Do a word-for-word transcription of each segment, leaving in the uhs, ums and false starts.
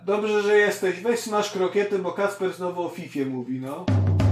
Dobrze, że jesteś. Weź smaż krokiety, bo Kacper znowu o Fifie mówi, no.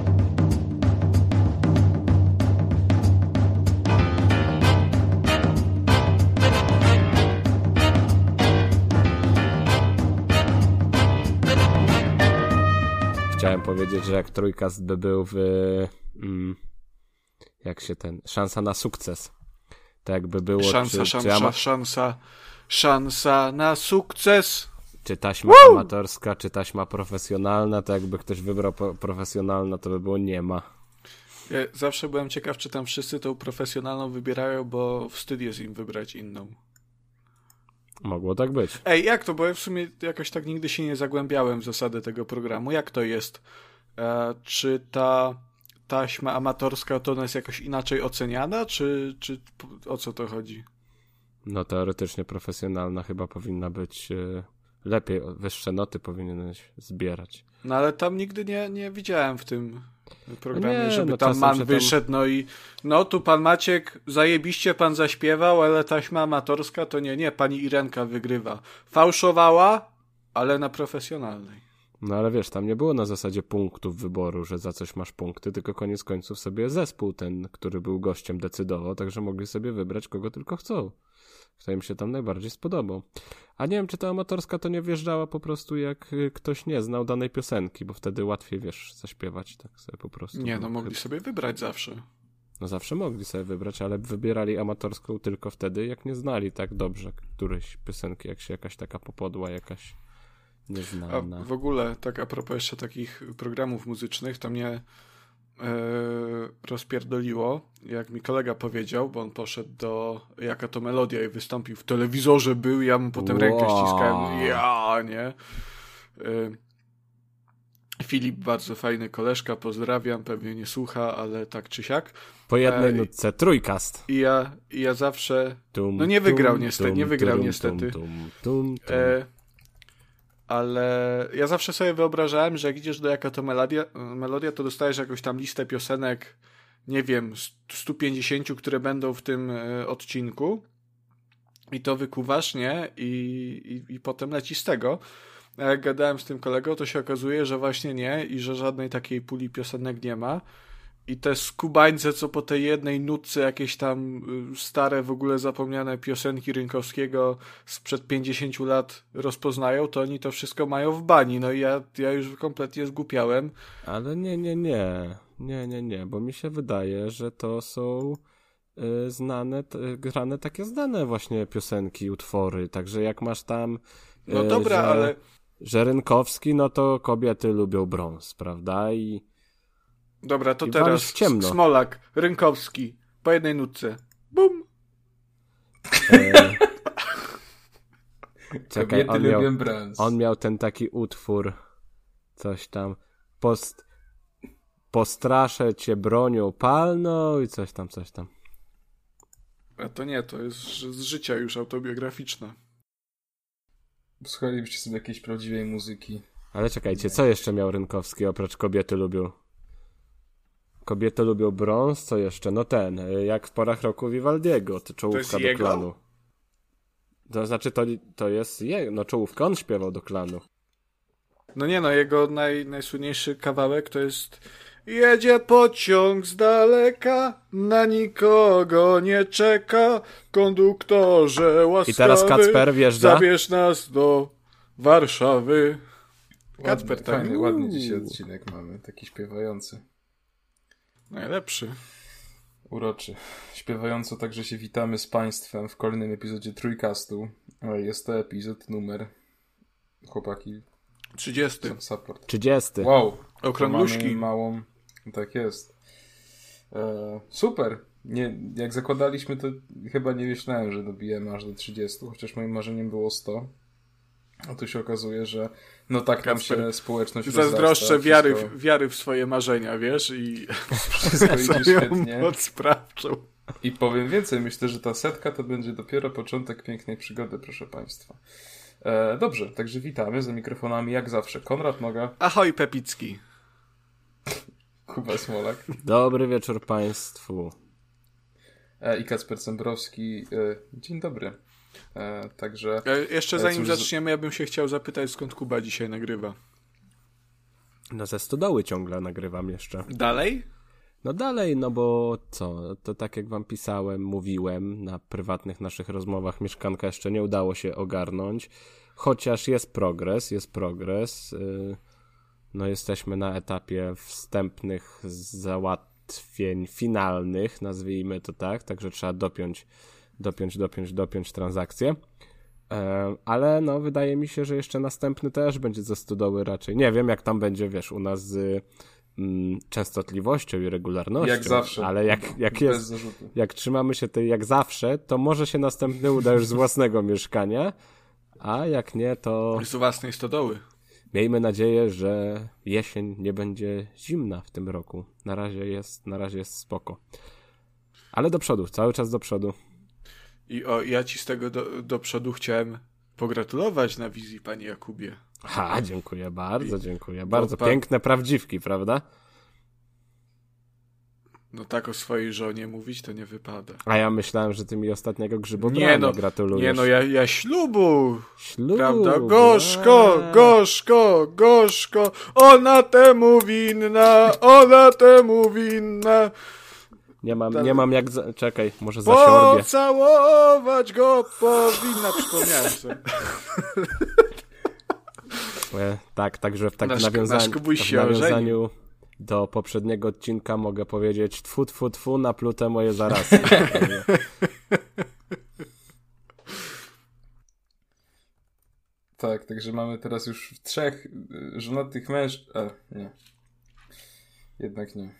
Chciałem powiedzieć, że jak trójkast by był w... Mm, jak się ten... Szansa na sukces. To jakby było... Szansa, czy, szansa, czy ama... szansa, szansa na sukces. Czy taśma Woo! amatorska, czy taśma profesjonalna, to jakby ktoś wybrał po- profesjonalna, to by było nie ma. Ja zawsze byłem ciekaw, czy tam wszyscy tą profesjonalną wybierają, bo wstyd jest im wybrać inną. Mogło tak być. Ej, jak to? Bo ja w sumie jakoś tak nigdy się nie zagłębiałem w zasady tego programu. Jak to jest? E, czy ta taśma amatorska to ona jest jakoś inaczej oceniana, czy, czy o co to chodzi? No teoretycznie profesjonalna chyba powinna być e, lepiej, wyższe noty powinieneś zbierać. No ale tam nigdy nie, nie widziałem w tym programie, nie, żeby no tam man tam... wyszedł, no i no tu pan Maciek, zajebiście pan zaśpiewał, ale taśma amatorska to nie, nie, pani Irenka wygrywa. Fałszowała, ale na profesjonalnej. No ale wiesz, tam nie było na zasadzie punktów wyboru, że za coś masz punkty, tylko koniec końców sobie zespół ten, który był gościem, decydował, także mogli sobie wybrać kogo tylko chcą. Kto im się tam najbardziej spodobał. A nie wiem, czy ta amatorska to nie wjeżdżała po prostu jak ktoś nie znał danej piosenki, bo wtedy łatwiej, wiesz, zaśpiewać tak sobie po prostu. Nie, no mogli sobie wybrać zawsze. No zawsze mogli sobie wybrać, ale wybierali amatorską tylko wtedy, jak nie znali tak dobrze którejś piosenki, jak się jakaś taka popodła, jakaś nieznana. A w ogóle, tak a propos jeszcze takich programów muzycznych, to mnie e, rozpierdoliło, jak mi kolega powiedział, bo on poszedł do Jaka to Melodia i wystąpił w telewizorze, był, ja mu potem wow. rękę ściskałem, ja, nie? E, Filip, bardzo fajny koleżka, pozdrawiam, pewnie nie słucha, ale tak czy siak. Po jednej e, nutce, trójkast. I ja, i ja zawsze, tum, no nie wygrał tum, niestety, tum, nie wygrał tum, niestety. Tum, tum, tum, tum. E, ale ja zawsze sobie wyobrażałem, że jak idziesz do Jaka to Melodia, melodia, to dostajesz jakąś tam listę piosenek, nie wiem, sto pięćdziesiąt, które będą w tym e, odcinku i to wykuwasz, nie? I, i, i potem lecisz z tego. A jak gadałem z tym kolegą, to się okazuje, że właśnie nie i że żadnej takiej puli piosenek nie ma. I te skubańce, co po tej jednej nutce jakieś tam stare, w ogóle zapomniane piosenki Rynkowskiego sprzed pięćdziesięciu lat rozpoznają, to oni to wszystko mają w bani. No i ja, ja już kompletnie zgłupiałem. Ale nie, nie, nie. Nie, nie, nie, bo mi się wydaje, że to są y, znane, t, grane takie znane właśnie piosenki, utwory. Także jak masz tam... Y, no dobra, że, ale... że Rynkowski, no to kobiety lubią brąz, prawda? I Dobra, to I teraz Smolak, Rynkowski, po jednej nutce. Bum! E... Czekaj, Kobiety on lubią miał, brąz. on miał ten taki utwór, coś tam, post, postraszę cię bronią palną i coś tam, coś tam. A to nie, to jest z życia już autobiograficzne. Słuchalibyście sobie jakiejś prawdziwej muzyki. Ale czekajcie, co jeszcze miał Rynkowski oprócz kobiety lubią? Kobiety lubią brąz, co jeszcze? No ten, jak w porach roku Vivaldiego, to czołówka to do jego? klanu. To znaczy, to, to jest jego, no czołówka, on śpiewał do klanu. No nie no, jego naj, najsłynniejszy kawałek to jest jedzie pociąg z daleka, na nikogo nie czeka, konduktorze łaskawy, i teraz Kacper wjeżdża. Zabierz nas do Warszawy. Kacper, ładny, tak. Fajny, ładny dzisiaj odcinek mamy, taki śpiewający. Najlepszy. Uroczy. Śpiewająco także się witamy z Państwem w kolejnym epizodzie Trójkastu. Jest to epizod numer... Chłopaki... trzydziesty. Support. trzydziesty. Wow. Okrągluszki. małą... Tak jest. E, super. Nie, jak zakładaliśmy, to chyba nie myślałem, że dobijemy aż do trzydziestu, chociaż moim marzeniem było sto. A tu się okazuje, że no tak nam się społeczność zazdroszczę wiary, wszystko... wiary w swoje marzenia, wiesz? I wszystko idzie świetnie. Moc sprawczą. I powiem więcej, myślę, że ta setka to będzie dopiero początek pięknej przygody, proszę Państwa. E, dobrze, także witamy za mikrofonami jak zawsze. Konrad Noga. Ahoj Pepicki. Kuba Smolak. Dobry wieczór Państwu. E, I Kacper Cembrowski. E, dzień dobry. E, także... E, jeszcze zanim cóż, zaczniemy, ja bym się chciał zapytać, skąd Kuba dzisiaj nagrywa. No ze stodoły ciągle nagrywam jeszcze. Dalej? No dalej, no bo co, to tak jak wam pisałem, mówiłem, na prywatnych naszych rozmowach mieszkanka jeszcze nie udało się ogarnąć, chociaż jest progres, jest progres. No jesteśmy na etapie wstępnych załatwień finalnych, nazwijmy to tak, także trzeba dopiąć, dopiąć, dopiąć, dopiąć transakcję. Ale no wydaje mi się, że jeszcze następny też będzie ze stodoły raczej. Nie wiem jak tam będzie, wiesz, u nas z mm, częstotliwością i regularnością. Jak zawsze. Ale jak, jak jest, jak trzymamy się tej jak zawsze, to może się następny uda już z własnego mieszkania, a jak nie, to... Z własnej stodoły. Miejmy nadzieję, że jesień nie będzie zimna w tym roku. Na razie jest, na razie jest spoko. Ale do przodu, cały czas do przodu. I o, ja ci z tego do, do przodu chciałem pogratulować na wizji, panie Jakubie. Ha, dziękuję bardzo, dziękuję. Bardzo pan... piękne prawdziwki, prawda? No tak o swojej żonie mówić to nie wypada. A ja myślałem, że ty mi ostatniego grzybobrania nie no, gratulujesz. Nie no, ja, ja ślubu. Ślubu. Prawda? Gorzko, gorzko, gorzko, ona temu winna, ona temu winna. Nie mam, nie mam jak... Za... Czekaj, może zasiorbię. Pocałować go powinna. Przypomniałem sobie. E, tak, także w takim nasz, nawiązaniu, nasz w nawiązaniu do poprzedniego odcinka mogę powiedzieć tfu, tfu, tfu, na plutę moje zarazki. Tak, także mamy teraz już trzech żonatych mężczyzn... A, nie. Jednak nie.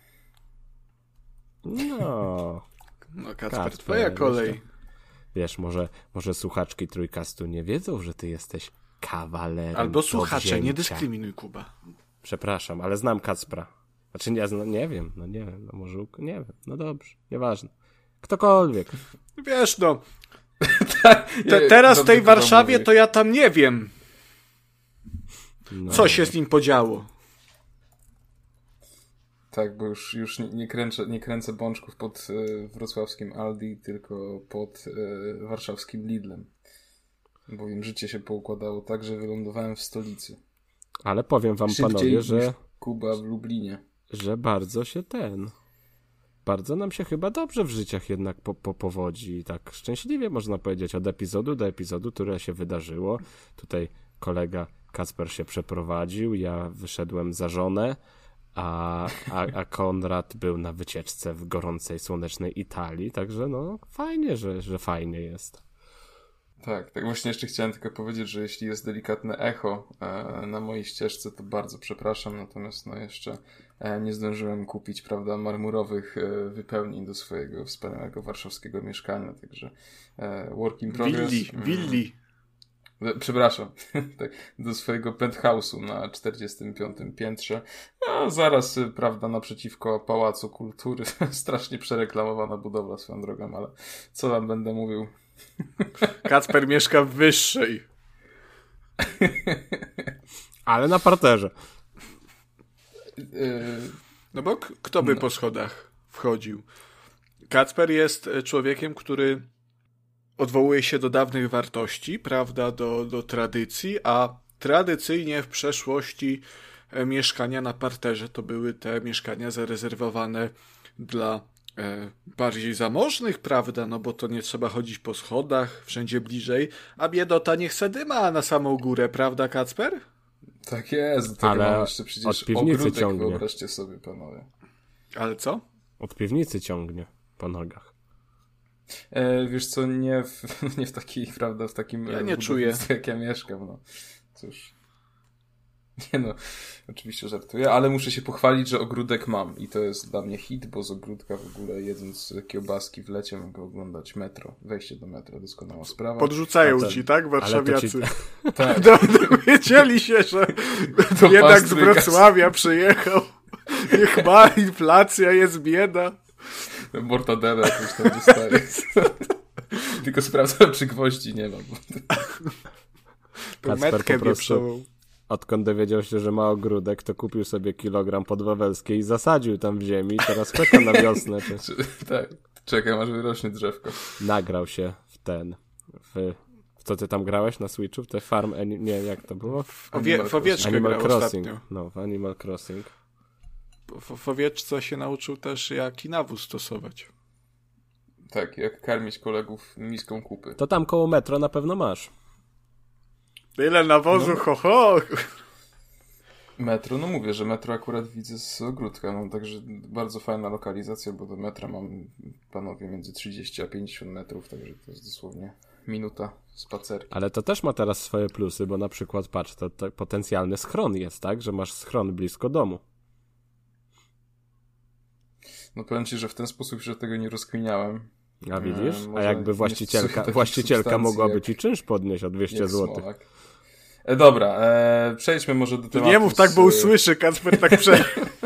No... No Kacper, twoja kolej. Wiesz, wiesz, może, może słuchaczki Trójkastu nie wiedzą, że ty jesteś kawalerem. Albo słuchacze, nie dyskryminuj, Kuba. Przepraszam, ale znam Kacpra. Znaczy, ja no, nie wiem, no nie wiem, no może, nie wiem, no dobrze, nieważne. Ktokolwiek. Wiesz, no, te, teraz w tej Warszawie to ja tam nie wiem, no. Co się z nim podziało. Tak, bo już, już nie, nie, kręcę, nie kręcę bączków pod y, wrocławskim Aldi, tylko pod y, warszawskim Lidlem. Bowiem życie się poukładało tak, że wylądowałem w stolicy. Ale powiem wam, Szybciej panowie, że... Kuba w Lublinie. Że bardzo się ten... Bardzo nam się chyba dobrze w życiach jednak po, po powodzi. Tak szczęśliwie można powiedzieć od epizodu do epizodu, które się wydarzyło. Tutaj kolega Kacper się przeprowadził, ja wyszedłem za żonę, a, a, a Konrad był na wycieczce w gorącej, słonecznej Italii. Także no fajnie, że, że fajnie jest. Tak, tak właśnie jeszcze chciałem tylko powiedzieć, że jeśli jest delikatne echo e, na mojej ścieżce, to bardzo przepraszam, natomiast no jeszcze e, nie zdążyłem kupić, prawda, marmurowych e, wypełnień do swojego wspaniałego warszawskiego mieszkania, także e, work in progress. Willi, mm, willi. e, Przepraszam, tak, do swojego penthouse'u na czterdziestym piątym piętrze, a zaraz, e, prawda, naprzeciwko Pałacu Kultury, strasznie przereklamowana budowla swoją drogą, ale co wam będę mówił? Kacper mieszka w wyższej. Ale na parterze. No bo k- kto by no. po schodach wchodził? Kacper jest człowiekiem, który odwołuje się do dawnych wartości, prawda, do, do tradycji, a tradycyjnie w przeszłości mieszkania na parterze to były te mieszkania zarezerwowane dla e, bardziej zamożnych, prawda, no bo to nie trzeba chodzić po schodach, wszędzie bliżej, a biedota niech se dyma na samą górę, prawda, Kacper? Tak jest, tak ale mamy jeszcze przecież od piwnicy ogródek, ciągnie. wyobraźcie sobie, panowie. Ale co? Od piwnicy ciągnie po nogach. E, wiesz co, nie w, nie w takiej, prawda, w takim Ja nie czuję. jak ja mieszkam, no. Cóż. Nie no, oczywiście żartuję, ale muszę się pochwalić, że ogródek mam i to jest dla mnie hit, bo z ogródka w ogóle jedząc kiełbaski w lecie mogę oglądać metro, wejście do metra, doskonała sprawa. Podrzucają ten, ci, tak, warszawiacy? Ci... Tak. Dowiedzieli się, że jednak z Wrocławia przyjechał. Niech ma, inflacja, jest bieda. Mortadela jakoś tam dostaje. Tylko sprawdzam, czy gwoździ nie ma. To metkę wieprzową. Odkąd dowiedział się, że ma ogródek, to kupił sobie kilogram podwawelskiej i zasadził tam w ziemi. Teraz czeka na wiosnę. Czy... Tak, czekam aż wyrośnie drzewko. Nagrał się w ten, w, w co ty tam grałeś na Switchu? Te Farm... Nie, jak to było? W, owie, w owieczkę Animal grał Crossing. ostatnio. No, w Animal Crossing. W, w owieczce się nauczył też, jak nawóz stosować. Tak, jak karmić kolegów miską kupy. To tam koło metro na pewno masz. Tyle nawozu, No. ho, ho! Metro, no mówię, że metro akurat widzę z ogródka, no także bardzo fajna lokalizacja, bo do metra mam, panowie, między trzydzieści a pięćdziesiąt metrów, także to jest dosłownie minuta spacerki. Ale to też ma teraz swoje plusy, bo na przykład, patrz, to, to potencjalny schron jest, tak? Że masz schron blisko domu. No powiem ci, że w ten sposób się tego nie rozkminiałem. A widzisz? E, A może jakby nie właścicielka, stosuję takich właścicielka substancji mogłaby jak- ci czynsz podnieść o dwieście jak złotych. Smolak. E, dobra, e, przejdźmy może do tematu. Nie mów tak, z- bo usłyszy, Kacper tak prze...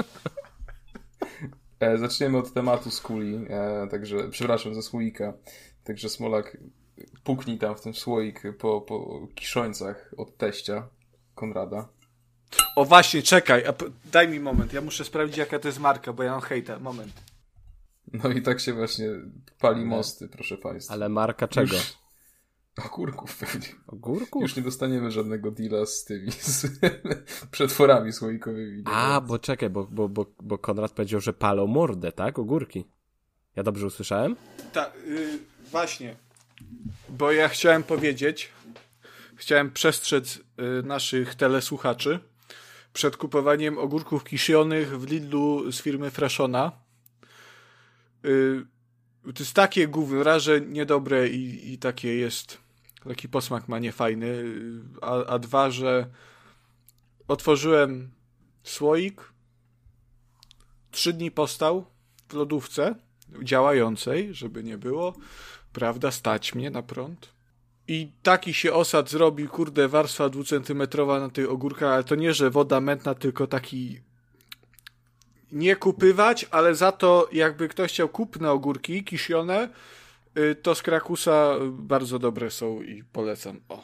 E, zaczniemy od tematu z kuli, e, także, przepraszam, ze słoika. Także Smolak, puknij tam w ten słoik po, po kiszońcach od teścia Konrada. O właśnie, czekaj, a p- daj mi moment, ja muszę sprawdzić, jaka to jest marka, bo ja mam hejta, moment. No i tak się właśnie pali mosty, proszę państwa. Ale marka czego? Już... Ogórków pewnie. Ogórków? Już nie dostaniemy żadnego deala z tymi, z przetworami słoikowymi. A, bo czekaj, bo, bo, bo, bo Konrad powiedział, że palą mordę, tak? Ogórki. Ja dobrze usłyszałem? Tak, yy, właśnie, bo ja chciałem powiedzieć, chciałem przestrzec yy, naszych telesłuchaczy przed kupowaniem ogórków kiszionych w Lidlu z firmy Freshona. Yy, to jest takie gówno, że niedobre i, i takie jest, taki posmak ma niefajny, yy, a, a dwa, że otworzyłem słoik, trzy dni postał w lodówce działającej, żeby nie było, prawda, stać mnie na prąd. I taki się osad zrobił, kurde, warstwa dwucentymetrowa na tych ogórkach, ale to nie, że woda mętna, tylko taki nie kupywać, ale za to jakby ktoś chciał kupne ogórki kiszone, y, to z Krakusa bardzo dobre są i polecam. O.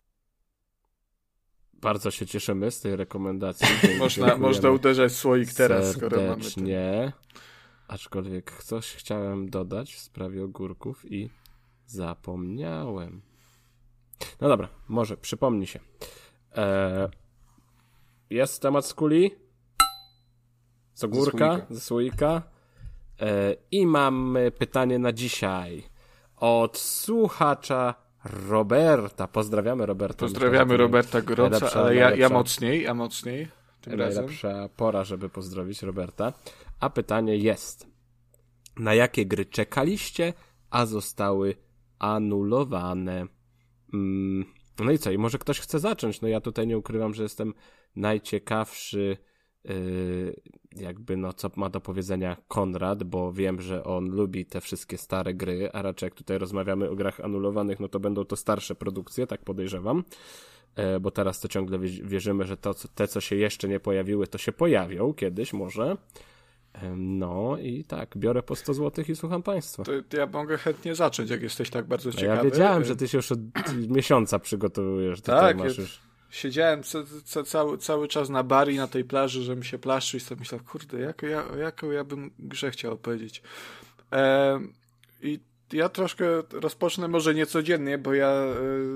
Bardzo się cieszymy z tej rekomendacji. Można, można uderzać w słoik teraz, skoro mamy ten. serdecznie. Aczkolwiek coś chciałem dodać w sprawie ogórków i zapomniałem. No dobra, może przypomni się. Eee, jest temat z kuli, z ogórka, słoika. ze słoika. Eee, I mamy pytanie na dzisiaj od słuchacza Roberta. Pozdrawiamy Roberta. Pozdrawiamy Roberta gorąco, najlepsza, ale ja, ja najlepsza. mocniej, ja mocniej tym razem. Najlepsza pora, żeby pozdrowić Roberta. A pytanie jest: na jakie gry czekaliście, a zostały anulowane? Mm, no i co? I może ktoś chce zacząć? No ja tutaj nie ukrywam, że jestem najciekawszy, yy, jakby no co ma do powiedzenia Konrad, bo wiem, że on lubi te wszystkie stare gry, a raczej jak tutaj rozmawiamy o grach anulowanych, no to będą to starsze produkcje, tak podejrzewam. Bo teraz to ciągle wierzymy, że to, te, co się jeszcze nie pojawiły, to się pojawią kiedyś może. No i tak, biorę po sto złotych i słucham państwa. To, to ja mogę chętnie zacząć, jak jesteś tak bardzo A ciekawy. ja wiedziałem, że ty się już od miesiąca przygotowujesz. Tutaj Tak, masz ja już... siedziałem ca, ca, cały, cały czas na bari na tej plaży, że mi się plaszczy i sobie myślałem, kurde, jaką ja, jaką ja bym grze chciał powiedzieć. E, I ja troszkę rozpocznę może niecodziennie, bo ja... E,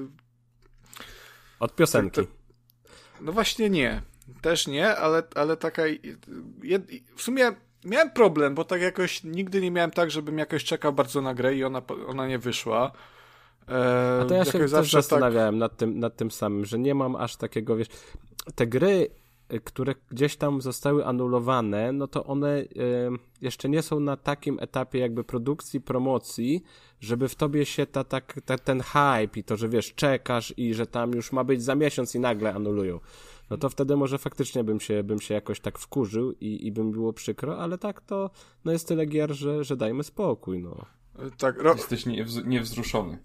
Od piosenki. To, to, no właśnie nie. Też nie, ale, ale taka... Jed, w sumie miałem problem, bo tak jakoś nigdy nie miałem tak, żebym jakoś czekał bardzo na grę i ona, ona nie wyszła. E, A to ja się też zawsze zastanawiałem tak... nad, tym, nad tym samym, że nie mam aż takiego, wiesz... Te gry, które gdzieś tam zostały anulowane, no to one y, jeszcze nie są na takim etapie jakby produkcji, promocji, żeby w tobie się ta, ta, ta, ten hype i to, że wiesz, czekasz i że tam już ma być za miesiąc i nagle anulują. No to wtedy może faktycznie bym się, bym się jakoś tak wkurzył i, i bym było przykro, ale tak to no jest tyle gier, że, że dajmy spokój, no. Tak, ro... Jesteś niewz- niewzruszony.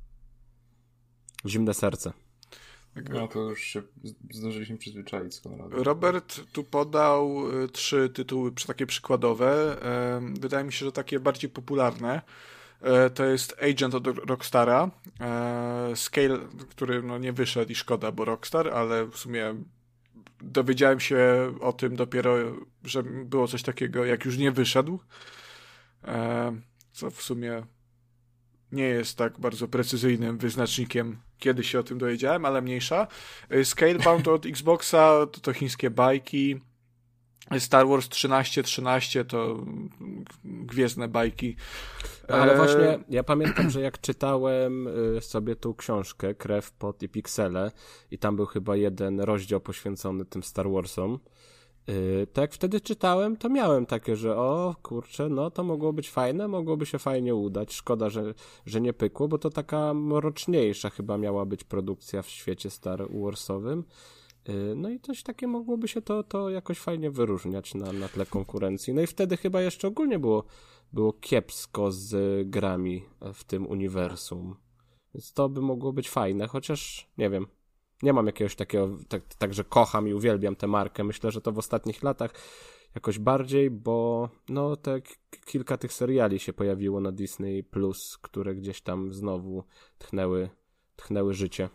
Zimne serce. No to już się zdążyliśmy przyzwyczaić z Konradem. Robert tu podał y, trzy tytuły takie przykładowe. E, wydaje mi się, że takie bardziej popularne. E, to jest Agent od Rockstara. E, Scale, który no, nie wyszedł i szkoda, bo Rockstar, ale w sumie dowiedziałem się o tym dopiero, że było coś takiego, jak już nie wyszedł. E, co w sumie nie jest tak bardzo precyzyjnym wyznacznikiem, kiedy się o tym dowiedziałem, ale mniejsza. Scalebound od Xboxa to, to chińskie bajki. Star Wars trzynaście trzynaście to gwiezdne bajki. Ale właśnie ja pamiętam, że jak czytałem sobie tą książkę Krew, pot i piksele i tam był chyba jeden rozdział poświęcony tym Star Warsom, to jak wtedy czytałem, to miałem takie, że o kurczę, no to mogło być fajne, mogłoby się fajnie udać. Szkoda, że, że nie pykło, bo to taka mroczniejsza chyba miała być produkcja w świecie Star Warsowym. No i coś takie mogłoby się to, to jakoś fajnie wyróżniać na, na tle konkurencji. No i wtedy chyba jeszcze ogólnie było, było kiepsko z grami w tym uniwersum. Więc to by mogło być fajne, chociaż nie wiem. Nie mam jakiegoś takiego, tak, tak że kocham i uwielbiam tę markę. Myślę, że to w ostatnich latach jakoś bardziej, bo no te k- kilka tych seriali się pojawiło na Disney Plus, które gdzieś tam znowu tchnęły, tchnęły życie.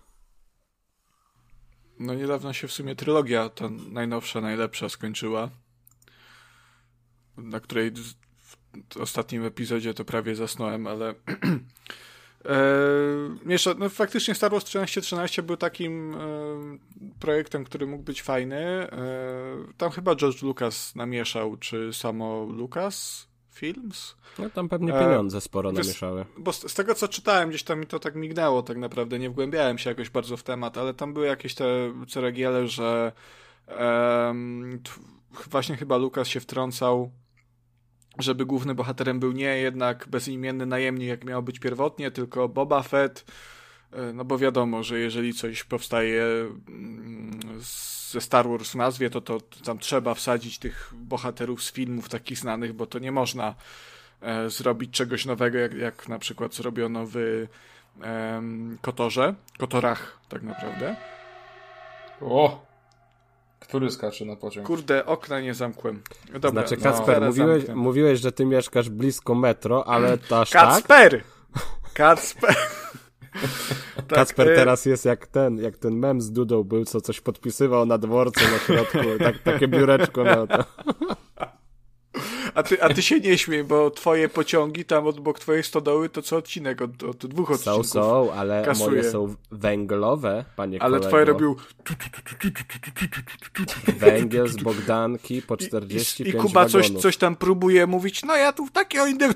No niedawno się w sumie trylogia, ta najnowsza, najlepsza skończyła, na której w ostatnim epizodzie to prawie zasnąłem, ale Jeszcze, no faktycznie Star Wars trzynaście trzynaście był takim e, projektem, który mógł być fajny. E, tam chyba George Lucas namieszał, czy samo Lucas Films? No tam pewnie pieniądze sporo e, namieszały. Bo z, z tego co czytałem, gdzieś tam mi to tak mignęło tak naprawdę, nie wgłębiałem się jakoś bardzo w temat, ale tam były jakieś te ceregiele, że e, t, właśnie chyba Lucas się wtrącał, żeby głównym bohaterem był nie jednak bezimienny najemnik, jak miało być pierwotnie, tylko Boba Fett, no bo wiadomo, że jeżeli coś powstaje ze Star Wars w nazwie, to, to tam trzeba wsadzić tych bohaterów z filmów takich znanych, bo to nie można e, zrobić czegoś nowego, jak, jak na przykład zrobiono w e, Kotorze, Kotorach tak naprawdę. O! Który skacze na pociąg? Kurde, okna nie zamkłem. Dobra, znaczy, Kacper, no, mówiłeś, mówiłeś, że ty mieszkasz blisko metro, ale to aż Kacper! Tak? Kacper! tak, Kacper y... teraz jest jak ten, jak ten mem z Dudą był, co coś podpisywał na dworcu na środku, tak, takie biureczko miał to. A ty, a ty się nie śmiej, bo twoje pociągi tam od bok twojej stodoły to co odcinek, od, od dwóch odcinków. Są, są, ale kasuje. Moje są węglowe, panie kolego. Ale twoje robił węgiel z Bogdanki po czterdzieści pięć I, i, i Kuba wagonów. coś, coś tam próbuje mówić, no ja tu takie o innym.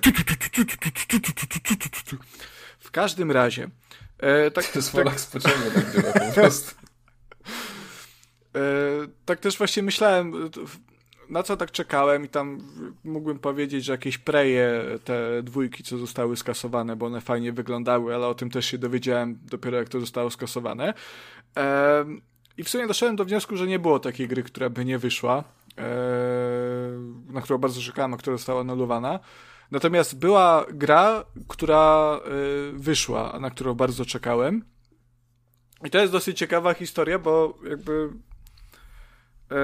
W każdym razie. E, tak, to jest tak, z pociągu tak działa po prostu. E, tak też właśnie myślałem, na co tak czekałem i tam mógłbym powiedzieć, że jakieś preje, te dwójki, co zostały skasowane, bo one fajnie wyglądały, ale o tym też się dowiedziałem dopiero jak to zostało skasowane. E, I w sumie doszedłem do wniosku, że nie było takiej gry, która by nie wyszła, e, na którą bardzo czekałem, a która została anulowana. Natomiast była gra, która e, wyszła, a na którą bardzo czekałem. I to jest dosyć ciekawa historia, bo jakby e,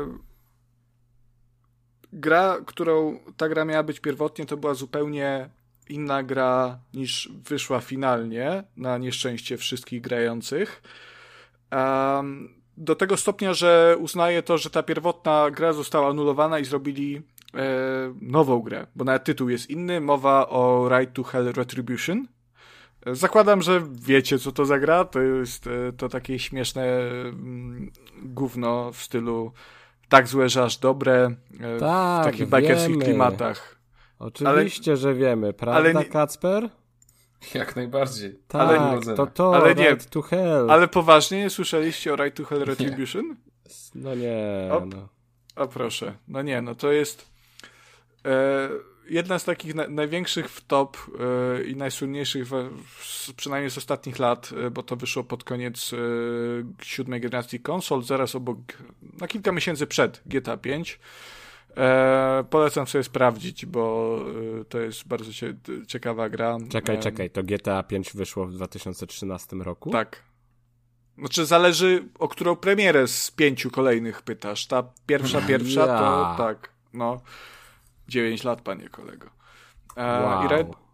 gra, którą ta gra miała być pierwotnie, to była zupełnie inna gra niż wyszła finalnie, na nieszczęście wszystkich grających. Um, do tego stopnia, że uznaję to, że ta pierwotna gra została anulowana i zrobili e, nową grę, bo nawet tytuł jest inny, mowa o Right to Hell Retribution. Zakładam, że wiecie, co to za gra, to jest e, to takie śmieszne mm, gówno w stylu tak złe, że aż dobre, e, tak, w takich bajkerskich klimatach. Oczywiście, ale, że wiemy, prawda, nie... Kacper? Jak najbardziej. Tak, ale, to to, ale nie, Right to Hell. Ale poważnie, nie słyszeliście o Right to Hell Retribution? Nie. No nie, o, no. O proszę, no nie, no to jest e, jedna z takich na, największych w top e, i najsłynniejszych w, w, przynajmniej z ostatnich lat, e, bo to wyszło pod koniec e, siódmej generacji konsol, zaraz obok, na kilka miesięcy przed G T A pięć. E, polecam sobie sprawdzić, bo e, to jest bardzo cie, ciekawa gra. Czekaj, e, czekaj, to G T A pięć wyszło w dwa tysiące trzynastym roku? Tak. Znaczy zależy, o którą premierę z pięciu kolejnych pytasz. Ta pierwsza, pierwsza ja. to tak, no dziewięć lat, panie kolego. E, wow. I Right,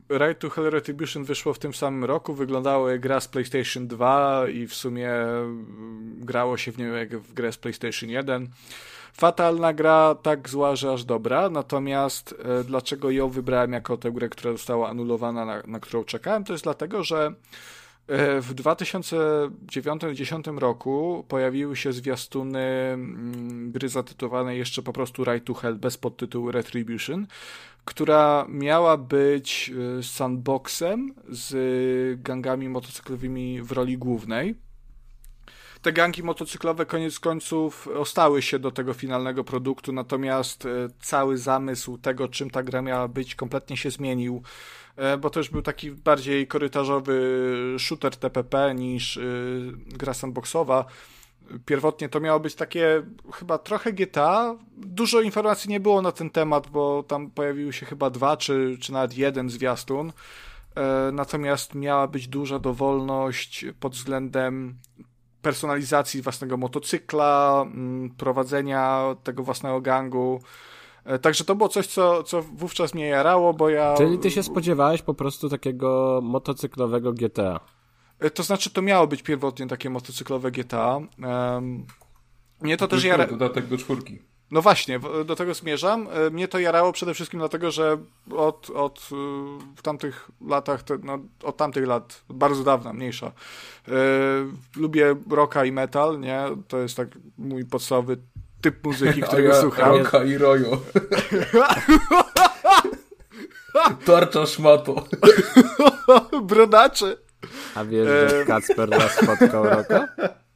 Right to Hell Retribution wyszło w tym samym roku, wyglądało jak gra z PlayStation dwa i w sumie grało się w nią jak w grę z PlayStation jeden. Fatalna gra, tak zła, że aż dobra, natomiast e, dlaczego ją wybrałem jako tę grę, która została anulowana, na, na którą czekałem, to jest dlatego, że e, w dwa tysiące dziewiątym do dwa tysiące dziesiątym roku pojawiły się zwiastuny mm, gry zatytułowanej jeszcze po prostu Right to Hell bez podtytułu Retribution, która miała być e, sandboxem z gangami motocyklowymi w roli głównej. Te gangi motocyklowe koniec końców ostały się do tego finalnego produktu, natomiast cały zamysł tego, czym ta gra miała być, kompletnie się zmienił, bo to już był taki bardziej korytarzowy shooter T P P niż gra sandboxowa. Pierwotnie to miało być takie chyba trochę G T A. Dużo informacji nie było na ten temat, bo tam pojawiły się chyba dwa, czy, czy nawet jeden zwiastun. Natomiast miała być duża dowolność pod względem personalizacji własnego motocykla, prowadzenia tego własnego gangu. Także to było coś, co, co wówczas mnie jarało, bo ja... Czyli ty się spodziewałeś po prostu takiego motocyklowego G T A? To znaczy, to miało być pierwotnie takie motocyklowe G T A. Um, mnie to też jara... Dodatek do czwórki. No właśnie, do tego zmierzam. Mnie to jarało przede wszystkim dlatego, że od, od w tamtych latach, no, od tamtych lat, bardzo dawna, mniejsza, yy, lubię rocka i metal, nie? To jest tak mój podstawowy typ muzyki, którego ja, słucham. Rocka i rojo. Tarcza szmato. Brodaczy. A wiesz, że Kacper nas spotkał rocka?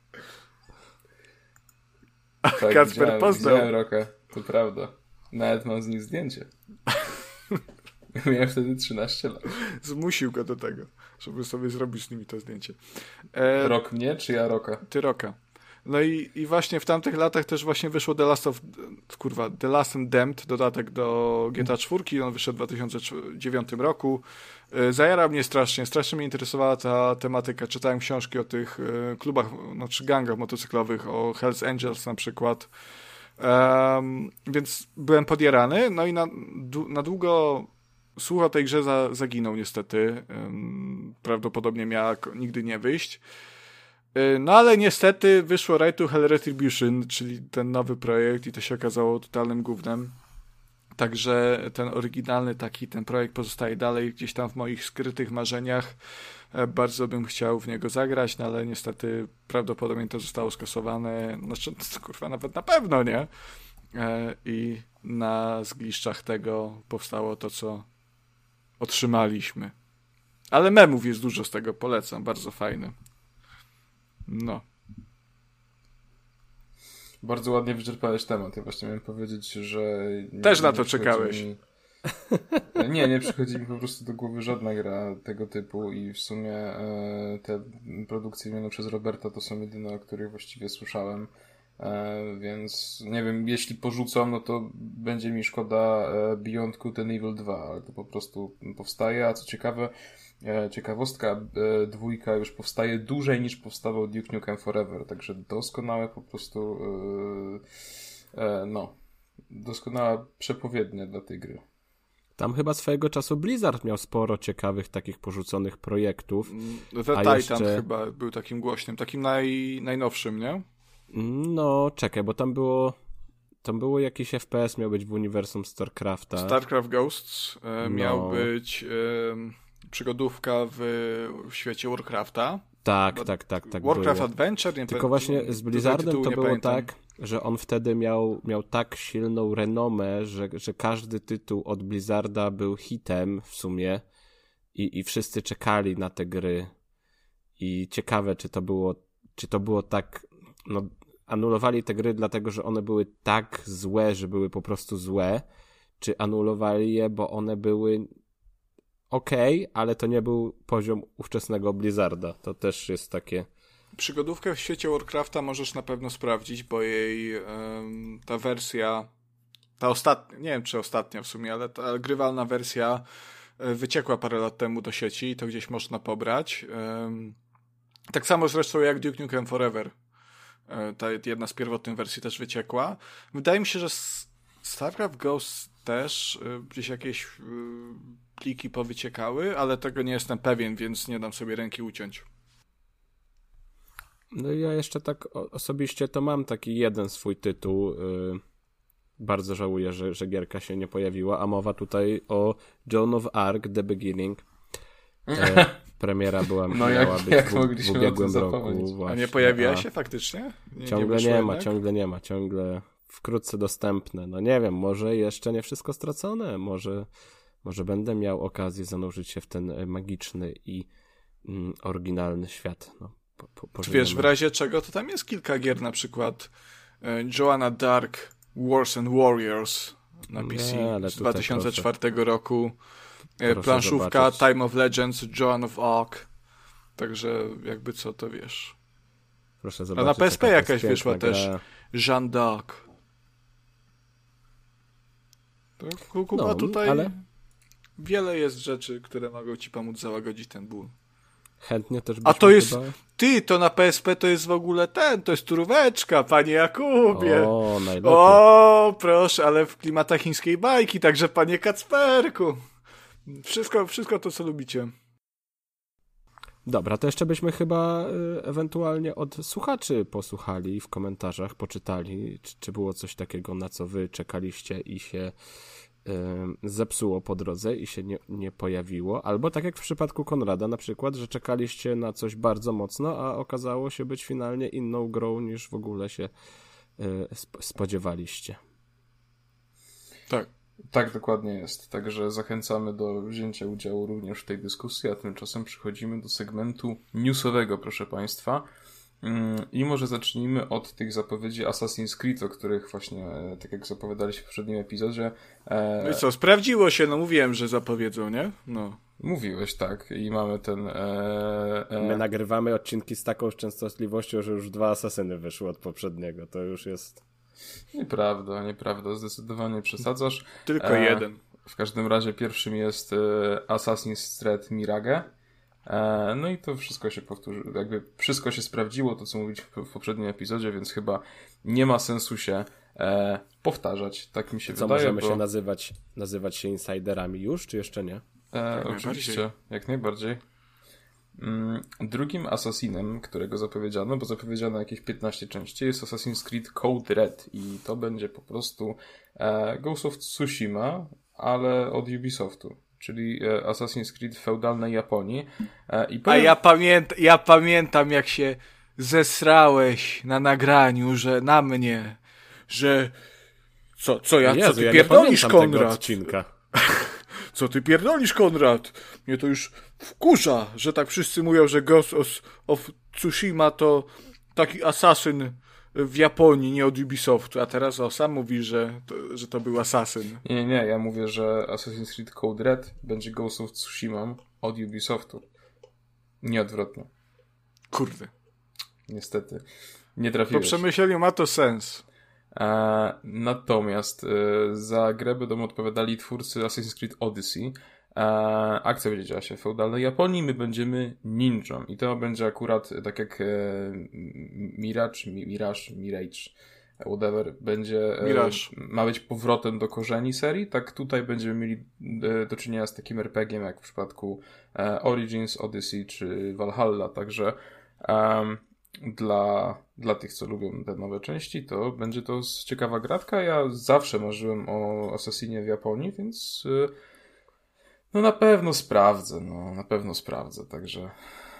Tak, Kacper poznał. Widziałem Rocka, to prawda. Nawet mam z nim zdjęcie. Miałem wtedy trzynaście lat. Zmusił go do tego, żeby sobie zrobić z nimi to zdjęcie. E, Rok mnie, czy ja Rocka? Ty Rocka. No i, i właśnie w tamtych latach też właśnie wyszło The Last of... Kurwa, The Last and Damned, dodatek do G T A cztery. On wyszedł w dwa tysiące dziewiątym roku. E, zajarał mnie strasznie. Strasznie mnie interesowała ta tematyka. Czytałem książki o tych e, klubach, znaczy gangach motocyklowych, o Hells Angels na przykład. Um, więc byłem podjarany. No i na, na długo słuch o tej grze za, zaginął niestety. Um, prawdopodobnie miała nigdy nie wyjść. No ale niestety wyszło Right to Hell Retribution, czyli ten nowy projekt i to się okazało totalnym gównem. Także ten oryginalny taki, ten projekt pozostaje dalej gdzieś tam w moich skrytych marzeniach. Bardzo bym chciał w niego zagrać, no ale niestety prawdopodobnie to zostało skasowane. Znaczy, kurwa, nawet na pewno, nie? I na zgliszczach tego powstało to, co otrzymaliśmy. Ale memów jest dużo z tego, polecam, bardzo fajny. No. Bardzo ładnie wyczerpałeś temat. Ja właśnie miałem powiedzieć, że... Nie, Też na nie to czekałeś. Mi... Nie, nie przychodzi mi po prostu do głowy żadna gra tego typu i w sumie e, te produkcje miane przez Roberta to są jedyne, o których właściwie słyszałem. E, więc nie wiem, jeśli porzucą, no to będzie mi szkoda e, Beyond Good and Evil dwa, ale to po prostu powstaje, a co ciekawe, e, ciekawostka, e, dwójka już powstaje dłużej niż powstawał Duke Nukem Forever, także doskonałe po prostu e, e, no, doskonała przepowiednia dla tej gry. Tam chyba swojego czasu Blizzard miał sporo ciekawych takich porzuconych projektów. The Titan jeszcze... chyba był takim głośnym, takim naj, najnowszym, nie? No, czekaj, bo tam było tam było jakiś F P S, miał być w uniwersum StarCrafta. StarCraft Ghosts e, miał no. być e, przygodówka w, w świecie Warcrafta. Tak, Bo, tak, tak, tak. Warcraft było. Adventure. Nie Tylko właśnie z Blizzardem to było pamiętam. tak, że on wtedy miał, miał tak silną renomę, że, że każdy tytuł od Blizzarda był hitem w sumie i, i wszyscy czekali na te gry. I ciekawe, czy to było, czy to było tak, no anulowali te gry dlatego, że one były tak złe, że były po prostu złe, czy anulowali je, bo one były okej, okay, ale to nie był poziom ówczesnego Blizzarda. To też jest takie... Przygodówkę w świecie Warcrafta możesz na pewno sprawdzić, bo jej um, ta wersja, ta ostatnia, nie wiem czy ostatnia w sumie, ale ta grywalna wersja wyciekła parę lat temu do sieci i to gdzieś można pobrać. Um, tak samo zresztą jak Duke Nukem Forever. Ta jedna z pierwotnych wersji też wyciekła. Wydaje mi się, że StarCraft Ghost też gdzieś jakieś pliki powyciekały, ale tego nie jestem pewien, więc nie dam sobie ręki uciąć. No ja jeszcze tak osobiście to mam taki jeden swój tytuł. Bardzo żałuję, że, że gierka się nie pojawiła, a mowa tutaj o Joan of Arc The Beginning. E, premiera była no miała jak, być jak w, mogliśmy w ubiegłym o tym roku. Właśnie. A nie pojawiła a się faktycznie? Nie, ciągle nie, nie ma, jednak? ciągle nie ma, ciągle wkrótce dostępne. No nie wiem, może jeszcze nie wszystko stracone, może, może będę miał okazję zanurzyć się w ten magiczny i mm, oryginalny świat. No, po, po, Wiesz, w razie czego to tam jest kilka gier, na przykład e, Joanna Dark Wars and Warriors na P C nie, z dwa tysiące czwartego proszę, roku. E, proszę planszówka zobaczyć. Time of Legends Joan of Arc. Także jakby co, to wiesz. Proszę A zobaczyć. na P S P jakaś wyszła gra. też Jeanne d'Arc. To Kuba No, tutaj ale... wiele jest rzeczy, które mogą ci pomóc załagodzić ten ból. Chętnie też A to jest, chyba... ty, to na P S P to jest w ogóle ten, to jest turóweczka, panie Jakubie. O, najlepiej. O, proszę, ale w klimatach chińskiej bajki, także panie Kacperku. Wszystko, wszystko to, co lubicie. Dobra, to jeszcze byśmy chyba y, ewentualnie od słuchaczy posłuchali w komentarzach, poczytali, czy, czy było coś takiego, na co wy czekaliście i się y, zepsuło po drodze i się nie, nie pojawiło, albo tak jak w przypadku Konrada na przykład, że czekaliście na coś bardzo mocno, a okazało się być finalnie inną grą niż w ogóle się y, sp- spodziewaliście. Tak. Tak, dokładnie jest. Także zachęcamy do wzięcia udziału również w tej dyskusji, a tymczasem przechodzimy do segmentu newsowego, proszę Państwa. I może zacznijmy od tych zapowiedzi Assassin's Creed, o których właśnie, tak jak zapowiadaliśmy w poprzednim epizodzie. E... No i co, sprawdziło się, no mówiłem, że zapowiedzą, nie? No. Mówiłeś, tak. I mamy ten... E... E... My nagrywamy odcinki z taką częstotliwością, że już dwa asasyny wyszły od poprzedniego. To już jest... Nieprawda, nieprawda. Zdecydowanie przesadzasz. Tylko e... jeden. W każdym razie pierwszym jest e... Assassin's Creed Mirage. No i to wszystko się powtórzy, jakby wszystko się sprawdziło, to co mówiliśmy w poprzednim epizodzie, więc chyba nie ma sensu się e, powtarzać, tak mi się co, wydaje. możemy bo... się nazywać, nazywać się insiderami już, czy jeszcze nie? E, jak oczywiście, najbardziej. jak najbardziej. Mm, drugim Assassinem, którego zapowiedziano, bo zapowiedziano jakieś piętnaście części, jest Assassin's Creed Code Red i to będzie po prostu e, Ghost of Tsushima, ale od Ubisoftu. Czyli Assassin's Creed w feudalnej Japonii. I powiem... A ja, pamięt, ja pamiętam, jak się zesrałeś na nagraniu, że na mnie, że co, co ja, Jezu, co ty ja pierdolisz, nie pamiętam tego Konrad? odcinka. Co ty pierdolisz, Konrad? Mnie to już wkurza, że tak wszyscy mówią, że Ghost of, of Tsushima to taki asasyn w Japonii, nie od Ubisoftu, a teraz o, sam mówi, że to, że to był asasyn. Nie, nie, nie, ja mówię, że Assassin's Creed Code Red będzie Ghost of Tsushima od Ubisoftu. Nie odwrotnie. Kurde. Niestety. Nie trafiłeś. Po przemyśleniu ma to sens. E, natomiast e, za grę będą odpowiadali twórcy Assassin's Creed Odyssey. E, akcja będzie działa się w feudalnej Japonii, my będziemy ninją i to będzie akurat tak jak e, Mirage, Mirage, Mirage, whatever, będzie e, ma być powrotem do korzeni serii, tak tutaj będziemy mieli e, do czynienia z takim er pe gie em jak w przypadku e, Origins, Odyssey czy Valhalla, także e, dla, dla tych, co lubią te nowe części, to będzie to ciekawa gratka. Ja zawsze marzyłem o Assassinie w Japonii, więc e, no na pewno sprawdzę, no na pewno sprawdzę, także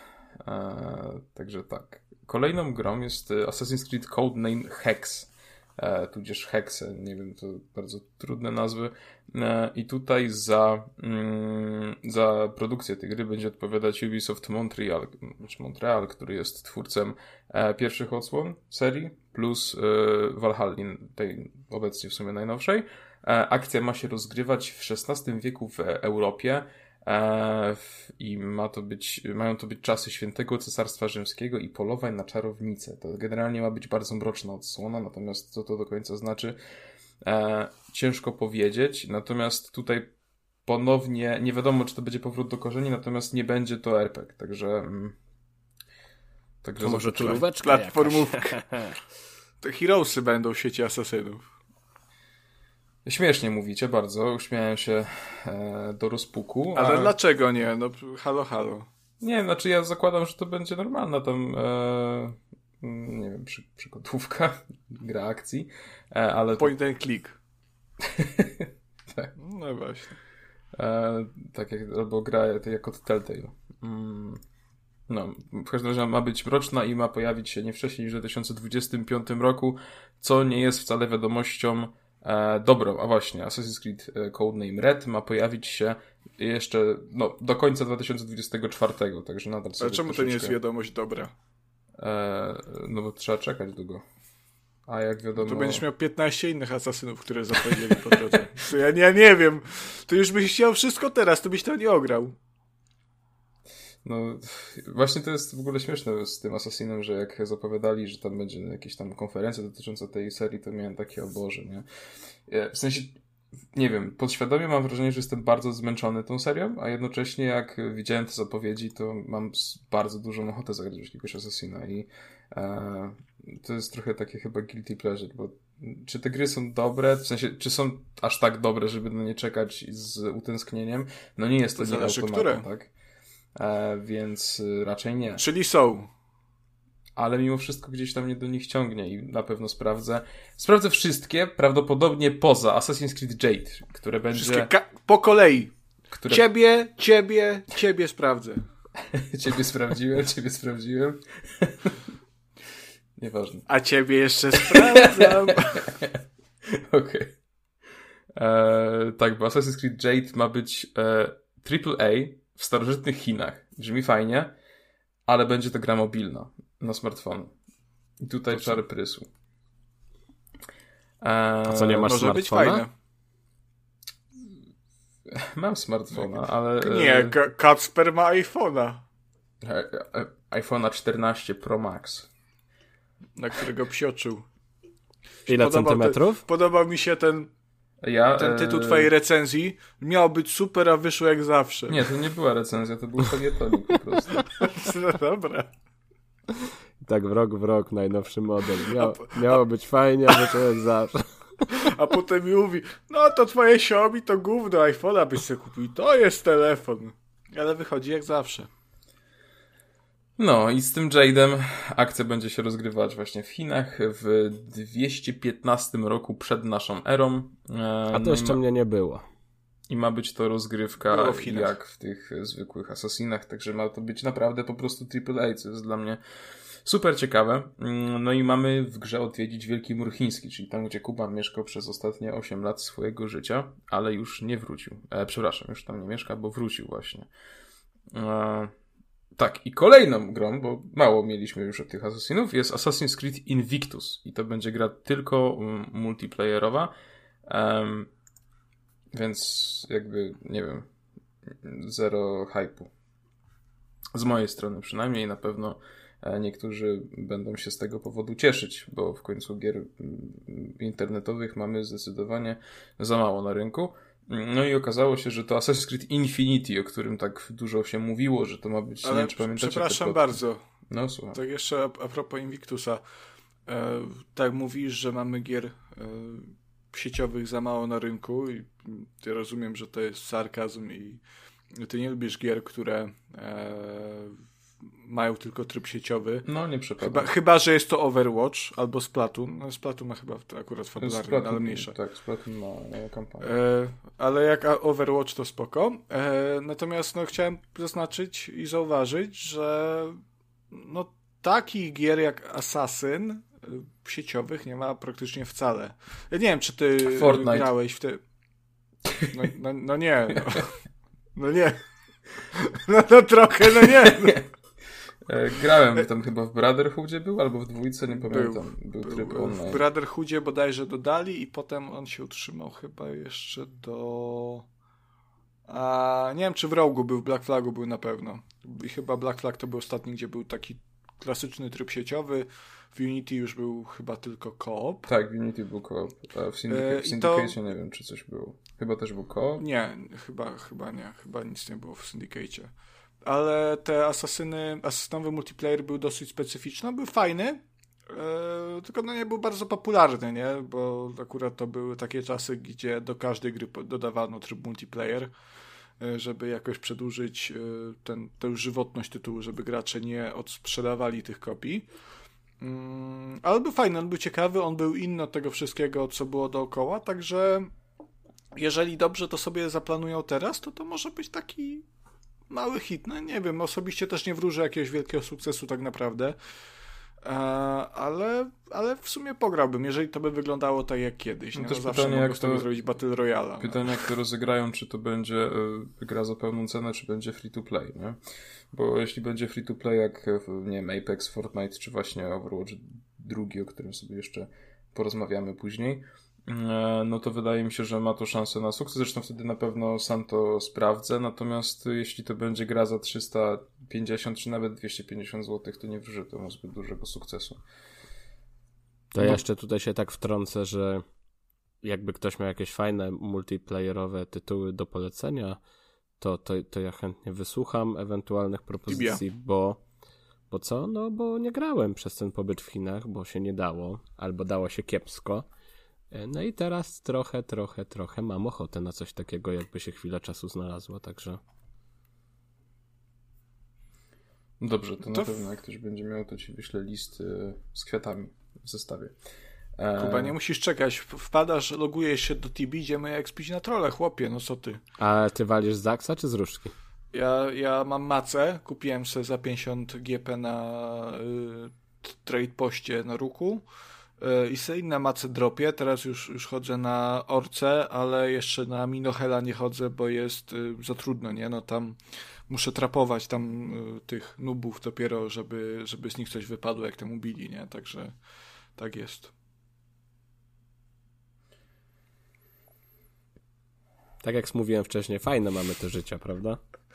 e, także tak. Kolejną grą jest Assassin's Creed Codename Hex, e, tudzież Hexe, nie wiem, to bardzo trudne nazwy e, i tutaj za mm, za produkcję tej gry będzie odpowiadać Ubisoft Montreal, czy Montreal, który jest twórcą e, pierwszych odsłon serii, plus e, Valhalla, tej obecnie w sumie najnowszej. Akcja ma się rozgrywać w szesnastym wieku w Europie e, w, i ma to być, mają to być czasy Świętego Cesarstwa Rzymskiego i polowań na czarownice. To generalnie ma być bardzo mroczna odsłona, natomiast co to do końca znaczy, e, ciężko powiedzieć. Natomiast tutaj ponownie, nie wiadomo, czy to będzie powrót do korzeni, natomiast nie będzie to er pe gie, także... Mm, także to może turóweczka platformówka. To Heroesy będą w świecie asasynów. Śmiesznie mówicie bardzo, uśmiałem się e, do rozpuku. Ale a... dlaczego nie? No halo, halo. Nie, znaczy ja zakładam, że to będzie normalna tam e, nie wiem, przy, przygotówka, gra akcji, e, ale... Point and click. Tak. No właśnie. E, tak jak, albo gra jak od Telltale. Mm. No, w każdym razie ma być mroczna i ma pojawić się nie wcześniej niż w dwa tysiące dwudziestym piątym roku, co nie jest wcale wiadomością e, dobrą. A właśnie, Assassin's Creed e, Codename Red ma pojawić się jeszcze no, do końca dwa tysiące dwudziestego czwartego, także nadal sobie Ale czemu troszeczkę... to nie jest wiadomość dobra? E, no bo trzeba czekać długo. A jak wiadomo... To będziesz miał piętnaście innych asasynów, które zapowiedzieli po drodze. To ja, ja nie wiem. To już byś chciał wszystko teraz, to byś to nie ograł. No, właśnie to jest w ogóle śmieszne z tym Assassinem, że jak zapowiadali, że tam będzie jakieś tam konferencja dotycząca tej serii, to miałem takie, o Boże, nie? W sensie, nie wiem, podświadomie mam wrażenie, że jestem bardzo zmęczony tą serią, a jednocześnie jak widziałem te zapowiedzi, to mam bardzo dużą ochotę zagrać w jakiegoś Assassina i e, to jest trochę takie chyba guilty pleasure, bo czy te gry są dobre, w sensie, czy są aż tak dobre, żeby na nie czekać z utęsknieniem? No nie jest to, To nie zależy, automatą, które. tak? E, więc y, raczej nie. Czyli są. Ale mimo wszystko gdzieś tam mnie do nich ciągnie i na pewno sprawdzę. Sprawdzę wszystkie, prawdopodobnie poza Assassin's Creed Jade, które będzie... Wszystkie ka- po kolei. Które... Ciebie, ciebie, ciebie sprawdzę. ciebie sprawdziłem, ciebie sprawdziłem. Nieważne. A ciebie jeszcze sprawdzam. Okej. Okay. Tak, bo Assassin's Creed Jade ma być e, triple A w starożytnych Chinach. Brzmi fajnie, ale będzie to gra mobilna na smartfony. I tutaj To czary prysł. Eee, A co, nie masz może smartfona? być fajne. Mam smartfona, ale... Nie, Ka- Kacper ma iPhone'a. iPhone'a czternaście Pro Max. Na którego psioczył. Ile Podobał centymetrów? Ten, podobał mi się ten, Ja, ten tytuł e... twojej recenzji. Miał być super, a wyszło jak zawsze. Nie, to nie była recenzja, to był felietonik po prostu. No dobra. Tak w rok w rok najnowszy model. Miało, miało być fajnie, a wyszło jak zawsze. A potem mi mówi, no to twoje Xiaomi to gówno, iPhone'a byś sobie kupił. To jest telefon. Ale wychodzi jak zawsze. No i z tym Jade'em akcja będzie się rozgrywać właśnie w Chinach w dwieście piętnastym roku przed naszą erą. A to no jeszcze ma... mnie nie było. I ma być to rozgrywka Było w Chinach. jak w tych zwykłych Assassinach, także ma to być naprawdę po prostu triple A, co jest dla mnie super ciekawe. No i mamy w grze odwiedzić Wielki Mur Chiński, czyli tam, gdzie Kuba mieszkał przez ostatnie osiem lat swojego życia, ale już nie wrócił. E, przepraszam, już tam nie mieszka, bo wrócił właśnie. E, tak, i kolejną grą, bo mało mieliśmy już od tych Assassinów, jest Assassin's Creed Invictus i to będzie gra tylko um, multiplayerowa. Um, Więc jakby, nie wiem, zero hype'u. Z mojej strony przynajmniej, na pewno niektórzy będą się z tego powodu cieszyć, bo w końcu gier internetowych mamy zdecydowanie za mało na rynku. No i okazało się, że to Assassin's Creed Infinity, o którym tak dużo się mówiło, że to ma być... Ale nie wiem, czy pamiętacie, przepraszam bardzo. No, słucham. Tak jeszcze a, a propos Invictusa. E, tak mówisz, że mamy gier e, sieciowych za mało na rynku i ja rozumiem, że to jest sarkazm i ty nie lubisz gier, które e, mają tylko tryb sieciowy. No, nie przepadam. Chyba, chyba, że jest to Overwatch albo Splatoon. No, Splatoon ma chyba akurat fabularny, Splatoon, ale mniejsze. Tak, Splatoon ma kampanię. E, ale jak Overwatch to spoko. E, natomiast no, chciałem zaznaczyć i zauważyć, że no, takich gier jak Assassin sieciowych nie ma praktycznie wcale. Ja nie wiem, czy ty Fortnite. grałeś w te... No, no, no nie. No, no nie. No to trochę, no nie. No. Grałem tam chyba w Brotherhoodzie był, albo w dwójce, nie pamiętam. Był, był tryb był online. W Brotherhoodzie bodajże dodali i potem on się utrzymał chyba jeszcze do... A nie wiem, czy w Rogue'u był, w Black Flagu był na pewno. I chyba Black Flag to był ostatni, gdzie był taki klasyczny tryb sieciowy. W Unity już był chyba tylko co-op. Tak, w Unity był co-op. A w Syndicate, w Syndicate to... nie wiem, czy coś było. Chyba też był co-op? Nie, chyba, chyba nie. Chyba nic nie było w Syndicate. Ale te asasyny, asasynowy multiplayer był dosyć specyficzny. Był fajny, E, tylko no nie był bardzo popularny, nie? Bo akurat to były takie czasy, gdzie do każdej gry dodawano tryb multiplayer, e, żeby jakoś przedłużyć e, ten, tę żywotność tytułu, żeby gracze nie odsprzedawali tych kopii. Mm, ale był fajny, on był ciekawy, on był inny od tego wszystkiego, co było dookoła, także jeżeli dobrze to sobie zaplanują teraz, to to może być taki mały hit. No nie wiem, osobiście też nie wróżę jakiegoś wielkiego sukcesu tak naprawdę, e, ale, ale w sumie pograłbym, jeżeli to by wyglądało tak jak kiedyś. No No, też no zawsze pytanie, mogę jak sobie to- zrobić Battle Royale. Pytanie, jak to rozegrają, czy to będzie y, gra za pełną cenę, czy będzie free to play, nie? Bo jeśli będzie free to play jak, nie wiem, Apex, Fortnite, czy właśnie Overwatch drugi, o którym sobie jeszcze porozmawiamy później, e, no to wydaje mi się, że ma to szansę na sukces. Zresztą wtedy na pewno sam to sprawdzę. Natomiast jeśli to będzie gra za trzysta pięćdziesiąt czy nawet dwieście pięćdziesiąt złotych, to nie wróży temu zbyt dużego sukcesu. To ja No. jeszcze tutaj się tak wtrącę, że jakby ktoś miał jakieś fajne multiplayerowe tytuły do polecenia, to, to, to ja chętnie wysłucham ewentualnych propozycji, bo, bo co? No bo nie grałem przez ten pobyt w Chinach, bo się nie dało, albo dało się kiepsko. No i teraz trochę, trochę, trochę mam ochotę na coś takiego, jakby się chwilę czasu znalazła, także... Dobrze, to, To na w- pewno jak ktoś będzie miał, to ci wyślę list y, z kwiatami w zestawie. E, Kuba, nie musisz czekać, wpadasz, logujesz się do T B, idziemy jak spić na trole, chłopie, no co ty. A ty walisz z Zaksa czy z Różdżki? Ja, ja mam macę, kupiłem sobie za pięćdziesiąt G P na y, trade poście na Ruku y, i sobie inne mace dropię. Teraz już, już chodzę na Orce, ale jeszcze na Minohela nie chodzę, bo jest y, za trudno, nie? No tam muszę trapować tam y, tych nubów dopiero, żeby, żeby z nich coś wypadło, jak tam ubili, nie? Także tak jest. Tak jak mówiłem wcześniej, fajne mamy te życia, prawda?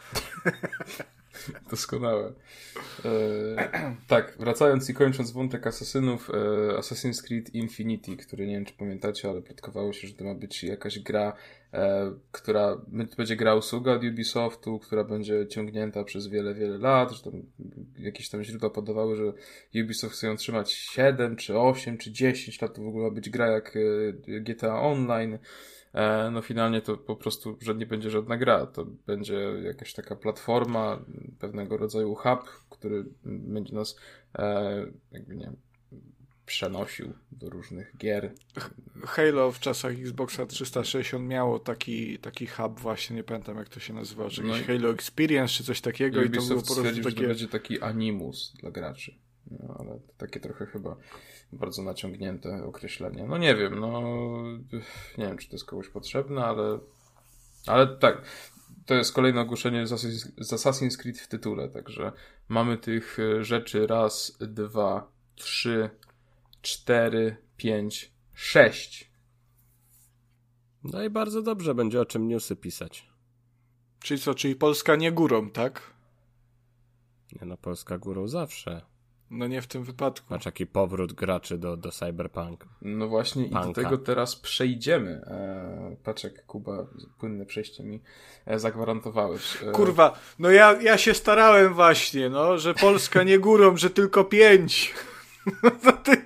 Doskonałe. E, tak, wracając i kończąc wątek asasynów, e, Assassin's Creed Infinity, który nie wiem, czy pamiętacie, ale plotkowało się, że to ma być jakaś gra, e, która to będzie gra usługa od Ubisoftu, która będzie ciągnięta przez wiele, wiele lat, że tam jakieś tam źródła podawały, że Ubisoft chce ją trzymać siedem, czy osiem, czy dziesięć lat, to w ogóle ma być gra jak e, G T A Online. E, no finalnie to po prostu, że nie będzie żadna gra, to będzie jakaś taka platforma, pewnego rodzaju hub, który będzie nas e, jakby nie wiem, przenosił do różnych gier. Halo w czasach Xboxa trzysta sześćdziesiąt miało taki, taki hub właśnie, nie pamiętam jak to się nazywa, że No jakiś i- Halo Experience czy coś takiego i, to było Ubisoft po prostu stwierdził, że to takie... będzie taki animus dla graczy. No, ale to takie trochę chyba bardzo naciągnięte określenie. No nie wiem, no nie wiem, czy to jest komuś potrzebne, ale ale tak, to jest kolejne ogłoszenie z Assassin's, z Assassin's Creed w tytule, także mamy tych e, rzeczy raz, dwa, trzy, cztery, pięć, sześć. No i bardzo dobrze, będzie o czym newsy pisać. Czyli co, czyli Polska nie górą, tak? Nie no, Polska górą zawsze. No nie w tym wypadku. Patrz, jaki powrót graczy do, do Cyberpunk. No właśnie i do Panka. tego teraz przejdziemy. E, patrz jak Kuba, płynne przejście mi e, zagwarantowałeś. E, Kurwa, no ja, ja się starałem właśnie, no, że Polska nie górą, że tylko pięć. No to ty...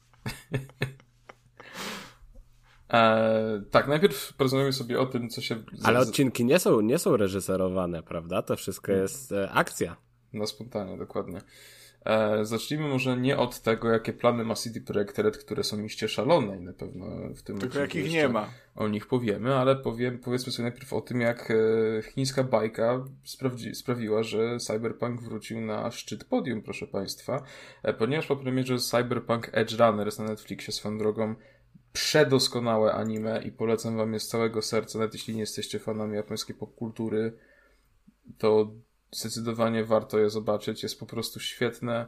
E, tak, najpierw porozmawiamy sobie o tym, co się... z- Ale z- odcinki nie są, nie są reżyserowane, prawda? To wszystko jest e, akcja. Na spontanie, dokładnie. E, zacznijmy może nie od tego, jakie plany ma C D Projekt Red, które są iście szalone i na pewno w tym Tylko odcinku jakich jeszcze nie ma. o nich powiemy, ale powiem, powiedzmy sobie najpierw o tym, jak e, chińska bajka sprawdzi, sprawiła, że Cyberpunk wrócił na szczyt podium, proszę Państwa, e, ponieważ po premierze Cyberpunk Edge Runners na Netflixie swoją drogą przedoskonałe anime i polecam Wam je z całego serca, nawet jeśli nie jesteście fanami japońskiej popkultury, to zdecydowanie warto je zobaczyć, jest po prostu świetne.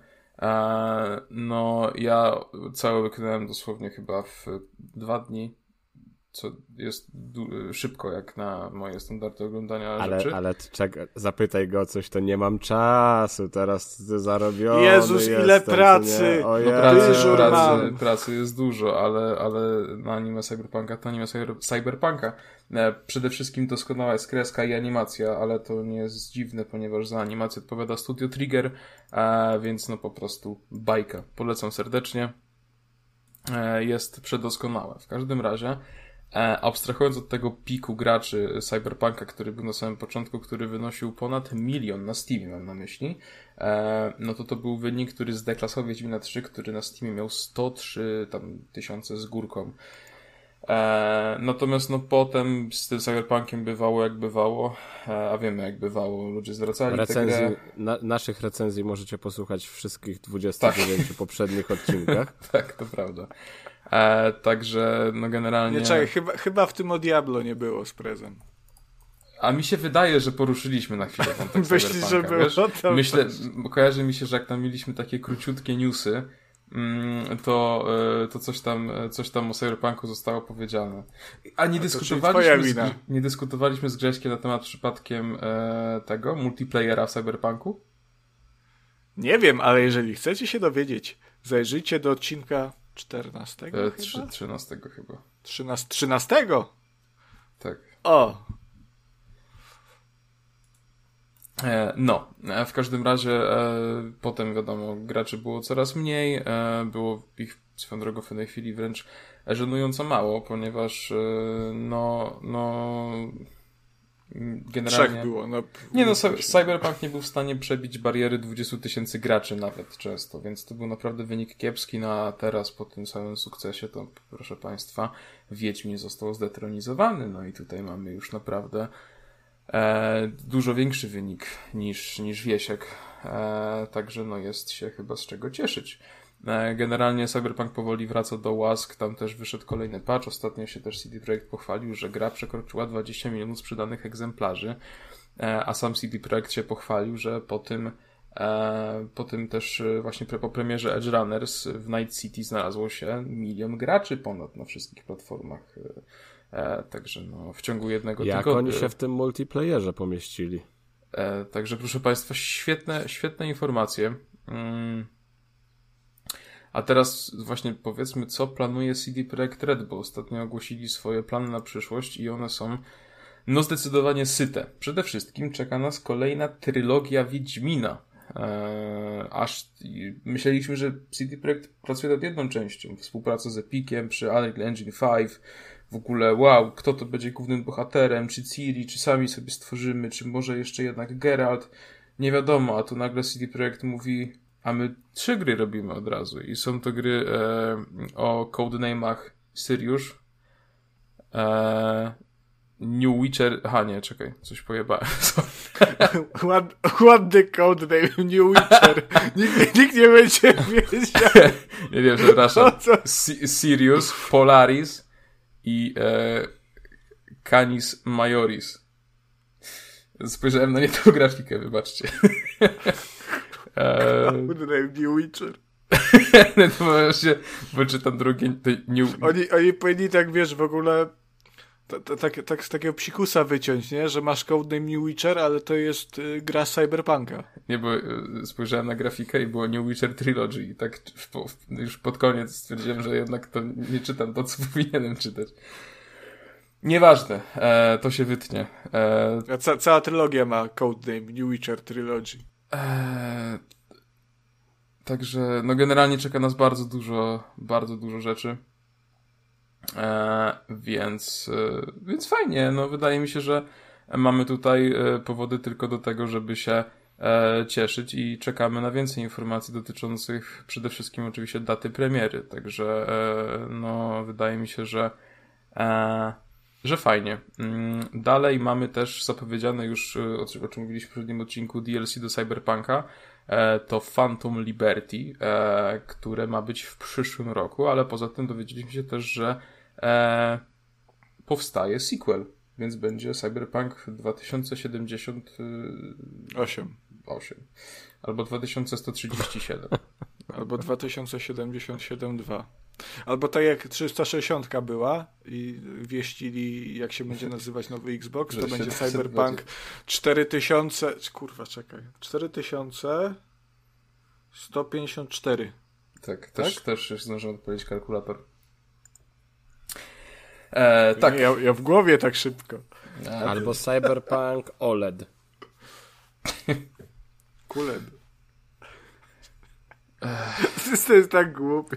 Eee, no, ja całe wykonałem dosłownie chyba w dwa dni. co jest du- szybko jak na moje standardy oglądania ale, rzeczy. Ale czek, zapytaj go o coś, to nie mam czasu, teraz zarobiony Jezus, jestem, ile pracy! No pracy, Dyżur pracy, mam. pracy jest dużo, ale, ale na anime Cyberpunka to anime cyber, Cyberpunka. E, przede wszystkim doskonała jest kreska i animacja, ale to nie jest dziwne, ponieważ za animację odpowiada Studio Trigger, e, więc no po prostu bajka. Polecam serdecznie. E, jest przedoskonałe. W każdym razie E, abstrahując od tego piku graczy Cyberpunka, który był na samym początku, który wynosił ponad milion na Steamie, mam na myśli, e, no to to był wynik, który zdeklasował Wiedźmina trzy, który na Steamie miał sto trzy tam tysiące z górką. E, natomiast no potem z tym Cyberpunkiem bywało jak bywało, e, a wiemy jak bywało, ludzie zwracali recenzji, tę grę. Na, naszych recenzji możecie posłuchać w wszystkich dwudziestu dziewięciu tak. poprzednich odcinkach. Tak, to prawda. E, także no generalnie... Nie, czekaj, chyba, chyba w tym o Diablo nie było z prezem. A mi się wydaje, że poruszyliśmy na chwilę wątek Myślisz, że było wiesz? tam Myślę, bo kojarzy mi się, że jak tam mieliśmy takie króciutkie newsy, to, to coś tam, coś tam o Cyberpunku zostało powiedziane. A nie, A dyskutowaliśmy, z, nie dyskutowaliśmy z Grześkiem na temat przypadkiem e, tego, multiplayera w Cyberpunku? Nie wiem, ale jeżeli chcecie się dowiedzieć, zajrzyjcie do odcinka czternastego E, chyba? trzynastego chyba. Trzynast, trzynastego? Tak. O! E, no, e, w każdym razie e, potem wiadomo, graczy było coraz mniej, e, było ich swoją drogą w tej chwili wręcz żenująco mało, ponieważ e, no, no generalnie... Trzech było. No, nie no, Cyberpunk nie był w stanie przebić bariery dwudziestu tysięcy graczy nawet często, więc to był naprawdę wynik kiepski, no a teraz po tym całym sukcesie to proszę Państwa, Wiedźmin został zdetronizowany, no i tutaj mamy już naprawdę e, dużo większy wynik niż, niż Wiesiek, e, także no jest się chyba z czego cieszyć. Generalnie Cyberpunk powoli wraca do łask, tam też wyszedł kolejny patch, ostatnio się też C D Projekt pochwalił, że gra przekroczyła dwadzieścia milionów sprzedanych egzemplarzy, a sam C D Projekt się pochwalił, że po tym po tym też właśnie po premierze Edge Runners w Night City znalazło się milion graczy ponad na wszystkich platformach, także no w ciągu jednego Jak tygodnia. oni się w tym multiplayerze pomieścili? Także proszę Państwa, świetne, świetne informacje. Mm. A teraz właśnie powiedzmy, co planuje C D Projekt Red, bo ostatnio ogłosili swoje plany na przyszłość i one są no zdecydowanie syte. Przede wszystkim czeka nas kolejna trylogia Wiedźmina. Eee, aż myśleliśmy, że C D Projekt pracuje nad jedną częścią. Współpraca z Epiciem przy Unreal Engine pięć. W ogóle wow, kto to będzie głównym bohaterem? Czy Ciri, czy sami sobie stworzymy? Czy może jeszcze jednak Geralt? Nie wiadomo, a tu nagle C D Projekt mówi... A my trzy gry robimy od razu i są to gry e, o codename'ach Sirius, e, New Witcher... Aha, nie, czekaj, coś pojebałem. Ład, ładny codename New Witcher. Nikt, nikt nie będzie wiedział. Nie wiem, przepraszam. Sirius, Polaris i e, Canis Majoris. Spojrzałem na nie tą grafikę, wybaczcie. Codename New Witcher. To właśnie, bo czytam drugie... New... Oni, oni powinni tak, wiesz, w ogóle tak, tak, tak z takiego psikusa wyciąć, nie? Że masz codename New Witcher, ale to jest y, gra z Cyberpunka. Nie, bo y, spojrzałem na grafikę i było New Witcher Trilogy i tak po, już pod koniec stwierdziłem, że jednak to nie czytam to, co powinienem czytać. Nieważne, e, to się wytnie. E, A ca- cała trylogia ma codename New Witcher Trilogy. e, także, no generalnie czeka nas bardzo dużo, bardzo dużo rzeczy. E, więc, e, więc fajnie, no wydaje mi się, że mamy tutaj e, powody tylko do tego, żeby się e, cieszyć i czekamy na więcej informacji dotyczących przede wszystkim oczywiście daty premiery, także e, no wydaje mi się, że e, że fajnie. Dalej mamy też zapowiedziane już, o czym mówiliśmy w poprzednim odcinku, D L C do Cyberpunka, to Phantom Liberty, które ma być w przyszłym roku, ale poza tym dowiedzieliśmy się też, że powstaje sequel, więc będzie Cyberpunk dwa tysiące siedemdziesiąt osiem albo dwa tysiące sto trzydzieści siedem. Albo dwa tysiące siedemdziesiąt siedem dwa. Albo tak jak trzysta sześćdziesiąt była i wieścili, jak się będzie nazywać nowy Xbox, to będzie Cyberpunk cztery tysiące... Kurwa, czekaj. cztery tysiące sto pięćdziesiąt cztery. Tak, też, tak? też już zdążyłem odpowiedzieć kalkulator. E, tak. Nie, ja, ja w głowie tak szybko. Albo Cyberpunk O L E D. Kuled. To jest tak głupie.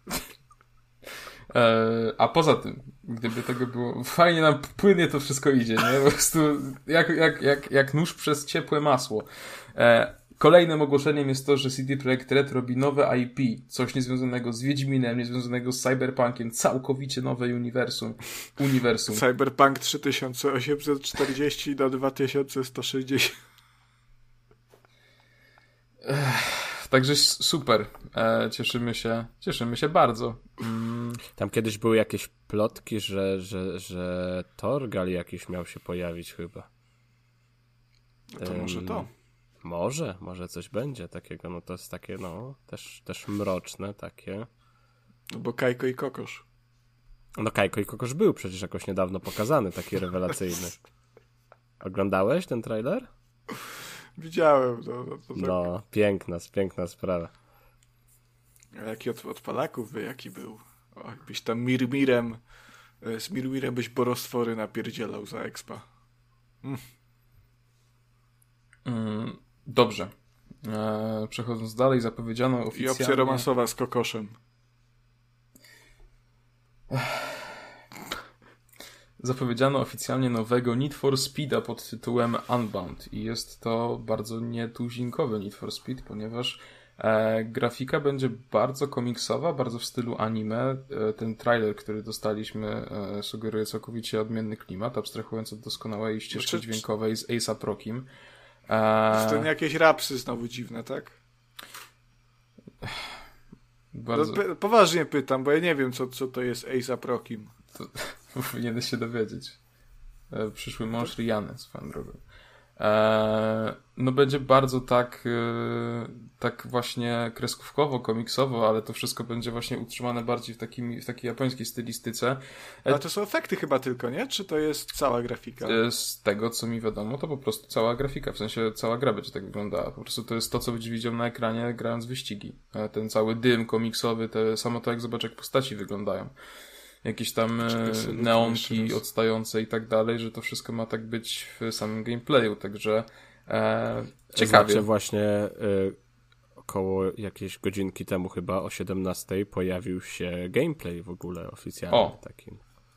E, a poza tym, gdyby tego było... Fajnie nam płynnie to wszystko idzie, nie? Po prostu jak, jak, jak, jak nóż przez ciepłe masło. E, Kolejnym ogłoszeniem jest to, że C D Projekt Red robi nowe I P, coś niezwiązanego z Wiedźminem, niezwiązanego z Cyberpunkiem, całkowicie nowe uniwersum. uniwersum. Cyberpunk trzy tysiące osiemset czterdzieści do dwa tysiące sto sześćdziesiąt. Ech, także super. E, cieszymy się, cieszymy się bardzo. Mm. Tam kiedyś były jakieś plotki, że, że, że Torgal jakiś miał się pojawić chyba. No to um, może to. Może, może coś będzie takiego, no to jest takie, no, też, też mroczne takie. No bo Kajko i Kokosz. No Kajko i Kokosz był przecież jakoś niedawno pokazany, taki rewelacyjny. Oglądałeś ten trailer? Widziałem. No, no, to tak... no piękna, piękna sprawa. A jaki od, od Polaków by jaki był? O, byś tam Mirmirem, z Mirmirem byś borostwory napierdzielał za expa. Mm. Mm. Dobrze. Eee, przechodząc dalej, zapowiedziano oficjalnie... I opcja romansowa z Kokoszem. Zapowiedziano oficjalnie nowego Need for Speeda pod tytułem Unbound i jest to bardzo nietuzinkowy Need for Speed, ponieważ e, grafika będzie bardzo komiksowa, bardzo w stylu anime. E, ten trailer, który dostaliśmy, e, sugeruje całkowicie odmienny klimat, abstrahując od doskonałej ścieżki znaczy... dźwiękowej z A$ap Rockim. To nie jakieś rapsy znowu dziwne, tak? Bardzo... No, poważnie pytam, bo ja nie wiem, co, co to jest A$ap Rockim. To powinieneś się dowiedzieć. Przyszły mąż Rihanny, swoją drogą. Eee, no będzie bardzo tak e, tak właśnie kreskówkowo, komiksowo, ale to wszystko będzie właśnie utrzymane bardziej w, takim, w takiej japońskiej stylistyce. Ale to są efekty chyba tylko, nie? Czy to jest cała grafika? Z tego, co mi wiadomo, to po prostu cała grafika, w sensie cała gra będzie tak wyglądała. Po prostu to jest to, co będziesz widział na ekranie, grając wyścigi. Ten cały dym komiksowy, te, samo to, jak zobacz, jak postaci wyglądają. Jakieś tam e, neonki odstające i tak dalej, że to wszystko ma tak być w samym gameplayu, także e, ciekawie. Znaczy właśnie e, około jakiejś godzinki temu chyba o siedemnastej pojawił się gameplay w ogóle oficjalny. O. Takim.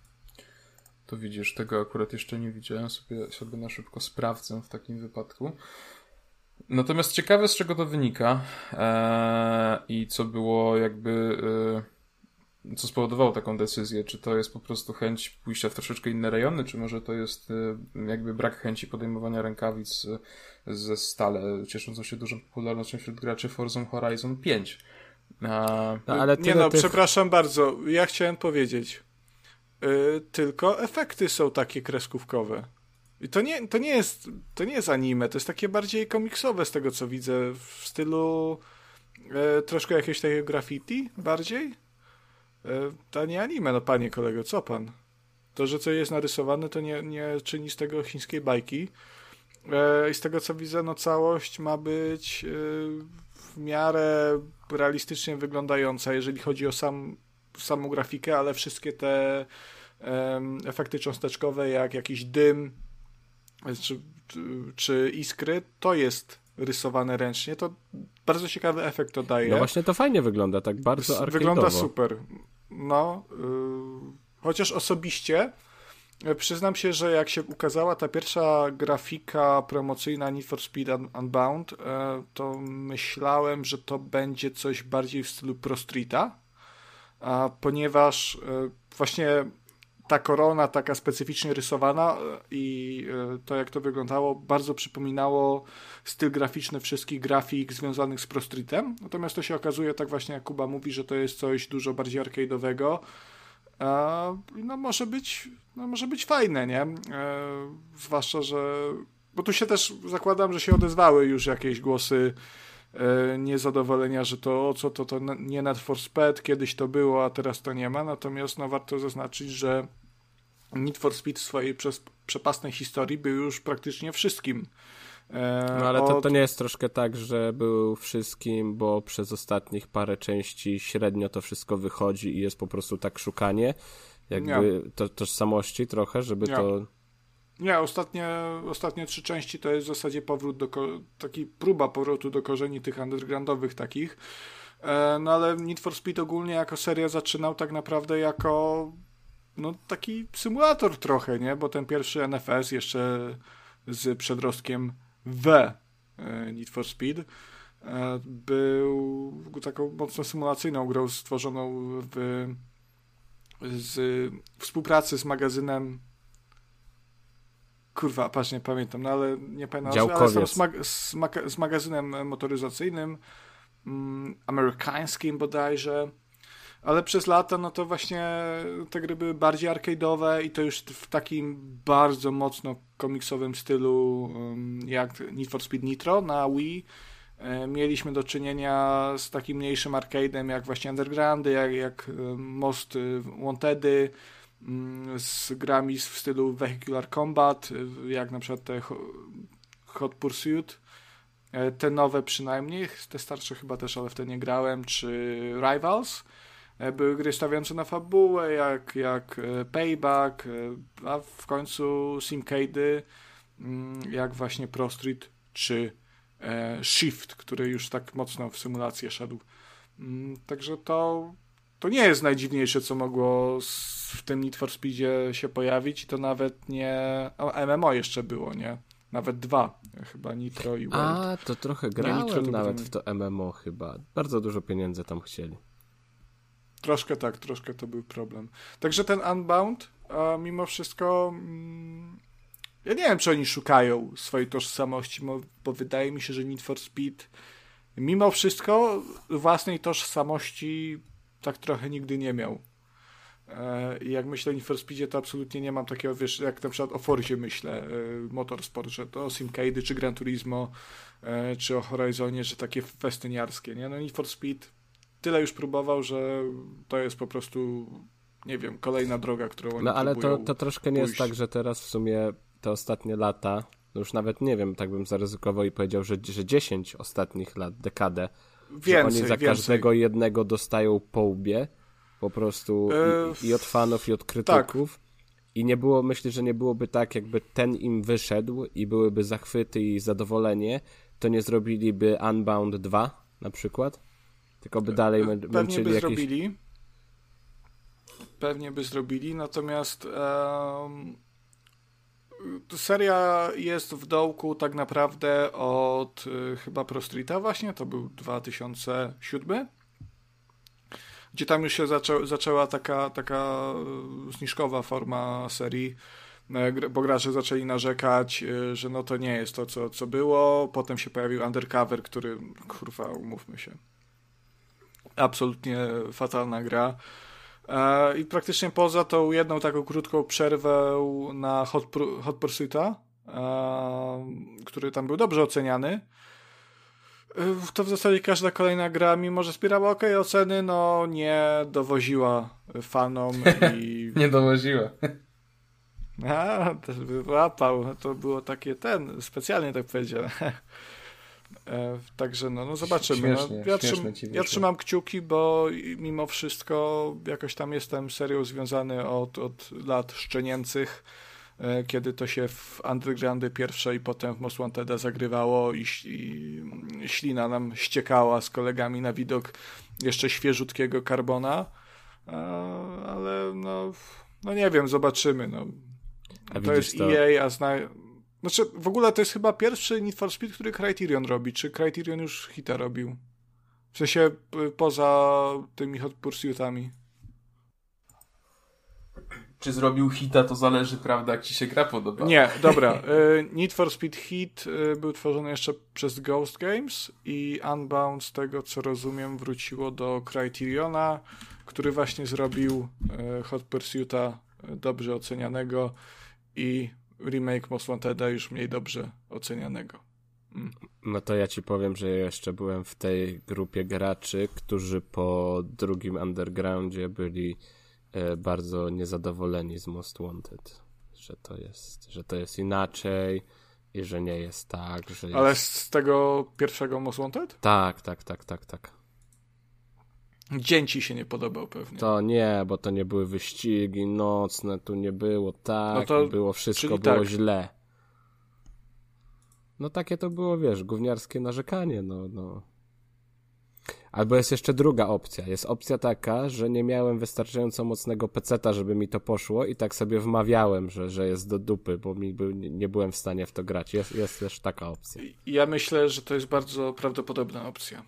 To widzisz, tego akurat jeszcze nie widziałem, sobie, sobie na szybko sprawdzę w takim wypadku. Natomiast ciekawe, z czego to wynika e, i co było jakby... E, co spowodowało taką decyzję? Czy to jest po prostu chęć pójścia w troszeczkę inne rejony, czy może to jest jakby brak chęci podejmowania rękawic ze stale cieszącą się dużą popularnością wśród graczy Forza Horizon pięć? A... No, ale nie no, tych... przepraszam bardzo, ja chciałem powiedzieć, yy, tylko efekty są takie kreskówkowe. I to nie, to nie jest to nie jest anime, to jest takie bardziej komiksowe z tego, co widzę, w stylu yy, troszkę jakiegoś takiego graffiti bardziej. To nie anime, no panie kolego, co pan? To, że co jest narysowane, to nie, nie czyni z tego chińskiej bajki. I z tego, co widzę, no całość ma być w miarę realistycznie wyglądająca, jeżeli chodzi o sam, samą grafikę, ale wszystkie te efekty cząsteczkowe, jak jakiś dym czy, czy iskry, to jest rysowane ręcznie, to bardzo ciekawy efekt to daje. No właśnie to fajnie wygląda, tak bardzo arcade'owo. Wygląda super. No, yy, chociaż osobiście yy, przyznam się, że jak się ukazała ta pierwsza grafika promocyjna Need for Speed Un- Unbound, yy, to myślałem, że to będzie coś bardziej w stylu Pro Streeta, a ponieważ yy, właśnie ta korona taka specyficznie rysowana i to, jak to wyglądało, bardzo przypominało styl graficzny wszystkich grafik związanych z Pro Streetem. Natomiast to się okazuje, tak właśnie jak Kuba mówi, że to jest coś dużo bardziej arcade'owego. No może być, no może być fajne, nie? Zwłaszcza, że... Bo tu się też zakładam, że się odezwały już jakieś głosy niezadowolenia, że to o co to, to nie Need for Speed, kiedyś to było, a teraz to nie ma, natomiast no, warto zaznaczyć, że Need for Speed w swojej przez, przepastnej historii był już praktycznie wszystkim. No ale to, to nie jest troszkę tak, że był wszystkim, bo przez ostatnich parę części średnio to wszystko wychodzi i jest po prostu tak szukanie jakby to, tożsamości trochę, żeby nie. to... Nie, ostatnie, ostatnie trzy części to jest w zasadzie powrót do, taki próba powrotu do korzeni tych undergroundowych takich, no ale Need for Speed ogólnie jako seria zaczynał tak naprawdę jako no taki symulator trochę, nie, bo ten pierwszy N F S jeszcze z przedrostkiem W Need for Speed był taką mocno symulacyjną grą stworzoną w z współpracy z magazynem kurwa, patrz, nie pamiętam, no ale nie pamiętam, ale z, mag- z, mag- z magazynem motoryzacyjnym mm, amerykańskim bodajże, ale przez lata no to właśnie te gry były bardziej arcade'owe i to już w takim bardzo mocno komiksowym stylu jak Need for Speed Nitro na Wii. Mieliśmy do czynienia z takim mniejszym arcade'em jak właśnie Undergroundy, jak, jak Most Wantedy, z grami w stylu Vehicular Combat, jak na przykład te Hot Pursuit, te nowe przynajmniej, te starsze chyba też, ale w te nie grałem, czy Rivals. Były gry stawiające na fabułę, jak, jak Payback, a w końcu Simcade'y, jak właśnie Pro Street, czy Shift, który już tak mocno w symulację szedł. Także to, to nie jest najdziwniejsze, co mogło w tym Need for Speedzie się pojawić i to nawet nie... O, M M O jeszcze było, nie? Nawet dwa. Chyba Nitro i World. A, to trochę grałem Nitro, to nawet potem... w to M M O chyba. Bardzo dużo pieniędzy tam chcieli. Troszkę tak, troszkę to był problem. Także ten Unbound, a mimo wszystko... Mm, ja nie wiem, czy oni szukają swojej tożsamości, bo, bo wydaje mi się, że Need for Speed mimo wszystko własnej tożsamości tak trochę nigdy nie miał. I jak myślę o Need for Speedzie, to absolutnie nie mam takiego, wiesz, jak na przykład o Forzie myślę, Motorsport, że to Simcade'y, czy Gran Turismo, czy o Horizonie, że takie festyniarskie, nie? No Need for Speed tyle już próbował, że to jest po prostu, nie wiem, kolejna droga, którą oni No ale próbują to, to troszkę nie pójść. jest tak, że teraz w sumie te ostatnie lata, no już nawet nie wiem, tak bym zaryzykował i powiedział, że, że dziesięć ostatnich lat, dekadę, Więcej, że oni za więcej. każdego jednego dostają po łbie, po prostu i, i od fanów, i od krytyków. Tak. I nie było, myślę, że nie byłoby tak, jakby ten im wyszedł i byłyby zachwyty i zadowolenie, to nie zrobiliby Unbound dwa na przykład, tylko by dalej mę- Pewnie męczyli by jakieś... zrobili. Pewnie by zrobili, natomiast um, seria jest w dołku tak naprawdę od y, chyba Pro Streeta właśnie, to był dwa tysiące siódmy, gdzie tam już się zaczą, zaczęła taka, taka zniżkowa forma serii, bo gracze zaczęli narzekać, że no to nie jest to, co, co było. Potem się pojawił Undercover, który, kurwa, umówmy się, absolutnie fatalna gra. I praktycznie poza tą jedną taką krótką przerwę na Hot, Hot Pursuita, który tam był dobrze oceniany, to w zasadzie każda kolejna gra, mimo że zbierała ok oceny, no nie dowoziła fanom i... nie dowoziła. A, też by łapał. To było takie ten, specjalnie tak powiedziałem. E, także no, no zobaczymy. Śmiesznie, no, ja, śmiesznie trzym, ja trzymam kciuki, bo mimo wszystko jakoś tam jestem serią związany od, od lat szczenięcych, e, kiedy to się w Undergroundy pierwsze i potem w Most Wanteda zagrywało i, i ślina nam ściekała z kolegami na widok jeszcze świeżutkiego Carbona, e, ale no, no nie wiem, zobaczymy. No. A to jest to... E A, a zna... Znaczy, w ogóle to jest chyba pierwszy Need for Speed, który Criterion robi. Czy Criterion już hita robił? W sensie poza tymi Hot Pursuitami. Czy zrobił hita, to zależy, prawda, jak ci się gra podoba. Nie, dobra. Need for Speed Heat był tworzony jeszcze przez Ghost Games i Unbound, z tego co rozumiem, wróciło do Criteriona, który właśnie zrobił Hot Pursuita dobrze ocenianego i remake Most Wanteda już mniej dobrze ocenianego. Mm. No to ja ci powiem, że ja jeszcze byłem w tej grupie graczy, którzy po drugim Undergroundzie byli e, bardzo niezadowoleni z Most Wanted. Że to jest, że to jest inaczej i że nie jest tak, że jest... Ale z tego pierwszego Most Wanted? Tak, tak, tak, tak, tak. Dzień ci się nie podobał pewnie. To nie, bo to nie były wyścigi nocne, tu nie było tak, no to, było wszystko czyli było tak. źle. No takie to było, wiesz, gówniarskie narzekanie, no, no. Albo jest jeszcze druga opcja. Jest opcja taka, że nie miałem wystarczająco mocnego peceta, żeby mi to poszło i tak sobie wmawiałem, że, że jest do dupy, bo mi był, nie byłem w stanie w to grać. Jest, jest też taka opcja. Ja myślę, że to jest bardzo prawdopodobna opcja.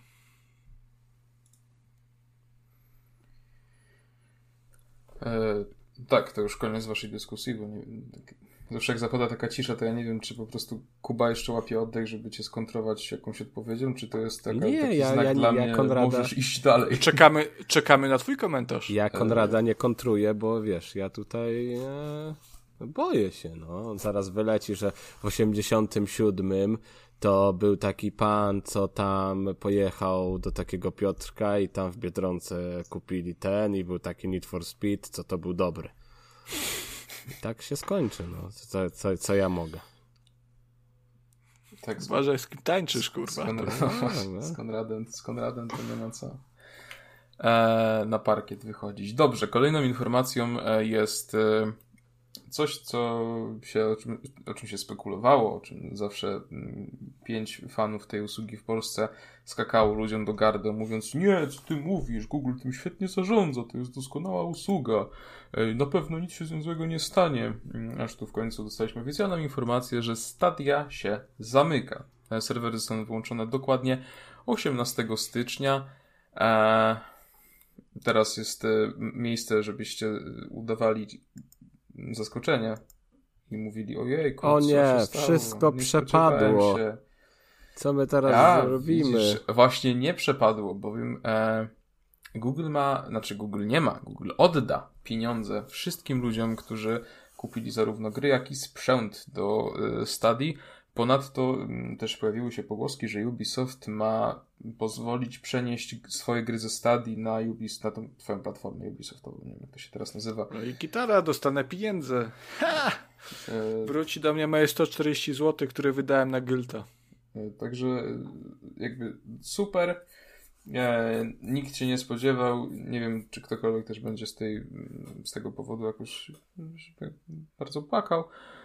E, tak, to już koniec waszej dyskusji, bo nie, tak, zawsze jak zapada taka cisza, to ja nie wiem, czy po prostu Kuba jeszcze łapie oddech, żeby cię skontrować jakąś odpowiedzią, czy to jest taka, nie, taki ja, znak ja, dla ja mnie, Konrada... możesz iść dalej. Czekamy, czekamy na twój komentarz. Ja Konrada nie kontruję, bo wiesz, ja tutaj e, boję się, no. On zaraz wyleci, że w osiemdziesiątym siódmym to był taki pan, co tam pojechał do takiego Piotrka i tam w Biedronce kupili ten i był taki Need for Speed, co to był dobry. I tak się skończy, no. Co, co, co ja mogę? Tak, z, Uważaj, z kim tańczysz, z, kurwa. Konra- z, Konradem, z Konradem to nie ma co e, na parkiet wychodzić. Dobrze, kolejną informacją e, jest e, coś, co się, o czym, o czym się spekulowało, o czym zawsze m, pięć fanów tej usługi w Polsce skakało ludziom do gardy, mówiąc: nie, co ty mówisz, Google tym świetnie zarządza, to jest doskonała usługa, e, na pewno nic się z nią złego nie stanie. Aż tu w końcu dostaliśmy oficjalną informację, że Stadia się zamyka. E, serwery zostaną wyłączone dokładnie osiemnastego stycznia. E, teraz jest e, miejsce, żebyście udawali zaskoczenie i mówili: ojej, o nie, co się stało? wszystko Nie przepadło. się. Co my teraz A, robimy? widzisz, właśnie nie przepadło, bowiem e, Google ma, znaczy Google nie ma, Google odda pieniądze wszystkim ludziom, którzy kupili zarówno gry, jak i sprzęt do e, Stadia. Ponadto m, też pojawiły się pogłoski, że Ubisoft ma pozwolić przenieść swoje gry ze Stadia na Ubisoft, na tą twoją platformę Ubisoftową, nie wiem jak to się teraz nazywa. No i gitara, dostanę pieniądze. Ha! E, Wróci do mnie moje sto czterdzieści złotych, które wydałem na Gylta. e, także e, jakby super. E, nikt się nie spodziewał. Nie wiem, czy ktokolwiek też będzie z, tej, z tego powodu jakoś bardzo płakał.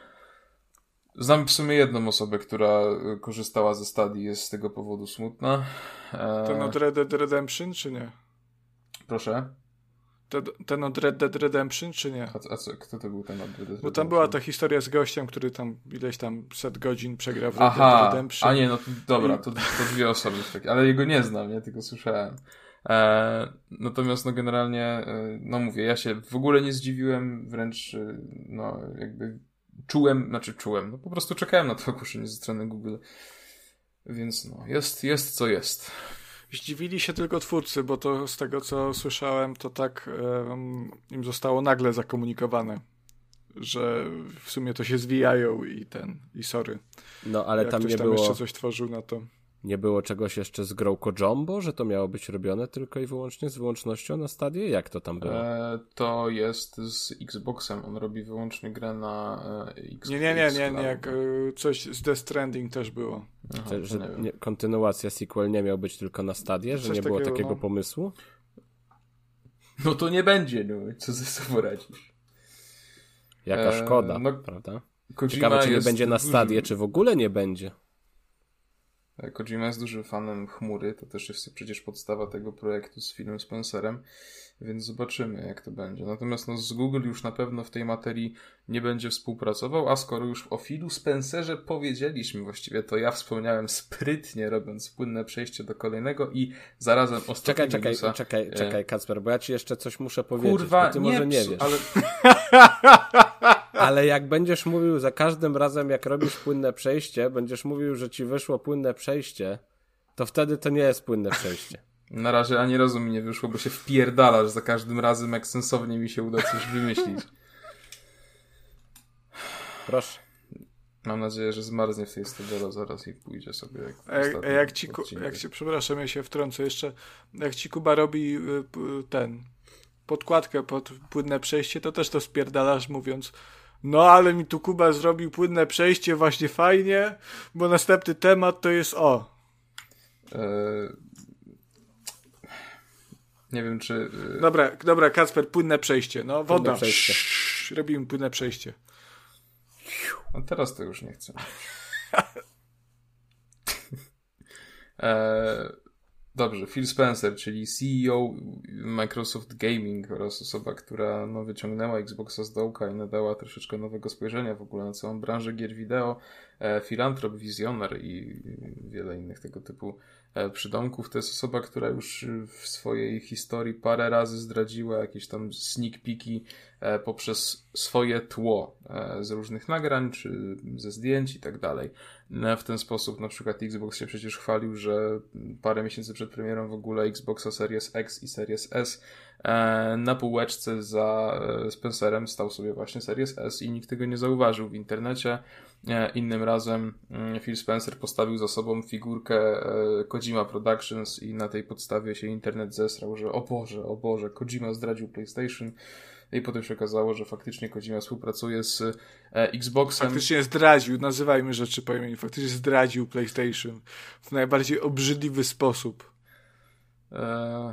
Znam w sumie jedną osobę, która korzystała ze Stadia, jest z tego powodu smutna. E... Ten od Red Dead Redemption, czy nie? Proszę? Ten, ten od Red Dead Redemption, czy nie? A, a co, kto to był ten od Red Dead Redemption? Bo tam była ta historia z gościem, który tam ileś tam set godzin przegrał w Red Aha, Dead Redemption. a nie, no to, dobra, to, to dwie osoby, takie, ale jego nie znam, ja tylko słyszałem. E, natomiast no generalnie, e, no mówię, ja się w ogóle nie zdziwiłem, wręcz e, no jakby czułem, znaczy czułem, no po prostu czekałem na to ogłoszenie ze strony Google, więc no, jest, jest co jest. Zdziwili się tylko twórcy, bo to z tego co słyszałem, to tak um, im zostało nagle zakomunikowane, że w sumie to się zwijają i ten, i sorry. No ale Jak tam ktoś nie tam było... jeszcze coś tworzył na to. Nie było czegoś jeszcze z grą Kojambo, że to miało być robione tylko i wyłącznie z wyłącznością na Stadie? Jak to tam było? E, to jest z Xboxem. On robi wyłącznie grę na e, Xbox. Nie, nie, nie, nie, nie. Jak, y, coś z Death Stranding też było. Aha, Że, że nie nie, kontynuacja, sequel nie miał być tylko na Stadie? Że Coś nie było takiego, takiego no. pomysłu? No to nie będzie, no. Co ze sobą poradzisz? Jaka E, szkoda, no, prawda? Kojima Ciekawe, czy nie jest będzie na dużym- Stadie, czy w ogóle nie będzie. Kojima jest dużym fanem chmury, to też jest przecież podstawa tego projektu z Philem Spencerem, więc zobaczymy jak to będzie. Natomiast no, z Google już na pewno w tej materii nie będzie współpracował, a skoro już o Philu Spencerze powiedzieliśmy, właściwie to ja wspomniałem sprytnie, robiąc płynne przejście do kolejnego i zarazem ostatniego Czekaj, czekaj, newsa. czekaj, e, czekaj, Kacper, bo ja ci jeszcze coś muszę powiedzieć, Kurwa, bo ty nie może nie psu, wiesz. ale Ale jak będziesz mówił za każdym razem, jak robisz płynne przejście, będziesz mówił, że ci wyszło płynne przejście, to wtedy to nie jest płynne przejście. na razie ani razu mi nie wyszło, bo się wpierdalasz za każdym razem, jak sensownie mi się uda coś wymyślić. Proszę. Mam nadzieję, że zmarznie w tej stodole zaraz i pójdzie sobie. Jak, a jak, a jak, ci, jak ci, przepraszam, ja się wtrącę jeszcze, jak ci Kuba robi ten podkładkę pod płynne przejście, to też to spierdalasz mówiąc, no ale mi tu Kuba zrobił płynne przejście właśnie fajnie, bo następny temat to jest o. Eee... Nie wiem, czy... Dobra, dobra, Kacper, płynne przejście. No, woda. Płynne przejście. Robimy płynne przejście. A teraz to już nie chcę. e, dobrze, Phil Spencer, czyli C E O Microsoft Gaming oraz osoba, która no, wyciągnęła Xboxa z dołka i nadała troszeczkę nowego spojrzenia w ogóle na całą branżę gier wideo, e, filantrop, wizjoner i wiele innych tego typu e, przydomków. To jest osoba, która już w swojej historii parę razy zdradziła jakieś tam sneak peeki e, poprzez swoje tło e, z różnych nagrań, czy ze zdjęć i tak dalej. W ten sposób na przykład Xbox się przecież chwalił, że parę miesięcy przed premierą w ogóle Xboxa Series X i Series S e, na półeczce za Spencerem stał sobie właśnie Series S i nikt tego nie zauważył w internecie. E, innym razem e, Phil Spencer postawił za sobą figurkę e, Kojima Productions i na tej podstawie się internet zesrał, że o Boże, o Boże, Kojima zdradził PlayStation. I potem się okazało, że faktycznie Kojima współpracuje z e, Xboxem. Faktycznie zdradził, nazywajmy rzeczy po imieniu, faktycznie zdradził PlayStation w najbardziej obrzydliwy sposób. E...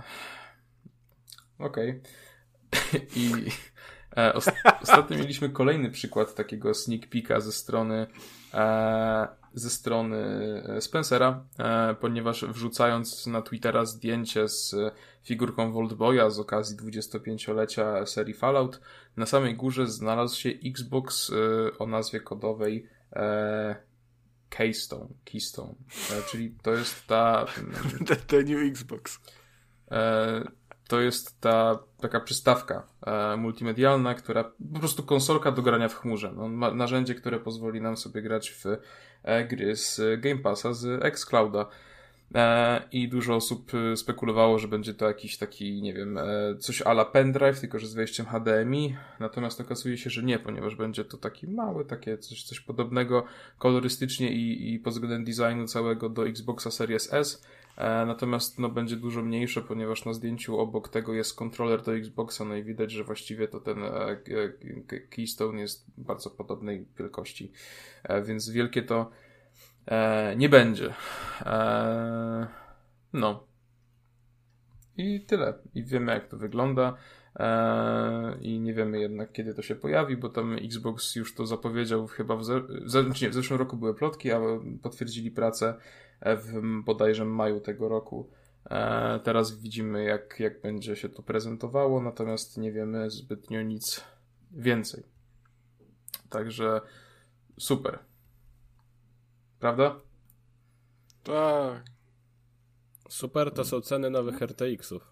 Okej. Okay. I e, os- ostatnio mieliśmy kolejny przykład takiego sneak peeka ze strony e, ze strony Spencera, e, ponieważ wrzucając na Twittera zdjęcie z figurką Vault Boya z okazji dwudziestopięciolecia serii Fallout, na samej górze znalazł się Xbox e, o nazwie kodowej e, Keystone, Keystone, e, czyli to jest ta... The, the new Xbox. E, to jest ta taka przystawka e, multimedialna, która po prostu konsolka do grania w chmurze. No, ma, narzędzie, które pozwoli nam sobie grać w e, gry z Game Passa, z xClouda. E, I dużo osób spekulowało, że będzie to jakiś taki, nie wiem, e, coś a la pendrive, tylko że z wejściem H D M I. Natomiast okazuje się, że nie, ponieważ będzie to taki mały, takie coś, coś podobnego kolorystycznie i, i pod względem designu całego do Xboxa Series S. E, natomiast no, będzie dużo mniejsze, ponieważ na zdjęciu obok tego jest kontroler do Xboxa, no i widać, że właściwie to ten e, e, Keystone jest bardzo podobnej wielkości, e, więc wielkie to e, nie będzie. E, no. I tyle. I wiemy, jak to wygląda. E, I nie wiemy jednak, kiedy to się pojawi, bo tam Xbox już to zapowiedział chyba w, ze- w, nie, w zeszłym roku były plotki, ale potwierdzili pracę w bodajże maju tego roku. E, teraz widzimy, jak, jak będzie się to prezentowało, natomiast nie wiemy zbytnio nic więcej. Także super. Prawda? Tak. Super, to są ceny nowych R T X-ów.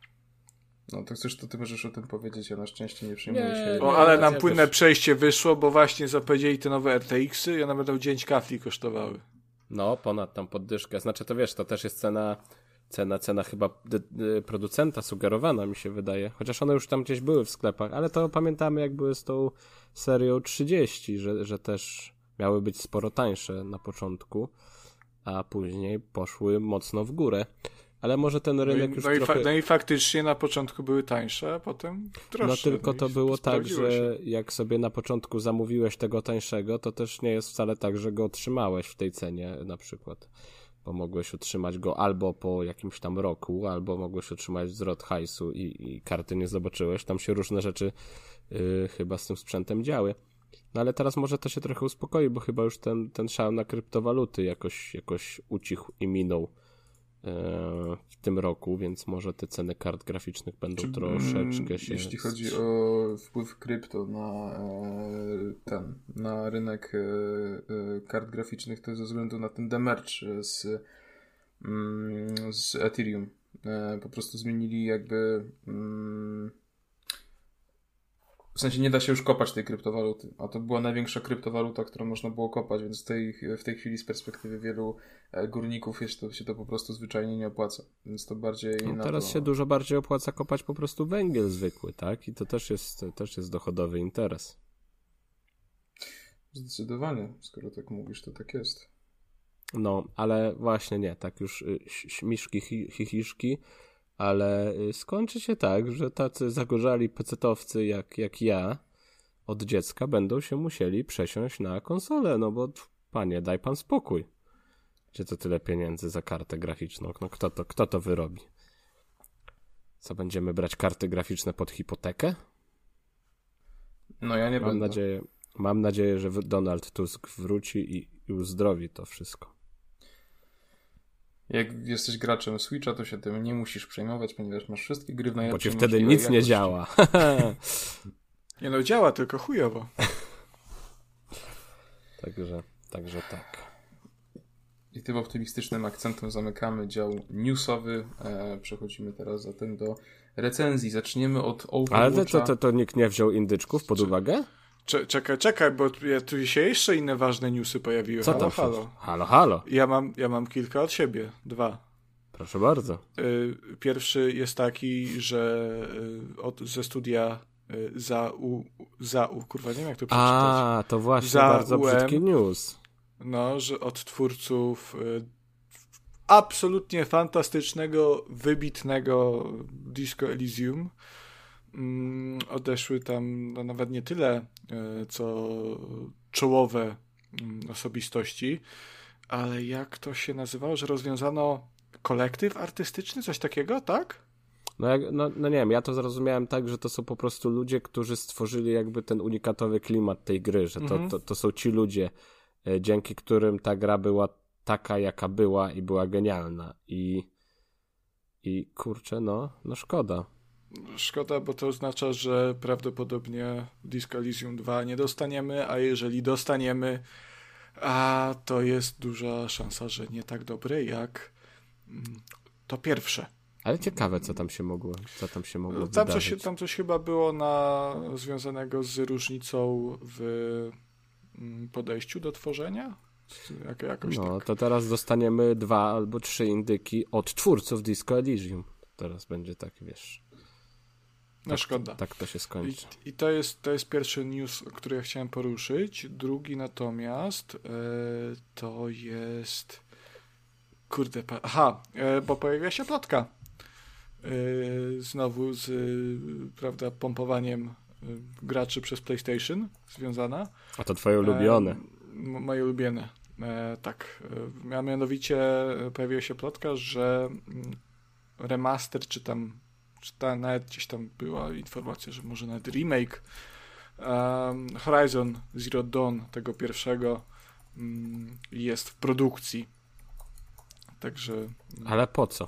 No to chcesz, to ty możesz o tym powiedzieć, ja na szczęście nie przyjmuję Nie, się. O, ale nie, nam ja płynne też... przejście wyszło, bo właśnie zapowiedzieli te nowe R T X-y i one będą dziesięć kafli kosztowały. No, ponad tam poddyszkę. Znaczy, to wiesz, to też jest cena, cena, cena chyba d- d- producenta sugerowana, mi się wydaje. Chociaż one już tam gdzieś były w sklepach, ale to pamiętamy, jak były z tą serią trzydzieści, że, że też miały być sporo tańsze na początku, a później poszły mocno w górę. Ale może ten rynek no i, już no i trochę... fa- no i faktycznie na początku były tańsze, a potem droższe. No tylko to było tak, że się. jak sobie na początku zamówiłeś tego tańszego, to też nie jest wcale tak, że go otrzymałeś w tej cenie na przykład. Bo mogłeś otrzymać go albo po jakimś tam roku, albo mogłeś otrzymać zwrot hajsu i, i karty nie zobaczyłeś. Tam się różne rzeczy yy, chyba z tym sprzętem działy. No ale teraz może to się trochę uspokoi, bo chyba już ten, ten szał na kryptowaluty jakoś, jakoś ucichł i minął w tym roku, więc może te ceny kart graficznych będą Czy, troszeczkę się... Jeśli chodzi o wpływ krypto na ten, na rynek kart graficznych, to ze względu na ten demerge z, z Ethereum. Po prostu zmienili jakby... W sensie nie da się już kopać tej kryptowaluty, a to była największa kryptowaluta, którą można było kopać, więc w tej, w tej chwili z perspektywy wielu górników jest to, się to po prostu zwyczajnie nie opłaca, więc to bardziej... No, na teraz to... się dużo bardziej opłaca kopać po prostu węgiel zwykły, tak? I to też jest, też jest dochodowy interes. Zdecydowanie, skoro tak mówisz, to tak jest. No, ale właśnie nie, tak już y, śmiszki, chi, chichiszki, ale y, skończy się tak, że tacy zagorzali pecetowcy jak, jak ja od dziecka będą się musieli przesiąść na konsolę, no bo panie, daj pan spokój. Gdzie to tyle pieniędzy za kartę graficzną? No kto to, kto to wyrobi? Co, będziemy brać karty graficzne pod hipotekę? No ja nie mam będę. Nadzieję, mam nadzieję, że Donald Tusk wróci i, i uzdrowi to wszystko. Jak jesteś graczem Switcha, to się tym nie musisz przejmować, ponieważ masz wszystkie gry w najlepszej Bo ci wtedy nic nie działa. Nie no, działa, tylko chujowo. Także, także tak. I tym optymistycznym akcentem zamykamy dział newsowy. E, przechodzimy teraz zatem do recenzji. Zaczniemy od Overwatcha. Ale to, to, to nikt nie wziął indyczków pod uwagę? Cze- czekaj, czekaj, bo tu się jeszcze inne ważne newsy pojawiły. Co halo, tam? halo. Halo, halo. Ja mam, ja mam kilka od siebie. Dwa. Proszę bardzo. Y, pierwszy jest taki, że y, od, ze studia y, za u, za u, kurwa, nie wiem jak to przeczytać. A, to właśnie za bardzo U M, brzydki news. No, że od twórców y, absolutnie fantastycznego, wybitnego Disco Elysium mm, odeszły tam no, nawet nie tyle, y, co czołowe y, osobistości, ale jak to się nazywało, że rozwiązano kolektyw artystyczny, coś takiego, tak? No, jak, no, no nie wiem, ja to zrozumiałem tak, że to są po prostu ludzie, którzy stworzyli jakby ten unikatowy klimat tej gry, że to, Mhm. to, to są ci ludzie, e, dzięki którym ta gra była taka, jaka była i była genialna. I, i kurczę, no, no szkoda. Szkoda, bo to oznacza, że prawdopodobnie Disco Elysium dwa nie dostaniemy, a jeżeli dostaniemy, a to jest duża szansa, że nie tak dobre jak mm, to pierwsze. Ale ciekawe, co tam się mogło, co tam się mogło Tam wydarzyć. coś, tam coś chyba było na, związanego z różnicą w mm, podejściu do tworzenia? Jak, jakoś No, tak. to teraz dostaniemy dwa albo trzy indyki od twórców Disco Elysium. Teraz będzie tak, wiesz. No tak, szkoda. Tak to się skończy. I, i to, jest, to jest pierwszy news, który ja chciałem poruszyć. Drugi natomiast e, to jest... Kurde, pa... aha, e, bo pojawiła się plotka. E, znowu z, e, prawda, pompowaniem e, graczy przez PlayStation związana. A to twoje ulubione. E, m- moje ulubione. E, tak. E, a mianowicie pojawiła się plotka, że mm, remaster, czy tam, czy ta, nawet gdzieś tam była informacja, że może nawet remake um, Horizon Zero Dawn, tego pierwszego, um, jest w produkcji. Także... Ale po co?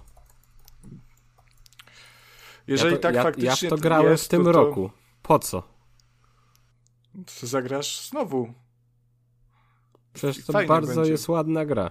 Jeżeli ja to, tak ja, faktycznie ja w to grałem jest, w tym to, to, roku. Po co? to zagrasz znowu. Przecież to Fajnie bardzo będzie. jest ładna gra.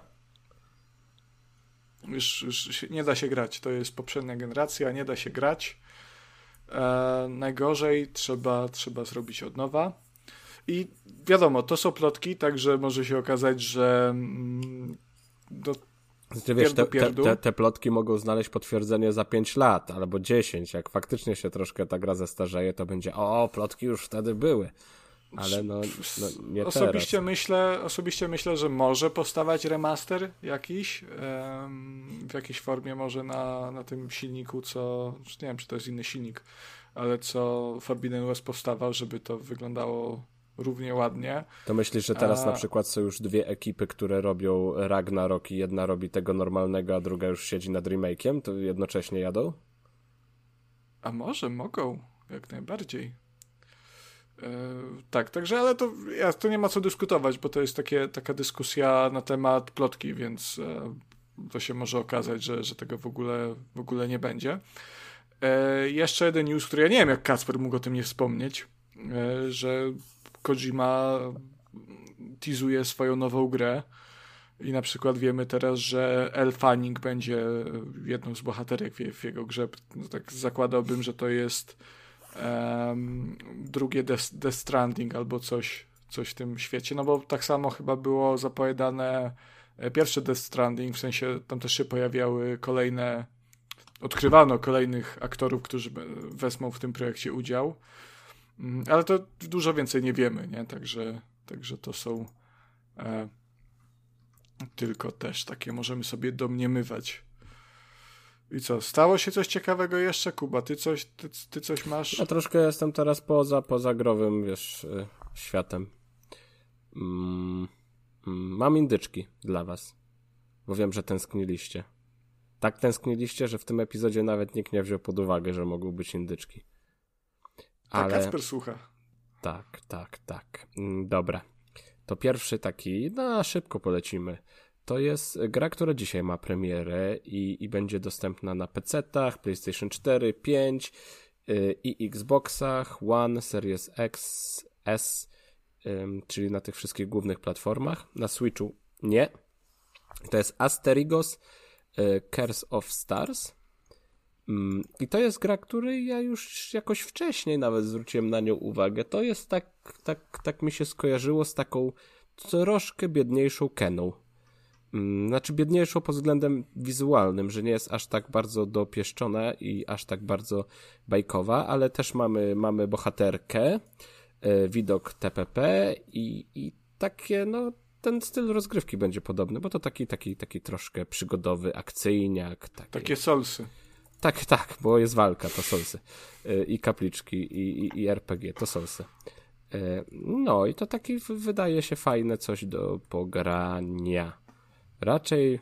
Już, już się, nie da się grać. To jest poprzednia generacja, nie da się grać. E, najgorzej trzeba, trzeba zrobić od nowa. I wiadomo, to są plotki, także może się okazać, że mm, do Znaczy, wiesz, te, te, pierdu. te, te plotki mogą znaleźć potwierdzenie za pięć lat albo dziesięć. Jak faktycznie się troszkę ta gra zestarzeje, to będzie o, plotki już wtedy były. Ale no, no nie osobiście teraz. myślę, osobiście myślę, że może powstawać remaster jakiś em, w jakiejś formie, może na, na tym silniku, co nie wiem, czy to jest inny silnik, ale co Forbidden West powstawał, żeby to wyglądało równie ładnie. To myślisz, że teraz A... na przykład są już dwie ekipy, które robią Ragnarok i jedna robi tego normalnego, a druga już siedzi nad remake'iem? To jednocześnie jadą? A może mogą, jak najbardziej. E, tak, także, ale to, ja, to nie ma co dyskutować, bo to jest takie, taka dyskusja na temat plotki, więc e, to się może okazać, że, że tego w ogóle, w ogóle nie będzie. E, jeszcze jeden news, który ja nie wiem, jak Kacper mógł o tym nie wspomnieć, e, że Kojima teasuje swoją nową grę i na przykład wiemy teraz, że Elle Fanning będzie jedną z bohaterek w, w jego grze. No tak zakładałbym, że to jest um, drugie Death, Death Stranding albo coś, coś w tym świecie, no bo tak samo chyba było zapowiadane pierwsze Death Stranding, w sensie tam też się pojawiały kolejne, odkrywano kolejnych aktorów, którzy wezmą w tym projekcie udział. Ale to dużo więcej nie wiemy, nie? Także, także to są e, tylko też takie możemy sobie domniemywać. I co, stało się coś ciekawego jeszcze, Kuba? Ty coś, ty, ty coś masz? Ja troszkę jestem teraz poza, poza growym, wiesz, y, światem. Mm, mm, mam indyczki dla was, bo wiem, że tęskniliście. Tak tęskniliście, że w tym epizodzie nawet nikt nie wziął pod uwagę, że mogą być indyczki. Ale... Tak, Kacper słucha. Tak, tak, tak. Mm, dobra. To pierwszy taki, no szybko polecimy. To jest gra, która dzisiaj ma premierę i, i będzie dostępna na pecetach, PlayStation cztery, pięć yy, i Xboxach, One, Series X, S, yy, czyli na tych wszystkich głównych platformach. Na Switchu nie. To jest Asterigos yy, Curse of Stars. Yy, I to jest gra, której ja już jakoś wcześniej nawet zwróciłem na nią uwagę. To jest tak, tak, tak mi się skojarzyło z taką troszkę biedniejszą Keną. Znaczy biedniejszą pod względem wizualnym, że nie jest aż tak bardzo dopieszczona i aż tak bardzo bajkowa, ale też mamy, mamy bohaterkę, yy, widok T P P i, i takie, no ten styl rozgrywki będzie podobny, bo to taki, taki, taki troszkę przygodowy, akcyjniak. Takie, takie solsy. Tak, tak, bo jest walka, to solsy. Yy, I kapliczki, i, i, i R P G, to solsy. Yy, no i to taki wydaje się fajne coś do pogrania. Raczej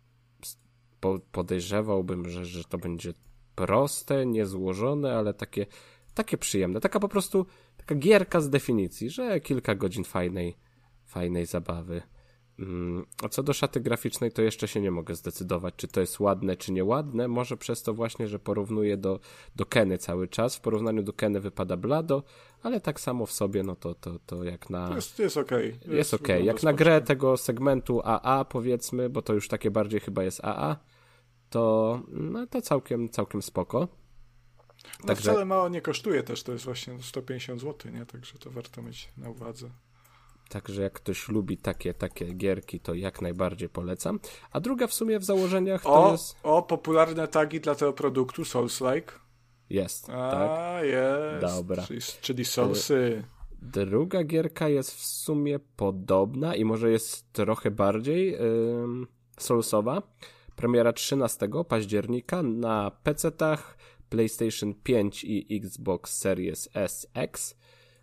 podejrzewałbym, że, że to będzie proste, niezłożone, ale takie, takie przyjemne. Taka po prostu taka gierka z definicji, że kilka godzin fajnej, fajnej zabawy. A co do szaty graficznej, to jeszcze się nie mogę zdecydować, czy to jest ładne, czy nieładne. Może przez to właśnie, że porównuję do, do Keny cały czas. W porównaniu do Keny wypada blado, ale tak samo w sobie, no to, to, to jak na... Jest, jest okej. Okay. Jest, jest okej. Okay. Jak na grę tego segmentu A A, powiedzmy, bo to już takie bardziej chyba jest A A, to, no, to całkiem, całkiem spoko. No Także... wcale mało nie kosztuje też, to jest właśnie sto pięćdziesiąt złotych, nie? Także to warto mieć na uwadze. Także jak ktoś lubi takie, takie gierki, to jak najbardziej polecam. A druga w sumie w założeniach to o, jest... O, popularne tagi dla tego produktu, Souls-like. Jest, A, tak? jest. Dobra. Czyli, czyli Soulsy. Druga gierka jest w sumie podobna i może jest trochę bardziej yy, Soulsowa. Premiera trzynastego października na pecetach, PlayStation pięć i Xbox Series S X.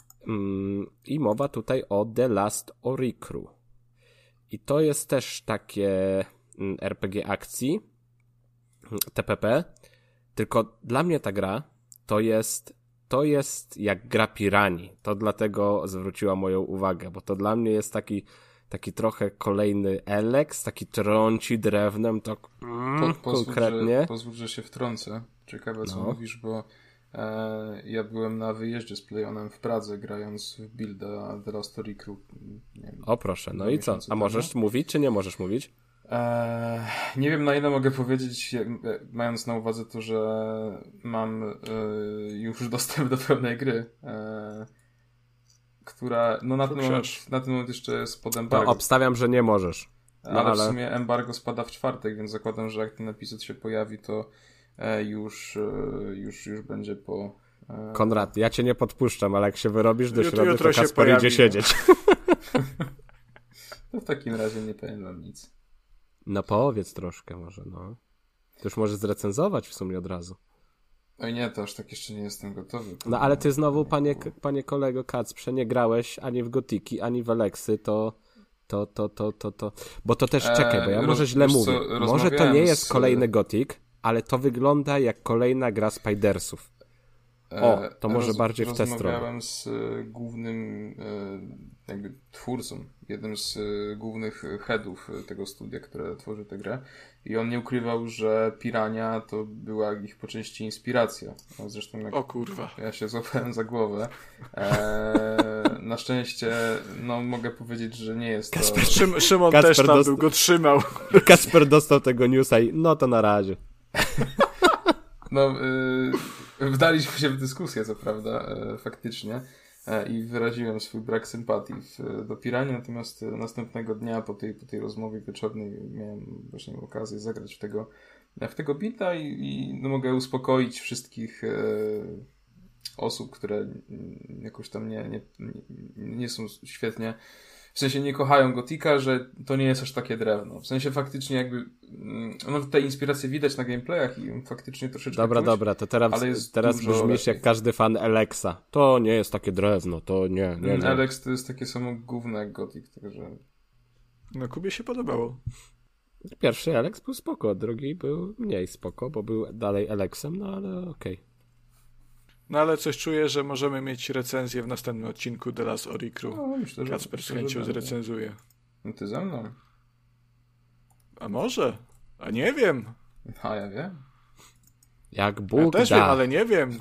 I mowa tutaj o The Last Oricru. I to jest też takie R P G akcji T P P, tylko dla mnie ta gra to jest to jest jak gra Pirani. To dlatego zwróciła moją uwagę, bo to dla mnie jest taki taki trochę kolejny Elex, taki trąci drewnem, to mm, po, konkretnie. Że, pozwól, że się wtrącę. Ciekawe, co no. mówisz, bo ja byłem na wyjeździe z Plejonem w Pradze, grając w builda The Last Oricru. O proszę, no i co? A możesz temu. mówić, czy nie możesz mówić? Eee, nie wiem, na ile mogę powiedzieć, jak, mając na uwadze to, że mam e, już dostęp do pełnej gry, e, która no na ten, moment, na ten moment jeszcze jest pod embargo. To obstawiam, że nie możesz. No, ale, ale w sumie embargo spada w czwartek, więc zakładam, że jak ten epizod się pojawi, to E, już, e, już, już będzie po... E... Konrad, ja cię nie podpuszczam, ale jak się wyrobisz do środy, jutro to Kacper idzie siedzieć. No w takim razie nie powiem wam nic. No powiedz troszkę może, no. To już możesz zrecenzować w sumie od razu. Oj nie, to aż tak jeszcze nie jestem gotowy. No ale ty znowu, panie, panie kolego Kacprze, nie grałeś ani w Gotiki, ani w Alexy, to... To, to, to, to, to... Bo to też, czekaj, bo ja eee, może roz, źle mówię. Co, może to nie jest z... kolejny Gotik, ale to wygląda jak kolejna gra Spidersów. O, to może Roz, bardziej w tę stronę. Rozmawiałem z y, głównym y, jakby twórcą, jednym z y, głównych headów tego studia, które tworzy tę grę, i on nie ukrywał, że Pirania to była ich po części inspiracja. No, zresztą jak o kurwa. Ja się złapałem za głowę. E, na szczęście no mogę powiedzieć, że nie jest to... Kasper, Szym, Szymon Kasper też tam dosta... go trzymał. Kasper dostał tego newsa i no to na razie. No, y, wdaliśmy się w dyskusję, co prawda, y, faktycznie, y, i wyraziłem swój brak sympatii w, do Piranii, natomiast y, następnego dnia po tej, po tej rozmowie wieczornej miałem właśnie okazję zagrać w tego, w tego builda i, i no, mogę uspokoić wszystkich y, osób, które jakoś tam nie, nie, nie są świetnie, w sensie nie kochają Gotika, że to nie jest aż takie drewno. W sensie faktycznie jakby, no te inspiracje widać na gameplayach i faktycznie troszeczkę Dobra, czuć, dobra, to teraz, teraz brzmisz jak każdy fan Alexa. To nie jest takie drewno, to nie, nie, nie. Alex to jest takie samo gówno jak Gothic, także... No Kubie się podobało. Pierwszy Alex był spoko, drugi był mniej spoko, bo był dalej Alexem, no ale okej. Okay. No ale coś czuję, że możemy mieć recenzję w następnym odcinku The Last Ori Crew. No, myślę, że, Kacper z myślę, chęcią że zrecenzuje. No ty ze mną. A może? A nie wiem. A ja wiem. Jak Bóg ja też da. wiem, ale nie wiem.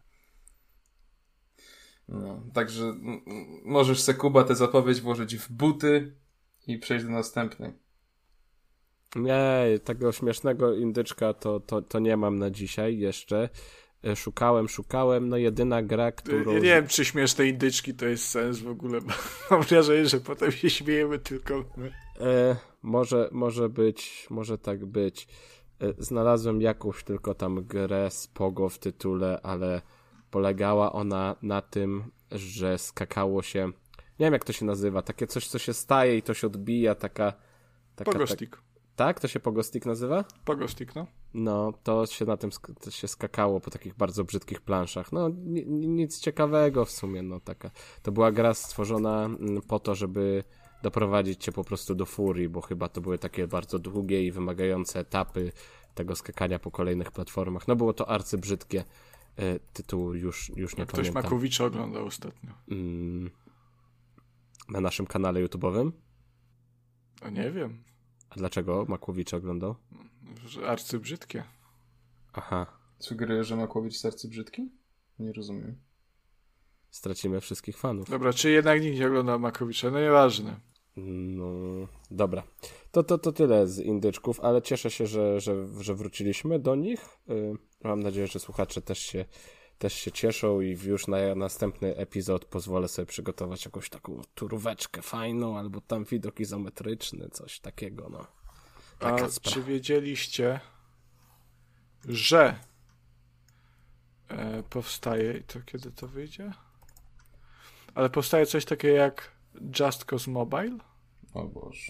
No, także m- możesz se, Kuba, tę zapowiedź włożyć w buty i przejść do następnej. Nie, tego śmiesznego indyczka to, to, to nie mam na dzisiaj jeszcze. Szukałem, szukałem, no jedyna gra, którą... Ja nie wiem, czy śmieszne indyczki to jest sens w ogóle, bo mam wrażenie, że potem się śmiejemy tylko my. E, może, może być, może tak być. E, znalazłem jakąś tylko tam grę z Pogo w tytule, ale polegała ona na tym, że skakało się... Nie wiem, jak to się nazywa. Takie coś, co się staje i to się odbija, taka... taka Pogo tak, stick. tak? To się Pogo stick nazywa? Pogo stick, no. No, to się na tym sk- to się skakało po takich bardzo brzydkich planszach. No, ni- nic ciekawego w sumie, no taka. To była gra stworzona mm, po to, żeby doprowadzić cię po prostu do furii, bo chyba to były takie bardzo długie i wymagające etapy tego skakania po kolejnych platformach. No, było to arcybrzydkie. Y, tytuł już, już nie Ktoś pamiętam. Makowicza oglądał ostatnio. Mm, na naszym kanale YouTube'owym? A nie wiem. A dlaczego Makłowicz oglądał? Że arcybrzydkie. Aha. Sugerujesz, że Makłowicz jest arcybrzydki? Nie rozumiem. Stracimy wszystkich fanów. Dobra, czy jednak nikt nie oglądał Makowicza? No nieważne. No, dobra. To, to, to tyle z indyczków, ale cieszę się, że, że, że wróciliśmy do nich. Yy, mam nadzieję, że słuchacze też się, też się cieszą i już na następny epizod pozwolę sobie przygotować jakąś taką turóweczkę fajną, albo tam widok izometryczny, coś takiego, no. A czy wiedzieliście, że e, powstaje, to kiedy to wyjdzie? Ale powstaje coś takiego jak Just Cause Mobile? O Boże.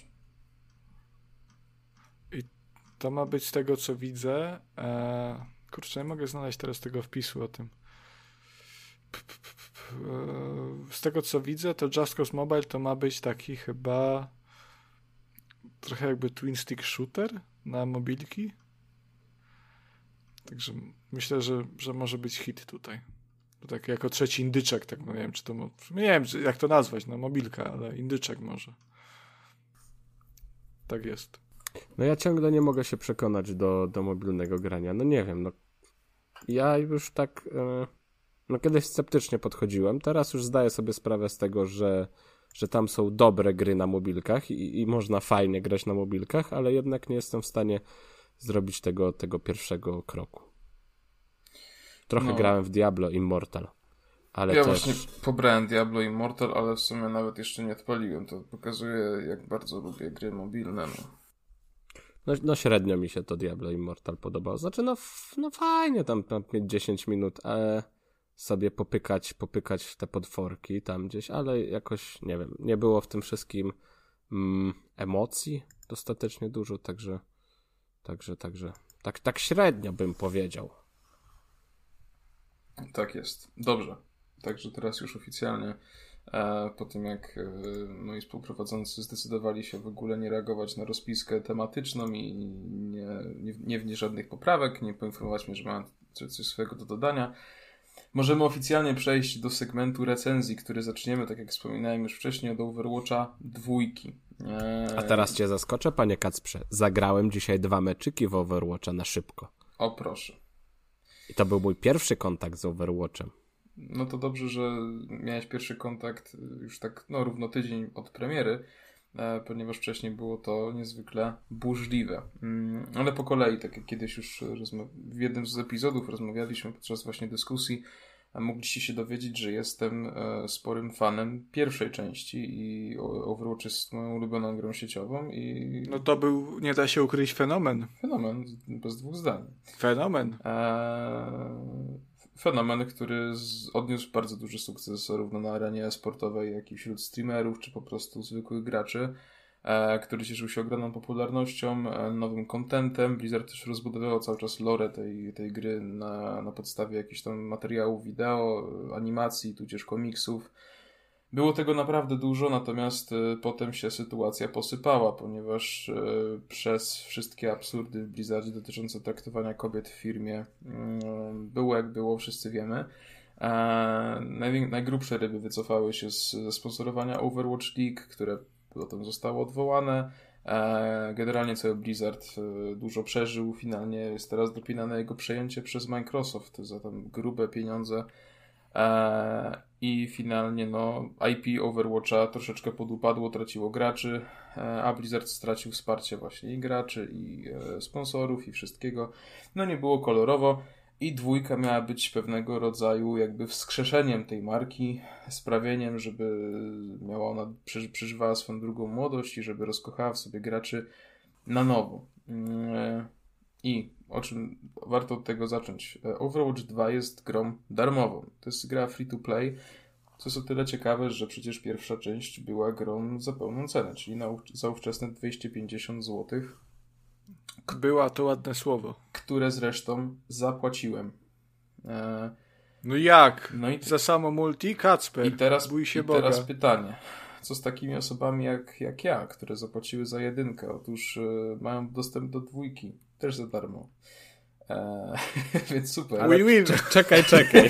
I to ma być z tego, co widzę. E, kurczę, nie mogę znaleźć teraz tego wpisu o tym. P, p, p, p, e, z tego, co widzę, to Just Cause Mobile to ma być taki chyba trochę jakby twin stick shooter na mobilki. Także myślę, że, że może być hit tutaj. To tak jako trzeci indyczek, tak no nie wiem, czy to nie wiem, jak to nazwać, no mobilka, ale indyczek może. Tak jest. No ja ciągle nie mogę się przekonać do, do mobilnego grania. No nie wiem, no ja już tak e, no kiedyś sceptycznie podchodziłem. Teraz już zdaję sobie sprawę z tego, że, że tam są dobre gry na mobilkach i, i można fajnie grać na mobilkach, ale jednak nie jestem w stanie zrobić tego, tego pierwszego kroku. Trochę No. grałem w Diablo Immortal, ale ja też... właśnie pobrałem Diablo Immortal, ale w sumie nawet jeszcze nie odpaliłem. To pokazuje, jak bardzo lubię gry mobilne. No. No, no średnio mi się to Diablo Immortal podobało. Znaczy no, f- no fajnie tam, tam mieć dziesięć minut, ale sobie popykać, popykać te potworki tam gdzieś, ale jakoś, nie wiem, nie było w tym wszystkim mm, emocji dostatecznie dużo, także także, także tak, tak średnio bym powiedział. Tak jest. Dobrze. Także teraz już oficjalnie e, po tym jak e, moi współprowadzący zdecydowali się w ogóle nie reagować na rozpiskę tematyczną i nie, nie, nie wnieść żadnych poprawek, nie poinformować mnie, że mam coś swojego do dodania, możemy oficjalnie przejść do segmentu recenzji, który zaczniemy, tak jak wspominałem już wcześniej, od Overwatcha dwójki. E, A teraz cię zaskoczę, panie Kacprze. Zagrałem dzisiaj dwa meczyki w Overwatcha na szybko. O proszę. I to był mój pierwszy kontakt z Overwatchem. No to dobrze, że miałeś pierwszy kontakt już tak no równo tydzień od premiery, e, ponieważ wcześniej było to niezwykle burzliwe. Mm, ale po kolei, tak jak kiedyś już rozma- w jednym z epizodów rozmawialiśmy podczas właśnie dyskusji, a mogliście się dowiedzieć, że jestem e, sporym fanem pierwszej części i Overwatch jest moją ulubioną grą sieciową i... No to był, nie da się ukryć, fenomen. Fenomen, bez dwóch zdań. Fenomen. Eee, fenomen, który z, odniósł bardzo duży sukces zarówno na arenie sportowej, jak i wśród streamerów, czy po prostu zwykłych graczy, e, który cieszył się ogromną popularnością, e, nowym contentem. Blizzard też rozbudowywał cały czas lore tej, tej gry na, na podstawie jakichś tam materiałów wideo, animacji, tudzież komiksów. Było tego naprawdę dużo, natomiast y, potem się sytuacja posypała, ponieważ y, przez wszystkie absurdy w Blizzardzie dotyczące traktowania kobiet w firmie y, było jak było, wszyscy wiemy. E, najwię- najgrubsze ryby wycofały się z, ze sponsorowania Overwatch League, które potem zostało odwołane. E, generalnie cały Blizzard y, dużo przeżył, finalnie jest teraz dopinane jego przejęcie przez Microsoft za tam grube pieniądze. I finalnie no, I P Overwatcha troszeczkę podupadło, traciło graczy, a Blizzard stracił wsparcie właśnie i graczy, i sponsorów, i wszystkiego. No nie było kolorowo i dwójka miała być pewnego rodzaju jakby wskrzeszeniem tej marki, sprawieniem, żeby miała ona, przeżywała swoją drugą młodość i żeby rozkochała w sobie graczy na nowo. I o czym warto od tego zacząć? Overwatch dwa jest grą darmową. To jest gra free to play, co jest o tyle ciekawe, że przecież pierwsza część była grą za pełną cenę, czyli na, za ówczesne dwieście pięćdziesiąt złotych. Była to ładne słowo. Które zresztą zapłaciłem. E... No jak? No i... Za samo multi? Kacper, I teraz, bój się i Boga. teraz pytanie. Co z takimi osobami jak, jak ja, które zapłaciły za jedynkę? Otóż y, mają dostęp do dwójki. Też za darmo. Eee, więc super. Win-win. Czekaj, czekaj.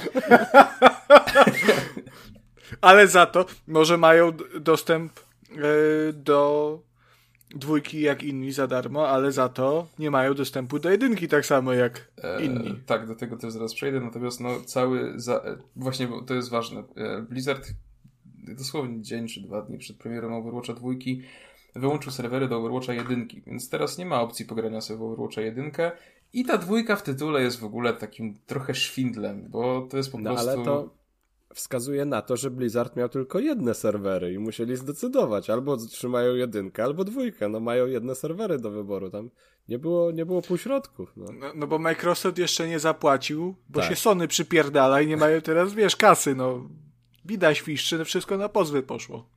Ale za to może mają d- dostęp y, do dwójki jak inni za darmo, ale za to nie mają dostępu do jedynki tak samo jak eee, inni. Tak, do tego też zaraz przejdę. Natomiast no cały... Za, właśnie bo to jest ważne. Blizzard dosłownie dzień czy dwa dni przed premierą Overwatcha dwójki wyłączył serwery do Overwatcha jedynki, więc teraz nie ma opcji pogrania sobie w Overwatcha jedynkę i ta dwójka w tytule jest w ogóle takim trochę szwindlem, bo to jest po no, prostu... ale to wskazuje na to, że Blizzard miał tylko jedne serwery i musieli zdecydować, albo trzymają jedynkę, albo dwójkę, no mają jedne serwery do wyboru, tam nie było, nie było półśrodków. No. No, no bo Microsoft jeszcze nie zapłacił, bo tak. się Sony przypierdala i nie mają teraz, wiesz, kasy, no. Bida świszczy, wszystko na pozwy poszło.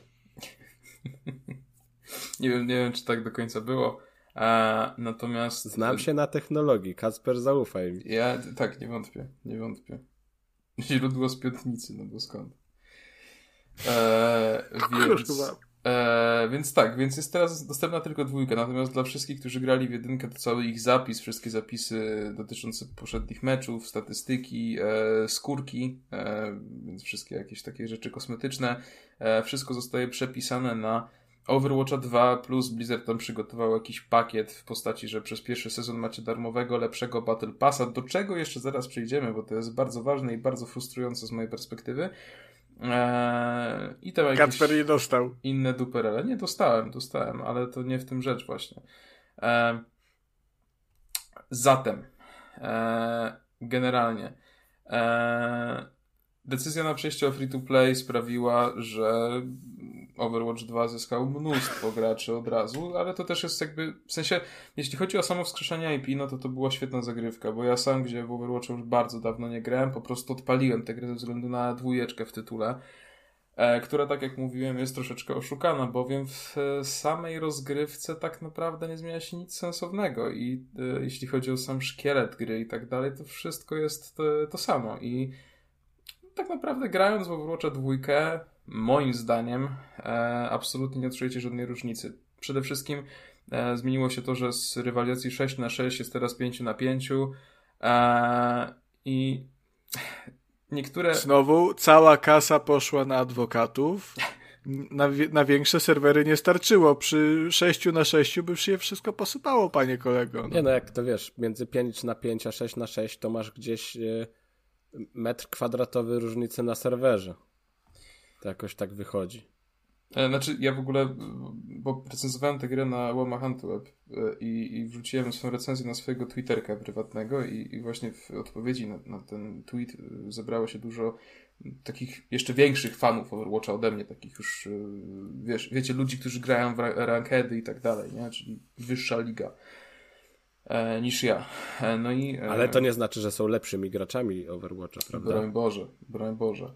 Nie wiem, nie wiem, czy tak do końca było. A, natomiast... Znam się na technologii, Kacper, zaufaj mi. Ja tak, nie wątpię, nie wątpię. Źródło z piątnicy, no bo skąd? Eee, więc, eee, więc tak, więc jest teraz dostępna tylko dwójka, natomiast dla wszystkich, którzy grali w jedynkę, to cały ich zapis, wszystkie zapisy dotyczące poprzednich meczów, statystyki, e, skórki, e, więc wszystkie jakieś takie rzeczy kosmetyczne, e, wszystko zostaje przepisane na Overwatcha dwa, plus Blizzard tam przygotował jakiś pakiet w postaci, że przez pierwszy sezon macie darmowego, lepszego Battle Passa, do czego jeszcze zaraz przejdziemy, bo to jest bardzo ważne i bardzo frustrujące z mojej perspektywy. Eee, I tam jakieś Kacper nie dostał. inne duperele. Nie, dostałem, dostałem, ale to nie w tym rzecz właśnie. Eee, zatem eee, generalnie eee, decyzja na przejście o free-to-play sprawiła, że Overwatch dwa zyskał mnóstwo graczy od razu, ale to też jest jakby, w sensie, jeśli chodzi o samo wskrzeszenie I P, no to to była świetna zagrywka, bo ja sam, gdzie w Overwatcha już bardzo dawno nie grałem, po prostu odpaliłem tę grę ze względu na dwójeczkę w tytule, e, która, tak jak mówiłem, jest troszeczkę oszukana, bowiem w e, samej rozgrywce tak naprawdę nie zmienia się nic sensownego i e, jeśli chodzi o sam szkielet gry i tak dalej, to wszystko jest to, to samo i tak naprawdę grając w Overwatcha dwójkę, moim zdaniem e, absolutnie nie odczujecie żadnej różnicy. Przede wszystkim e, zmieniło się to, że z rywalizacji sześć na sześć jest teraz pięć na pięć e, i niektóre... Znowu cała kasa poszła na adwokatów. Na, na większe serwery nie starczyło. Przy sześć na sześć by się wszystko posypało, panie kolego. No. Nie no, jak to wiesz, między pięć na pięć a sześć na sześć to masz gdzieś e, metr kwadratowy różnicy na serwerze. To jakoś tak wychodzi. Znaczy, ja w ogóle, bo recenzowałem tę grę na łamach Antweb i, i wrzuciłem swoją recenzję na swojego Twitterka prywatnego i, i właśnie w odpowiedzi na, na ten tweet zebrało się dużo takich jeszcze większych fanów Overwatcha ode mnie, takich już, wiesz, wiecie, ludzi, którzy grają w rankedy i tak dalej, nie? Czyli wyższa liga. e, niż ja. E, no i, e, Ale to nie znaczy, że są lepszymi graczami Overwatcha, prawda? Broń Boże, broń Boże.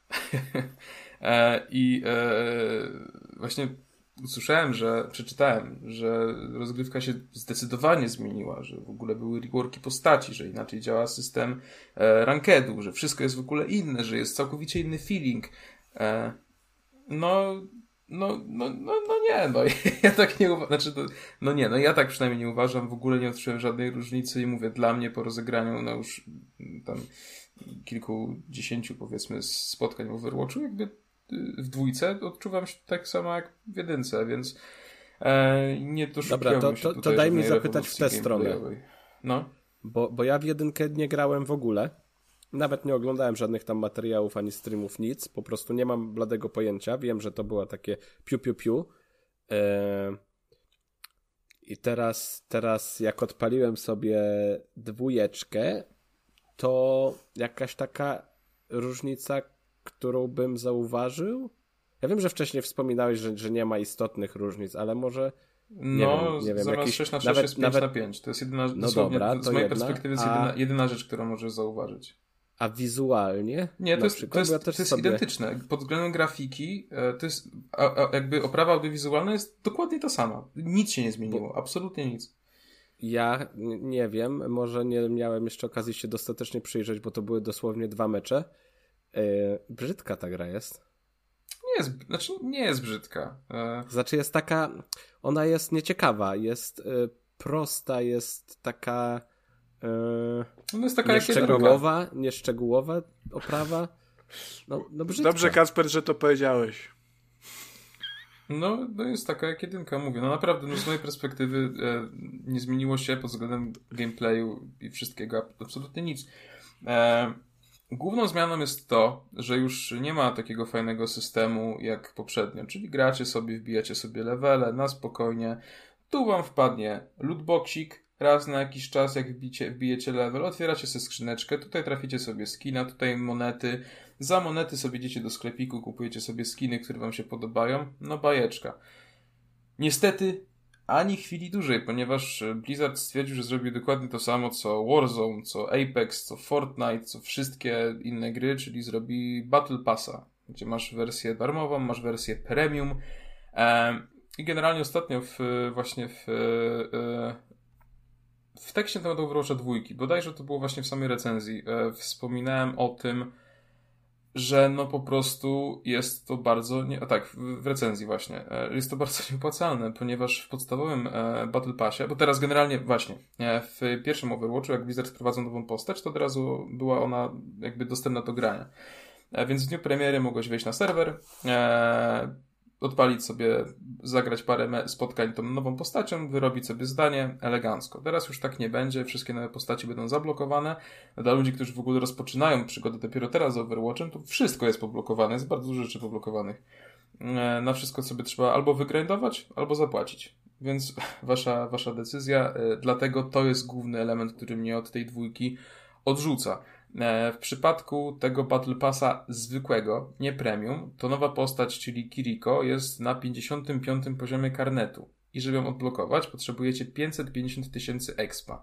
e, I e, właśnie usłyszałem, że, przeczytałem, że rozgrywka się zdecydowanie zmieniła, że w ogóle były reworki postaci, że inaczej działa system e, rankedu, że wszystko jest w ogóle inne, że jest całkowicie inny feeling. E, no, no, no, no, no nie, no ja tak nie uważam, znaczy to, no nie, no ja tak przynajmniej nie uważam, w ogóle nie odczułem żadnej różnicy i mówię, dla mnie po rozegraniu, no już tam kilkudziesięciu powiedzmy spotkań w Overwatchu, jakby w dwójce odczuwam się tak samo jak w jedynce, więc e, nie doszukiwałem Dobra, to, się to, tutaj to daj mi żadnej zapytać w tę stronę. gameplayowej. No. Bo, bo ja w jedynkę nie grałem w ogóle. Nawet nie oglądałem żadnych tam materiałów ani streamów, nic. Po prostu nie mam bladego pojęcia. Wiem, że to było takie piu piu piu. Eee... I teraz, teraz jak odpaliłem sobie dwójeczkę, to jakaś taka różnica, którą bym zauważył? Ja wiem, że wcześniej wspominałeś, że, że nie ma istotnych różnic, ale może... Nie no, wiem, nie wiem, zamiast jakiś, sześć na sześć nawet, jest pięć nawet, na pięć. To jest jedyna, no dobra, z to mojej jedna, perspektywy jest a... jedyna, jedyna rzecz, którą możesz zauważyć. A wizualnie? Nie, to jest, przykład, to jest, ja też to jest sobie... identyczne. Pod względem grafiki, to jest a, a jakby oprawa audiowizualna jest dokładnie ta sama. Nic się nie zmieniło, Bo... absolutnie nic. Ja nie wiem, może nie miałem jeszcze okazji się dostatecznie przyjrzeć, bo to były dosłownie dwa mecze. Yy, brzydka ta gra jest. Nie jest, znaczy nie jest brzydka. Yy... Znaczy jest taka, ona jest nieciekawa, jest yy, prosta, jest taka yy, Ona jest taka nieszczegółowa, jak nieszczegółowa oprawa. No, no brzydka. Dobrze, Kacper, że to powiedziałeś. No, no jest taka jak jedynka, mówię. No naprawdę, no z mojej perspektywy e, nie zmieniło się pod względem gameplayu i wszystkiego, absolutnie nic. E, główną zmianą jest to, że już nie ma takiego fajnego systemu jak poprzednio, czyli gracie sobie, wbijacie sobie levele na spokojnie. Tu wam wpadnie lootboxik raz na jakiś czas, jak wbicie, wbijecie level, otwieracie sobie skrzyneczkę, tutaj traficie sobie skina, tutaj monety. Za monety sobie idziecie do sklepiku, kupujecie sobie skiny, które wam się podobają. No bajeczka. Niestety ani chwili dłużej, ponieważ Blizzard stwierdził, że zrobił dokładnie to samo co Warzone, co Apex, co Fortnite, co wszystkie inne gry, czyli zrobi Battle Passa, gdzie masz wersję darmową, masz wersję premium. I generalnie ostatnio w, właśnie w, w tekście na temat Overwatcha dwójki, bodajże to było właśnie w samej recenzji, wspominałem o tym, że no po prostu jest to bardzo, nie, a tak, w, w recenzji właśnie, jest to bardzo nieopłacalne, ponieważ w podstawowym e, Battle Passie, bo teraz generalnie właśnie, e, w pierwszym Overwatchu, jak Blizzard wprowadzał nową postać, to od razu była ona jakby dostępna do grania. E, więc w dniu premiery mogłeś wejść na serwer, e, odpalić sobie, zagrać parę spotkań tą nową postacią, wyrobić sobie zdanie elegancko. Teraz już tak nie będzie, wszystkie nowe postaci będą zablokowane. Dla ludzi, którzy w ogóle rozpoczynają przygodę dopiero teraz z Overwatchem, to wszystko jest poblokowane, jest bardzo dużo rzeczy poblokowanych. Na wszystko sobie trzeba albo wygrindować, albo zapłacić. Więc wasza, wasza decyzja, dlatego to jest główny element, który mnie od tej dwójki odrzuca. W przypadku tego Battle Passa zwykłego, nie premium, to nowa postać, czyli Kiriko, jest na pięćdziesiątym piątym poziomie karnetu. I żeby ją odblokować, potrzebujecie pięćset pięćdziesiąt tysięcy expa.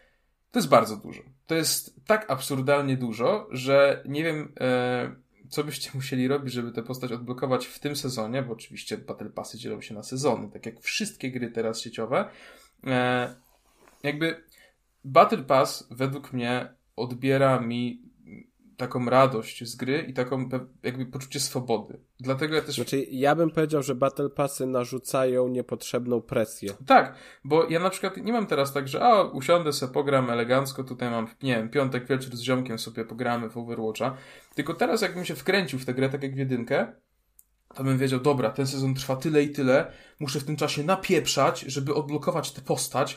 To jest bardzo dużo. To jest tak absurdalnie dużo, że nie wiem, e, co byście musieli robić, żeby tę postać odblokować w tym sezonie, bo oczywiście Battle Passy dzielą się na sezony, tak jak wszystkie gry teraz sieciowe. E, jakby Battle Pass według mnie odbiera mi taką radość z gry i taką jakby poczucie swobody. Dlatego ja też... Znaczy, ja bym powiedział, że Battle Passy narzucają niepotrzebną presję. Tak, bo ja na przykład nie mam teraz tak, że a, usiądę sobie, pogram elegancko, tutaj mam, nie wiem, piątek wieczór z ziomkiem sobie pogramy w Overwatcha, tylko teraz jakbym się wkręcił w tę grę tak jak w jedynkę, to bym wiedział, dobra, ten sezon trwa tyle i tyle, muszę w tym czasie napieprzać, żeby odblokować tę postać,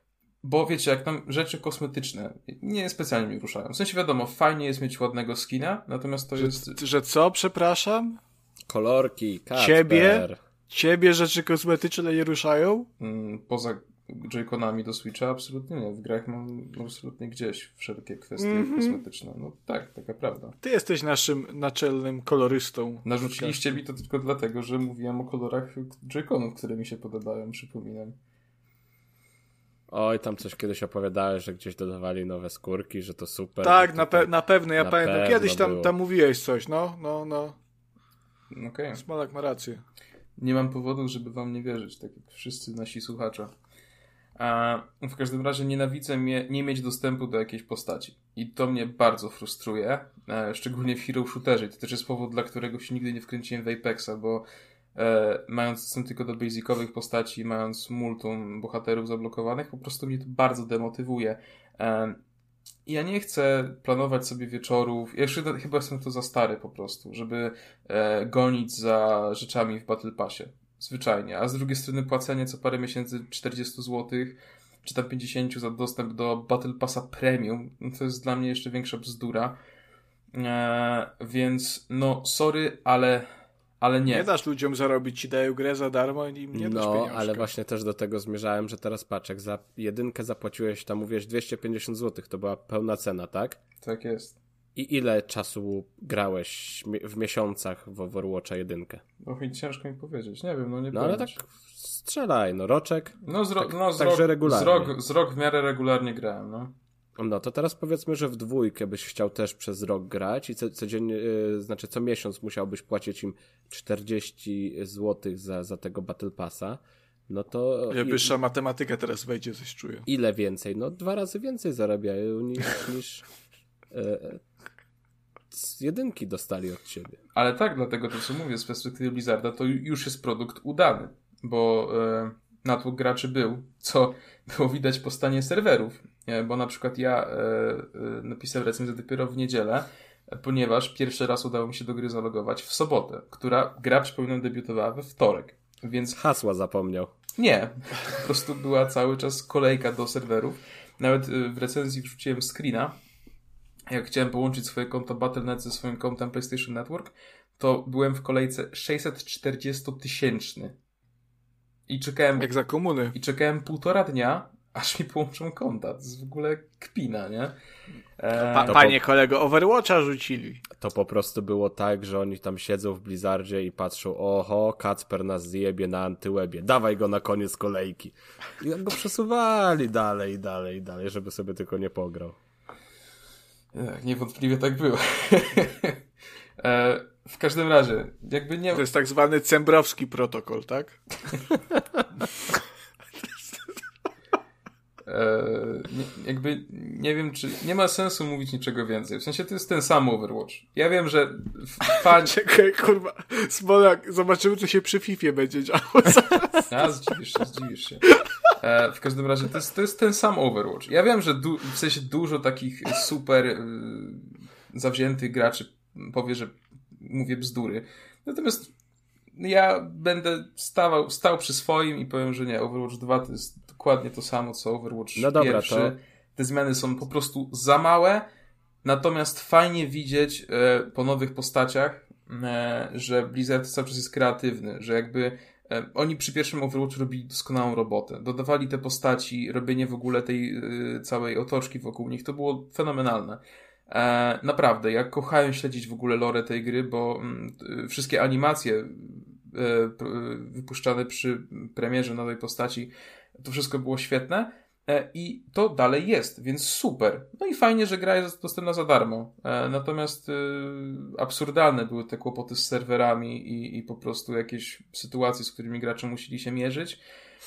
bo wiecie, jak tam rzeczy kosmetyczne nie specjalnie mnie ruszają. W sensie wiadomo, fajnie jest mieć ładnego skina, natomiast to że, jest... Że co, przepraszam? Kolorki, Kacper. Ciebie? Ciebie rzeczy kosmetyczne nie ruszają? Mm, poza Joy-Conami do Switcha absolutnie nie. W grach mam absolutnie gdzieś wszelkie kwestie mm-hmm. kosmetyczne. No tak, taka prawda. Ty jesteś naszym naczelnym kolorystą. Narzuciliście mi to tylko dlatego, że mówiłem o kolorach Joy-Conów, które mi się podobają, przypominam. Oj, tam coś kiedyś opowiadałeś, że gdzieś dodawali nowe skórki, że to super. Tak, to na, pe- na pewno, ja na pamiętam. pewno Kiedyś tam, było. tam mówiłeś coś, no, no, no. Okej. Okay. Smolak ma rację. Nie mam powodu, żeby wam nie wierzyć, tak jak wszyscy nasi słuchacze. A w każdym razie nienawidzę mie- nie mieć dostępu do jakiejś postaci. I to mnie bardzo frustruje, e, szczególnie w hero shooterze. To też jest powód, dla którego się nigdy nie wkręciłem w Apexa, bo e, mając dostęp tylko do basicowych postaci, mając multum bohaterów zablokowanych, po prostu mnie to bardzo demotywuje. E, ja nie chcę planować sobie wieczorów, ja jeszcze chyba jestem to za stary po prostu, żeby e, gonić za rzeczami w Battle Passie. Zwyczajnie. A z drugiej strony płacenie co parę miesięcy czterdzieści złotych, czy tam pięćdziesiąt za dostęp do Battle Passa Premium, no to jest dla mnie jeszcze większa bzdura. Eee, więc no, sorry, ale, ale nie. Nie dasz ludziom zarobić, ci dają grę za darmo i im nie dasz No, pieniążka. ale właśnie też do tego zmierzałem, że teraz patrz, jak za jedynkę zapłaciłeś, tam mówiłeś dwieście pięćdziesiąt złotych, to była pełna cena, tak? Tak jest. I ile czasu grałeś w miesiącach w Overwatcha jedynkę? No i ciężko mi powiedzieć, nie wiem, no nie No ale tak strzelaj, no roczek. No z, ro- tak, no, z, także rok, regularnie. z, rok, z rok w miarę regularnie grałem, no. No to teraz powiedzmy, że w dwójkę byś chciał też przez rok grać i co, codziennie, yy, znaczy co miesiąc musiałbyś płacić im czterdzieści złotych za, za tego Battle Passa. No to... I... Wyższa matematyka teraz wejdzie, coś czuję. Ile więcej? No dwa razy więcej zarabiają niż... niż yy, z jedynki dostali od ciebie. Ale tak, dlatego to co mówię, z perspektywy Blizzarda to już jest produkt udany, bo e, natłok graczy był, co było widać po stanie serwerów, e, bo na przykład ja e, e, napisałem recenzję dopiero w niedzielę, e, ponieważ pierwszy raz udało mi się do gry zalogować w sobotę, która gra, przypominam, debiutowała we wtorek, więc... Hasła zapomniał. Nie, po prostu była cały czas kolejka do serwerów, nawet e, w recenzji wrzuciłem screena. Jak chciałem połączyć swoje konto Battle dot net ze swoim kontem PlayStation Network, to byłem w kolejce sześćset czterdziestotysięczny. I czekałem... Jak za komuny. I czekałem półtora dnia, aż mi połączą konta. To jest w ogóle kpina, nie? E... Pa, panie po... kolego, Overwatcha rzucili. To po prostu było tak, że oni tam siedzą w Blizzardzie i patrzą, oho, Kacper nas zjebie na antywebie, dawaj go na koniec kolejki. I go przesuwali dalej, i dalej, i dalej, żeby sobie tylko nie pograł. Niewątpliwie tak było. e, w każdym razie, jakby nie... To jest tak zwany cembrowski protokol, tak? e, nie, jakby nie wiem, czy... Nie ma sensu mówić niczego więcej. W sensie to jest ten sam Overwatch. Ja wiem, że... Fan... Czekaj, kurwa. Smolak, zobaczymy, co się przy Fifie będzie działo. A, zdziwisz się, zdziwisz się. E, w każdym razie to jest, to jest ten sam Overwatch. Ja wiem, że du- w sensie dużo takich super y, zawziętych graczy powie, że mówię bzdury. Natomiast ja będę stawał, stał przy swoim i powiem, że nie, Overwatch dwa to jest dokładnie to samo, co Overwatch no dobra, pierwszy. To... Te zmiany są po prostu za małe, natomiast fajnie widzieć e, po nowych postaciach, e, że Blizzard cały czas jest kreatywny, że jakby oni przy pierwszym Overwatchu robili doskonałą robotę. Dodawali te postaci, robienie w ogóle tej y, całej otoczki wokół nich, to było fenomenalne. E, naprawdę, ja kochałem śledzić w ogóle lore tej gry, bo y, wszystkie animacje y, y, wypuszczane przy premierze nowej postaci, to wszystko było świetne. I to dalej jest, więc super. No i fajnie, że gra jest dostępna za darmo. E, natomiast y, absurdalne były te kłopoty z serwerami i, i po prostu jakieś sytuacje, z którymi gracze musieli się mierzyć.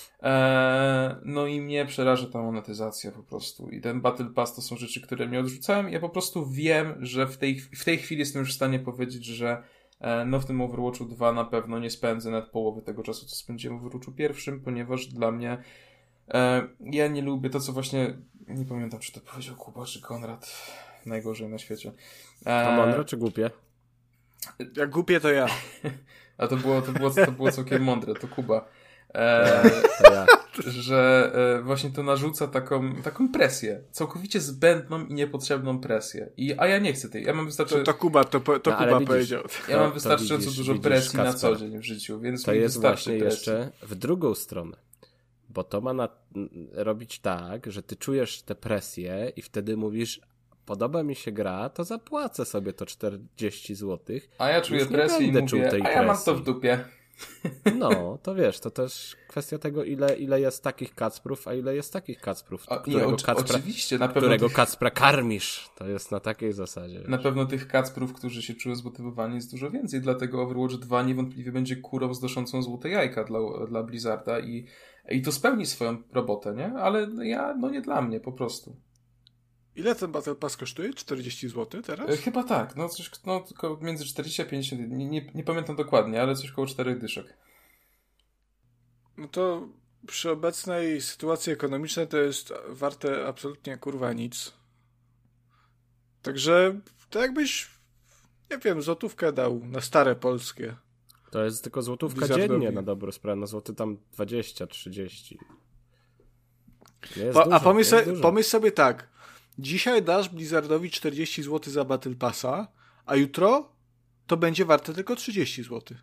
E, no i mnie przeraża ta monetyzacja po prostu. I ten Battle Pass to są rzeczy, które mnie odrzucałem. Ja po prostu wiem, że w tej, w tej chwili jestem już w stanie powiedzieć, że e, no w tym Overwatchu dwa na pewno nie spędzę nawet połowy tego czasu, co spędziłem w Overwatchu pierwszym, ponieważ dla mnie ja nie lubię to, co właśnie... Nie pamiętam, czy to powiedział Kuba, czy Konrad. Najgorzej na świecie. A mądre, czy głupie? Jak głupie, to ja. A to było, to było, to było całkiem mądre, to Kuba. E, to ja. Że e, właśnie to narzuca taką, taką presję. Całkowicie zbędną i niepotrzebną presję. I, a ja nie chcę tej. Ja mam wystarczająco... To, to Kuba, to, to no, Kuba widzisz, powiedział. Ja to, mam wystarczająco widzisz, dużo widzisz, presji Kacper, na co dzień w życiu, więc to mi jest właśnie presji. jeszcze w drugą stronę. Bo to ma na, robić tak, że ty czujesz tę presję i wtedy mówisz, podoba mi się gra, to zapłacę sobie to czterdzieści złotych. A ja czuję presję i mówię, a ja mam to w dupie. No, to wiesz, to też kwestia tego, ile, ile jest takich kacprów, a ile jest takich kacprów. A, którego nie, kacpra, oczywiście, na pewno którego tych, kacpra karmisz. To jest na takiej zasadzie. na pewno tych kacprów, którzy się czują zmotywowani, jest dużo więcej, dlatego Overwatch dwa niewątpliwie będzie kurą zdoszącą złote jajka dla, dla Blizzarda i, i to spełni swoją robotę, nie? Ale ja, no nie dla mnie, po prostu. Ile ten Battle Pass kosztuje? czterdzieści złotych teraz? E, chyba tak, no coś, no tylko między czterdzieści a pięćdziesiąt, nie, nie, nie pamiętam dokładnie, ale coś koło czterech dyszek. No to przy obecnej sytuacji ekonomicznej to jest warte absolutnie kurwa nic. Także to jakbyś, nie wiem, złotówkę dał na stare polskie. To jest tylko złotówka Blizzardowi. dziennie na dobrą sprawę, na złoty tam dwadzieścia trzydzieści. Jest Po, dużo, a pomyśl, jest sobie, dużo. pomyśl sobie tak. Dzisiaj dasz Blizzardowi czterdzieści złotych za Battle Passa, a jutro to będzie warte tylko trzydzieści złotych.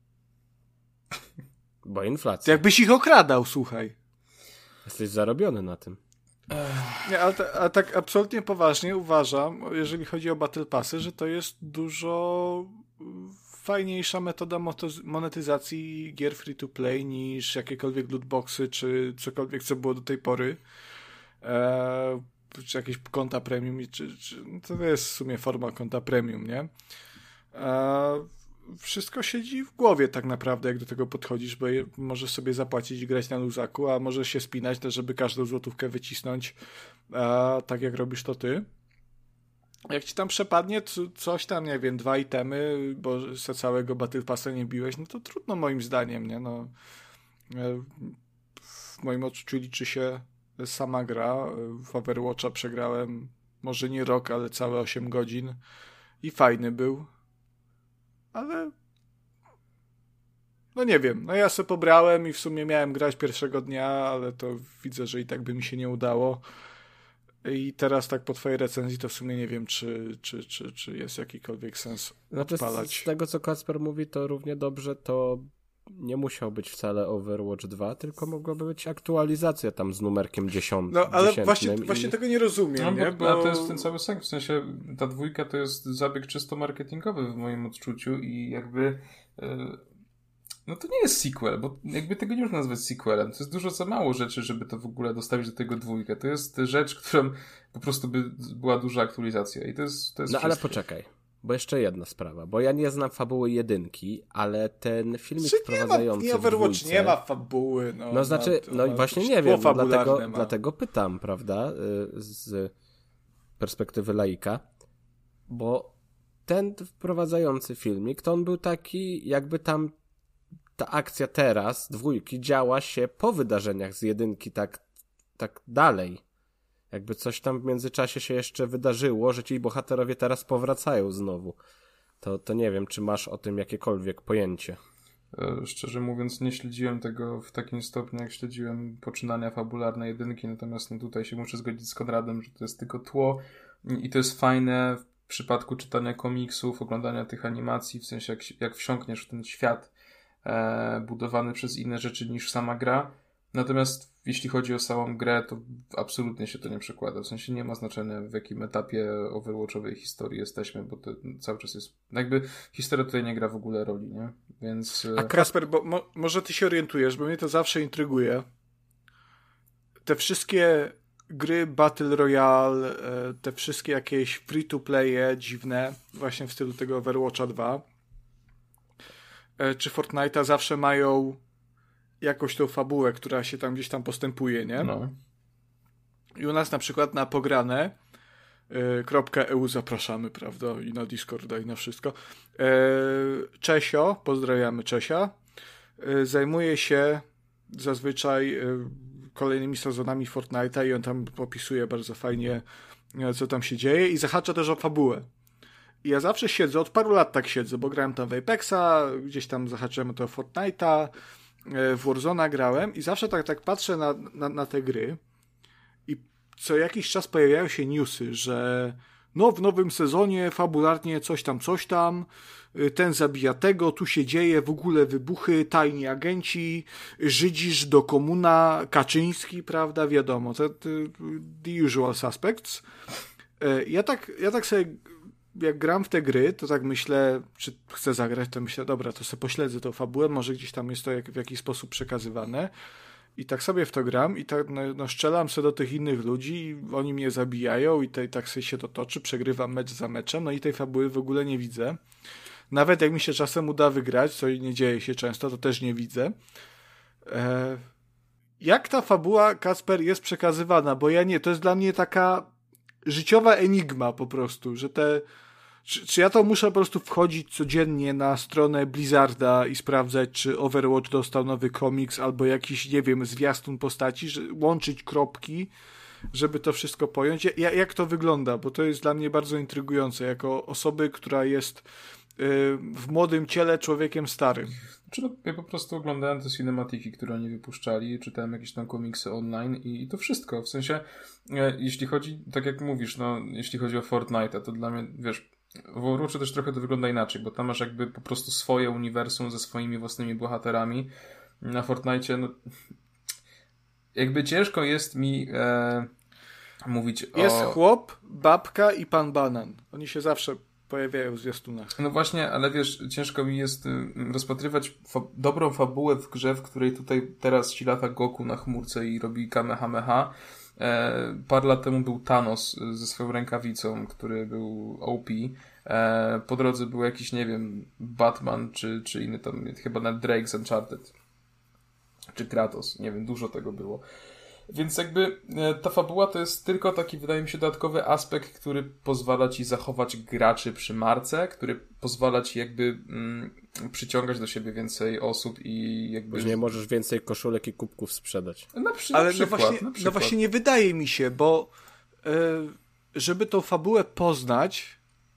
Bo inflacja. To jakbyś ich okradał, słuchaj. Jesteś zarobiony na tym. Nie, ale, ta, ale tak absolutnie poważnie uważam, jeżeli chodzi o Battle Passy, że to jest dużo fajniejsza metoda monetyzacji gier free-to-play niż jakiekolwiek lootboxy, czy cokolwiek, co było do tej pory. Eee, czy jakieś konta premium, czy, czy, no to jest w sumie forma konta premium, nie? Eee, wszystko siedzi w głowie tak naprawdę, jak do tego podchodzisz, bo je, możesz sobie zapłacić i grać na luzaku, a możesz się spinać też, żeby każdą złotówkę wycisnąć, e, tak jak robisz to ty. Jak ci tam przepadnie c- coś tam, nie wiem, dwa itemy, bo se całego Battle Passa nie biłeś, no to trudno moim zdaniem, nie? No, e, w moim odczuciu liczy się sama gra. W Overwatcha przegrałem może nie rok, ale całe osiem godzin i fajny był. Ale no nie wiem, no ja sobie pobrałem i w sumie miałem grać pierwszego dnia, ale to widzę, że i tak by mi się nie udało. I teraz tak po twojej recenzji to w sumie nie wiem, czy, czy, czy, czy jest jakikolwiek sens Znaczy, odpalać. z tego, co Kacper mówi, to równie dobrze to nie musiał być wcale Overwatch dwa, tylko mogłaby być aktualizacja tam z numerkiem dziesiątym. No ale właśnie, i... właśnie tego nie rozumiem, No, nie? bo, Bo... A to jest ten cały sens, w sensie ta dwójka to jest zabieg czysto marketingowy w moim odczuciu i jakby e, no to nie jest sequel, bo jakby tego nie można nazwać sequelem. To jest dużo za mało rzeczy, żeby to w ogóle dostawić do tego dwójkę. To jest rzecz, którą po prostu by była duża aktualizacja i to jest, to jest No ale wszystko. poczekaj, bo jeszcze jedna sprawa, bo ja nie znam fabuły jedynki, ale ten filmik Czy wprowadzający nie ma, nie Overwatch dwójce, nie ma fabuły. No, no znaczy, no, no i no, właśnie jakieś nie wiem, tło dlatego, fabularne ma. dlatego pytam, prawda, z perspektywy laika, bo ten wprowadzający filmik, to on był taki, jakby tam ta akcja teraz, dwójki, działa się po wydarzeniach z jedynki tak, tak dalej. Jakby coś tam w międzyczasie się jeszcze wydarzyło, że ci bohaterowie teraz powracają znowu. To, to nie wiem, czy masz o tym jakiekolwiek pojęcie. E, Szczerze mówiąc, nie śledziłem tego w takim stopniu, jak śledziłem poczynania fabularne jedynki, natomiast no, tutaj się muszę zgodzić z Konradem, że to jest tylko tło i to jest fajne w przypadku czytania komiksów, oglądania tych animacji, w sensie jak, jak wsiąkniesz w ten świat e, budowany przez inne rzeczy niż sama gra. Natomiast jeśli chodzi o samą grę, to absolutnie się to nie przekłada. W sensie nie ma znaczenia, w jakim etapie Overwatchowej historii jesteśmy, bo to cały czas jest... Jakby historia tutaj nie gra w ogóle roli, nie? Więc... A Kasper, bo mo- może ty się orientujesz, bo mnie to zawsze intryguje. Te wszystkie gry Battle Royale, te wszystkie jakieś free-to-playe dziwne, właśnie w stylu tego Overwatcha dwa, czy Fortnite'a zawsze mają jakąś tą fabułę, która się tam gdzieś tam postępuje, nie? No. I u nas na przykład na pograne .eu zapraszamy, prawda? I na Discorda, i na wszystko. Czesio, pozdrawiamy Czesia, zajmuje się zazwyczaj kolejnymi sezonami Fortnite'a i on tam opisuje bardzo fajnie, co tam się dzieje i zahacza też o fabułę. I ja zawsze siedzę, od paru lat tak siedzę, bo grałem tam w Apexa, gdzieś tam zahaczyłem o to Fortnite'a, w Warzone'a grałem i zawsze tak, tak patrzę na, na, na te gry i co jakiś czas pojawiają się newsy, że no w nowym sezonie fabularnie coś tam, coś tam, ten zabija tego, tu się dzieje w ogóle wybuchy, tajni agenci, Żydzisz do komuna, Kaczyński, prawda, wiadomo, to, to, the usual suspects. Ja tak, ja tak sobie jak gram w te gry, to tak myślę, czy chcę zagrać, to myślę, dobra, to sobie pośledzę tą fabułę, może gdzieś tam jest to jak, w jakiś sposób przekazywane. I tak sobie w to gram i tak no, no strzelam sobie do tych innych ludzi i oni mnie zabijają i, te, i tak sobie się to toczy, przegrywam mecz za meczem, no i tej fabuły w ogóle nie widzę. Nawet jak mi się czasem uda wygrać, co nie dzieje się często, to też nie widzę. E... Jak ta fabuła, Kacper, jest przekazywana? Bo ja nie, to jest dla mnie taka życiowa enigma po prostu, że te... Czy, czy ja to muszę po prostu wchodzić codziennie na stronę Blizzarda i sprawdzać, czy Overwatch dostał nowy komiks albo jakiś, nie wiem, zwiastun postaci, że, łączyć kropki, żeby to wszystko pojąć. Ja, jak to wygląda? Bo to jest dla mnie bardzo intrygujące, jako osoby, która jest yy, w młodym ciele człowiekiem starym. Czy no, ja po prostu oglądałem te cinematiki, które oni wypuszczali, czytałem jakieś tam komiksy online i, i to wszystko. W sensie, e, jeśli chodzi, tak jak mówisz, no, jeśli chodzi o Fortnite'a, to dla mnie, wiesz, w Overwatchu też trochę to wygląda inaczej, bo tam masz jakby po prostu swoje uniwersum ze swoimi własnymi bohaterami. Na Fortnite'cie, no, jakby ciężko jest mi e, mówić o... Jest chłop, babka i pan banan. Oni się zawsze pojawiają w zwiastunach. No właśnie, ale wiesz, ciężko mi jest rozpatrywać fa- dobrą fabułę w grze, w której tutaj teraz ci lata Goku na chmurce i robi Kamehameha. E, parę lat temu był Thanos ze swoją rękawicą, który był O P. E, po drodze był jakiś, nie wiem, Batman, czy, czy inny tam, chyba nawet Drake z Uncharted. Czy Kratos, nie wiem, dużo tego było. Więc jakby e, ta fabuła to jest tylko taki, wydaje mi się, dodatkowy aspekt, który pozwala ci zachować graczy przy marce, który pozwala ci jakby mm, przyciągać do siebie więcej osób i jakby... Później możesz więcej koszulek i kubków sprzedać. Na, przy, Ale na przykład, no, właśnie, na przykład. no właśnie nie wydaje mi się, bo e, żeby tą fabułę poznać,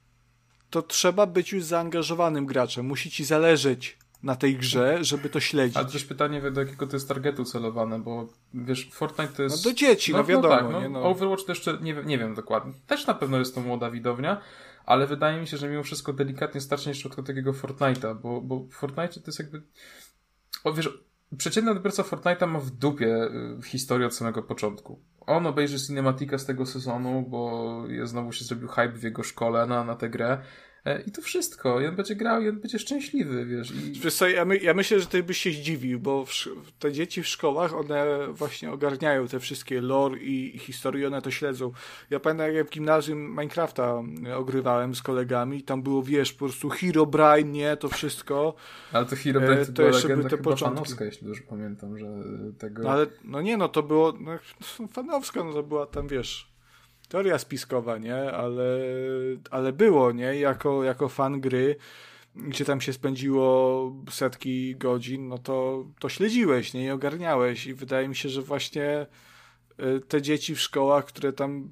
to trzeba być już zaangażowanym graczem. Musi ci zależeć na tej grze, żeby to śledzić. Ale też pytanie, do jakiego to jest targetu celowane, bo wiesz, Fortnite to jest... No do dzieci, no, no wiadomo. No tak, no, nie, no. Overwatch to jeszcze nie, nie wiem dokładnie. Też na pewno jest to młoda widownia, ale wydaje mi się, że mimo wszystko delikatnie starczy niż od takiego Fortnite'a, bo, bo w Fortnite to jest jakby... O, wiesz, przeciętny odbiorca Fortnite'a ma w dupie historię od samego początku. On obejrzy cinematika z tego sezonu, bo je, znowu się zrobił hype w jego szkole na, na tę grę. I to wszystko. I on będzie grał i on będzie szczęśliwy, wiesz. I... Wiesz co, ja, my, ja myślę, że ty byś się zdziwił, bo w, te dzieci w szkołach, one właśnie ogarniają te wszystkie lore i, i historie, one to śledzą. Ja pamiętam, jak ja w gimnazjum Minecrafta ogrywałem z kolegami i tam było, wiesz, po prostu Herobrine, nie, to wszystko. Ale to Herobrine to, to była jeszcze legenda były te chyba początki. fanowska, jeśli dobrze pamiętam, że tego... No ale, no nie, no to było, no, fanowska, no to była tam, wiesz... Teoria spiskowa, nie? Ale, ale było, nie? Jako, jako fan gry, gdzie tam się spędziło setki godzin, no to, to śledziłeś, nie? I ogarniałeś. I wydaje mi się, że właśnie te dzieci w szkołach, które tam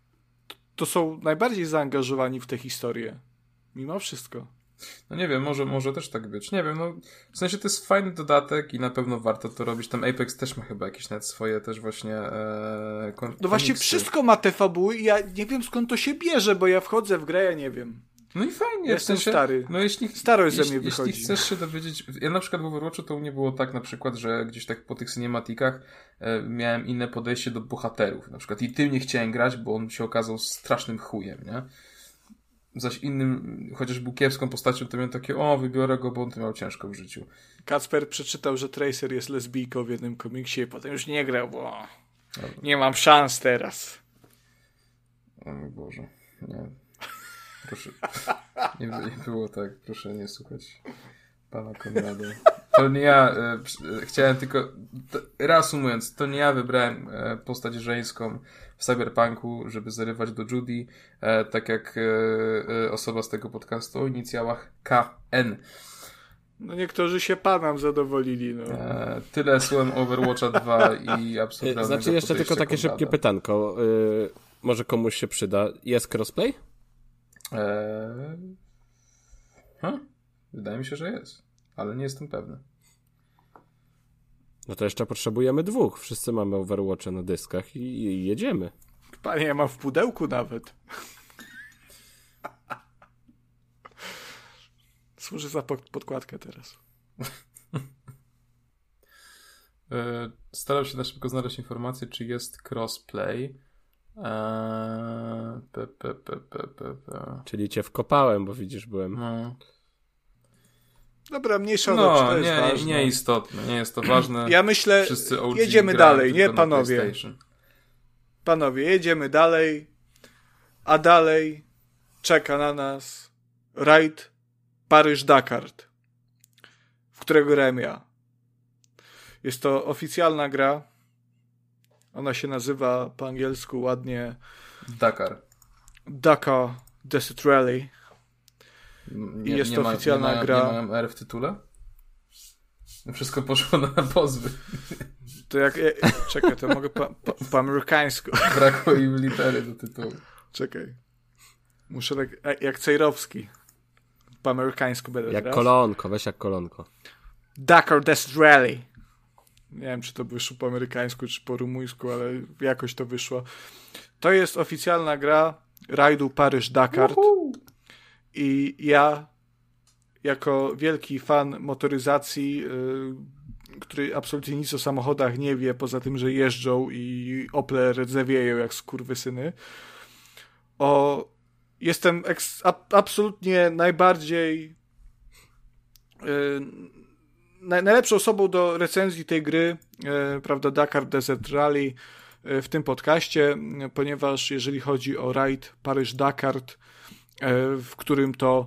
to są najbardziej zaangażowani w tę historię. Mimo wszystko. No nie wiem, może, może też tak być. Nie wiem, no w sensie to jest fajny dodatek i na pewno warto to robić. Tam Apex też ma chyba jakieś nawet swoje też właśnie e, kon- No właśnie wszystko ma te fabuły i ja nie wiem skąd to się bierze, bo ja wchodzę w grę, ja nie wiem. No i fajnie. Ja w jestem sensie, stary. No jeśli, Starość ze jeśli, mnie wychodzi. Jeśli chcesz się dowiedzieć... Ja na przykład w Overwatchu to u mnie było tak na przykład, że gdzieś tak po tych cinematikach e, miałem inne podejście do bohaterów. Na przykład i tym nie chciałem grać, bo on się okazał strasznym chujem, nie? Zaś innym, chociaż był kiepską postacią, to miałem takie, o, wybiorę go, bo on to miał ciężko w życiu. Kacper przeczytał, że Tracer jest lesbijką w jednym komiksie i potem już nie grał, bo nie mam szans teraz. O mój Boże, nie. Proszę, nie, nie było tak, proszę nie słuchać pana Konrada. To nie ja, e, chciałem tylko, to, reasumując, to nie ja wybrałem e, postać żeńską w Cyberpunku, żeby zarywać do Judy, e, tak jak e, e, osoba z tego podcastu o inicjałach K N. No niektórzy się panem zadowolili, no. E, tyle słem Overwatcha dwa i absolutnie. Znaczy jeszcze tylko takie Konrada. szybkie pytanko. Yy, może komuś się przyda. Jest crossplay? Eee... Huh? Wydaje mi się, że jest, ale nie jestem pewny. No to jeszcze potrzebujemy dwóch. Wszyscy mamy Overwatcha na dyskach i, i jedziemy. Panie, ja mam w pudełku nawet. Służy za podkładkę teraz. Eee, staram się na szybko znaleźć informację, czy jest crossplay. Eee, pe, pe, pe, pe, pe, pe. Czyli cię wkopałem, bo widzisz, byłem. No. Dobra, mniejsza No, to jest nie, ważne. nie istotne, nie jest to ważne. Ja myślę, Wszyscy O G jedziemy grają dalej, tylko nie na panowie? PlayStation. Panowie, jedziemy dalej, a dalej czeka na nas rajd Paryż-Dakar, w którego grałem ja. Jest to oficjalna gra. Ona się nazywa po angielsku ładnie Dakar. Dakar Desert Rally. Nie, I jest nie to ma, oficjalna nie ma, gra. Nie ma R w tytule? Wszystko poszło na pozwy. To jak... Czekaj, to mogę po, po, po amerykańsku. Brakło im litery do tytułu. Czekaj. Muszę tak... Jak Cejrowski. Po amerykańsku będę Jak teraz. kolonko, weź jak kolonko. Dakar Desert Rally. Nie wiem, czy to wyszło po amerykańsku, czy po rumuńsku, ale jakoś to wyszło. To jest oficjalna gra rajdu Paryż-Dakar. I ja, jako wielki fan motoryzacji, yy, który absolutnie nic o samochodach nie wie, poza tym, że jeżdżą i Ople rdzewieją jak skurwysyny, o, jestem eks- a- absolutnie najbardziej yy, naj- najlepszą osobą do recenzji tej gry, yy, prawda, Dakar Desert Rally yy, w tym podcaście, yy, ponieważ jeżeli chodzi o rajd Paryż-Dakar, w którym to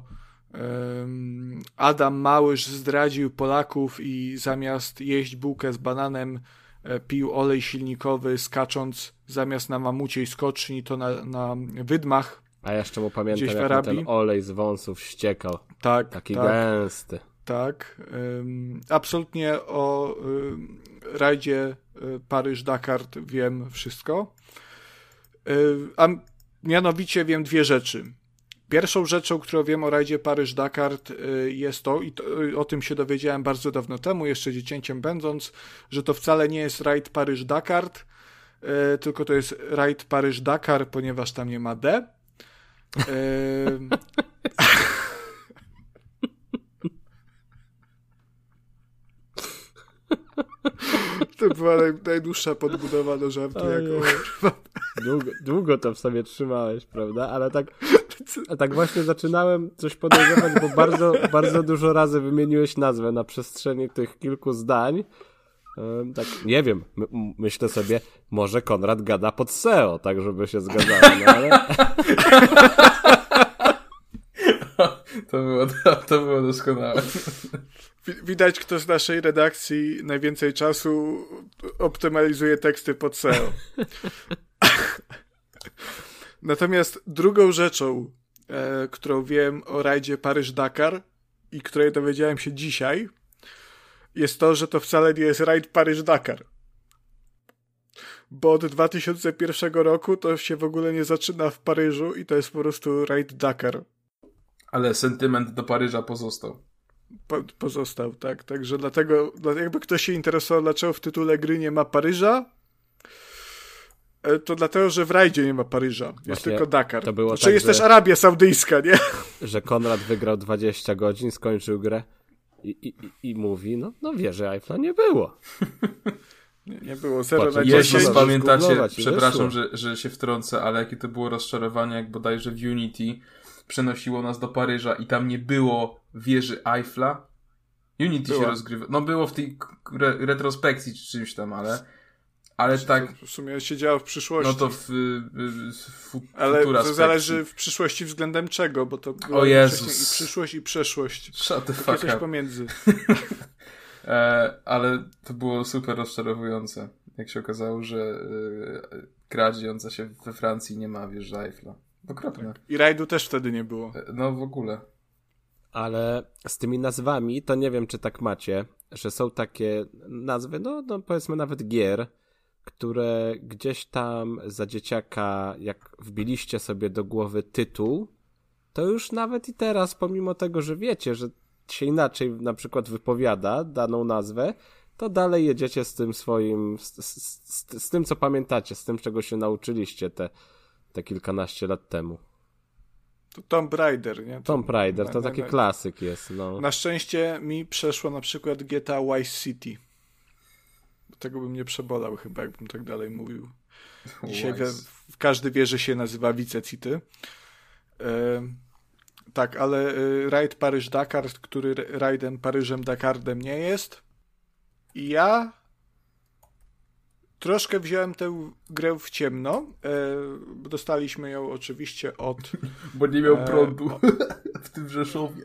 um, Adam Małysz zdradził Polaków i zamiast jeść bułkę z bananem pił olej silnikowy, skacząc zamiast na mamuciej skoczni to na, na wydmach. A ja jeszcze mu pamiętam, Gdzieś w jak mu Arabii. ten olej z wąsów ściekał. Tak, Taki tak, gęsty. tak. Um, absolutnie o um, rajdzie Paryż-Dakar wiem wszystko. Um, a mianowicie wiem dwie rzeczy. Pierwszą rzeczą, którą wiem o rajdzie Paryż-Dakar jest to, i to, o tym się dowiedziałem bardzo dawno temu, jeszcze dziecięciem będąc, że to wcale nie jest rajd Paryż-Dakar, tylko to jest rajd Paryż-Dakar, ponieważ tam nie ma D. To była naj, najdłuższa podbudowa do żartu. Jako... Długo, długo to w sobie trzymałeś, prawda? Ale tak, a tak właśnie zaczynałem coś podejrzewać, bo bardzo, bardzo dużo razy wymieniłeś nazwę na przestrzeni tych kilku zdań. Um, tak, nie wiem, my, myślę sobie, może Konrad gada pod S E O, tak żeby się zgadzało, no ale... To było, to, to było doskonałe. Widać, kto z naszej redakcji najwięcej czasu optymalizuje teksty pod S E O. Natomiast drugą rzeczą, e, którą wiem o rajdzie Paryż-Dakar i której dowiedziałem się dzisiaj, jest to, że to wcale nie jest rajd Paryż-Dakar. Bo od dwa tysiące pierwszego roku to się w ogóle nie zaczyna w Paryżu i to jest po prostu rajd Dakar. Ale sentyment do Paryża pozostał. Po, pozostał, tak. Także dlatego, jakby ktoś się interesował, dlaczego w tytule gry nie ma Paryża, to dlatego, że w rajdzie nie ma Paryża. Jest Właśnie tylko Dakar. to było Znaczy tak, jest że... też Arabia Saudyjska, nie? Że Konrad wygrał dwadzieścia godzin, skończył grę i, i, i, i mówi, no, no wieży Eiffla nie było. Nie, nie było zero Patrz, na Jezus, dziesięć. Jezus, pamiętacie, zgooglować i przepraszam, wyszło. że, że się wtrącę, ale jakie to było rozczarowanie, jak bodajże w Unity przenosiło nas do Paryża i tam nie było wieży Eiffla. Unity Była. się rozgrywa. No było w tej re- retrospekcji czy czymś tam, ale ale tak, W sumie się działo w przyszłości. no to w, w, w fu- Ale futura to zależy w przyszłości względem czego, bo to było O Jezus. wcześniej i przyszłość i przeszłość. Shut the Takie fuck coś up. pomiędzy. E, ale to było super rozczarowujące, jak się okazało, że e, gra dziejąca się we Francji nie ma wieży Eiffla. Okropne. I rajdu też wtedy nie było. E, no w ogóle. Ale z tymi nazwami, to nie wiem, czy tak macie, że są takie nazwy, no, no powiedzmy nawet gier, które gdzieś tam za dzieciaka, jak wbiliście sobie do głowy tytuł, to już nawet i teraz, pomimo tego, że wiecie, że się inaczej na przykład wypowiada daną nazwę, to dalej jedziecie z tym swoim, z, z, z, z tym, co pamiętacie, z tym, czego się nauczyliście te, te kilkanaście lat temu. To Tomb Raider, nie? To, Tomb Raider to na, taki na, klasyk jest, no. Na szczęście mi przeszło na przykład G T A Vice City. tego bym nie przebolał chyba, jakbym tak dalej mówił. Dzisiaj wie, każdy wie, że się nazywa Wicecity. E, tak, ale rajd Paryż-Dakar, który rajdem Paryżem-Dakardem nie jest. I ja troszkę wziąłem tę grę w ciemno. E, dostaliśmy ją oczywiście od... Bo nie miał prądu e, o, w tym Rzeszowie.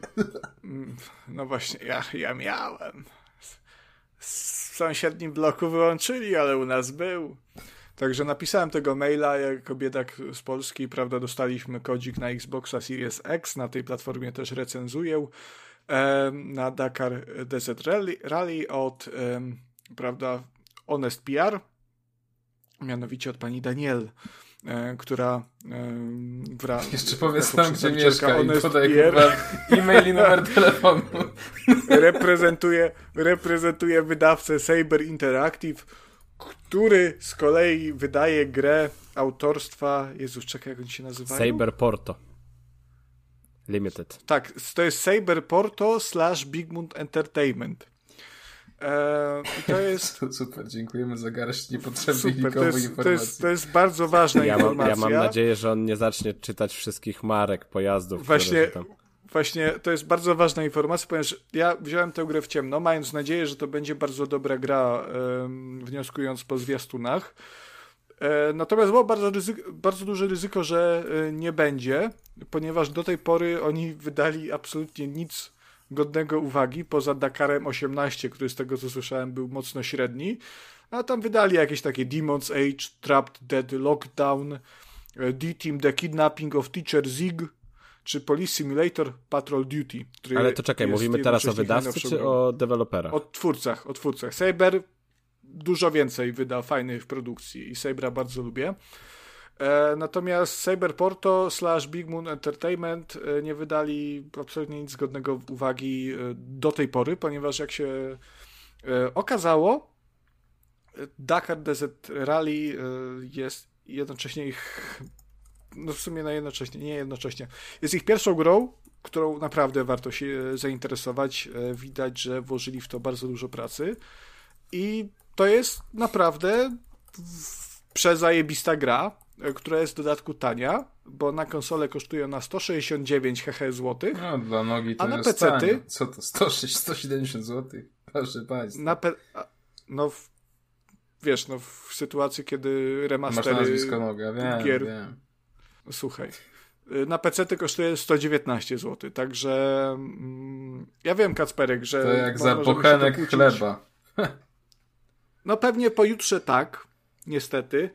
No właśnie, ja, ja miałem. W sąsiednim bloku wyłączyli, ale u nas był. Także napisałem tego maila jako biedak z Polski, prawda, dostaliśmy kodzik na Xboxa Series X, na tej platformie też recenzuję, e, na Dakar Desert Rally, Rally od, e, prawda, Honest P R, mianowicie od pani Daniel, e, która e, wra... Jeszcze powiedz tam, gdzie mieszka i podaj e-mail i numer telefonu. reprezentuje, reprezentuje wydawcę Saber Interactive, który z kolei wydaje grę autorstwa... Jezus, czekaj, jak oni się nazywają? Saber Porto Limited. Tak, to jest Saber Porto slash Bigmund Entertainment. Eee, i to jest... Super, dziękujemy za garść niepotrzebnych Super, nikomu to jest, informacji. to, jest, to jest bardzo ważna ja informacja. Mam, ja mam nadzieję, że on nie zacznie czytać wszystkich marek pojazdów. Właśnie... Które tam... Właśnie to jest bardzo ważna informacja, ponieważ ja wziąłem tę grę w ciemno, mając nadzieję, że to będzie bardzo dobra gra, e, wnioskując po zwiastunach. E, natomiast było bardzo, ryzyko, bardzo duże ryzyko, że e, nie będzie, ponieważ do tej pory oni wydali absolutnie nic godnego uwagi, poza Dakarem osiemnaście, który z tego co słyszałem był mocno średni, a tam wydali jakieś takie Demon's Age, Trapped Dead Lockdown, D-Team The Kidnapping of Teacher Zig, czy Police Simulator Patrol Duty. Ale to czekaj, mówimy teraz o wydawcy czy o deweloperach? O twórcach, o twórcach. Saber dużo więcej wyda fajnych produkcji i Sabera bardzo lubię. E, natomiast Saber Porto slash Big Moon Entertainment e, nie wydali absolutnie nic godnego uwagi e, do tej pory, ponieważ jak się e, okazało, Dakar Desert Rally e, jest jednocześnie ich no w sumie na jednocześnie, nie jednocześnie. Jest ich pierwszą grą, którą naprawdę warto się zainteresować. Widać, że włożyli w to bardzo dużo pracy i to jest naprawdę przezajebista gra, która jest w dodatku tania, bo na konsolę kosztuje ona sto sześćdziesiąt dziewięć złotych. No dla nogi to a na jest pecety, tanie. Co to? sto sześć, sto siedemdziesiąt złotych? Proszę państwa. Na pe... No w... wiesz, no w sytuacji, kiedy remastery Masz nazwisko noga, wiem, gier... wiem. Słuchaj, na pecety kosztuje sto dziewiętnaście złotych, także mm, ja wiem, Kacperek, że... To jak za bochenek chleba. No pewnie pojutrze tak, niestety,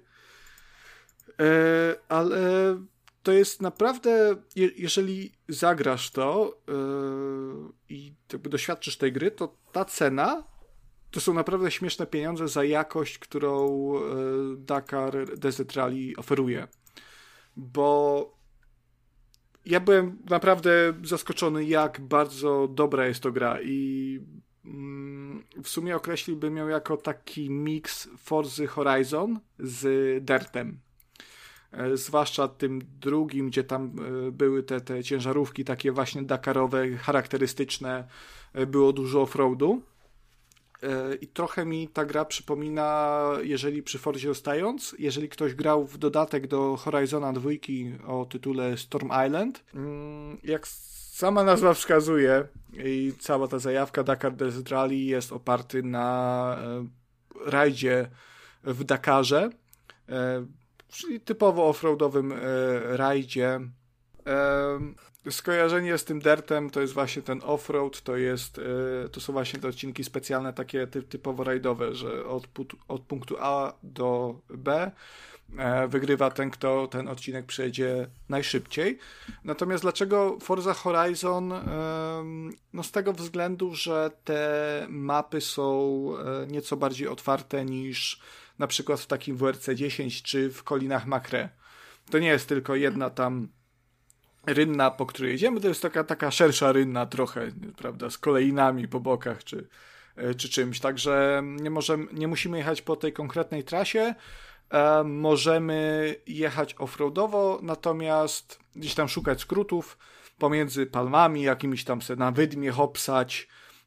e, ale to jest naprawdę, je, jeżeli zagrasz to e, i jakby doświadczysz tej gry, to ta cena to są naprawdę śmieszne pieniądze za jakość, którą e, Dakar Desert Rally oferuje. Bo ja byłem naprawdę zaskoczony, jak bardzo dobra jest to gra i mm, w sumie określiłbym ją jako taki miks Forzy Horizon z Dirtem. E, zwłaszcza tym drugim, gdzie tam e, były te, te ciężarówki takie właśnie dakarowe, charakterystyczne, e, było dużo offroadu. I trochę mi ta gra przypomina, jeżeli przy Forzie zostając, jeżeli ktoś grał w dodatek do Horizona dwa o tytule Storm Island, jak sama nazwa wskazuje i cała ta zajawka Dakar Desert Rally jest oparty na rajdzie w Dakarze, czyli typowo offroadowym rajdzie. Skojarzenie z tym Dirtem to jest właśnie ten offroad, to jest, to są właśnie te odcinki specjalne, takie ty, typowo rajdowe, że od, od punktu A do B wygrywa ten, kto ten odcinek przejdzie najszybciej. Natomiast dlaczego Forza Horizon? No z tego względu, że te mapy są nieco bardziej otwarte niż na przykład w takim W R C dziesięć czy w Kolinach Macre. To nie jest tylko jedna tam rynna, po której jedziemy, to jest taka, taka szersza rynna trochę, prawda, z kolejnami po bokach, czy, czy czymś, także nie, możemy, nie musimy jechać po tej konkretnej trasie, e, możemy jechać offroadowo, natomiast gdzieś tam szukać skrótów pomiędzy palmami, jakimiś tam se na wydmie hopsać,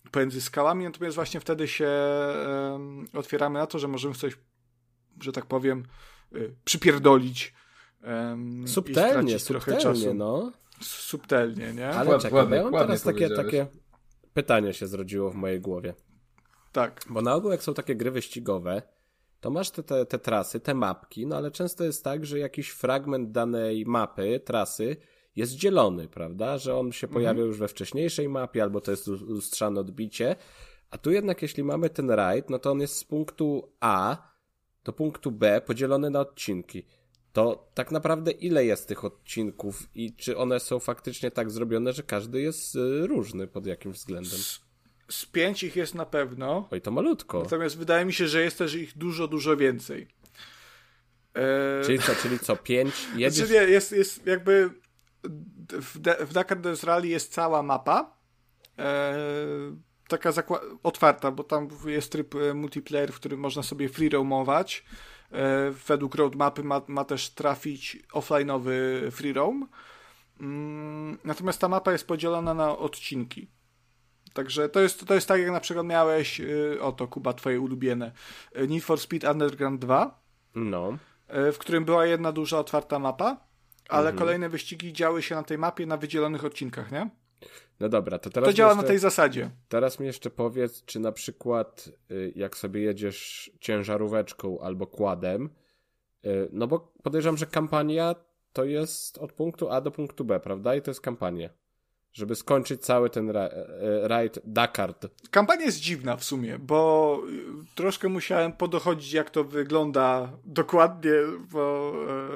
pomiędzy skałami, natomiast właśnie wtedy się um, otwieramy na to, że możemy coś, że tak powiem, y, przypierdolić um, subtelnie, i trochę subtelnie, czasu. no. Subtelnie, nie? Ale Ład, czekaj, ładnie, ja mam ładnie teraz takie, powiedziałeś. takie pytanie się zrodziło w mojej głowie. Tak. Bo na ogół jak są takie gry wyścigowe, to masz te, te, te trasy, te mapki, no ale często jest tak, że jakiś fragment danej mapy, trasy jest dzielony, prawda? Że on się mhm. pojawia już we wcześniejszej mapie, albo to jest lustrzane odbicie. A tu jednak jeśli mamy ten rajd, no to on jest z punktu A do punktu B podzielony na odcinki. To tak naprawdę ile jest tych odcinków i czy one są faktycznie tak zrobione, że każdy jest y, różny pod jakimś względem? Z, z pięć ich jest na pewno. Oj, to malutko. Natomiast wydaje mi się, że jest też ich dużo, dużo więcej. E... Czyli co, czyli co, pięć? Jedziesz... Znaczy nie, jest, jest jakby w, De- w Dakar Desert Rally jest cała mapa e... taka zakła- otwarta, bo tam jest tryb multiplayer, w którym można sobie free roamować. E... Według roadmapy ma, ma też trafić offline'owy free roam. Mm, natomiast ta mapa jest podzielona na odcinki. Także to jest, to jest tak, jak na przykład miałeś, yy, oto Kuba, twoje ulubione, Need for Speed Underground dwa, no. yy, w którym była jedna duża otwarta mapa, ale mhm. kolejne wyścigi działy się na tej mapie na wydzielonych odcinkach, nie? No dobra, to teraz... To działa jeszcze, na tej zasadzie. Teraz mi jeszcze powiedz, czy na przykład y, jak sobie jedziesz ciężaróweczką albo quadem, y, no bo podejrzewam, że kampania to jest od punktu A do punktu B, prawda? I to jest kampania. Żeby skończyć cały ten ra- rajd Dakar. Kampania jest dziwna w sumie, bo troszkę musiałem podochodzić, jak to wygląda dokładnie, bo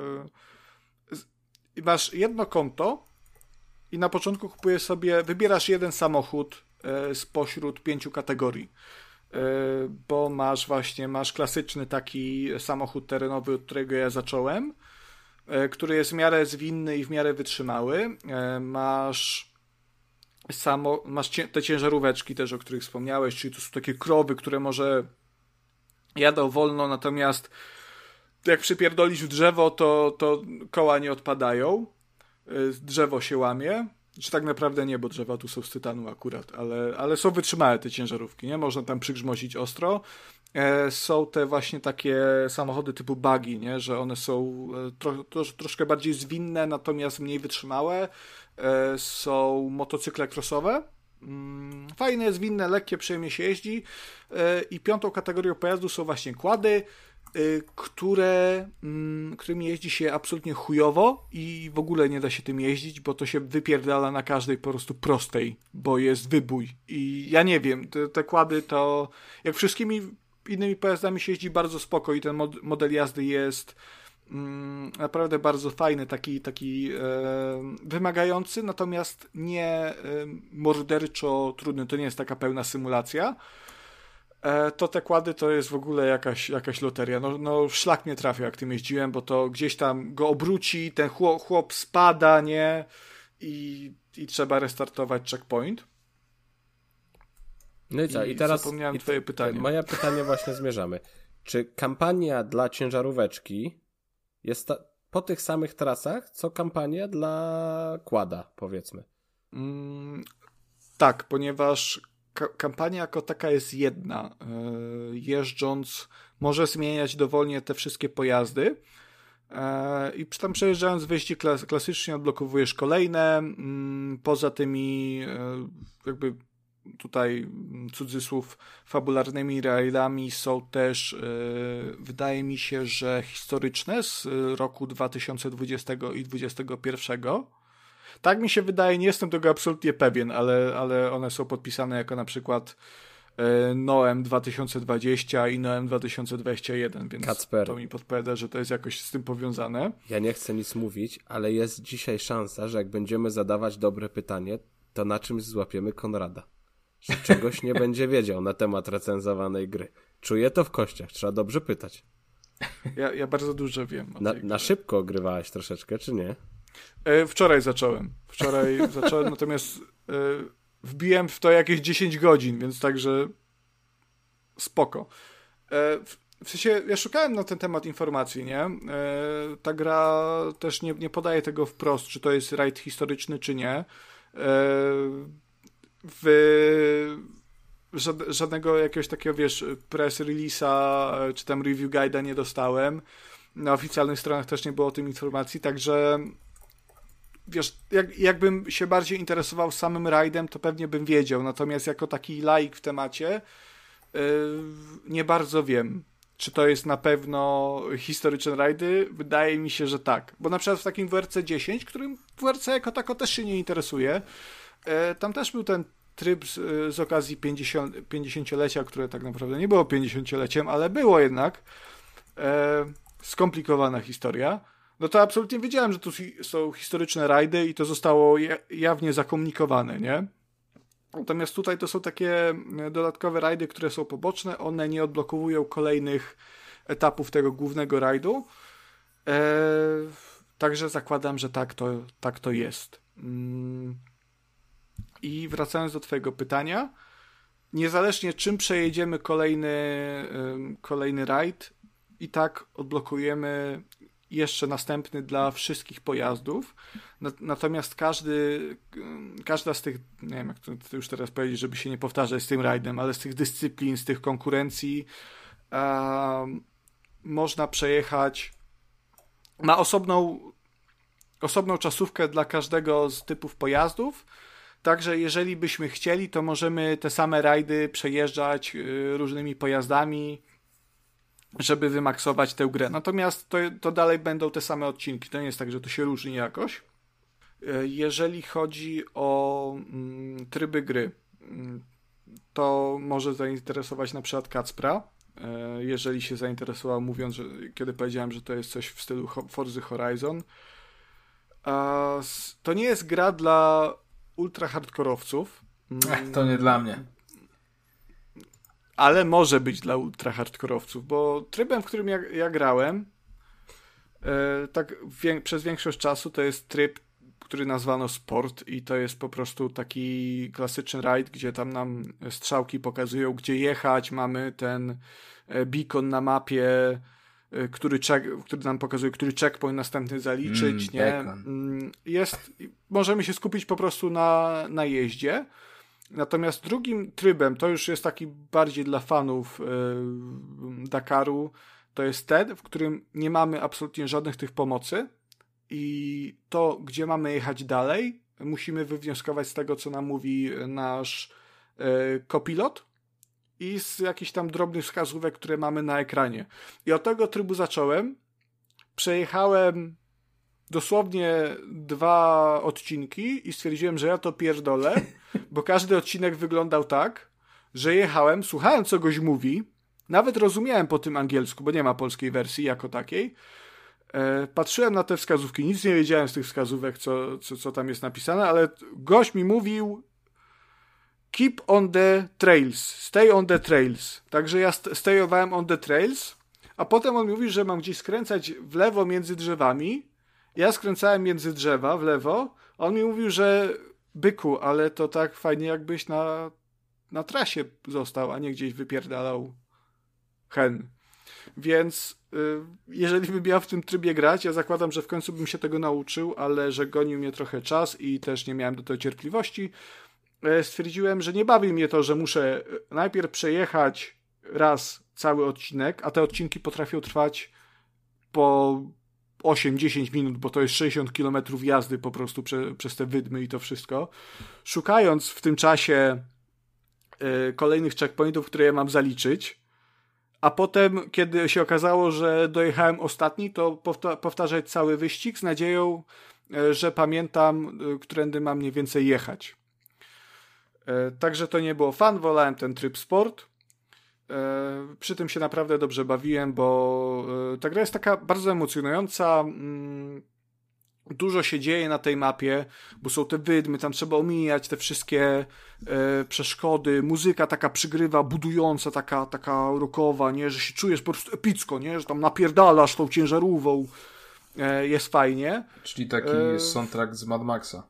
yy, masz jedno konto i na początku kupujesz sobie, wybierasz jeden samochód yy, spośród pięciu kategorii. Yy, bo masz właśnie, masz klasyczny taki samochód terenowy, od którego ja zacząłem, yy, który jest w miarę zwinny i w miarę wytrzymały. Yy, masz Samo, masz cię, te ciężaróweczki też, o których wspomniałeś, czyli to są takie krowy, które może jadą wolno, natomiast jak przypierdolisz w drzewo, to, to koła nie odpadają, drzewo się łamie, czy tak naprawdę nie, bo drzewa tu są z tytanu akurat, ale, ale są wytrzymałe te ciężarówki, nie? Można tam przygrzmocić ostro. E, są te właśnie takie samochody typu buggy, nie? Że one są tro, tro, troszkę bardziej zwinne, natomiast mniej wytrzymałe. E, są motocykle crossowe. Mm, fajne, zwinne, lekkie, przyjemnie się jeździ. E, I piątą kategorią pojazdu są właśnie quady, które, którymi jeździ się absolutnie chujowo i w ogóle nie da się tym jeździć, bo to się wypierdala na każdej po prostu prostej, bo jest wybój. I ja nie wiem, te, te kłady to jak wszystkimi innymi pojazdami się jeździ bardzo spoko i ten mod, model jazdy jest mm, naprawdę bardzo fajny, taki, taki e, wymagający, natomiast nie e, morderczo trudny, to nie jest taka pełna symulacja. To te kłady to jest w ogóle jakaś, jakaś loteria. No, no szlak mnie trafia, jak tym jeździłem, bo to gdzieś tam go obróci, ten chłop, chłop spada, nie? I, i trzeba restartować checkpoint. No i co? I teraz zapomniałem i twoje pytanie. Moje pytanie właśnie zmierzamy. Czy kampania dla ciężaróweczki jest ta, po tych samych trasach, co kampania dla quada, powiedzmy? Mm, tak, ponieważ Ka- kampania jako taka jest jedna. Yy, jeżdżąc może zmieniać dowolnie te wszystkie pojazdy yy, i tam przejeżdżając wyścig klas- klasycznie odblokowujesz kolejne. Yy, poza tymi yy, jakby tutaj cudzysłów fabularnymi rajdami są też yy, wydaje mi się, że historyczne z roku dwa tysiące dwudziestego i dwudziestego pierwszego. Tak mi się wydaje, nie jestem tego absolutnie pewien, ale, ale one są podpisane jako na przykład e, Noem dwa tysiące dwadzieścia i Noem dwa tysiące dwadzieścia jeden, więc Kacper, to mi podpowiada, że to jest jakoś z tym powiązane. Ja nie chcę nic mówić, ale jest dzisiaj szansa, że jak będziemy zadawać dobre pytanie, to na czymś złapiemy Konrada. Że czegoś nie będzie wiedział na temat recenzowanej gry. Czuję to w kościach, trzeba dobrze pytać. Ja, ja bardzo dużo wiem. Na, na szybko ogrywałeś troszeczkę, czy nie? E, wczoraj zacząłem. Wczoraj zacząłem, natomiast e, wbiłem w to jakieś dziesięć godzin, więc także spoko. E, w, w sensie, ja szukałem na ten temat informacji, nie? E, ta gra też nie, nie podaje tego wprost, czy to jest rajd historyczny, czy nie. E, w, żad, żadnego jakiegoś takiego, wiesz, press release'a czy tam review guide'a nie dostałem. Na oficjalnych stronach też nie było o tym informacji, także wiesz, jak, jakbym się bardziej interesował samym rajdem, to pewnie bym wiedział, natomiast jako taki laik w temacie yy, nie bardzo wiem, czy to jest na pewno historyczne rajdy. Wydaje mi się, że tak, bo na przykład w takim W R C dziesięć, którym W R C jako tako też się nie interesuje, yy, tam też był ten tryb z, z okazji pięćdziesięciolecia, które tak naprawdę nie było pięćdziesięcioleciem, ale było jednak yy, skomplikowana historia. No to absolutnie wiedziałem, że tu są historyczne rajdy i to zostało jawnie zakomunikowane, nie? Natomiast tutaj to są takie dodatkowe rajdy, które są poboczne, one nie odblokowują kolejnych etapów tego głównego rajdu. Eee, także zakładam, że tak to, tak to jest. Mm. I wracając do twojego pytania, niezależnie czym przejedziemy kolejny, kolejny rajd, i tak odblokujemy jeszcze następny dla wszystkich pojazdów. Natomiast każdy, każda z tych, nie wiem jak to, to już teraz powiedzieć, żeby się nie powtarzać z tym rajdem, ale z tych dyscyplin, z tych konkurencji e, można przejechać, ma osobną osobną czasówkę dla każdego z typów pojazdów, także jeżeli byśmy chcieli, to możemy te same rajdy przejeżdżać y, różnymi pojazdami, żeby wymaksować tę grę. Natomiast to, to dalej będą te same odcinki. To nie jest tak, że to się różni jakoś. Jeżeli chodzi o mm, tryby gry, to może zainteresować na przykład Kacpra. Jeżeli się zainteresował, mówiąc, że kiedy powiedziałem, że to jest coś w stylu Forza Horizon. To nie jest gra dla ultra hardkorowców. Ech, to nie dla mnie. Ale może być dla ultra hardkorowców, bo trybem, w którym ja, ja grałem, e, tak wie, przez większość czasu to jest tryb, który nazwano Sport i to jest po prostu taki klasyczny rajd, gdzie tam nam strzałki pokazują, gdzie jechać, mamy ten beacon na mapie, który, check, który nam pokazuje, który checkpoint następny zaliczyć, mm, nie? Jest, możemy się skupić po prostu na, na jeździe. Natomiast drugim trybem, to już jest taki bardziej dla fanów yy, Dakaru, to jest ten, w którym nie mamy absolutnie żadnych tych pomocy i to, gdzie mamy jechać dalej, musimy wywnioskować z tego, co nam mówi nasz yy, kopilot i z jakichś tam drobnych wskazówek, które mamy na ekranie. I od tego trybu zacząłem. Przejechałem dosłownie dwa odcinki i stwierdziłem, że ja to pierdolę, bo każdy odcinek wyglądał tak, że jechałem, słuchałem, co goś mówi, nawet rozumiałem po tym angielsku, bo nie ma polskiej wersji jako takiej. E, patrzyłem na te wskazówki, nic nie wiedziałem z tych wskazówek, co, co, co tam jest napisane, ale gość mi mówił keep on the trails, stay on the trails. Także ja st- stayowałem on the trails, a potem on mówił, że mam gdzieś skręcać w lewo między drzewami. Ja skręcałem między drzewa w lewo, a on mi mówił, że byku, ale to tak fajnie jakbyś na, na trasie został, a nie gdzieś wypierdalał hen. Więc y, jeżeli bym miał w tym trybie grać, ja zakładam, że w końcu bym się tego nauczył, ale że gonił mnie trochę czas i też nie miałem do tego cierpliwości. Y, stwierdziłem, że nie bawi mnie to, że muszę najpierw przejechać raz cały odcinek, a te odcinki potrafią trwać po osiem dziesięć minut, bo to jest sześćdziesiąt kilometrów jazdy po prostu prze, przez te wydmy i to wszystko. Szukając w tym czasie y, kolejnych checkpointów, które ja mam zaliczyć, a potem, kiedy się okazało, że dojechałem ostatni, to powta- powtarzać cały wyścig z nadzieją, y, że pamiętam, y, którędy mam mniej więcej jechać. Y, także to nie było fan, wolałem ten tryb sport. Przy tym się naprawdę dobrze bawiłem, bo ta gra jest taka bardzo emocjonująca. Dużo się dzieje na tej mapie, bo są te wydmy, tam trzeba omijać te wszystkie przeszkody. Muzyka taka przygrywa, budująca, taka, taka rockowa, nie? Że się czujesz po prostu epicko, nie? Że tam napierdalasz tą ciężarówką. Jest fajnie. Czyli taki e... soundtrack z Mad Maxa.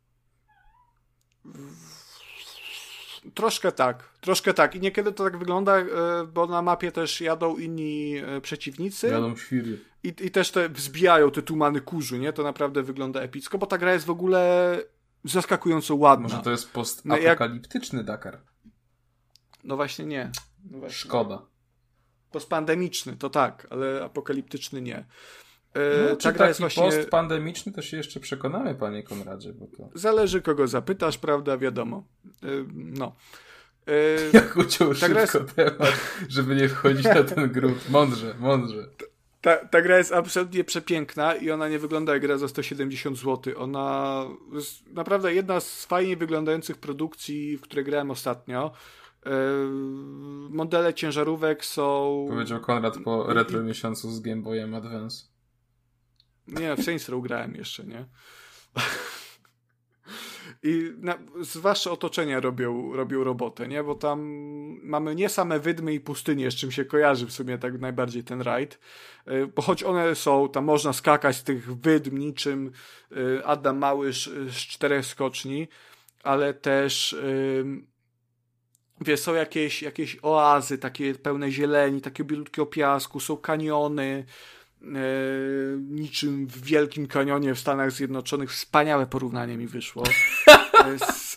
Troszkę tak, troszkę tak. I niekiedy to tak wygląda, bo na mapie też jadą inni przeciwnicy. Jadą świry. I, i też te wzbijają te tumany kurzu, nie? To naprawdę wygląda epicko, bo ta gra jest w ogóle zaskakująco ładna. Może to jest postapokaliptyczny Dakar? No właśnie nie. No właśnie. Szkoda. Postpandemiczny, to tak, ale apokaliptyczny nie. No, Ta czy gra taki jest właśnie... postpandemiczny, to się jeszcze przekonamy, panie Konradzie. Bo to... Zależy kogo zapytasz, prawda, wiadomo. No. Jak uciął ta szybko jest... temat, żeby nie wchodzić na ten grunt. Mądrze, mądrze. Ta, ta gra jest absolutnie przepiękna i ona nie wygląda jak gra za sto siedemdziesiąt złotych. Ona jest naprawdę jedna z fajnie wyglądających produkcji, w które grałem ostatnio. Yy, modele ciężarówek są... Powiedział Konrad po retro miesiącu z Game Boyem Advance. Nie, w Saints Row grałem jeszcze, nie? I na, zwłaszcza otoczenia robią, robią robotę, nie? Bo tam mamy nie same wydmy i pustynie, z czym się kojarzy w sumie tak najbardziej ten rajd. Bo choć one są, tam można skakać z tych wydm niczym Adam Mały z, z czterech skoczni, ale też wiesz, są jakieś, jakieś oazy takie pełne zieleni, takie bielutkiego piasku, są kaniony, E, niczym w Wielkim Kanionie w Stanach Zjednoczonych. Wspaniałe porównanie mi wyszło. S-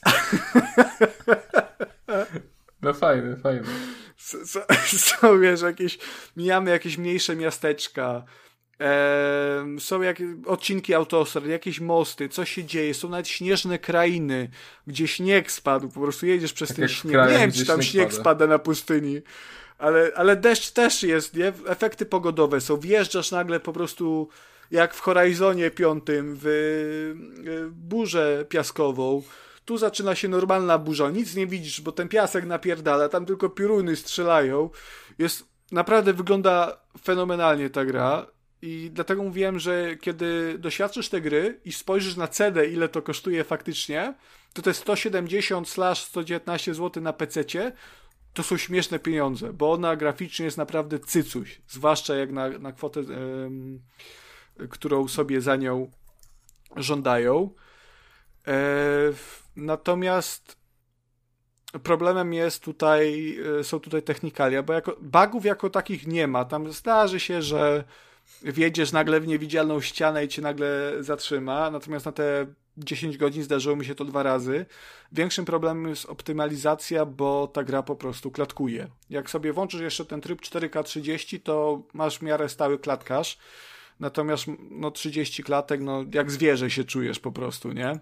no fajne, fajne. Są, wiesz, jakieś, mijamy jakieś mniejsze miasteczka, e, są jakieś odcinki autostrad, jakieś mosty, co się dzieje, są nawet śnieżne krainy, gdzie śnieg spadł, po prostu jedziesz przez tak ten śnieg. Kraju, nie wiem, czy tam śnieg, śnieg spada na pustyni. Ale, ale deszcz też jest, nie? Efekty pogodowe są. Wjeżdżasz nagle po prostu jak w Horizonie piątym w burzę piaskową. Tu zaczyna się normalna burza. Nic nie widzisz, bo ten piasek napierdala. Tam tylko pioruny strzelają. Jest, naprawdę wygląda fenomenalnie ta gra. I dlatego mówiłem, że kiedy doświadczysz tej gry i spojrzysz na cenę, ile to kosztuje faktycznie, to to jest sto siedemdziesiąt sto dziewiętnaście złotych na pececie. To są śmieszne pieniądze, bo ona graficznie jest naprawdę cycuś, zwłaszcza jak na, na kwotę, ym, którą sobie za nią żądają. E, natomiast problemem jest tutaj, są tutaj technikalia, bo jako, bugów jako takich nie ma. Tam zdarzy się, że wjedziesz nagle w niewidzialną ścianę i cię nagle zatrzyma, natomiast na te dziesięć godzin zdarzyło mi się to dwa razy. Większym problemem jest optymalizacja, bo ta gra po prostu klatkuje. Jak sobie włączysz jeszcze ten tryb cztery K trzydzieści, to masz w miarę stały klatkarz. Natomiast no trzydzieści klatek, no jak zwierzę się czujesz po prostu, nie?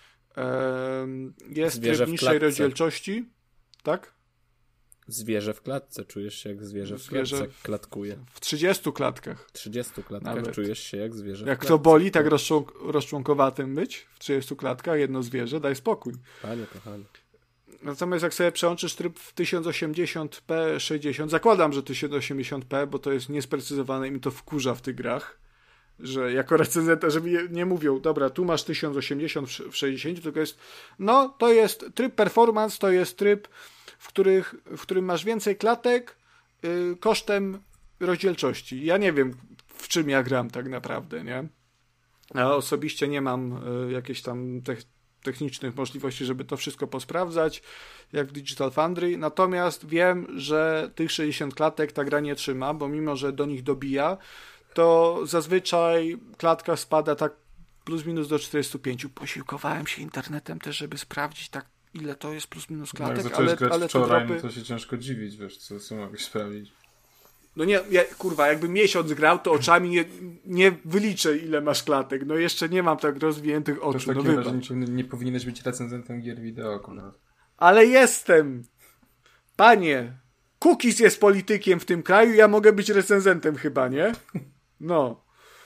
Jest zwierzę tryb niższej rozdzielczości. Tak? Zwierzę w klatce. Czujesz się jak zwierzę w zwierzę klatce. Klatkuje. W trzydziestu klatkach. W trzydziestu klatkach Nawet. Czujesz się jak zwierzę w Jak klatce. to boli, tak rozczłonk- rozczłonkowatym być w trzydziestu klatkach, jedno zwierzę, daj spokój. Panie kochany. Natomiast jak sobie przełączysz tryb w tysiąc osiemdziesiąt p sześćdziesiąt, zakładam, że tysiąc osiemdziesiąt p, bo to jest niesprecyzowane i mi to wkurza w tych grach, że jako recenzenta, żeby nie, nie mówią, dobra, tu masz tysiąc osiemdziesiąt w sześćdziesiąt, tylko jest, no, to jest tryb performance, to jest tryb, w, których, w którym masz więcej klatek yy, kosztem rozdzielczości. Ja nie wiem, w czym ja gram tak naprawdę, nie? Ja osobiście nie mam y, jakichś tam te- technicznych możliwości, żeby to wszystko posprawdzać, jak w Digital Foundry, natomiast wiem, że tych sześćdziesiąt klatek ta gra nie trzyma, bo mimo, że do nich dobija, to zazwyczaj klatka spada tak plus minus do czterdziestu pięciu. Posiłkowałem się internetem też, żeby sprawdzić tak, ile to jest plus minus klatek, no, jak ale, grać ale wczoraj, te dropy... to się ciężko dziwić, wiesz, co, co mogłeś sprawdzić. No nie, ja, kurwa, jakbym miesiąc grał, to oczami nie, nie wyliczę, ile masz klatek. No jeszcze nie mam tak rozwiniętych oczu. To w takim no razie nie, nie powinieneś być recenzentem gier wideo, kurwa. Ale jestem! Panie! Cookies jest politykiem w tym kraju, ja mogę być recenzentem chyba, nie? No.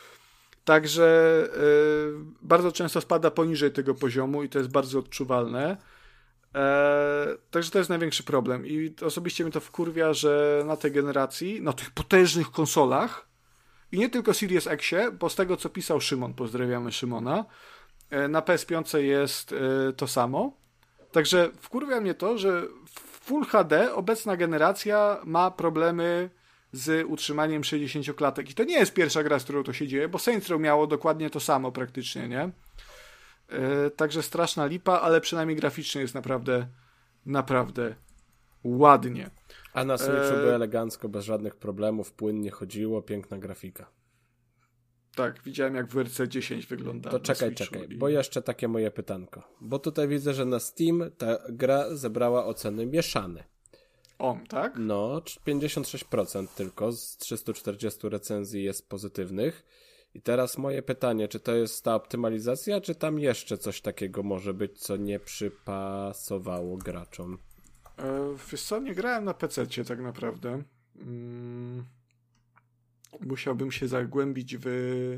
Także yy, bardzo często spada poniżej tego poziomu i to jest bardzo odczuwalne. Eee, także to jest największy problem i osobiście mnie to wkurwia, że na tej generacji, na tych potężnych konsolach i nie tylko Series Xie, bo z tego co pisał Szymon, pozdrawiamy Szymona, e, na P S pięć jest e, to samo. Także wkurwia mnie to, że w Full H D obecna generacja ma problemy z utrzymaniem sześćdziesięciu klatek i to nie jest pierwsza gra, z którą to się dzieje, bo Saints Row miało dokładnie to samo praktycznie, nie? Yy, także straszna lipa, ale przynajmniej graficznie jest naprawdę naprawdę ładnie. A na Switchu e... by elegancko, bez żadnych problemów, płynnie chodziło, piękna grafika. Tak, widziałem jak w W R C dziesięć wygląda. To czekaj, czekaj, i... bo jeszcze takie moje pytanko. Bo tutaj widzę, że na Steam ta gra zebrała oceny mieszane. on, tak? No, pięćdziesiąt sześć procent tylko z trzystu czterdziestu recenzji jest pozytywnych. I teraz moje pytanie, czy to jest ta optymalizacja, czy tam jeszcze coś takiego może być, co nie przypasowało graczom? E, wiesz co, nie grałem na pececie tak naprawdę. Mm, musiałbym się zagłębić w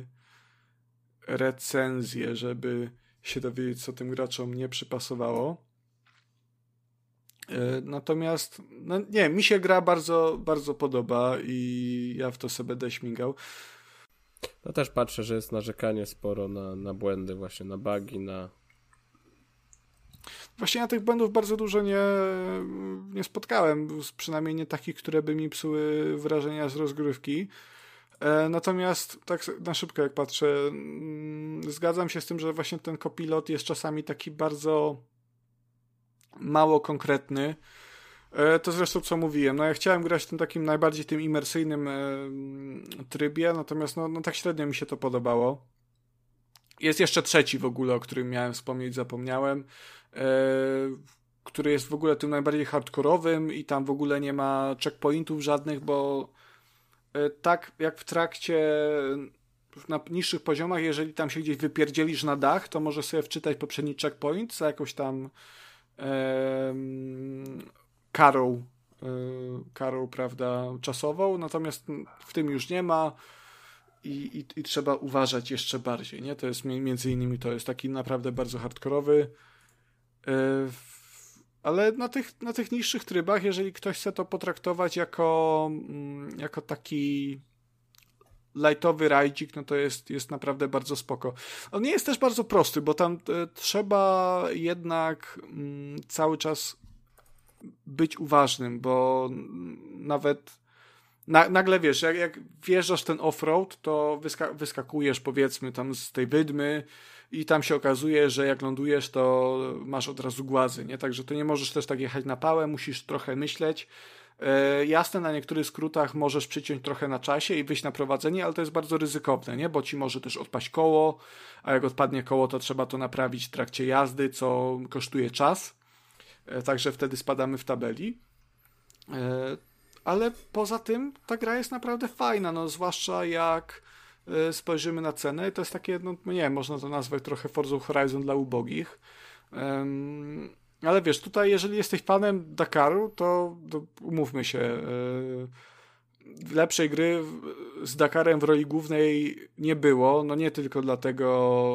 recenzję, żeby się dowiedzieć, co tym graczom nie przypasowało. E, natomiast, no nie, mi się gra bardzo, bardzo podoba i ja w to sobie będę śmigał. No też patrzę, że jest narzekanie sporo na, na błędy, właśnie na bugi, na... Właśnie ja tych błędów bardzo dużo nie, nie spotkałem, przynajmniej nie takich, które by mi psuły wrażenia z rozgrywki. E, natomiast tak na szybko jak patrzę, mm, zgadzam się z tym, że właśnie ten kopilot jest czasami taki bardzo mało konkretny. E, to zresztą co mówiłem, no ja chciałem grać w tym takim najbardziej tym imersyjnym e, trybie, natomiast no, no tak średnio mi się to podobało. Jest jeszcze trzeci w ogóle, o którym miałem wspomnieć, zapomniałem, e, który jest w ogóle tym najbardziej hardkorowym i tam w ogóle nie ma checkpointów żadnych, bo e, tak jak w trakcie na niższych poziomach, jeżeli tam się gdzieś wypierdzielisz na dach, to możesz sobie wczytać poprzedni checkpoint za jakąś tam e, karą, e, karą, prawda, czasową, natomiast w tym już nie ma. I, i, i trzeba uważać jeszcze bardziej, nie? To jest między innymi to jest taki naprawdę bardzo hardkorowy, yy, ale na tych, na tych niższych trybach, jeżeli ktoś chce to potraktować jako, mm, jako taki lightowy rajdzik, no to jest, jest naprawdę bardzo spoko. On nie jest też bardzo prosty, bo tam y, trzeba jednak mm, cały czas być uważnym, bo nawet Na, nagle wiesz, jak, jak wjeżdżasz ten off-road, to wyska- wyskakujesz powiedzmy tam z tej wydmy i tam się okazuje, że jak lądujesz, to masz od razu głazy, nie? Także to nie możesz też tak jechać na pałę, musisz trochę myśleć. E, jasne, na niektórych skrótach możesz przyciąć trochę na czasie i wyjść na prowadzenie, ale to jest bardzo ryzykowne, nie? Bo ci może też odpaść koło, a jak odpadnie koło, to trzeba to naprawić w trakcie jazdy, co kosztuje czas. E, także wtedy spadamy w tabeli. E, Ale poza tym ta gra jest naprawdę fajna, no zwłaszcza jak y, spojrzymy na cenę, to jest takie, no nie wiem, można to nazwać trochę Forza Horizon dla ubogich. Um, ale wiesz, tutaj jeżeli jesteś fanem Dakaru, to, to umówmy się, y, lepszej gry z Dakarem w roli głównej nie było, no nie tylko dlatego,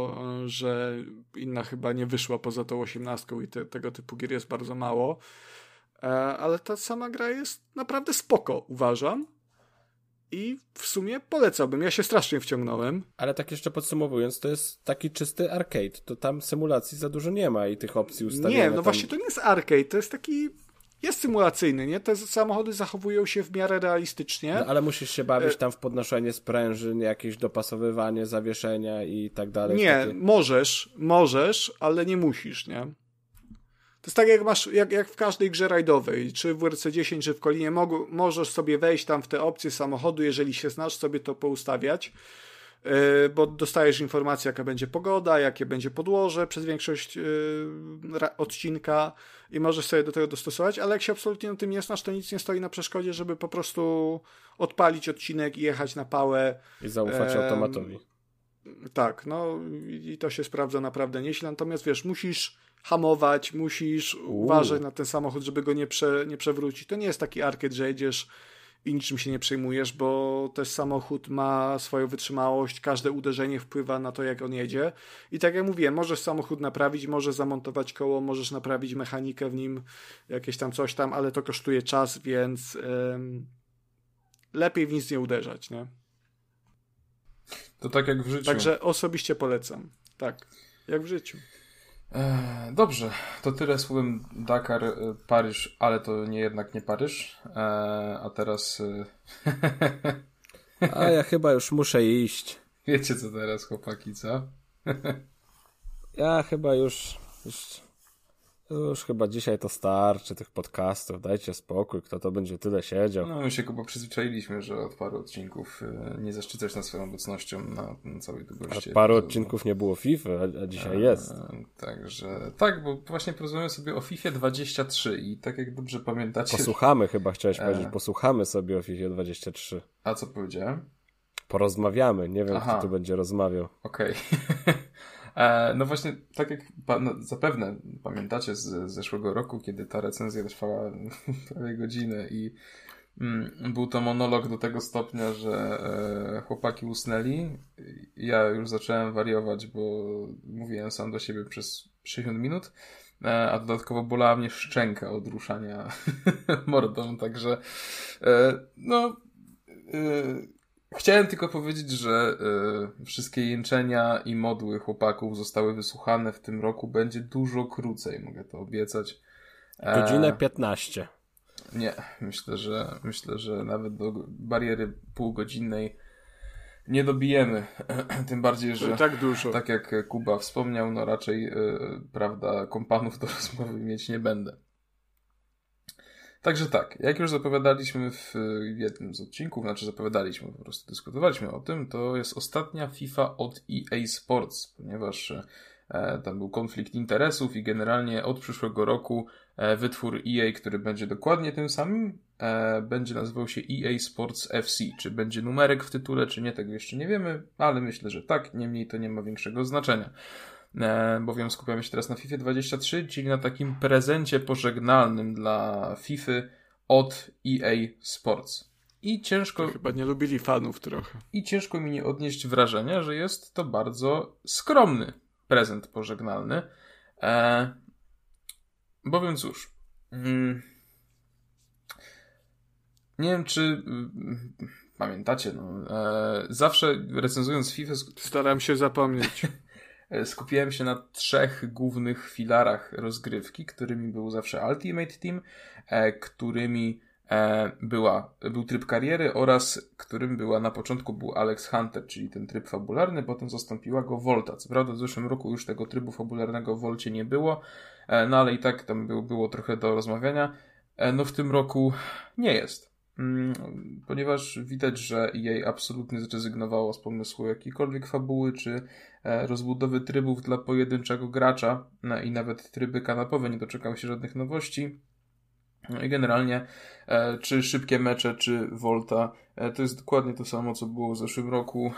że inna chyba nie wyszła poza tą osiemnastką i te, tego typu gier jest bardzo mało. Ale ta sama gra jest naprawdę spoko, uważam. I w sumie polecałbym. Ja się strasznie wciągnąłem. Ale tak jeszcze podsumowując, to jest taki czysty arcade. To tam symulacji za dużo nie ma i tych opcji ustawienia. Nie, no tam... właśnie to nie jest arcade, to jest taki... Jest symulacyjny, nie? Te samochody zachowują się w miarę realistycznie. No, ale musisz się bawić tam w podnoszenie sprężyn, jakieś dopasowywanie, zawieszenia i tak dalej. Nie, takie... możesz, możesz, ale nie musisz, nie? To jest tak jak masz, jak, jak w każdej grze rajdowej, czy w W R C dziesięć, czy w Kolinie, mogu, możesz sobie wejść tam w te opcje samochodu, jeżeli się znasz, sobie to poustawiać, yy, bo dostajesz informację, jaka będzie pogoda, jakie będzie podłoże przez większość yy, ra, odcinka i możesz sobie do tego dostosować, ale jak się absolutnie na tym nie znasz, to nic nie stoi na przeszkodzie, żeby po prostu odpalić odcinek i jechać na pałę. I zaufać yy, automatowi. Tak, no i to się sprawdza naprawdę nieźle, natomiast wiesz, musisz hamować, musisz Uuu. uważać na ten samochód, żeby go nie, prze, nie przewrócić. To nie jest taki arcade, że jedziesz i niczym się nie przejmujesz, bo też samochód ma swoją wytrzymałość, każde uderzenie wpływa na to, jak on jedzie. I tak jak mówiłem, możesz samochód naprawić, możesz zamontować koło, możesz naprawić mechanikę w nim, jakieś tam coś tam, ale to kosztuje czas, więc ym, lepiej w nic nie uderzać, nie? To tak jak w życiu. Także osobiście polecam. Tak, jak w życiu. E, dobrze, to tyle słowem Dakar, Paryż, ale to nie jednak nie Paryż. E, a teraz... A ja chyba już muszę iść. Wiecie co teraz, chłopaki, co? Ja chyba już, już Już chyba dzisiaj to starczy tych podcastów, dajcie spokój, kto to będzie tyle siedział. No my się chyba przyzwyczailiśmy, że od paru odcinków y, nie zaszczycać nas swoją obecnością na, na całej długości. A paru odcinków nie było FIFA, a, a dzisiaj jest. E, także, tak, bo właśnie porozmawiamy sobie o FIFA dwadzieścia trzy i tak jak dobrze pamiętacie... Posłuchamy chyba, chciałeś e... powiedzieć, posłuchamy sobie o FIFA dwadzieścia trzy. A co powiedziałem? Porozmawiamy, nie wiem Aha. kto tu będzie rozmawiał. Okej. Okay. E, no właśnie, tak jak pa, no, zapewne pamiętacie z, z zeszłego roku, kiedy ta recenzja trwała prawie godzinę i mm, był to monolog do tego stopnia, że e, chłopaki usnęli. Ja już zacząłem wariować, bo mówiłem sam do siebie przez sześćdziesiąt minut, e, a dodatkowo bolała mnie szczęka od ruszania mordą, także e, no... E, Chciałem tylko powiedzieć, że y, wszystkie jęczenia i modły chłopaków zostały wysłuchane w tym roku. Będzie dużo krócej, mogę to obiecać. E... Godzinę piętnaście. Nie, myślę, że myślę, że nawet do bariery półgodzinnej nie dobijemy. Tym bardziej, że tak dużo. Tak jak Kuba wspomniał, no raczej y, prawda, kompanów do rozmowy mieć nie będę. Także tak, jak już zapowiadaliśmy w jednym z odcinków, znaczy zapowiadaliśmy, po prostu dyskutowaliśmy o tym, to jest ostatnia FIFA od E A Sports, ponieważ e, tam był konflikt interesów i generalnie od przyszłego roku e, wytwór E A, który będzie dokładnie tym samym, e, będzie nazywał się E A Sports F C. Czy będzie numerek w tytule, czy nie, tego jeszcze nie wiemy, ale myślę, że tak, niemniej to nie ma większego znaczenia. E, bowiem skupiamy się teraz na FIFA dwadzieścia trzy, czyli na takim prezencie pożegnalnym dla FIFA od E A Sports. I ciężko... To chyba nie lubili fanów trochę. I ciężko mi nie odnieść wrażenia, że jest to bardzo skromny prezent pożegnalny. E, bowiem cóż... Mm, nie wiem, czy... Mm, pamiętacie, no... E, zawsze recenzując FIFA... Staram się zapomnieć. Skupiłem się na trzech głównych filarach rozgrywki, którymi był zawsze Ultimate Team, e, którymi e, była, był tryb kariery oraz którym była na początku był Alex Hunter, czyli ten tryb fabularny, potem zastąpiła go Volta. Co prawda w zeszłym roku już tego trybu fabularnego w Volcie nie było, e, no ale i tak tam było, było trochę do rozmawiania. E, no w tym roku nie jest. Ponieważ widać, że E A absolutnie zrezygnowało z pomysłu jakiejkolwiek fabuły, czy rozbudowy trybów dla pojedynczego gracza no i nawet tryby kanapowe nie doczekały się żadnych nowości. No i generalnie czy szybkie mecze, czy Volta to jest dokładnie to samo, co było w zeszłym roku.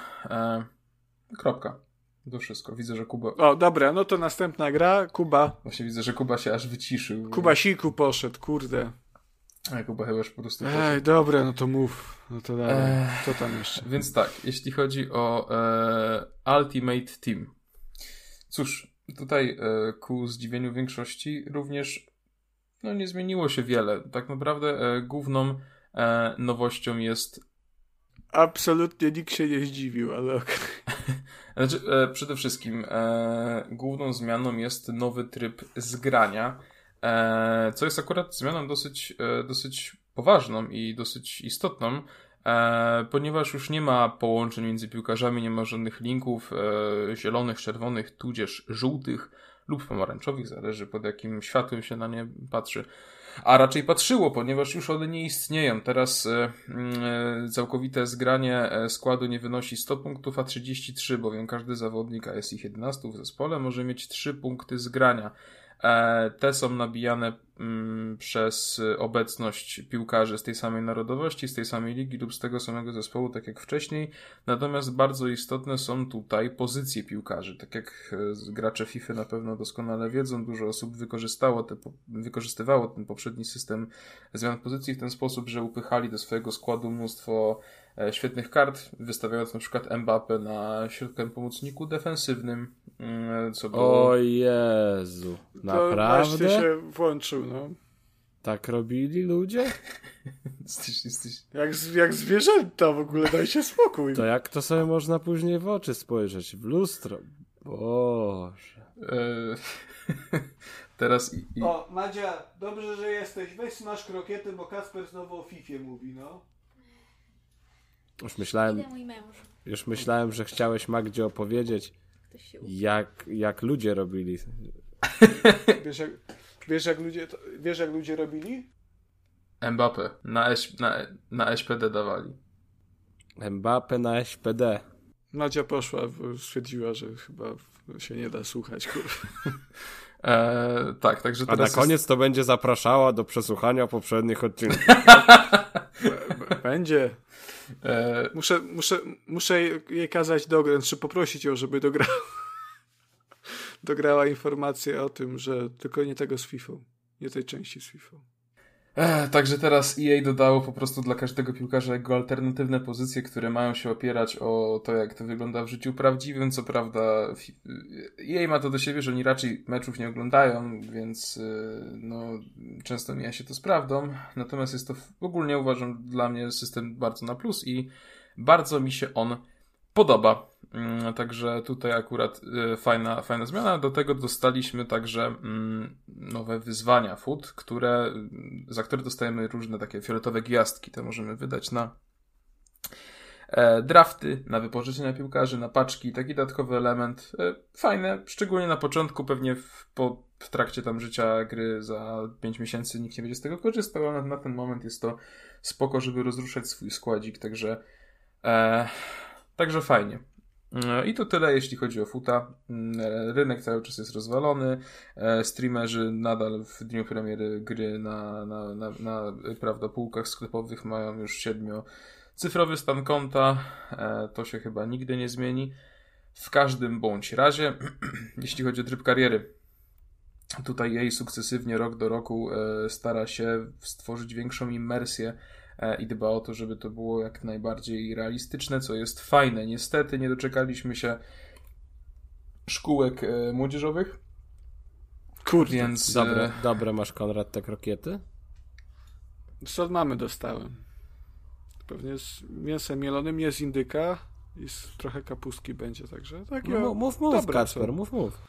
Kropka. To wszystko. Widzę, że Kuba... O, dobra, no to następna gra. Kuba. Właśnie widzę, że Kuba się aż wyciszył. Kuba siku poszedł, kurde. A Kuba chyba już po prostu... Ej, dobra, no to mów. No to dalej. Co tam jeszcze? Więc tak, jeśli chodzi o e, Ultimate Team. Cóż, tutaj e, ku zdziwieniu większości również no, nie zmieniło się wiele. Tak naprawdę e, główną e, nowością jest... Absolutnie nikt się nie zdziwił, ale okej. Okay. Znaczy, e, przede wszystkim e, główną zmianą jest nowy tryb zgrania, e, co jest akurat zmianą dosyć, e, dosyć poważną i dosyć istotną, e, ponieważ już nie ma połączeń między piłkarzami, nie ma żadnych linków e, zielonych, czerwonych, tudzież żółtych lub pomarańczowych, zależy pod jakim światłem się na nie patrzy. A raczej patrzyło, ponieważ już one nie istnieją. Teraz e, e, całkowite zgranie składu nie wynosi sto punktów, a trzydzieści trzy, bowiem każdy zawodnik, a jest ich jedenastu w zespole, może mieć trzy punkty zgrania. E, te są nabijane m, przez obecność piłkarzy z tej samej narodowości, z tej samej ligi lub z tego samego zespołu, tak jak wcześniej. Natomiast bardzo istotne są tutaj pozycje piłkarzy. Tak jak e, gracze FIFA na pewno doskonale wiedzą, dużo osób wykorzystało te, wykorzystywało ten poprzedni system zmian pozycji w ten sposób, że upychali do swojego składu mnóstwo e, świetnych kart, wystawiając na przykład Mbappé na środkowym pomocniku defensywnym, e, co było... O Jezu, naprawdę? To się włączył, no. Tak robili ludzie? jesteś, jesteś... Jak, jak zwierzęta w ogóle, daj się spokój. To jak to sobie można później w oczy spojrzeć? W lustro? Boże. E... Teraz i, i... O, Madzia, dobrze, że jesteś. Weź smaż krokiety, bo Kasper znowu o Fifie mówi, no. Już myślałem, Idę mój męż. już myślałem, że chciałeś Magdzie opowiedzieć, jak, jak ludzie robili. Wiesz jak, Wiesz jak ludzie, wiesz jak ludzie robili? Mbappé. Na, S, na, na S P D dawali. Mbappé na S P D. Nadia poszła, bo stwierdziła, że chyba się nie da słuchać, kurwa. E, tak, także A teraz na koniec jest... to będzie zapraszała do przesłuchania poprzednich odcinków. Będzie. E... Muszę, muszę, muszę jej kazać dograć, czy poprosić ją, żeby dograła, dograła informację o tym, że tylko nie tego z FIFA. Nie tej części z FIFA. E, także teraz E A dodało po prostu dla każdego piłkarza jego alternatywne pozycje, które mają się opierać o to, jak to wygląda w życiu prawdziwym. Co prawda E A ma to do siebie, że oni raczej meczów nie oglądają, więc no, często mija się to z prawdą. Natomiast jest to ogólnie, uważam, dla mnie system bardzo na plus i bardzo mi się on podoba. Także tutaj akurat fajna, fajna zmiana. Do tego dostaliśmy także nowe wyzwania F U T, które, za które dostajemy różne takie fioletowe gwiazdki. Te możemy wydać na drafty, na wypożyczenia piłkarzy, na paczki. Taki dodatkowy element. Fajne, szczególnie na początku, pewnie w, po, w trakcie tam życia gry za pięć miesięcy nikt nie będzie z tego korzystał, ale na ten moment jest to spoko, żeby rozruszać swój składzik. Także, e, także fajnie. I to tyle, jeśli chodzi o futa. Rynek cały czas jest rozwalony. Streamerzy nadal w dniu premiery gry na, na, na, na prawda, półkach sklepowych mają już siedmiocyfrowy stan konta. To się chyba nigdy nie zmieni. W każdym bądź razie, jeśli chodzi o tryb kariery, tutaj jej sukcesywnie rok do roku stara się stworzyć większą immersję i dba o to, żeby to było jak najbardziej realistyczne, co jest fajne. Niestety nie doczekaliśmy się szkółek e, młodzieżowych. Kurde, więc... Dobre, e... dobre masz, Konrad, te krokiety? Co od mamy dostałem? Pewnie z mięsem mielonym, nie z indyka i z trochę kapustki będzie, także takie No, mów, mów, dobre Kacper, są. mów, mów.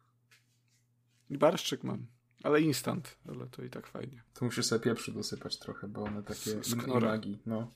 I barszczyk mam, ale instant, ale to i tak fajnie. Tu musisz sobie pieprzu dosypać trochę, bo one takie im, imagi, no.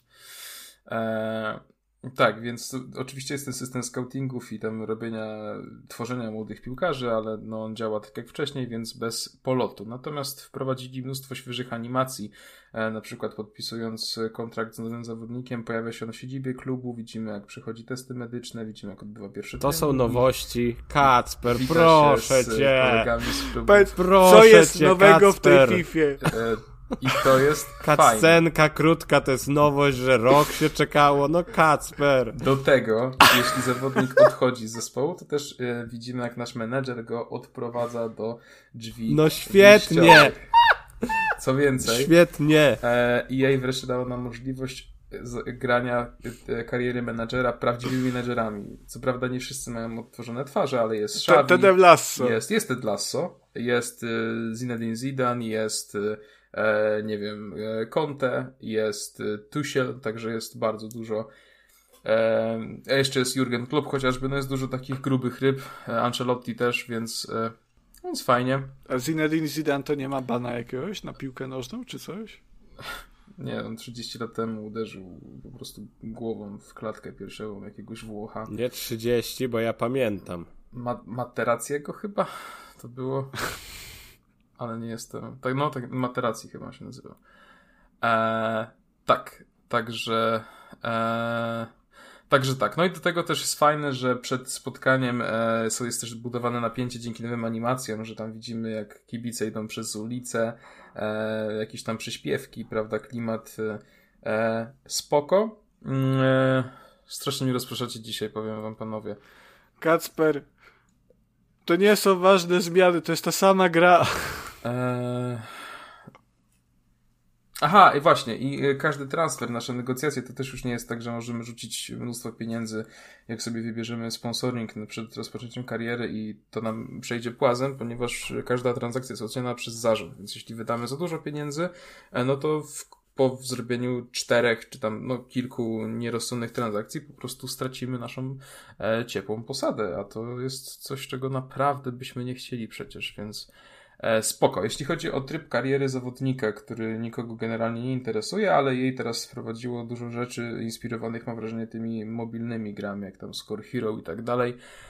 E, tak, więc to, oczywiście jest ten system scoutingów i tam robienia, tworzenia młodych piłkarzy, ale no on działa tak jak wcześniej, więc bez polotu. Natomiast wprowadzili mnóstwo świeżych animacji, e, na przykład podpisując kontrakt z nowym zawodnikiem, pojawia się on w siedzibie klubu, widzimy jak przechodzi testy medyczne, widzimy jak odbywa pierwsze To treningi. są nowości. Kacper, Wita proszę się z cię. kolegami z klubu. Powiedz, Proszę co jest cię, nowego Kacper. w tej Fifie? E, I to jest fajne. Cutscenka krótka, to jest nowość, że rok się czekało. No Kacper. Do tego, jeśli zawodnik odchodzi z zespołu, to też e, widzimy, jak nasz menedżer go odprowadza do drzwi. No świetnie. wyjściowych. Co więcej, Świetnie. e, E A wreszcie dało nam możliwość z, grania e, kariery menadżera prawdziwymi menadżerami. Co prawda nie wszyscy mają odtworzone twarze, ale jest Xavi, Ted Lasso. jest, jest Ted Lasso, jest e, Zinedine Zidane, jest e, nie wiem, e, Conte, jest e, Tuchel, także jest bardzo dużo. E, a jeszcze jest Jurgen Klopp chociażby, no jest dużo takich grubych ryb, e, Ancelotti też, więc, e, więc fajnie. A Zinedine Zidane to nie ma bana jakiegoś na piłkę nożną, czy coś? Nie, on trzydzieści lat temu uderzył po prostu głową w klatkę piersiową jakiegoś Włocha. Nie trzydzieści, bo ja pamiętam. Ma- Materacjego chyba to było, ale nie jestem. Tak, no, tak, Materacji chyba się nazywa. Eee, tak, także. Eee, Także tak. No i do tego też jest fajne, że przed spotkaniem e, są, jest też budowane napięcie dzięki nowym animacjom, że tam widzimy, jak kibice idą przez ulicę, e, jakieś tam przyśpiewki, prawda, klimat e, spoko. E, strasznie mi rozpraszacie dzisiaj, powiem wam, panowie. Kacper, to nie są ważne zmiany, to jest ta sama gra. E, Aha, i właśnie, i każdy transfer, nasze negocjacje, to też już nie jest tak, że możemy rzucić mnóstwo pieniędzy, jak sobie wybierzemy sponsoring przed rozpoczęciem kariery i to nam przejdzie płazem, ponieważ każda transakcja jest oceniana przez zarząd, więc jeśli wydamy za dużo pieniędzy, no to w, po zrobieniu czterech, czy tam no, kilku nierozsądnych transakcji po prostu stracimy naszą e, ciepłą posadę, a to jest coś, czego naprawdę byśmy nie chcieli przecież, więc spoko. Jeśli chodzi o tryb kariery zawodnika, który nikogo generalnie nie interesuje, ale jej teraz wprowadziło dużo rzeczy inspirowanych, mam wrażenie, tymi mobilnymi grami, jak tam Score Hero i tak dalej.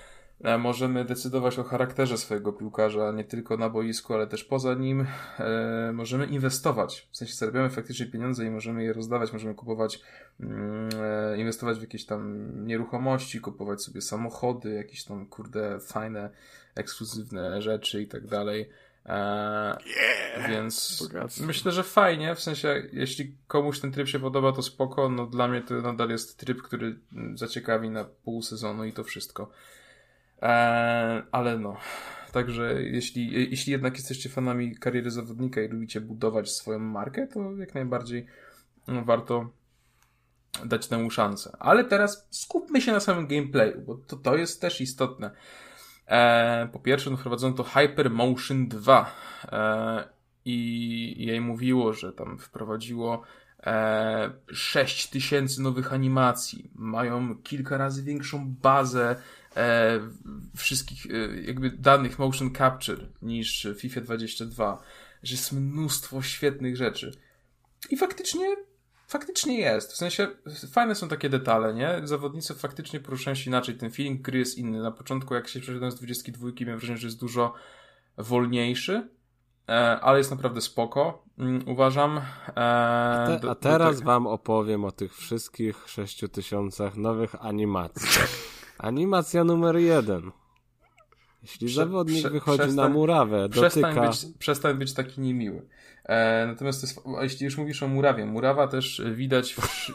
Możemy decydować o charakterze swojego piłkarza, nie tylko na boisku, ale też poza nim. E, możemy inwestować, w sensie zarabiamy faktycznie pieniądze i możemy je rozdawać, możemy kupować, e, inwestować w jakieś tam nieruchomości, kupować sobie samochody, jakieś tam kurde fajne, ekskluzywne rzeczy i tak dalej. E, yeah, więc bogactwo. Myślę, że fajnie, w sensie jeśli komuś ten tryb się podoba, to spoko, no dla mnie to nadal jest tryb, który zaciekawi na pół sezonu i to wszystko. Eee, ale no, także jeśli, jeśli jednak jesteście fanami kariery zawodnika i lubicie budować swoją markę, to jak najbardziej no, warto dać temu szansę. Ale teraz skupmy się na samym gameplayu, bo to, to jest też istotne. Eee, po pierwsze, no, wprowadzono to Hypermotion dwa eee, i jej mówiło, że tam wprowadziło eee, sześć tysięcy nowych animacji, mają kilka razy większą bazę E, wszystkich e, jakby danych motion capture niż FIFA dwadzieścia dwa, że jest mnóstwo świetnych rzeczy i faktycznie faktycznie jest, w sensie fajne są takie detale, nie? Zawodnicy faktycznie poruszają się inaczej, ten feeling gry jest inny. Na początku jak się przeszedłem z dwudziestki dwójki, miałem wrażenie, że jest dużo wolniejszy, e, ale jest naprawdę spoko, mm, uważam. E, a, te, do, a teraz te... wam opowiem o tych wszystkich sześciu tysiącach nowych animacji. Animacja numer jeden. Jeśli Prze, zawodnik prze, wychodzi przestań, na murawę, przestań dotyka... Być, przestań być taki niemiły. E, natomiast to jest, jeśli już mówisz o murawie, murawa też widać... W...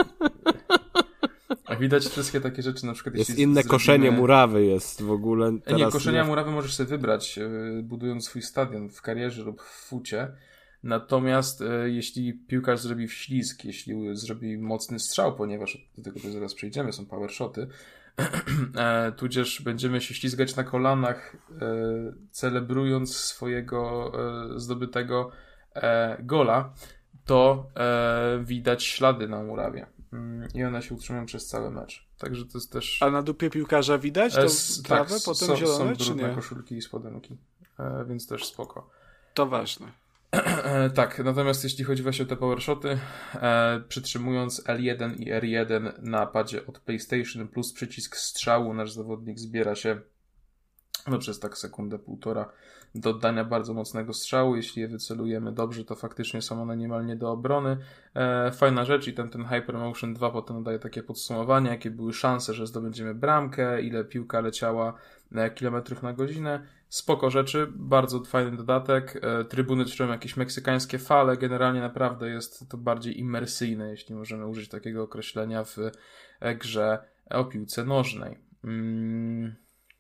widać wszystkie takie rzeczy, na przykład... Jest jeśli inne zrobimy... koszenie murawy jest w ogóle... Teraz nie, koszenia nie... murawy możesz sobie wybrać, budując swój stadion w karierze lub w fucie. Natomiast e, jeśli piłkarz zrobi wślizg, jeśli zrobi mocny strzał, ponieważ do tego zaraz przejdziemy, są power shoty, e, tudzież będziemy się ślizgać na kolanach, e, celebrując swojego e, zdobytego e, gola, to e, widać ślady na murawie. Mm, I one się utrzymują przez cały mecz. Także to jest też... A na dupie piłkarza widać? To e, trawę, tak, potem są, zielone, są czy nie? koszulki i spodenki, e, więc też spoko. To ważne. Tak, natomiast jeśli chodzi właśnie o te powershoty, e, przytrzymując L jeden i R jeden na padzie od PlayStation plus przycisk strzału, nasz zawodnik zbiera się no, przez tak sekundę, półtora do oddania bardzo mocnego strzału. Jeśli je wycelujemy dobrze, to faktycznie są one niemal nie do obrony. E, fajna rzecz i ten, ten Hypermotion dwa potem daje takie podsumowanie, jakie były szanse, że zdobędziemy bramkę, ile piłka leciała e, kilometrów na godzinę. Spoko rzeczy, bardzo fajny dodatek. E, trybuny czują jakieś meksykańskie fale. Generalnie naprawdę jest to bardziej imersyjne, jeśli możemy użyć takiego określenia w e, grze o piłce nożnej. Mm.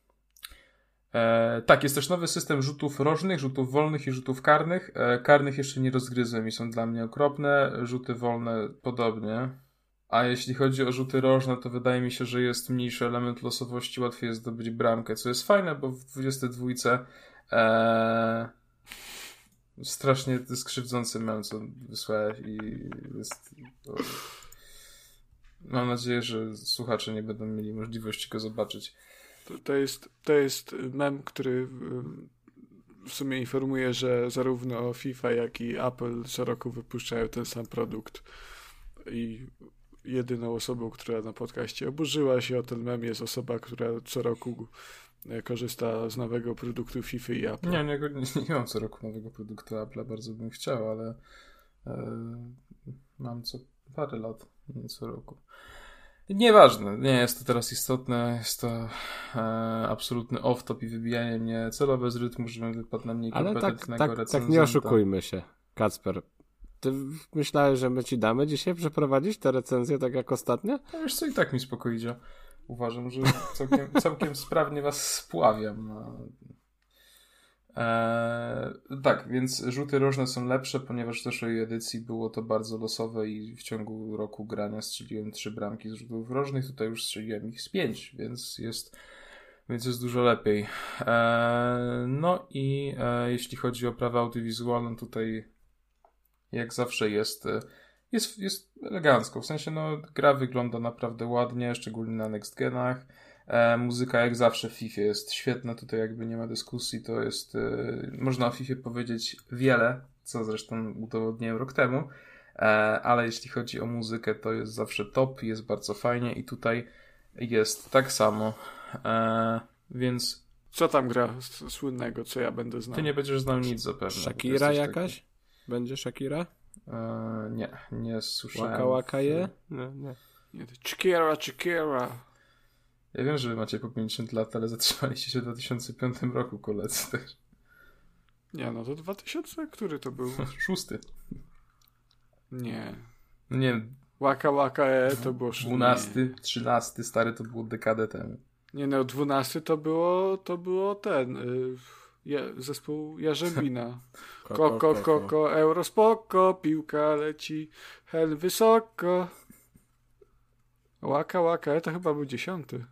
E, tak, jest też nowy system rzutów rożnych, rzutów wolnych i rzutów karnych. E, karnych jeszcze nie rozgryzłem i są dla mnie okropne. Rzuty wolne podobnie. A jeśli chodzi o rzuty rożne, to wydaje mi się, że jest mniejszy element losowości, łatwiej jest zdobyć bramkę, co jest fajne, bo w dwudziestej dwójce e, strasznie skrzywdzący mem, co wysłałeś i jest... To... Mam nadzieję, że słuchacze nie będą mieli możliwości go zobaczyć. To, to, jest, to jest mem, który w sumie informuje, że zarówno FIFA, jak i Apple co roku wypuszczają ten sam produkt. I jedyną osobą, która na podcaście oburzyła się o ten mem, jest osoba, która co roku korzysta z nowego produktu FIFA i Apple. Nie, nie, nie, nie mam co roku nowego produktu Apple, bardzo bym chciał, ale e, mam co parę lat, nie co roku. Nieważne, nie jest to teraz istotne, jest to e, absolutny off-top i wybijanie mnie celowe z rytmu, żebym wypadł na mniej kompetentnego Ale tak, tak, tak nie oszukujmy się, Kacper. Ty myślałeś, że my ci damy dzisiaj przeprowadzić tę recenzję tak jak ostatnio? No wiesz co, i tak mi spoko idzie. Uważam, że całkiem, całkiem sprawnie was spławiam. No. Eee, tak, więc rzuty rożne są lepsze, ponieważ w zeszłej edycji było to bardzo losowe i w ciągu roku grania strzeliłem trzy bramki z rzutów rożnych, tutaj już strzeliłem ich z pięć, więc jest, więc jest dużo lepiej. Eee, no i e, jeśli chodzi o prawa audiowizualne, tutaj jak zawsze jest, jest, jest elegancko, w sensie no gra wygląda naprawdę ładnie, szczególnie na next genach. E, muzyka jak zawsze w FIFA jest świetna, tutaj jakby nie ma dyskusji, to jest, e, można o FIFA powiedzieć wiele, co zresztą udowodniłem rok temu, e, ale jeśli chodzi o muzykę, to jest zawsze top, jest bardzo fajnie i tutaj jest tak samo. E, więc... Co tam gra słynnego, co ja będę znał? Ty nie będziesz znał nic zapewne. Shakira jakaś? Taki... Będzie Shakira? Eee, nie, nie słyszałem. Waka Waka je? Nie, nie. nie Shakira, Shakira. Ja wiem, że wy macie po pięćdziesiąt lat, ale zatrzymaliście się w dwa tysiące piątym roku, koledzy też. Nie, no to dwa tysiące? Który to był? Szósty. Nie. Nie. Waka Waka e to było... Dwunasty, trzynasty, stary, to było dekadę temu. Nie no, dwunasty to było, to było ten... Y, je, zespół Jarzębina. Koko, koko, euro spoko, piłka leci, hel wysoko. Łaka, łaka, to chyba był dziesiąty.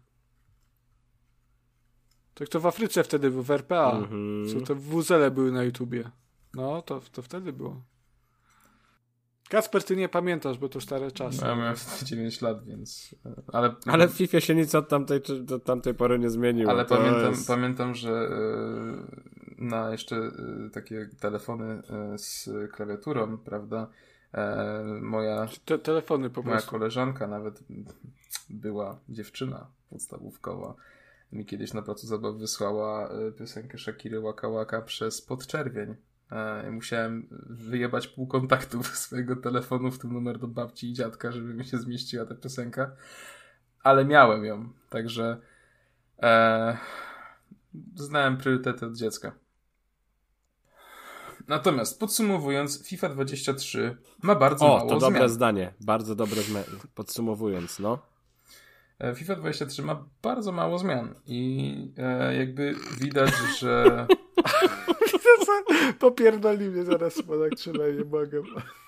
Tak to w Afryce wtedy był, w R P A. Mm-hmm. Co to wuzele były na YouTubie. No, to, to wtedy było. Kacper, ty nie pamiętasz, bo to stare czasy. No, ja miałem wtedy dziewięć lat, więc... Ale, ale w FIFA się nic od tamtej, do tamtej pory nie zmieniło. Ale to pamiętam, jest... pamiętam, że na jeszcze takie telefony z klawiaturą, prawda, moja, Te, telefony po moja prostu. koleżanka, nawet była dziewczyna podstawówkowa, mi kiedyś na placu zabaw wysłała piosenkę Shakiry Waka Waka przez podczerwień. Musiałem wyjebać pół kontaktów swojego telefonu, w tym numer do babci i dziadka, żeby mi się zmieściła ta piosenka. Ale miałem ją, także e, znałem priorytety od dziecka. Natomiast podsumowując, FIFA dwadzieścia trzy ma bardzo o, mało to zmian. dobre zdanie, bardzo dobre zmiany. Podsumowując, no. FIFA dwadzieścia trzy ma bardzo mało zmian i e, jakby widać, że... Popierdoli mnie zaraz, bo tak trzymaj, nie mogę.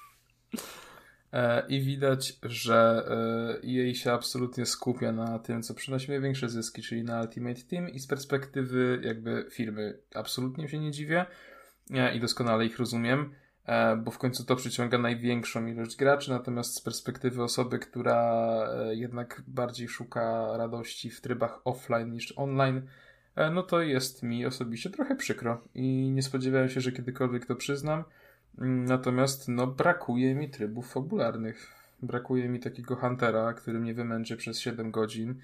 I widać, że E A się absolutnie skupia na tym, co przynosi największe zyski, czyli na Ultimate Team, i z perspektywy jakby firmy absolutnie się nie dziwię i doskonale ich rozumiem, bo w końcu to przyciąga największą ilość graczy, natomiast z perspektywy osoby, która jednak bardziej szuka radości w trybach offline niż online, no to jest mi osobiście trochę przykro i nie spodziewałem się, że kiedykolwiek to przyznam. Natomiast no brakuje mi trybów fabularnych. Brakuje mi takiego Huntera, który mnie wymęczy przez siedem godzin.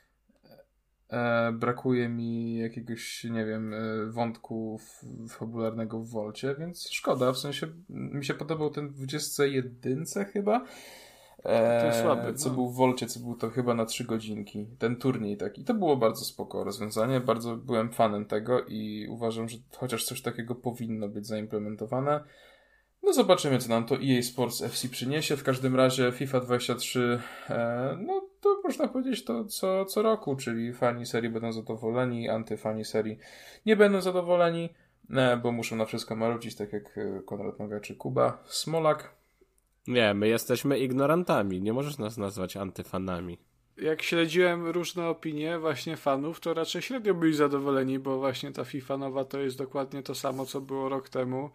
E, brakuje mi jakiegoś, nie wiem, wątku f- fabularnego w Wolcie, więc szkoda. W sensie mi się podobał ten w dwudziestce jedynce chyba. E, ten słaby, co no. był w Wolcie, co był to chyba na trzy godzinki. Ten turniej taki. To było bardzo spoko rozwiązanie. Bardzo byłem fanem tego i uważam, że chociaż coś takiego powinno być zaimplementowane. No zobaczymy, co nam to E A Sports F C przyniesie. W każdym razie FIFA dwadzieścia trzy, e, no to można powiedzieć to co, co roku, czyli fani serii będą zadowoleni, antyfani serii nie będą zadowoleni, e, bo muszą na wszystko marudzić, tak jak Konrad Noga czy Kuba Smolak. Nie, my jesteśmy ignorantami, nie możesz nas nazwać antyfanami. Jak śledziłem różne opinie właśnie fanów, to raczej średnio byli zadowoleni, bo właśnie ta FIFA nowa to jest dokładnie to samo, co było rok temu,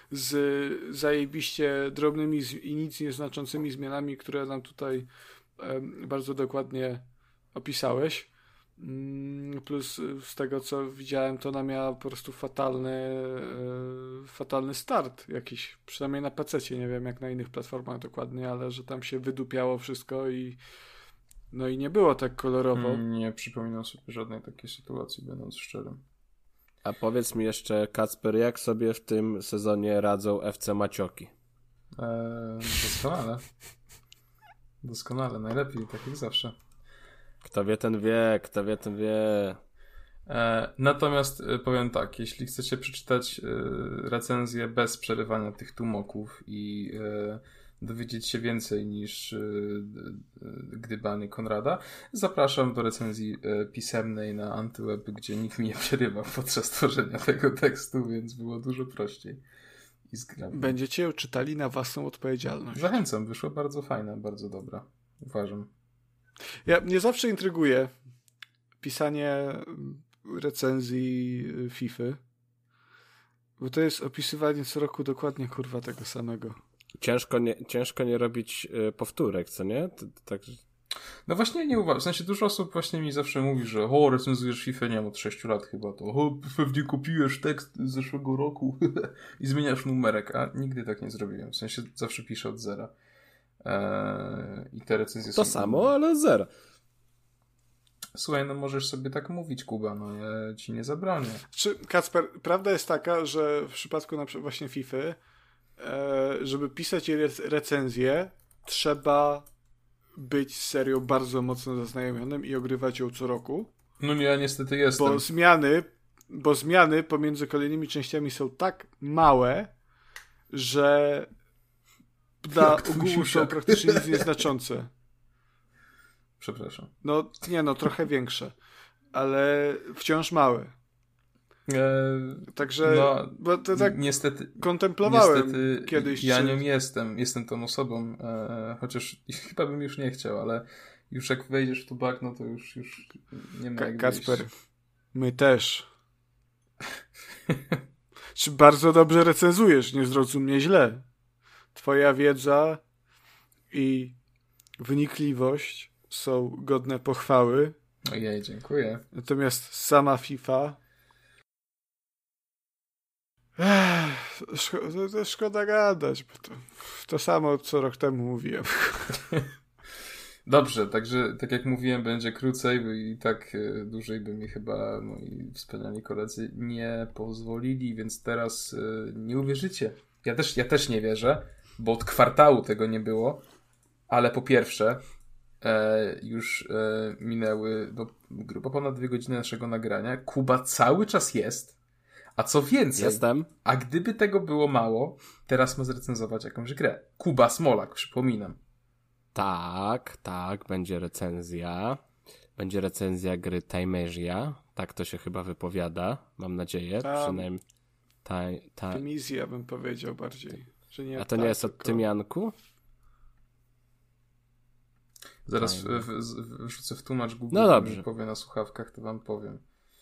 z zajebiście drobnymi i nic nieznaczącymi zmianami, które nam tutaj um, bardzo dokładnie opisałeś. Mm, plus z tego, co widziałem, to ona miała po prostu fatalny e, fatalny start jakiś, przynajmniej na pececie, nie wiem jak na innych platformach dokładnie, ale że tam się wydupiało wszystko i no i nie było tak kolorowo. Nie przypominam sobie żadnej takiej sytuacji, będąc szczerym. A powiedz mi jeszcze, Kacper, jak sobie w tym sezonie radzą F C Macioki? Eee, doskonale. Doskonale, najlepiej, tak jak zawsze. Kto wie, ten wie, kto wie, ten wie. Eee, natomiast e, powiem tak, jeśli chcecie przeczytać e, recenzję bez przerywania tych tłumoków i e, dowiedzieć się więcej niż e, gdybanie Konrada, zapraszam do recenzji e, pisemnej na Antyweb, gdzie nikt mi nie przerywa podczas tworzenia tego tekstu, więc było dużo prościej i zgrabniej. Będziecie ją czytali na własną odpowiedzialność. Zachęcam, wyszło bardzo fajne, bardzo dobra, uważam. Ja, mnie zawsze intryguje pisanie recenzji FIFA, bo to jest opisywanie co roku dokładnie kurwa tego samego. Ciężko nie, ciężko nie robić y, powtórek, co nie? To, to tak... No właśnie nie uważam. W sensie dużo osób właśnie mi zawsze mówi, że o, recenzujesz FIFA, nie wiem, od sześciu lat chyba, to o, pewnie kopiujesz tekst z zeszłego roku i zmieniasz numerek, a nigdy tak nie zrobiłem. W sensie zawsze piszę od zera. Eee, I te recenzje to są... samo, ale zero. Słuchaj, no możesz sobie tak mówić, Kuba, no ja ci nie zabronię. Czy, Kacper, prawda jest taka, że w przypadku na przykład właśnie FIFA, e, żeby pisać re- recenzję, trzeba być serio bardzo mocno zaznajomionym i ogrywać ją co roku. No nie, ja niestety jestem. Bo zmiany, bo zmiany pomiędzy kolejnymi częściami są tak małe, że dla ogółu są praktycznie nic nieznaczące. Przepraszam. No nie, no trochę większe, ale wciąż małe. Eee, Także no, bo to tak niestety, kontemplowałem niestety kiedyś. Ja czy... nią jestem, jestem tą osobą, e, chociaż chyba bym już nie chciał, ale już jak wejdziesz w tu bagno, to już, już nie ma Ka- jak Kacper, wyjść. my też. Czy bardzo dobrze recenzujesz, nie zrozum mnie źle. Twoja wiedza i wynikliwość są godne pochwały. Ojej, dziękuję. Natomiast sama FIFA... Ech, szko- to, to szkoda gadać, bo to, to samo co rok temu mówiłem. Dobrze, także tak jak mówiłem, będzie krócej bo i tak e, dłużej by mi chyba moi wspaniali koledzy nie pozwolili, więc teraz e, nie uwierzycie. Ja też, ja też nie wierzę, bo od kwartału tego nie było, ale po pierwsze e, już e, minęły no, grubo ponad dwie godziny naszego nagrania. Kuba cały czas jest, a co więcej, Jestem. A gdyby tego było mało, teraz ma zrecenzować jakąś grę. Kuba Smolak, przypominam. Tak, tak, będzie recenzja. Będzie recenzja gry Timeria. Tak to się chyba wypowiada, mam nadzieję. Tam. Przynajmniej ta, ta... Tymizja bym powiedział bardziej. Że nie A to nie tak, jest od tylko... Tymianku? Zaraz w, w, w, wrzucę w tłumacz Google, No dobrze. powie na słuchawkach, to wam powiem.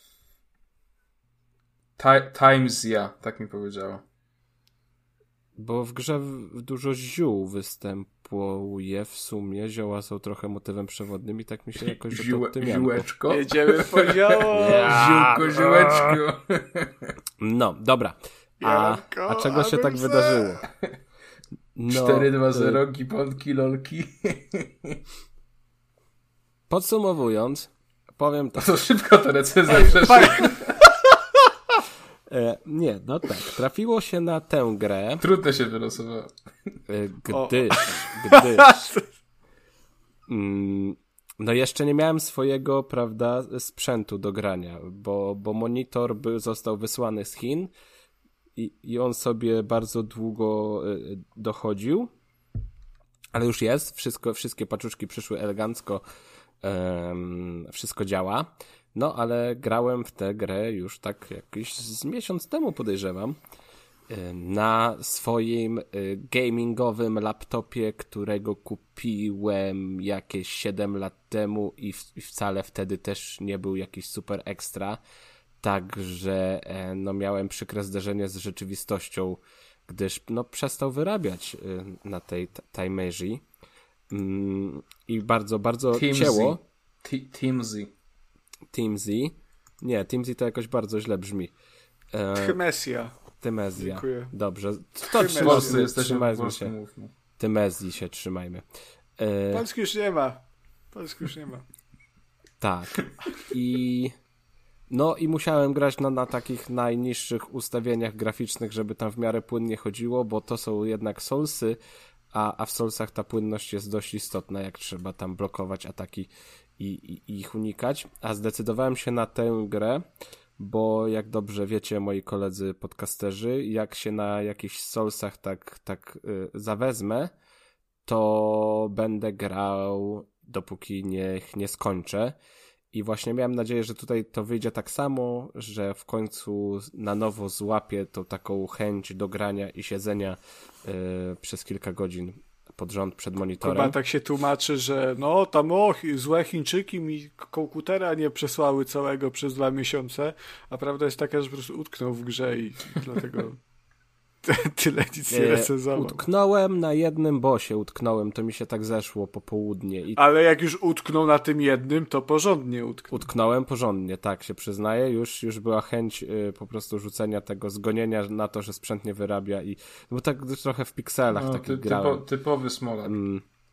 Ti- Timesia, tak mi powiedziała. Bo w grze w- dużo ziół występuje w sumie. Zioła są trochę motywem przewodnim i tak mi się jakoś... że to Ziółe, Tymianku. ziółeczko. Jedziemy po zioło. Ja. Ziółko, ziółeczko. No, dobra. A, Janko, a czego się abym tak se- wydarzyło? No, cztery dwa y, zero, gipolki, lolki. Podsumowując, powiem tak. To szybko ta recenzja przeszła. E, nie, no tak. Trafiło się na tę grę, Trudno się wylosowało. e, O. gdyż, gdyż mm, no jeszcze nie miałem swojego, prawda, sprzętu do grania, bo, bo monitor by, został wysłany z Chin i, i on sobie bardzo długo e, dochodził, ale już jest, wszystko, wszystkie paczuszki przyszły elegancko, em, wszystko działa. No, ale grałem w tę grę już tak jakiś z miesiąc temu, podejrzewam, y, na swoim y, gamingowym laptopie, którego kupiłem jakieś siedem lat temu i, w, i wcale wtedy też nie był jakiś super ekstra. Także e, no, miałem przykre zderzenie z rzeczywistością, gdyż no, przestał wyrabiać y, na tej t- Timerii. Mm, I bardzo, bardzo Teamsy. cięło. T- Teamsy. Teamsy. Nie, Teamsy to jakoś bardzo źle brzmi. E, Tymesia. Tymezja. Dziękuję. Dobrze. To Tymezja. W Polsce trzymajmy, jesteśmy, po trzymajmy polsku się. mówmy. Tymezji się trzymajmy. E, Polski już nie ma. Polski już nie ma. tak. I no i musiałem grać na, na takich najniższych ustawieniach graficznych, żeby tam w miarę płynnie chodziło, bo to są jednak Soulsy, a, a w Soulsach ta płynność jest dość istotna, jak trzeba tam blokować ataki i, i, i ich unikać. A zdecydowałem się na tę grę, bo jak dobrze wiecie, moi koledzy podcasterzy, jak się na jakichś Soulsach tak, tak y, zawezmę, to będę grał dopóki niech nie skończę. I właśnie miałem nadzieję, że tutaj to wyjdzie tak samo, że w końcu na nowo złapię tą taką chęć do grania i siedzenia y, przez kilka godzin pod rząd przed monitorem. Kuba tak się tłumaczy, że no tam o, złe Chińczyki mi komputera nie przesłały całego przez dwa miesiące, a prawda jest taka, że po prostu utknął w grze i dlatego tyle nic nie E, recenzował. Utknąłem na jednym bossie, utknąłem, to mi się tak zeszło po południe. I Ale jak już utknął na tym jednym, to porządnie utknął. utknąłem porządnie, tak się przyznaję. Już, już była chęć y, po prostu rzucenia tego, zgonienia na to, że sprzęt nie wyrabia i bo tak trochę w pikselach No, takich ty, grałem. typo, typowy Smolak. Mm,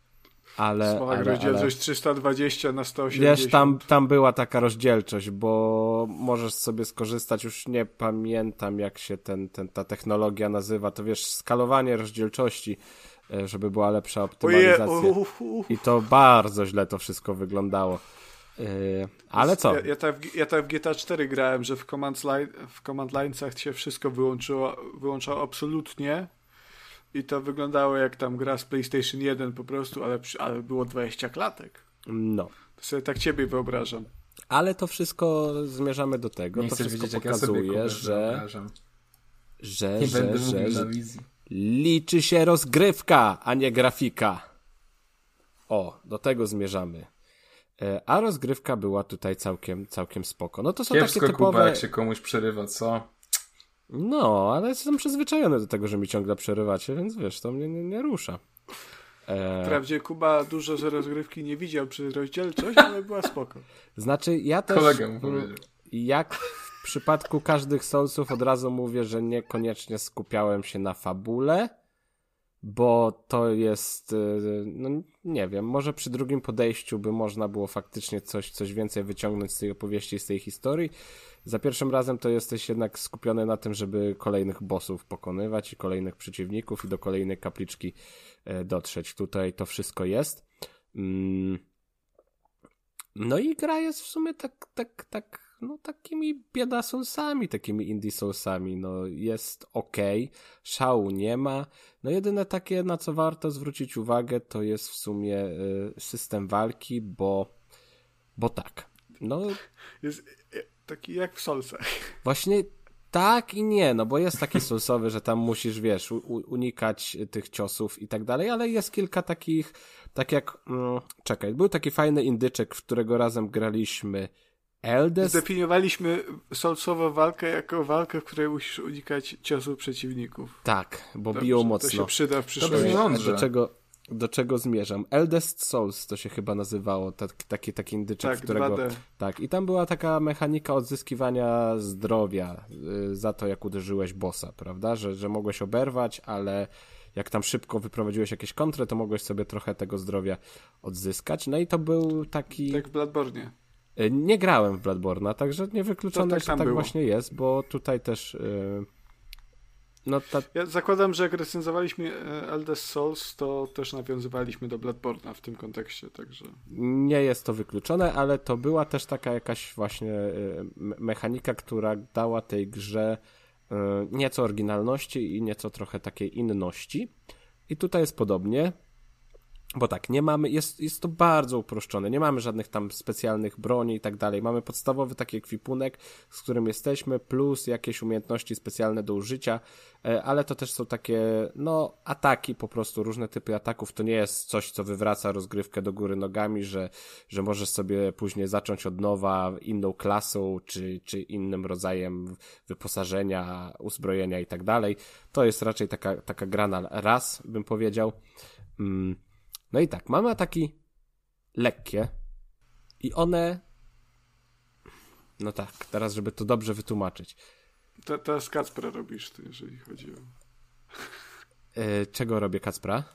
Ale, Smolak ale, rozdzielczość ale... trzysta dwadzieścia na sto osiemdziesiąt. Wiesz, tam, tam była taka rozdzielczość, bo możesz sobie skorzystać, już nie pamiętam jak się ten, ten, ta technologia nazywa, to wiesz, skalowanie rozdzielczości, żeby była lepsza optymalizacja. Oje, uh, uh. I to bardzo źle to wszystko wyglądało. Yy, ale co? Ja, ja, tak w, ja tak w G T A cztery grałem, że w command, line, w command line'cach się wszystko wyłączyło, wyłączało absolutnie i to wyglądało jak tam gra z PlayStation jeden po prostu, ale, ale było dwadzieścia klatek. No. To sobie tak ciebie wyobrażam. Ale to wszystko zmierzamy do tego, nie to chcesz wszystko wiedzieć, pokazuje, jak ja sobie że, że, nie że, będę że, mówił że na wizji. liczy się rozgrywka, a nie grafika. O, do tego zmierzamy. A rozgrywka była tutaj całkiem, całkiem spoko. No to są Kiepsko, takie typowe... Kuba, jak się komuś przerywa, co? No, ale jestem przyzwyczajony do tego, że mi ciągle przerywacie, więc wiesz, to mnie nie, nie rusza. E... Wprawdzie Kuba dużo z rozgrywki nie widział przez rozdzielczość, ale była spoko. Znaczy, ja też... Kolega mu powiedział. Jak w przypadku każdych Soulsów od razu mówię, że niekoniecznie skupiałem się na fabule, bo to jest, no nie wiem, może przy drugim podejściu by można było faktycznie coś, coś więcej wyciągnąć z tej opowieści, z tej historii. Za pierwszym razem to jesteś jednak skupiony na tym, żeby kolejnych bossów pokonywać i kolejnych przeciwników i do kolejnej kapliczki dotrzeć. Tutaj to wszystko jest. No i gra jest w sumie tak, tak, tak, no takimi bieda soulsami, takimi indie soulsami, no jest okej, okay. Szału nie ma, no jedyne takie, na co warto zwrócić uwagę, to jest w sumie y, system walki, bo, bo tak, no. Jest taki jak w Soulsach. Właśnie tak i nie, no bo jest taki soulsowy, że tam musisz, wiesz, u, unikać tych ciosów i tak dalej, ale jest kilka takich, tak jak, mm, czekaj, był taki fajny indyczek, w którego razem graliśmy Eldest. Zdefiniowaliśmy soulsową walkę jako walkę, w której musisz unikać ciosów przeciwników. Tak, bo Dobrze, biją mocno. To się przyda w przyszłości. Do czego, do czego zmierzam? Eldest Souls to się chyba nazywało, tak, taki, taki indyczek, tak, w którego... dwa D. Tak, i tam była taka mechanika odzyskiwania zdrowia y, za to, jak uderzyłeś bossa, prawda? Że, że mogłeś oberwać, ale jak tam szybko wyprowadziłeś jakieś kontry, to mogłeś sobie trochę tego zdrowia odzyskać. No i to był taki... Tak w Bloodborne. Nie grałem w Bloodborne'a, także niewykluczone, to tak że tak było. właśnie jest, bo tutaj też... Yy... No ta... Ja zakładam, że jak recenzowaliśmy Eldest Souls, to też nawiązywaliśmy do Bloodborne'a w tym kontekście, także... Nie jest to wykluczone, ale to była też taka jakaś właśnie mechanika, która dała tej grze nieco oryginalności i nieco trochę takiej inności. I tutaj jest podobnie, bo tak, nie mamy, jest, jest to bardzo uproszczone, nie mamy żadnych tam specjalnych broni i tak dalej, mamy podstawowy taki ekwipunek, z którym jesteśmy, plus jakieś umiejętności specjalne do użycia, ale to też są takie, no, ataki po prostu, różne typy ataków, to nie jest coś, co wywraca rozgrywkę do góry nogami, że, że możesz sobie później zacząć od nowa inną klasą, czy, czy innym rodzajem wyposażenia, uzbrojenia i tak dalej, to jest raczej taka, taka gra na raz, bym powiedział. mm. No i tak, mamy ataki lekkie i one, no tak, teraz żeby to dobrze wytłumaczyć. To, teraz Kacpra robisz ty, jeżeli chodzi o... Yy, czego robię, Kacpra?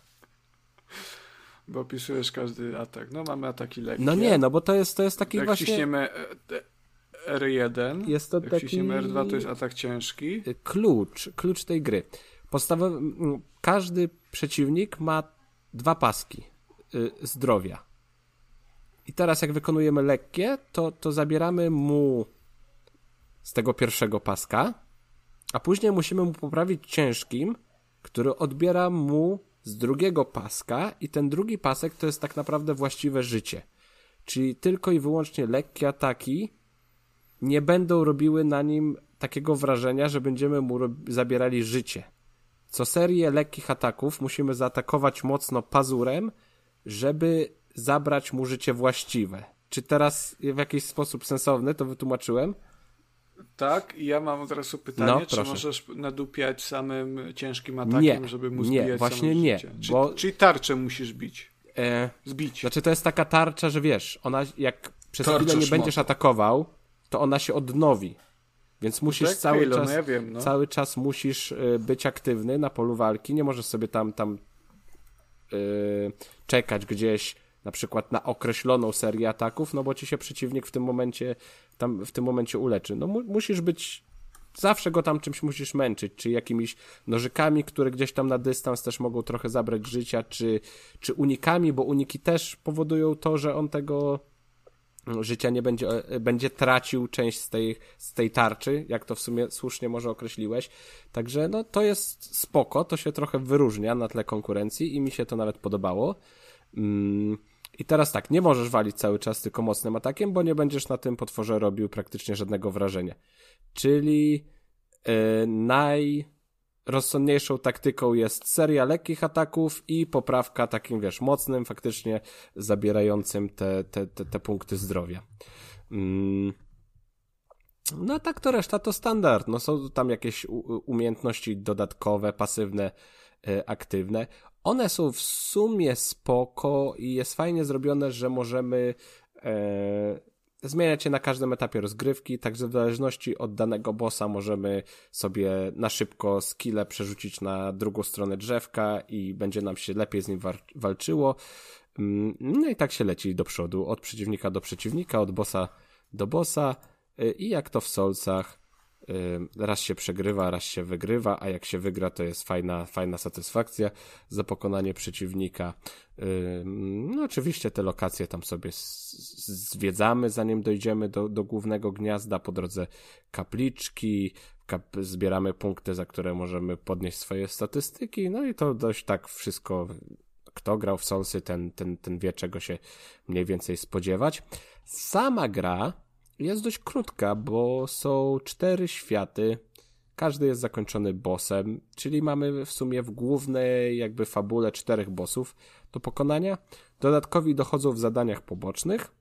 Bo opisujesz każdy atak. No mamy ataki lekkie. No nie, no bo to jest, to jest taki jak właśnie... Jak ciśniemy R jeden, jest to jak taki... ciśniemy R dwa, to jest atak ciężki. Klucz, klucz tej gry. Podstawowy, każdy przeciwnik ma dwa paski y, zdrowia. I teraz jak wykonujemy lekkie, to, to zabieramy mu z tego pierwszego paska, a później musimy mu poprawić ciężkim, który odbiera mu z drugiego paska i ten drugi pasek to jest tak naprawdę właściwe życie. Czyli tylko i wyłącznie lekkie ataki nie będą robiły na nim takiego wrażenia, że będziemy mu rob- zabierali życie. Co serię lekkich ataków musimy zaatakować mocno pazurem, żeby zabrać mu życie właściwe. Czy teraz w jakiś sposób sensowny to wytłumaczyłem? Tak, i ja mam od razu pytanie, no, czy proszę. możesz nadupiać samym ciężkim atakiem, nie, żeby mu nie, zbijać właśnie samo nie, życie? bo... Czy, czyli tarczę musisz bić. E... Zbić. Znaczy to jest taka tarcza, że wiesz, ona jak przez Tarcza chwilę nie szmata. będziesz atakował, to ona się odnowi. Więc musisz tak, cały Halo, czas no ja wiem, no. cały czas musisz być aktywny na polu walki, nie możesz sobie tam tam yy, czekać gdzieś na przykład na określoną serię ataków, no bo ci się przeciwnik w tym momencie tam w tym momencie uleczy. No mu, musisz być, zawsze go tam czymś musisz męczyć, czy jakimiś nożykami, które gdzieś tam na dystans też mogą trochę zabrać życia, czy, czy unikami, bo uniki też powodują to, że on tego życia nie będzie, będzie tracił część z tej, z tej tarczy, jak to w sumie słusznie może określiłeś. Także no to jest spoko, to się trochę wyróżnia na tle konkurencji i mi się to nawet podobało. Mm. I teraz tak, nie możesz walić cały czas tylko mocnym atakiem, bo nie będziesz na tym potworze robił praktycznie żadnego wrażenia. Czyli yy, najrozsądniejszą taktyką jest seria lekkich ataków i poprawka takim, wiesz, mocnym, faktycznie zabierającym te, te, te, te punkty zdrowia. Yy. No a tak to reszta to standard. No są tam jakieś u- umiejętności dodatkowe, pasywne, yy, aktywne. One są w sumie spoko i jest fajnie zrobione, że możemy e, zmieniać je na każdym etapie rozgrywki, także w zależności od danego bossa możemy sobie na szybko skille przerzucić na drugą stronę drzewka i będzie nam się lepiej z nim war- walczyło. No i tak się leci do przodu, od przeciwnika do przeciwnika, od bossa do bossa e, i jak to w Soulsach, raz się przegrywa, raz się wygrywa, a jak się wygra, to jest fajna, fajna satysfakcja za pokonanie przeciwnika. No oczywiście te lokacje tam sobie zwiedzamy, zanim dojdziemy do, do głównego gniazda, po drodze kapliczki, kap- zbieramy punkty, za które możemy podnieść swoje statystyki, no i to dość tak wszystko, kto grał w Soulsy, ten, ten, ten wie, czego się mniej więcej spodziewać. Sama gra jest dość krótka, bo są cztery światy, każdy jest zakończony bossem, czyli mamy w sumie w głównej jakby fabule czterech bossów do pokonania. Dodatkowi dochodzą w zadaniach pobocznych,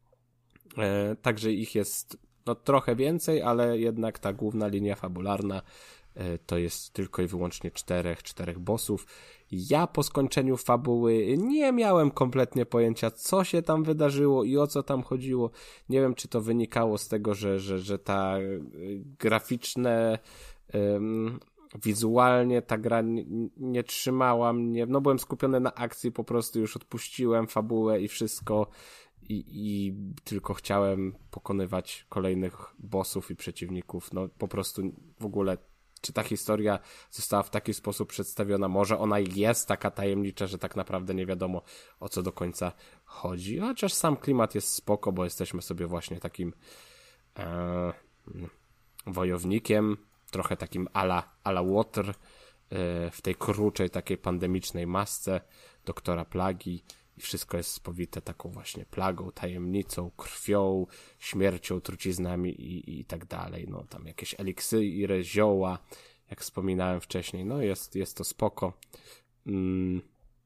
e, także ich jest no, trochę więcej, ale jednak ta główna linia fabularna e, to jest tylko i wyłącznie czterech, czterech bossów. Ja po skończeniu fabuły nie miałem kompletnie pojęcia, co się tam wydarzyło i o co tam chodziło. Nie wiem, czy to wynikało z tego, że, że, że ta graficzne, um, wizualnie ta gra nie, nie trzymała mnie. No byłem skupiony na akcji, po prostu już odpuściłem fabułę i wszystko i, i tylko chciałem pokonywać kolejnych bossów i przeciwników. No po prostu w ogóle czy ta historia została w taki sposób przedstawiona, może ona jest taka tajemnicza, że tak naprawdę nie wiadomo, o co do końca chodzi, chociaż sam klimat jest spoko, bo jesteśmy sobie właśnie takim e, wojownikiem, trochę takim ala, ala Water, e, w tej kruczej, takiej pandemicznej masce doktora Plagi i wszystko jest spowite taką właśnie plagą, tajemnicą, krwią, śmiercią, truciznami i, i tak dalej. No tam jakieś eliksiry, zioła, jak wspominałem wcześniej. No jest, jest to spoko. Mm.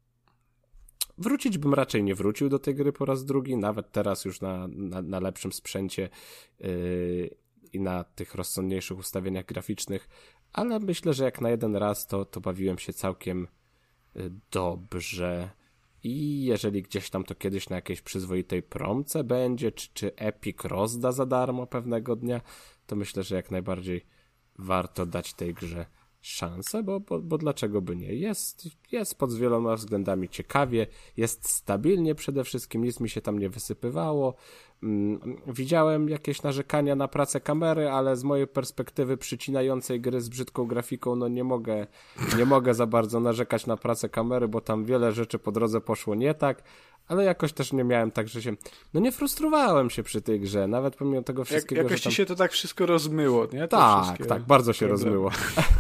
Wrócić bym raczej nie wrócił do tej gry po raz drugi, nawet teraz już na, na, na lepszym sprzęcie yy, i na tych rozsądniejszych ustawieniach graficznych, ale myślę, że jak na jeden raz to, to bawiłem się całkiem yy, dobrze. I jeżeli gdzieś tam to kiedyś na jakiejś przyzwoitej promce będzie, czy, czy Epic rozda za darmo pewnego dnia, to myślę, że jak najbardziej warto dać tej grze szansę, bo, bo, bo dlaczego by nie? Jest, jest pod wieloma względami ciekawie, jest stabilnie przede wszystkim, nic mi się tam nie wysypywało. Mm, widziałem jakieś narzekania na pracę kamery, ale z mojej perspektywy przycinającej gry z brzydką grafiką, no nie mogę, nie mogę za bardzo narzekać na pracę kamery, bo tam wiele rzeczy po drodze poszło nie tak, ale jakoś też nie miałem tak, że się, no nie frustrowałem się przy tej grze, nawet pomimo tego wszystkiego, Jak, jakoś że tam... ci się to tak wszystko rozmyło, nie? To tak, tak, bardzo się problemy. rozmyło.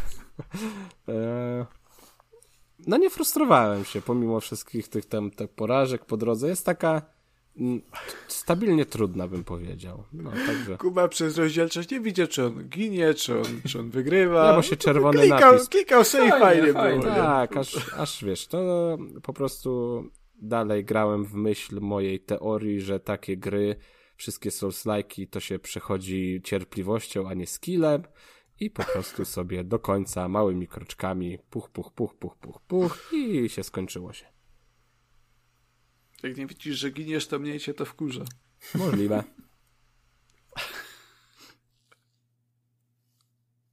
No nie frustrowałem się, pomimo wszystkich tych tam tych porażek po drodze. Jest taka mm, stabilnie trudna, bym powiedział. No, także... Kuba przez rozdzielczość nie widzi, czy on ginie, czy on, czy on wygrywa. No bo się czerwony klikał, napis. Klikał sobie i Fajnie, fajnie, fajnie. było. Tak, aż, aż wiesz, to po prostu dalej grałem w myśl mojej teorii, że takie gry, wszystkie Souls-like'i to się przechodzi cierpliwością, a nie skillem. I po prostu sobie do końca małymi kroczkami puch, puch, puch, puch, puch, puch i się skończyło się. Jak nie widzisz, że giniesz, to mniej cię to wkurza. Możliwe.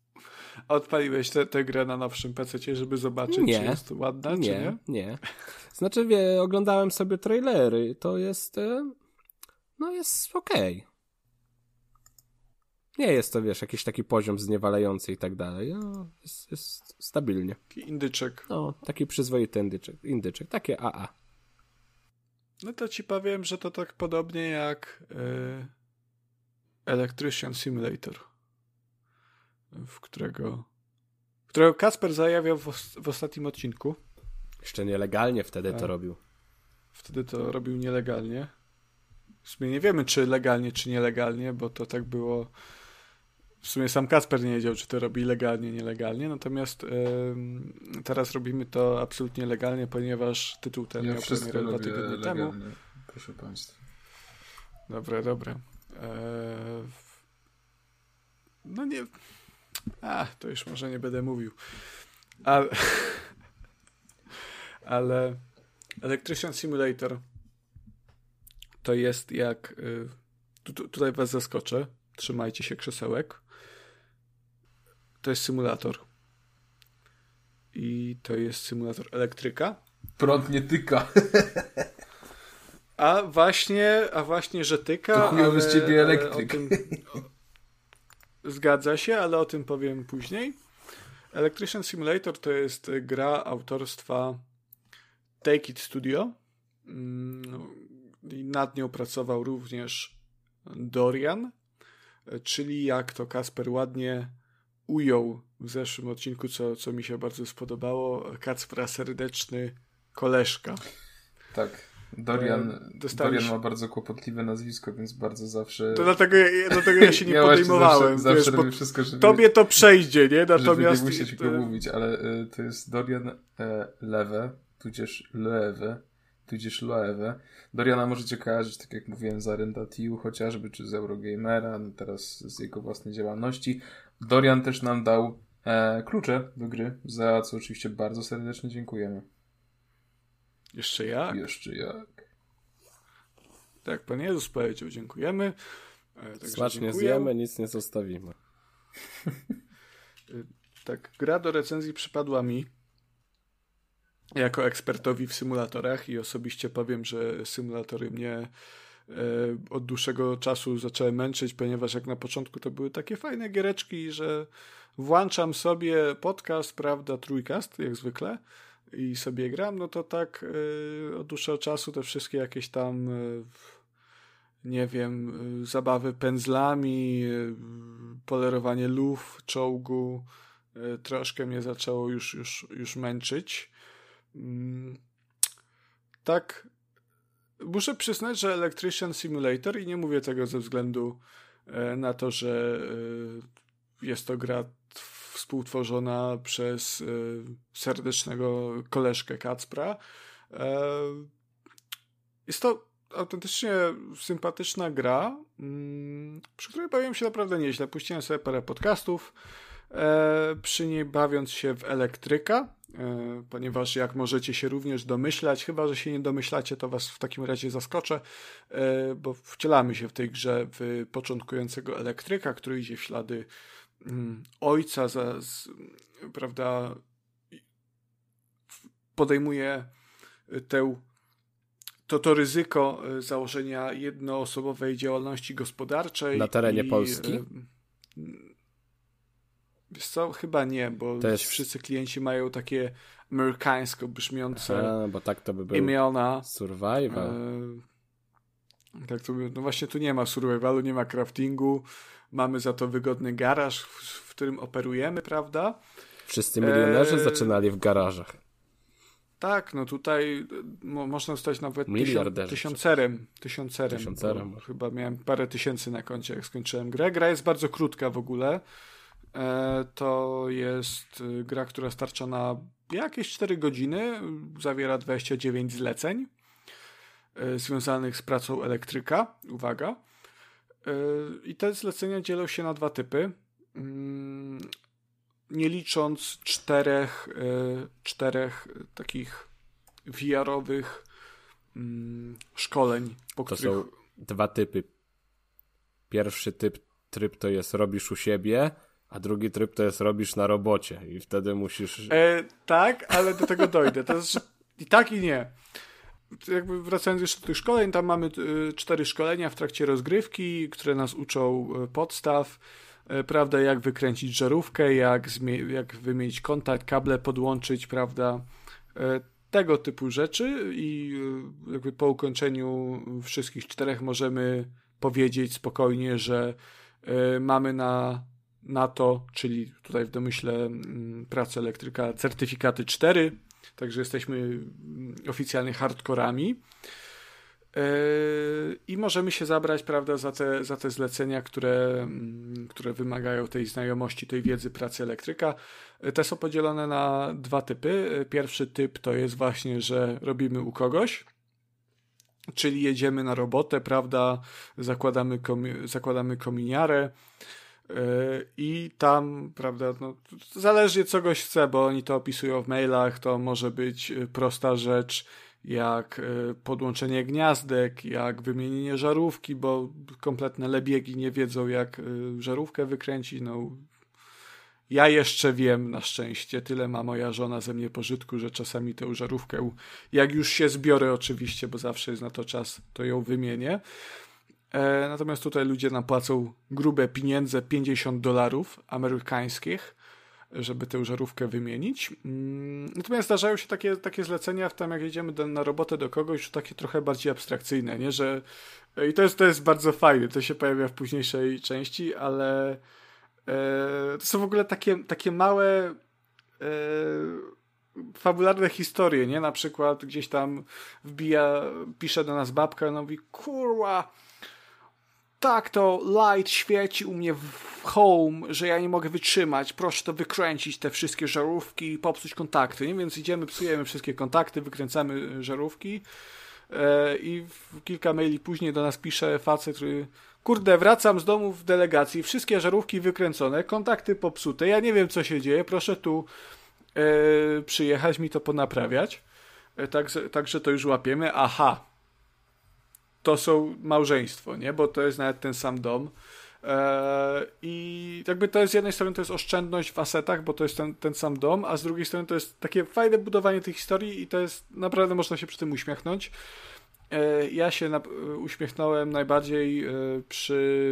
A odpaliłeś tę grę na nowszym pececie, żeby zobaczyć, Nie. czy jest ładna, nie, czy nie? nie. Znaczy, wie, oglądałem sobie trailery, to jest, e, no jest okej. Okay. Nie jest to, wiesz, jakiś taki poziom zniewalający i tak dalej. No, jest, jest stabilnie. Taki indyczek. No, taki przyzwoity indyczek. indyczek takie A A. No to ci powiem, że to tak podobnie jak yy, Electrician Simulator, w którego, którego Kacper zajawiał w, os- w ostatnim odcinku. Jeszcze nielegalnie wtedy A. to robił. Wtedy to robił nielegalnie. W sumie nie wiemy, czy legalnie, czy nielegalnie, bo to tak było... W sumie sam Kacper nie wiedział, czy to robi legalnie, nielegalnie, natomiast yy, teraz robimy to absolutnie legalnie, ponieważ tytuł ten Ja miał wszystko premierę dwa robię tygodnie legalnie, temu. proszę państwa. Dobra, dobra. Eee... No nie... A, to już może nie będę mówił. Ale... Ale... Electrician Simulator to jest jak... Y... Tu, tu, tutaj was zaskoczę. Trzymajcie się krzesełek. To jest symulator. I to jest symulator elektryka. Prąd nie tyka. A właśnie, a właśnie, że tyka. To chujowy ale, z ciebie elektryk. Tym, o, zgadza się, ale o tym powiem później. Electrician Simulator to jest gra autorstwa Take It Studio. I nad nią pracował również Dorian, czyli jak to Kacper ładnie ujął w zeszłym odcinku, co, co mi się bardzo spodobało, Kacpra serdeczny koleżka. Tak. Dorian, Dostaliśmy... Dorian ma bardzo kłopotliwe nazwisko, więc bardzo zawsze... To dlatego ja, dlatego ja się nie ja podejmowałem. Zawsze, zawsze wiesz, robię wszystko, żeby... Tobie to przejdzie, nie? Natomiast... Żeby nie musieć go mówić, ale y, to jest Dorian e, Lewe, tudzież Lewe, tudzież Loewe. Doriana możecie kojarzyć, tak jak mówiłem, z Arendatiu chociażby, czy z Eurogamera, no teraz z jego własnej działalności. Dorian też nam dał e, klucze do gry, za co oczywiście bardzo serdecznie dziękujemy. Jeszcze jak? Jeszcze jak. Tak, Pan Jezus powiedział, dziękujemy. E, Smacznie zjemy, nic nie zostawimy. Tak, gra do recenzji przypadła mi jako ekspertowi w symulatorach i osobiście powiem, że symulatory mnie e, od dłuższego czasu zaczęły męczyć, ponieważ jak na początku to były takie fajne giereczki, że włączam sobie podcast, prawda, trójkast, jak zwykle, i sobie gram, no to tak e, od dłuższego czasu te wszystkie jakieś tam e, nie wiem, e, zabawy pędzlami, e, polerowanie luf, czołgu, e, troszkę mnie zaczęło już, już, już męczyć. Tak, muszę przyznać, że Electrician Simulator, i nie mówię tego ze względu na to, że jest to gra współtworzona przez serdecznego koleżkę Kacpra. Jest to autentycznie sympatyczna gra, przy której bawiłem się naprawdę nieźle. Puściłem sobie parę podcastów, przy niej bawiąc się w elektryka, ponieważ jak możecie się również domyślać, chyba że się nie domyślacie, to was w takim razie zaskoczę, bo wcielamy się w tej grze w początkującego elektryka, który idzie w ślady ojca, za, z, prawda, podejmuje tę, to, to ryzyko założenia jednoosobowej działalności gospodarczej. Na terenie i, Polski? Wiesz co? Chyba nie, bo to jest... wszyscy klienci mają takie amerykańsko brzmiące Aha, bo tak to by był imiona. Survival. E, tak to by, no właśnie tu nie ma survivalu, nie ma craftingu, mamy za to wygodny garaż, w, w którym operujemy, prawda? Wszyscy milionerzy e... zaczynali w garażach. Tak, no tutaj mo, można stać nawet tysiąc, tysiącerem. Tysiącerem. Tysiącerem. Chyba miałem parę tysięcy na koncie, jak skończyłem grę. Gra jest bardzo krótka w ogóle. To jest gra, która starcza na jakieś cztery godziny, zawiera dwadzieścia dziewięć zleceń związanych z pracą elektryka. Uwaga. I te zlecenia dzielą się na dwa typy. Nie licząc czterech, czterech takich V R-owych szkoleń, po to których... są dwa typy. Pierwszy typ, tryb to jest robisz u siebie, a drugi tryb to jest robisz na robocie i wtedy musisz... E, tak, ale do tego dojdę. To jest, i tak i nie. Jakby wracając jeszcze do tych szkoleń, tam mamy y, cztery szkolenia w trakcie rozgrywki, które nas uczą y, podstaw, y, prawda, jak wykręcić żarówkę, jak, zmie- jak wymienić kontakt, kable podłączyć, prawda, y, tego typu rzeczy i y, jakby po ukończeniu wszystkich czterech możemy powiedzieć spokojnie, że y, mamy na, na to, czyli tutaj w domyśle y, pracy elektryka, certyfikaty cztery. Także jesteśmy oficjalnie hardkorami yy, i możemy się zabrać, prawda, za te, za te zlecenia, które, które wymagają tej znajomości, tej wiedzy pracy elektryka. Te są podzielone na dwa typy. Pierwszy typ to jest właśnie, że robimy u kogoś, czyli jedziemy na robotę, prawda, zakładamy, komi- zakładamy kominiarę, i tam, prawda, no, zależy co goś chce, bo oni to opisują w mailach, to może być prosta rzecz jak podłączenie gniazdek, jak wymienienie żarówki, bo kompletne lebiegi nie wiedzą jak żarówkę wykręcić, no ja jeszcze wiem, na szczęście, tyle ma moja żona ze mnie pożytku, że czasami tę żarówkę, jak już się zbiorę oczywiście, bo zawsze jest na to czas, to ją wymienię. E, natomiast tutaj ludzie nam płacą grube pieniądze, pięćdziesiąt dolarów amerykańskich, żeby tę żarówkę wymienić. Mm, natomiast zdarzają się takie, takie zlecenia, w tam jak jedziemy do, na robotę do kogoś, takie trochę bardziej abstrakcyjne, nie? Że, i to jest, to jest bardzo fajne, to się pojawia w późniejszej części, ale e, to są w ogóle takie, takie małe e, fabularne historie, nie? Na przykład gdzieś tam wbija, pisze do nas babka, no mówi, kurwa, tak to light świeci u mnie w home, że ja nie mogę wytrzymać, proszę to wykręcić, te wszystkie żarówki i popsuć kontakty, nie? Więc idziemy, psujemy wszystkie kontakty, wykręcamy żarówki yy, i kilka maili później do nas pisze facet, który, kurde, wracam z domu w delegacji, wszystkie żarówki wykręcone, kontakty popsute, ja nie wiem co się dzieje, proszę tu yy, przyjechać, mi to ponaprawiać. Yy, także, także to już łapiemy, aha, to są małżeństwo, nie? Bo to jest nawet ten sam dom. Eee, I jakby to jest z jednej strony to jest oszczędność w asetach, bo to jest ten, ten sam dom, a z drugiej strony to jest takie fajne budowanie tych historii i to jest naprawdę można się przy tym uśmiechnąć. Eee, ja się na, uśmiechnąłem najbardziej e, przy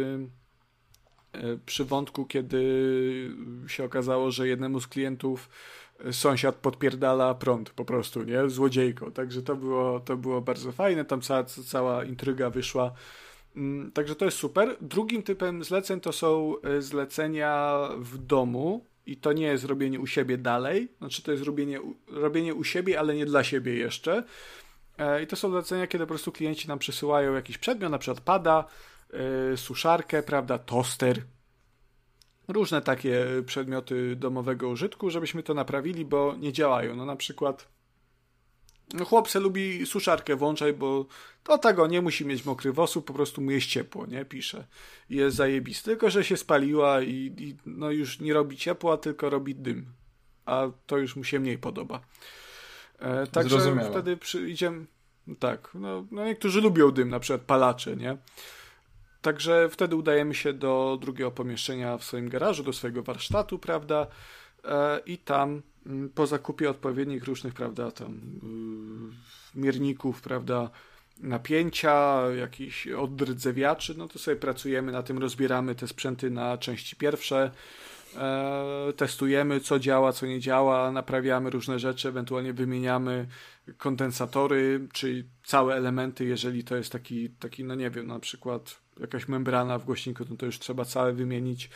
e, przy wątku, kiedy się okazało, że jednemu z klientów sąsiad podpierdala prąd po prostu, nie? Złodziejką. Także to było, to było bardzo fajne. Tam cała, cała intryga wyszła. Także to jest super. Drugim typem zleceń to są zlecenia w domu i to nie jest robienie u siebie dalej. Znaczy to jest robienie, robienie u siebie, ale nie dla siebie jeszcze. I to są zlecenia, kiedy po prostu klienci nam przysyłają jakiś przedmiot, na przykład pada, suszarkę, prawda, toster, różne takie przedmioty domowego użytku, żebyśmy to naprawili, bo nie działają. No na przykład no chłop se lubi suszarkę włączać, bo to tego nie musi mieć mokry wosół, po prostu mu jest ciepło, nie? Pisze. I jest zajebisty. Tylko, że się spaliła i, i no już nie robi ciepła, tylko robi dym. A to już mu się mniej podoba. E, także Zrozumiałe. Wtedy przy, idziemy... Tak, no, no niektórzy lubią dym, na przykład palacze, nie? Także wtedy udajemy się do drugiego pomieszczenia w swoim garażu, do swojego warsztatu, prawda? E, I tam po zakupie odpowiednich różnych, prawda, tam yy, mierników, prawda, napięcia, jakichś odrdzewiaczy, no to sobie pracujemy na tym, rozbieramy te sprzęty na części pierwsze, e, testujemy, co działa, co nie działa, naprawiamy różne rzeczy, ewentualnie wymieniamy kondensatory, czy całe elementy, jeżeli to jest taki, taki no nie wiem, na przykład jakaś membrana w głośniku, no to już trzeba całe wymienić.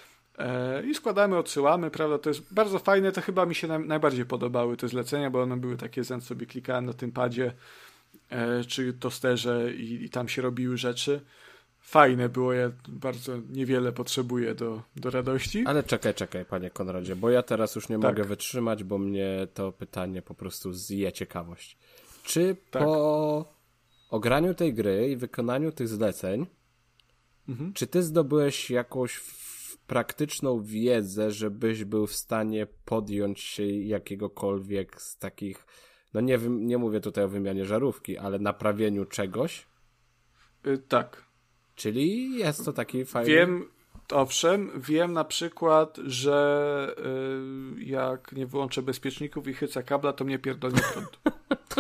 I składamy, odsyłamy, prawda, to jest bardzo fajne, to chyba mi się naj, najbardziej podobały te zlecenia, bo one były takie, że sobie klikałem na tym padzie e, czy tosterze i, i tam się robiły rzeczy. Fajne było, ja bardzo niewiele potrzebuję do, do radości. Ale czekaj, czekaj, panie Konradzie, bo ja teraz już nie tak. mogę wytrzymać, bo mnie to pytanie po prostu zje ciekawość. Czy tak. po ograniu tej gry i wykonaniu tych zleceń, mhm. czy ty zdobyłeś jakąś praktyczną wiedzę, żebyś był w stanie podjąć się jakiegokolwiek z takich, no nie, nie mówię tutaj o wymianie żarówki, ale naprawieniu czegoś? Yy, tak. Czyli jest to taki fajny... Wiem, owszem, wiem na przykład, że yy, jak nie wyłączę bezpieczników i chycę kabla, to mnie pierdolnie prąd.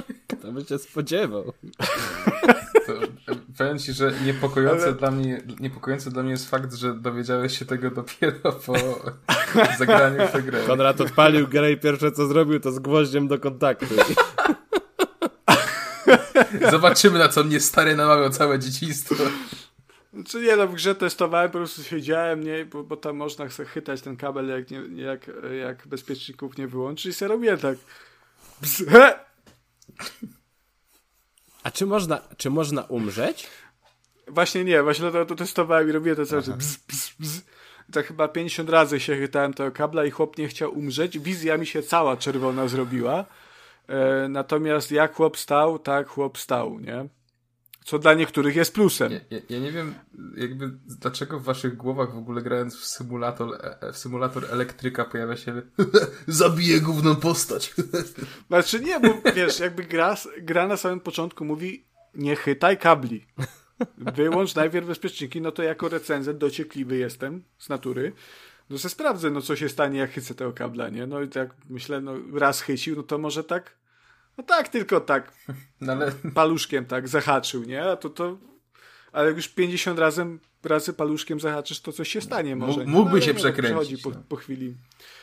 To by się spodziewał. To, powiem ci, że niepokojące, Ale... dla mnie, niepokojący dla mnie jest fakt, że dowiedziałeś się tego dopiero po zagraniu w tę grę. Konrad odpalił grę i pierwsze co zrobił, to z gwoździem do kontaktu. Zobaczymy, na co mnie stary namawiał całe dzieciństwo. Znaczy nie, no w grze testowałem, po prostu siedziałem, nie, bo, bo tam można sobie chytać ten kabel, jak, nie, jak, jak bezpieczników nie wyłączy i sobie robię tak. Bzz, A czy można, czy można umrzeć? Właśnie nie, właśnie to, to testowałem i robię to cały czas. Bzz, bzz, bzz. Tak chyba pięćdziesiąt razy się chytałem tego kabla i chłop nie chciał umrzeć. Wizja mi się cała czerwona zrobiła. E, natomiast jak chłop stał, tak chłop stał, nie? Co dla niektórych jest plusem. Ja, ja, ja nie wiem, jakby dlaczego w waszych głowach w ogóle grając w symulator, w symulator elektryka pojawia się zabiję główną postać. Znaczy nie, bo wiesz, jakby gra, gra na samym początku mówi nie chytaj kabli. Wyłącz najpierw bezpieczniki, no to jako recenzent dociekliwy jestem z natury. No se sprawdzę, no co się stanie, jak chycę tego kabla, nie? No i tak myślę, no raz chycił, no to może tak, no tak, tylko tak no ale... paluszkiem tak zahaczył, nie? A to to, ale jak już pięćdziesiąt razy, razy paluszkiem zahaczysz, to coś się stanie może. M- mógłby no, się nie, przekręcić. Po, no. po chwili.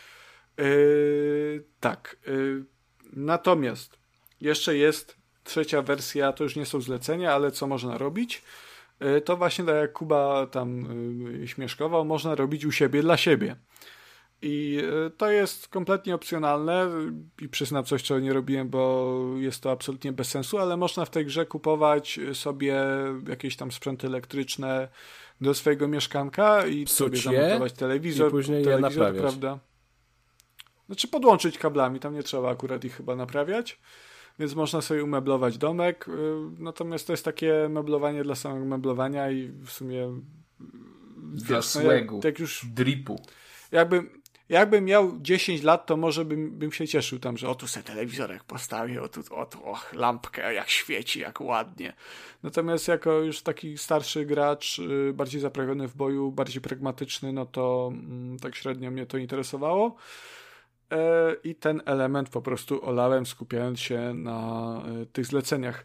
Yy, tak. Yy, natomiast jeszcze jest trzecia wersja, to już nie są zlecenia, ale co można robić? Yy, to właśnie tak jak Kuba tam yy, śmieszkował, można robić u siebie dla siebie. I to jest kompletnie opcjonalne i przyznam coś, czego nie robiłem, bo jest to absolutnie bez sensu, ale można w tej grze kupować sobie jakieś tam sprzęty elektryczne do swojego mieszkanka i Psuć sobie je zamontować telewizor, i później telewizor, je naprawiać. prawda? Znaczy podłączyć kablami, tam nie trzeba akurat ich chyba naprawiać, więc można sobie umeblować domek, natomiast to jest takie meblowanie dla samego meblowania i w sumie Dla wiesz, no słegu, jak, jak już dripu. Jakbym, jakbym miał dziesięć lat, to może bym, bym się cieszył tam, że o tu se telewizorek postawię, o tu, o tu och, lampkę, jak świeci, jak ładnie. Natomiast jako już taki starszy gracz, yy, bardziej zaprawiony w boju, bardziej pragmatyczny, no to yy, tak średnio mnie to interesowało. Yy, I ten element po prostu olałem, skupiając się na yy, tych zleceniach.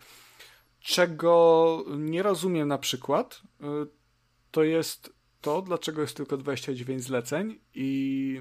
Czego nie rozumiem na przykład, yy, to jest to, dlaczego jest tylko dwadzieścia dziewięć zleceń i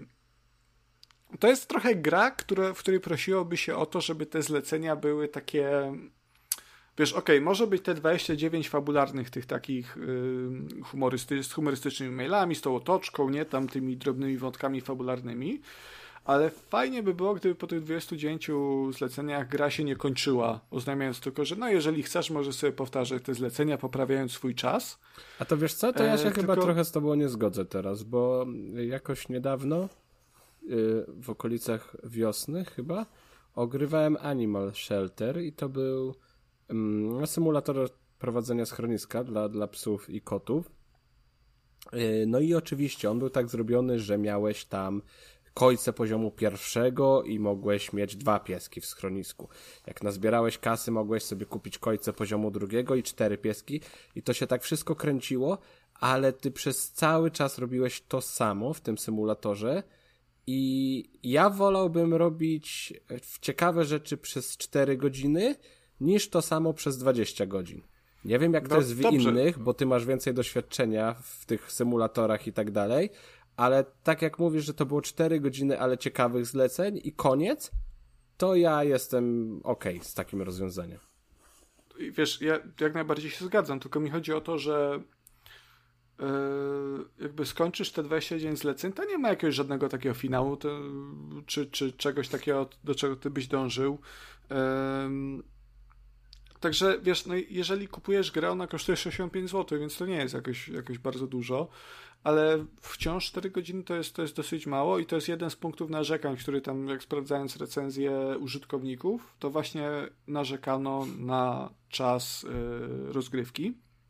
to jest trochę gra, które, w której prosiłoby się o to, żeby te zlecenia były takie, wiesz, okej, okay, może być te dwadzieścia dziewięć fabularnych tych takich yy, humorysty, z humorystycznymi mailami, z tą otoczką, nie, tam tymi drobnymi wątkami fabularnymi, ale fajnie by było, gdyby po tych dwudziestu dziewięciu zleceniach gra się nie kończyła, oznajmiając tylko, że no jeżeli chcesz, możesz sobie powtarzać te zlecenia, poprawiając swój czas. A to wiesz co, to ja się e, chyba tylko... trochę z tobą nie zgodzę teraz, bo jakoś niedawno yy, w okolicach wiosny chyba ogrywałem Animal Shelter i to był yy, symulator prowadzenia schroniska dla, dla psów i kotów. Yy, no i oczywiście on był tak zrobiony, że miałeś tam kojce poziomu pierwszego i mogłeś mieć dwa pieski w schronisku. Jak nazbierałeś kasy, mogłeś sobie kupić kojce poziomu drugiego i cztery pieski i to się tak wszystko kręciło, ale ty przez cały czas robiłeś to samo w tym symulatorze i ja wolałbym robić ciekawe rzeczy przez cztery godziny niż to samo przez dwadzieścia godzin. Nie wiem jak to no, jest w dobrze. innych, bo ty masz więcej doświadczenia w tych symulatorach i tak dalej, ale tak jak mówisz, że to było cztery godziny, ale ciekawych zleceń i koniec, to ja jestem okej z takim rozwiązaniem. Wiesz, ja jak najbardziej się zgadzam, tylko mi chodzi o to, że yy, jakby skończysz te dwadzieścia dziewięć zleceń, to nie ma jakiegoś żadnego takiego finału, to, czy, czy czegoś takiego, do czego ty byś dążył. Yy, Także wiesz, no jeżeli kupujesz grę, ona kosztuje sześćdziesiąt pięć złotych, więc to nie jest jakoś, jakoś bardzo dużo, ale wciąż cztery godziny to jest, to jest dosyć mało i to jest jeden z punktów narzekań, który tam, jak sprawdzając recenzje użytkowników, to właśnie narzekano na czas yy, rozgrywki.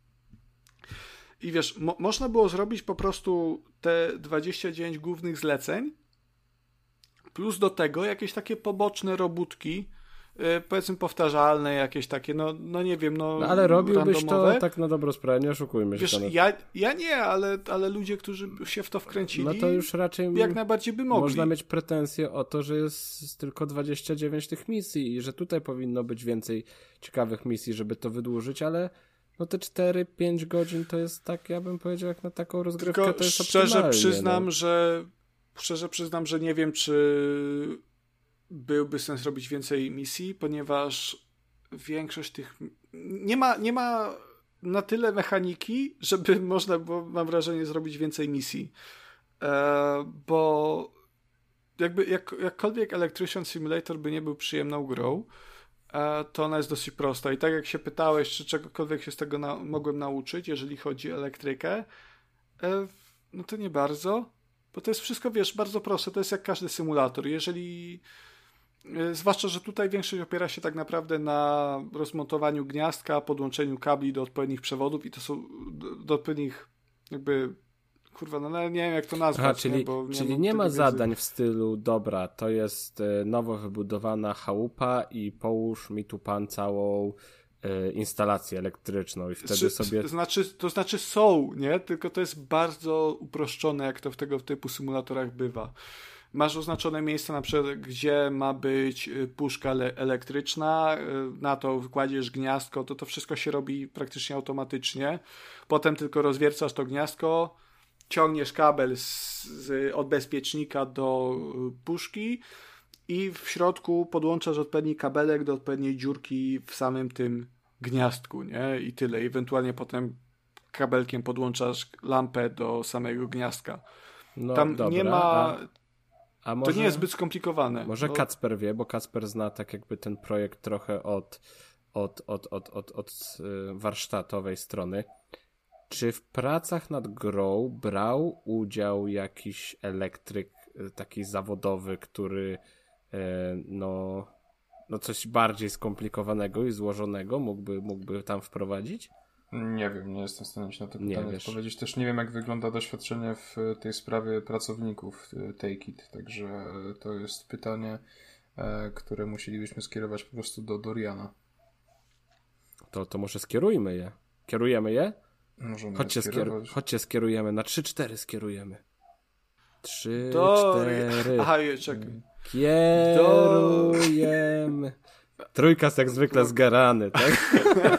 I wiesz, mo- można było zrobić po prostu te dwadzieścia dziewięć głównych zleceń, plus do tego jakieś takie poboczne robótki, powiedzmy powtarzalne jakieś takie, no, no nie wiem, no, no ale robiłbyś randomowe. To tak na dobrą sprawę, nie oszukujmy się. Wiesz, to ja, ja nie, ale, ale ludzie, którzy się w to wkręcili, no to już raczej jak najbardziej by mogli. Można mieć pretensje o to, że jest tylko dwadzieścia dziewięć tych misji i że tutaj powinno być więcej ciekawych misji, żeby to wydłużyć, ale no te cztery pięć godzin to jest tak, ja bym powiedział, jak na taką rozgrywkę Tylko to jest szczerze przyznam, no. że szczerze przyznam, że nie wiem, czy byłby sens robić więcej misji, ponieważ większość tych nie ma, nie ma na tyle mechaniki, żeby można było, mam wrażenie, zrobić więcej misji. E, bo jakby jak, jakkolwiek Electrician Simulator by nie był przyjemną grą, e, to ona jest dosyć prosta. I tak jak się pytałeś, czy czegokolwiek się z tego na, mogłem nauczyć, jeżeli chodzi o elektrykę, e, no to nie bardzo. Bo to jest wszystko, wiesz, bardzo proste. To jest jak każdy symulator. Jeżeli zwłaszcza, że tutaj większość opiera się tak naprawdę na rozmontowaniu gniazdka, podłączeniu kabli do odpowiednich przewodów i to są do, do odpowiednich jakby kurwa, no nie wiem jak to nazwać. Aha, czyli nie, bo nie czyli nie ma zadań w stylu dobra, to jest nowo wybudowana chałupa i połóż mi tu pan całą y, instalację elektryczną i wtedy Czy, sobie... To znaczy, to znaczy są, nie? Tylko to jest bardzo uproszczone, jak to w tego typu symulatorach bywa. Masz oznaczone miejsca, na przykład, gdzie ma być puszka le- elektryczna, na to kładziesz gniazdko, to to wszystko się robi praktycznie automatycznie. Potem tylko rozwiercasz to gniazdko, ciągniesz kabel z, z, od bezpiecznika do puszki i w środku podłączasz odpowiedni kabelek do odpowiedniej dziurki w samym tym gniazdku, nie? I tyle. Ewentualnie potem kabelkiem podłączasz lampę do samego gniazdka. No, Tam dobra, nie ma... A, a może, to nie jest zbyt skomplikowane. Może no. Kacper wie, bo Kacper zna tak jakby ten projekt trochę od, od, od, od, od, od warsztatowej strony. Czy w pracach nad grą brał udział jakiś elektryk taki zawodowy, który no, no coś bardziej skomplikowanego i złożonego mógłby, mógłby tam wprowadzić? Nie wiem, nie jestem w stanie ci na to pytanie nie odpowiedzieć. Też nie wiem, jak wygląda doświadczenie w tej sprawie pracowników Take It, także to jest pytanie, które musielibyśmy skierować po prostu do Doriana. To, to może skierujmy je. Kierujemy je? Możemy Chodźcie, skierować. skier- chodźcie skierujemy. Na trzy cztery skierujemy. trzy cztery. Aha, czekaj. Kierujemy. Trójkas jak zwykle zgarany, tak?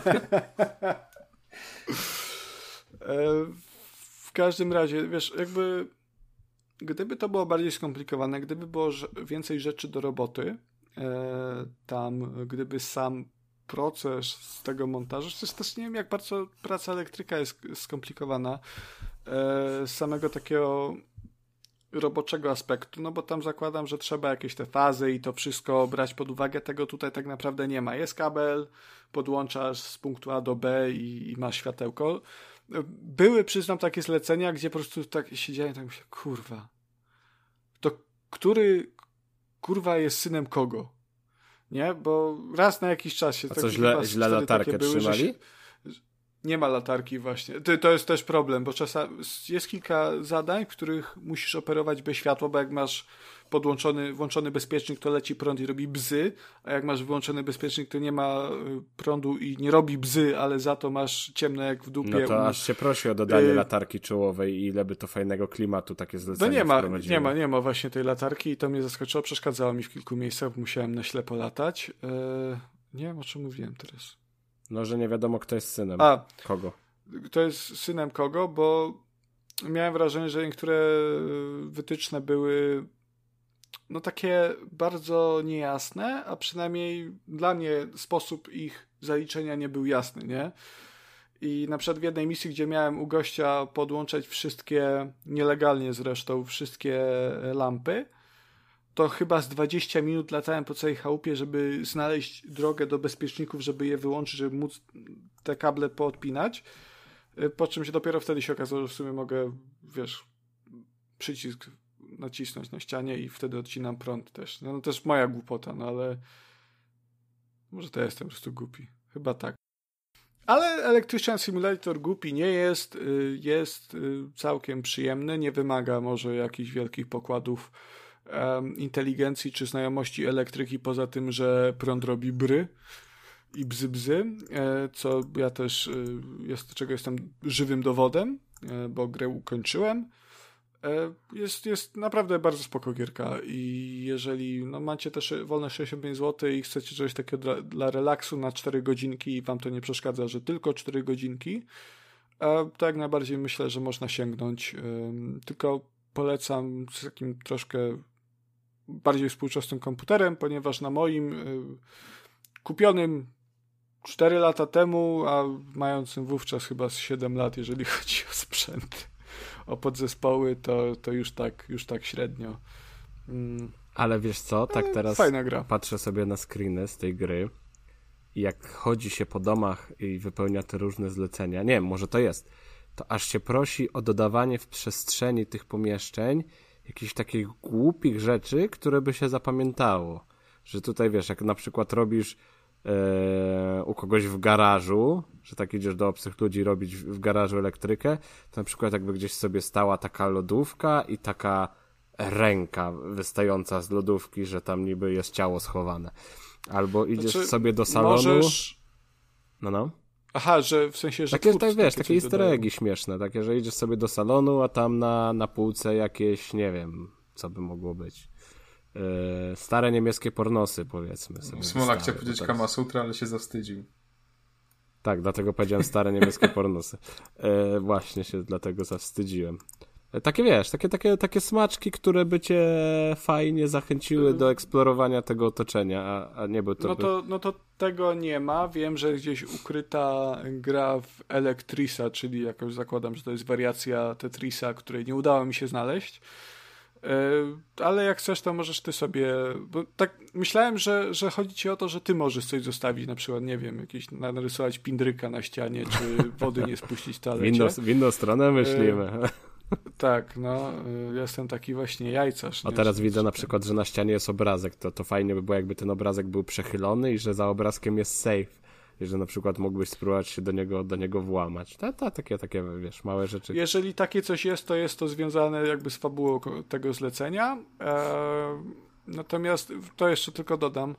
W każdym razie, wiesz, jakby gdyby to było bardziej skomplikowane, gdyby było więcej rzeczy do roboty, tam, gdyby sam proces z tego montażu, też, też nie wiem, jak bardzo praca elektryka jest skomplikowana z samego takiego roboczego aspektu, no bo tam zakładam, że trzeba jakieś te fazy i to wszystko brać pod uwagę, tego tutaj tak naprawdę nie ma. Jest kabel, podłączasz z punktu A do B i, i masz światełko. Były, przyznam, takie zlecenia, gdzie po prostu tak siedziałem i tak myślałem, kurwa, to który kurwa jest synem kogo? Nie? Bo raz na jakiś czas się... A tak, co, źle, źle latarkę były, trzymali? Się... Nie ma latarki właśnie. To jest też problem, bo czasami jest kilka zadań, w których musisz operować bez światła, bo jak masz podłączony, włączony bezpiecznik, to leci prąd i robi bzy, a jak masz wyłączony bezpiecznik, to nie ma prądu i nie robi bzy, ale za to masz ciemne jak w dupie. No to masz... aż się prosi o dodanie y... latarki czołowej i ile by to fajnego klimatu takie zlecenie No nie ma, wprowadziło. nie ma, nie ma właśnie tej latarki i to mnie zaskoczyło, przeszkadzało mi w kilku miejscach, bo musiałem na ślepo latać. Eee, nie wiem, o czym mówiłem teraz. No, że nie wiadomo, kto jest synem. A, kogo? Kto jest synem kogo, bo miałem wrażenie, że niektóre wytyczne były no takie bardzo niejasne, a przynajmniej dla mnie sposób ich zaliczenia nie był jasny, nie? I na przykład w jednej misji, gdzie miałem u gościa podłączać wszystkie, nielegalnie zresztą, wszystkie lampy, to chyba z dwadzieścia minut latałem po całej chałupie, żeby znaleźć drogę do bezpieczników, żeby je wyłączyć, żeby móc te kable poodpinać. Po czym się dopiero wtedy się okazało, że w sumie mogę, wiesz, przycisk nacisnąć na ścianie i wtedy odcinam prąd też. No, no też moja głupota, no ale może to ja jestem po prostu głupi. Chyba tak. Ale Electrician Simulator głupi nie jest. Jest całkiem przyjemny. Nie wymaga może jakichś wielkich pokładów um, inteligencji czy znajomości elektryki, poza tym, że prąd robi bry i bzy bzy, e, co ja też, e, jest, czego jestem żywym dowodem, e, bo grę ukończyłem. E, jest, jest naprawdę bardzo spoko gierka i jeżeli no, macie też wolne sześćdziesiąt pięć złotych i chcecie czegoś takiego dla, dla relaksu na cztery godzinki i wam to nie przeszkadza, że tylko cztery godzinki, e, to jak najbardziej myślę, że można sięgnąć. E, tylko polecam z takim troszkę bardziej współczesnym komputerem, ponieważ na moim e, kupionym cztery lata temu, a mającym wówczas chyba z siedem lat, jeżeli chodzi o sprzęt, o podzespoły, to, to już tak już tak średnio. Mm. Ale wiesz co, tak teraz Fajna gra. Patrzę sobie na screeny z tej gry i jak chodzi się po domach i wypełnia te różne zlecenia, nie wiem, może to jest, to aż się prosi o dodawanie w przestrzeni tych pomieszczeń jakichś takich głupich rzeczy, które by się zapamiętało. Że tutaj wiesz, jak na przykład robisz e, u kogoś w garażu, że tak idziesz do obcych ludzi robić w, w garażu elektrykę, to na przykład jakby gdzieś sobie stała taka lodówka i taka ręka wystająca z lodówki, że tam niby jest ciało schowane. Albo idziesz znaczy, sobie do salonu... Możesz... No, no. Aha, że w sensie, że... Takie, tak, wiesz, takie easter eggi śmieszne, takie, że idziesz sobie do salonu, a tam na, na półce jakieś, nie wiem, co by mogło być. Yy, stare niemieckie pornosy, powiedzmy sobie. Smolak chciał powiedzieć tak... Kama Sutra, ale się zawstydził. Tak, dlatego powiedziałem stare niemieckie pornosy. Yy, właśnie się dlatego zawstydziłem. Takie wiesz, takie, takie, takie smaczki, które by cię fajnie zachęciły do eksplorowania tego otoczenia, a, a nie by to... No to, no to tego nie ma. Wiem, że gdzieś ukryta gra w Electrisa, czyli jakoś zakładam, że to jest wariacja Tetrisa, której nie udało mi się znaleźć. Yy, ale jak chcesz, to możesz ty sobie... Bo tak myślałem, że, że chodzi ci o to, że ty możesz coś zostawić, na przykład, nie wiem, jakieś narysować pindryka na ścianie, czy wody nie spuścić w toalecie. W inną stronę myślimy. Yy, Tak, no, y, jestem taki właśnie jajcarz. A teraz widzę na przykład, że na ścianie jest obrazek, to, to fajnie by było, jakby ten obrazek był przechylony i że za obrazkiem jest safe i że na przykład mógłbyś spróbować się do niego, do niego włamać. Ta, ta, takie, takie, wiesz, małe rzeczy. Jeżeli takie coś jest, to jest to związane jakby z fabułą tego zlecenia. E, natomiast to jeszcze tylko dodam,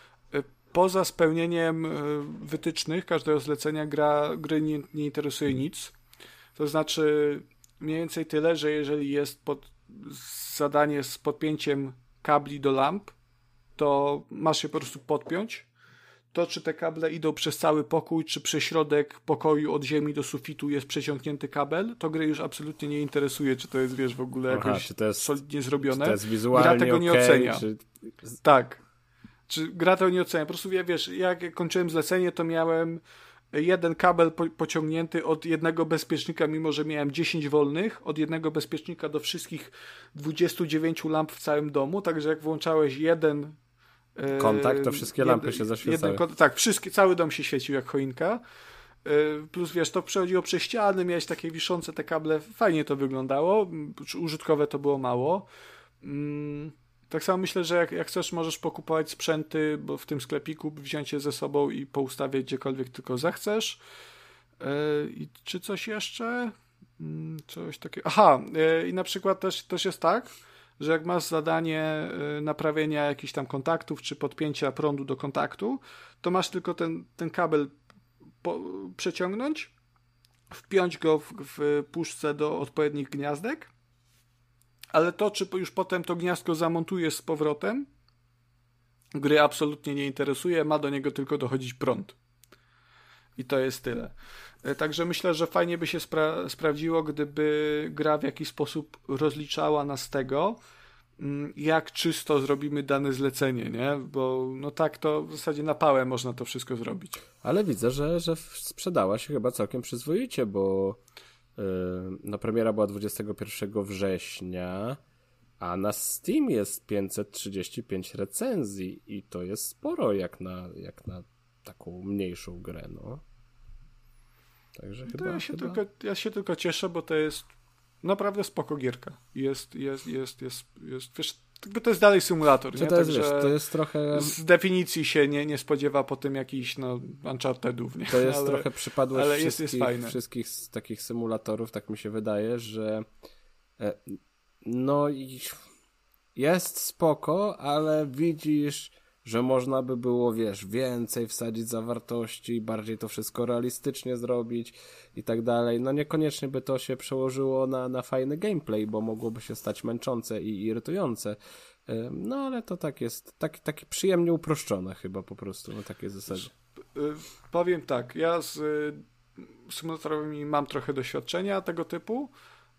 poza spełnieniem wytycznych każdego zlecenia gra, gry nie, nie interesuje nic. To znaczy mniej więcej tyle, że jeżeli jest pod zadanie z podpięciem kabli do lamp, to masz się po prostu podpiąć. To, czy te kable idą przez cały pokój, czy przez środek pokoju od ziemi do sufitu jest przeciągnięty kabel, to gry już absolutnie nie interesuje, czy to jest, wiesz, w ogóle jakoś Aha, czy to jest, solidnie zrobione. Czy to jest wizualnie gra tego okay, nie ocenia. Czy... Tak. Czy gra tego nie ocenia. Po prostu ja, wiesz, jak kończyłem zlecenie, to miałem jeden kabel po- pociągnięty od jednego bezpiecznika, mimo że miałem dziesięć wolnych, od jednego bezpiecznika do wszystkich dwudziestu dziewięciu lamp w całym domu, także jak włączałeś jeden e, kontakt, to wszystkie jed, lampy się zaświecały. Jeden, tak, wszystkie, cały dom się świecił jak choinka. E, plus wiesz, to przechodziło przez ściany, miałeś takie wiszące te kable, fajnie to wyglądało, użytkowe to było mało. Mm. Tak samo myślę, że jak, jak chcesz, możesz pokupować sprzęty, bo w tym sklepiku wziąć je ze sobą i poustawiać gdziekolwiek tylko zechcesz. Yy, I czy coś jeszcze? Yy, coś takiego. Aha, yy, i na przykład też, też jest tak, że jak masz zadanie yy, naprawienia jakichś tam kontaktów, czy podpięcia prądu do kontaktu, to masz tylko ten, ten kabel po, przeciągnąć, wpiąć go w, w puszce do odpowiednich gniazdek. Ale to, czy już potem to gniazdko zamontujesz z powrotem, gry absolutnie nie interesuje, ma do niego tylko dochodzić prąd. I to jest tyle. Także myślę, że fajnie by się spra- sprawdziło, gdyby gra w jakiś sposób rozliczała nas z tego, jak czysto zrobimy dane zlecenie, nie? Bo no tak to w zasadzie na pałę można to wszystko zrobić. Ale widzę, że, że sprzedała się chyba całkiem przyzwoicie, bo no premiera była dwudziestego pierwszego września, a na Steam jest pięćset trzydzieści pięć recenzji i to jest sporo jak na, jak na taką mniejszą grę, no. Także chyba, ja, się chyba... Tylko, ja się tylko cieszę, bo to jest naprawdę spoko gierka. Jest, jest, jest, jest, jest wiesz, to jest dalej symulator, Co nie? To jest, Także wiesz, to jest trochę... z definicji się nie, nie spodziewa po tym jakichś no, Unchartedów, nie? To jest ale, trochę przypadłość ale wszystkich, jest, jest fajne. wszystkich z takich symulatorów, tak mi się wydaje, że no i jest spoko, ale widzisz, że można by było, wiesz, więcej wsadzić zawartości, bardziej to wszystko realistycznie zrobić i tak dalej. No niekoniecznie by to się przełożyło na, na fajny gameplay, bo mogłoby się stać męczące i irytujące. No ale to tak jest, tak, takie przyjemnie uproszczone chyba po prostu, na takiej zasadzie. Powiem tak, ja z symulatorami mam trochę doświadczenia tego typu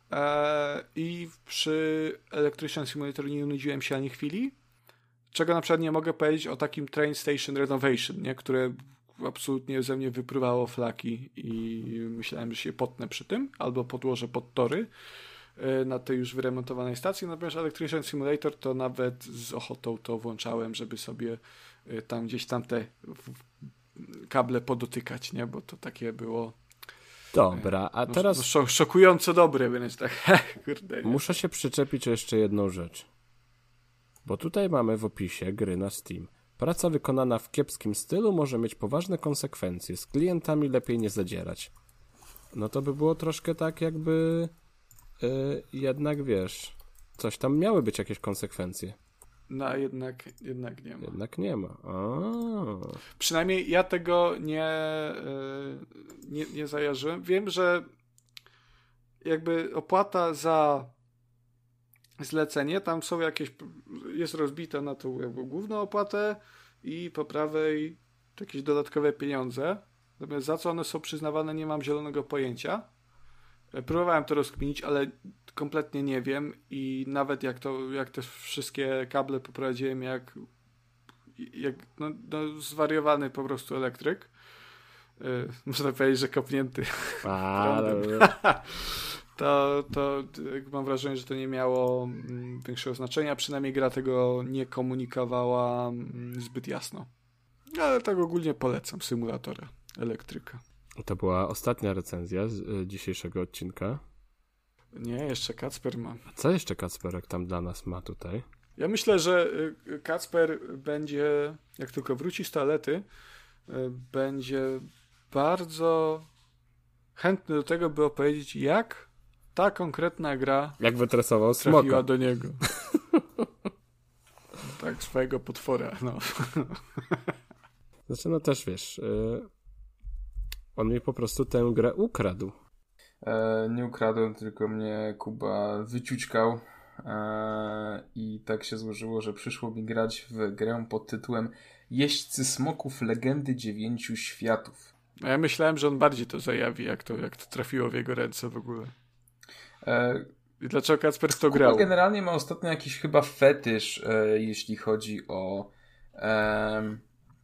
i przy Electrician Simulator nie nudziłem się ani chwili. Czego na przykład nie mogę powiedzieć o takim Train Station Renovation, nie? Które absolutnie ze mnie wypływało flaki i myślałem, że się potnę przy tym, albo podłożę pod tory na tej już wyremontowanej stacji. Natomiast Electrician Simulator to nawet z ochotą to włączałem, żeby sobie tam gdzieś tam te kable podotykać, nie? Bo to takie było... Dobra, a no, teraz... No, szokująco dobre, więc tak, kurde. Nie? Muszę się przyczepić o jeszcze jedną rzecz. Bo tutaj mamy w opisie gry na Steam. Praca wykonana w kiepskim stylu może mieć poważne konsekwencje. Z klientami lepiej nie zadzierać. No to by było troszkę tak jakby yy, jednak wiesz, coś tam miały być jakieś konsekwencje. No a jednak, jednak nie ma. Jednak nie ma. A. Przynajmniej ja tego nie, yy, nie, nie zajarzyłem. Wiem, że jakby opłata za zlecenie, tam są jakieś, jest rozbite na tą jakby główną opłatę i po prawej jakieś dodatkowe pieniądze. Natomiast za co one są przyznawane, nie mam zielonego pojęcia. Próbowałem to rozkminić, ale kompletnie nie wiem i nawet jak to, jak te wszystkie kable poprowadziłem jak, jak no, no zwariowany po prostu elektryk. Yy, można powiedzieć, że kopnięty prądem. To, to mam wrażenie, że to nie miało większego znaczenia. Przynajmniej gra tego nie komunikowała zbyt jasno. Ale tak ogólnie polecam symulatora elektryka. To była ostatnia recenzja z y, dzisiejszego odcinka. Nie, jeszcze Kacper ma. A co jeszcze Kacperek tam dla nas ma tutaj? Ja myślę, że Kacper będzie, jak tylko wróci z toalety, będzie bardzo chętny do tego, by opowiedzieć, jak ta konkretna gra jak wytresował trafiła smoka do niego. Tak, swojego potwora. No. Znaczy, no też wiesz, yy, on mi po prostu tę grę ukradł. E, nie ukradłem, tylko mnie Kuba wyciućkał e, i tak się złożyło, że przyszło mi grać w grę pod tytułem Jeźdźcy Smoków Legendy Dziewięciu Światów. A ja myślałem, że on bardziej to zajawi, jak to, jak to trafiło w jego ręce w ogóle. E, I dlaczego Kacper w to Kuba grał? generalnie ma ostatnio jakiś chyba fetysz, e, jeśli chodzi o e,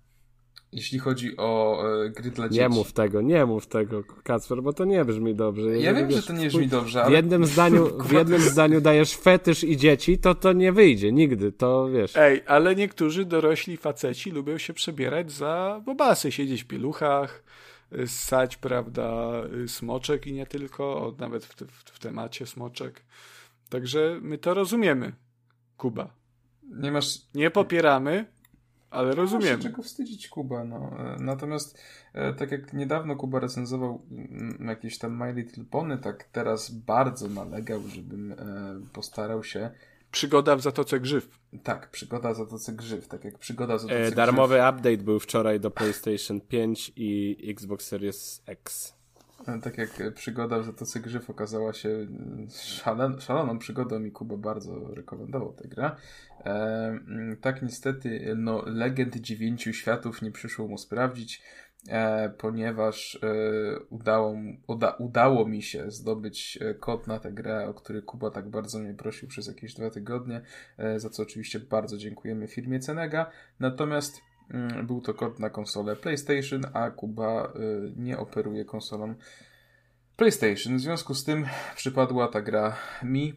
jeśli chodzi o e, gry dla dzieci. Nie mów tego, nie mów tego, Kacper, bo to nie brzmi dobrze. Jeżeli ja wiem, wiesz, że to nie brzmi dobrze, ale... W jednym zdaniu, w jednym zdaniu dajesz fetysz i dzieci, to to nie wyjdzie nigdy, to wiesz. Ej, ale niektórzy dorośli faceci lubią się przebierać za bobasy, siedzieć w pieluchach, ssać, prawda, smoczek i nie tylko, nawet w, te, w temacie smoczek. Także my to rozumiemy, Kuba. Nie masz... Nie popieramy, ale rozumiemy. Nie ma się czego wstydzić, Kuba. No. Natomiast e, tak jak niedawno Kuba recenzował m, jakieś tam My Little Pony, tak teraz bardzo nalegał, żebym e, postarał się... Przygoda w Zatoce Grzyw. Tak, przygoda w Zatoce Grzyw. Tak jak przygoda w Zatoce E, Grzyw. darmowy update był wczoraj do PlayStation pięć i Xbox Series X. Tak jak przygoda w Zatoce Grzyw okazała się szalen, szaloną przygodą i Kuba bardzo rekomendował tę grę. E, tak niestety no, Legend Dziewięciu Światów nie przyszło mu sprawdzić, e, ponieważ e, udało, uda, udało mi się zdobyć kod na tę grę, o który Kuba tak bardzo mnie prosił przez jakieś dwa tygodnie, e, za co oczywiście bardzo dziękujemy firmie Cenega. Natomiast był to kod na konsolę PlayStation, a Kuba y, nie operuje konsolą PlayStation. W związku z tym przypadła ta gra mi.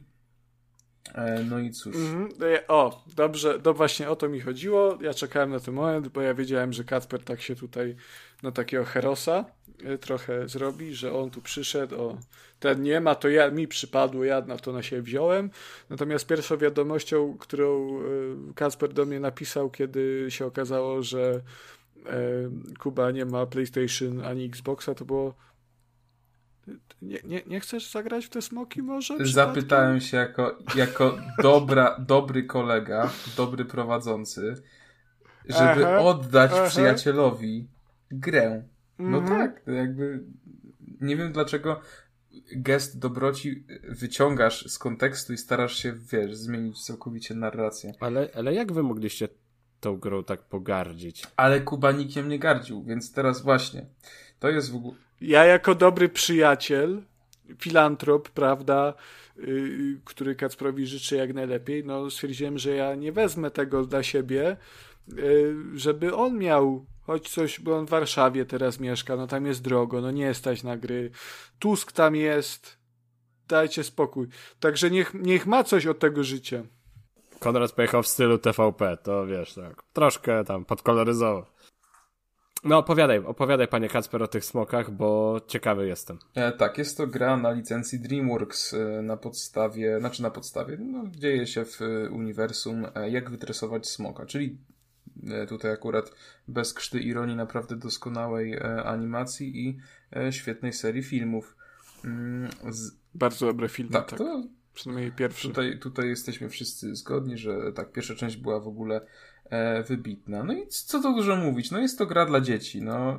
E, no i cóż. Mm-hmm. O, dobrze, to właśnie o to mi chodziło. Ja czekałem na ten moment, bo ja wiedziałem, że Kacper tak się tutaj na takiego herosa y, trochę zrobi, że on tu przyszedł, o, ten nie ma, to ja, mi przypadło, ja na to na siebie wziąłem. Natomiast pierwszą wiadomością, którą y, Kacper do mnie napisał, kiedy się okazało, że y, Kuba nie ma PlayStation ani Xboxa, to było: Nie, nie, nie chcesz zagrać w te smoki może? Zapytałem się jako, jako dobra, dobry kolega, dobry prowadzący, żeby aha, oddać aha. przyjacielowi grę. No mm-hmm. tak, jakby nie wiem dlaczego gest dobroci wyciągasz z kontekstu i starasz się, wiesz, zmienić całkowicie narrację. Ale, ale jak wy mogliście tą grą tak pogardzić? Ale Kuba nikiem nie gardził, więc teraz właśnie, to jest w ogóle... Ja jako dobry przyjaciel, filantrop, prawda, yy, który Kacprowi życzy jak najlepiej, no stwierdziłem, że ja nie wezmę tego dla siebie, yy, żeby on miał choć coś, bo on w Warszawie teraz mieszka, no tam jest drogo, no nie stać na gry. Tusk tam jest, dajcie spokój. Także niech, niech ma coś od tego życia. Konrad pojechał w stylu T V P, to wiesz, tak, troszkę tam podkoloryzował. No opowiadaj, opowiadaj panie Kacper o tych smokach, bo ciekawy jestem. E, tak, jest to gra na licencji DreamWorks e, na podstawie, znaczy na podstawie, no dzieje się w e, uniwersum e, Jak wytresować smoka, czyli e, tutaj akurat bez krzty ironii naprawdę doskonałej e, animacji i e, świetnej serii filmów. Mm, z... Bardzo dobre filmy, tak. tak. To... Przynajmniej pierwszy. Tutaj, tutaj jesteśmy wszyscy zgodni, że tak, pierwsza część była w ogóle e, wybitna. No i co tu dużo mówić, no jest to gra dla dzieci, no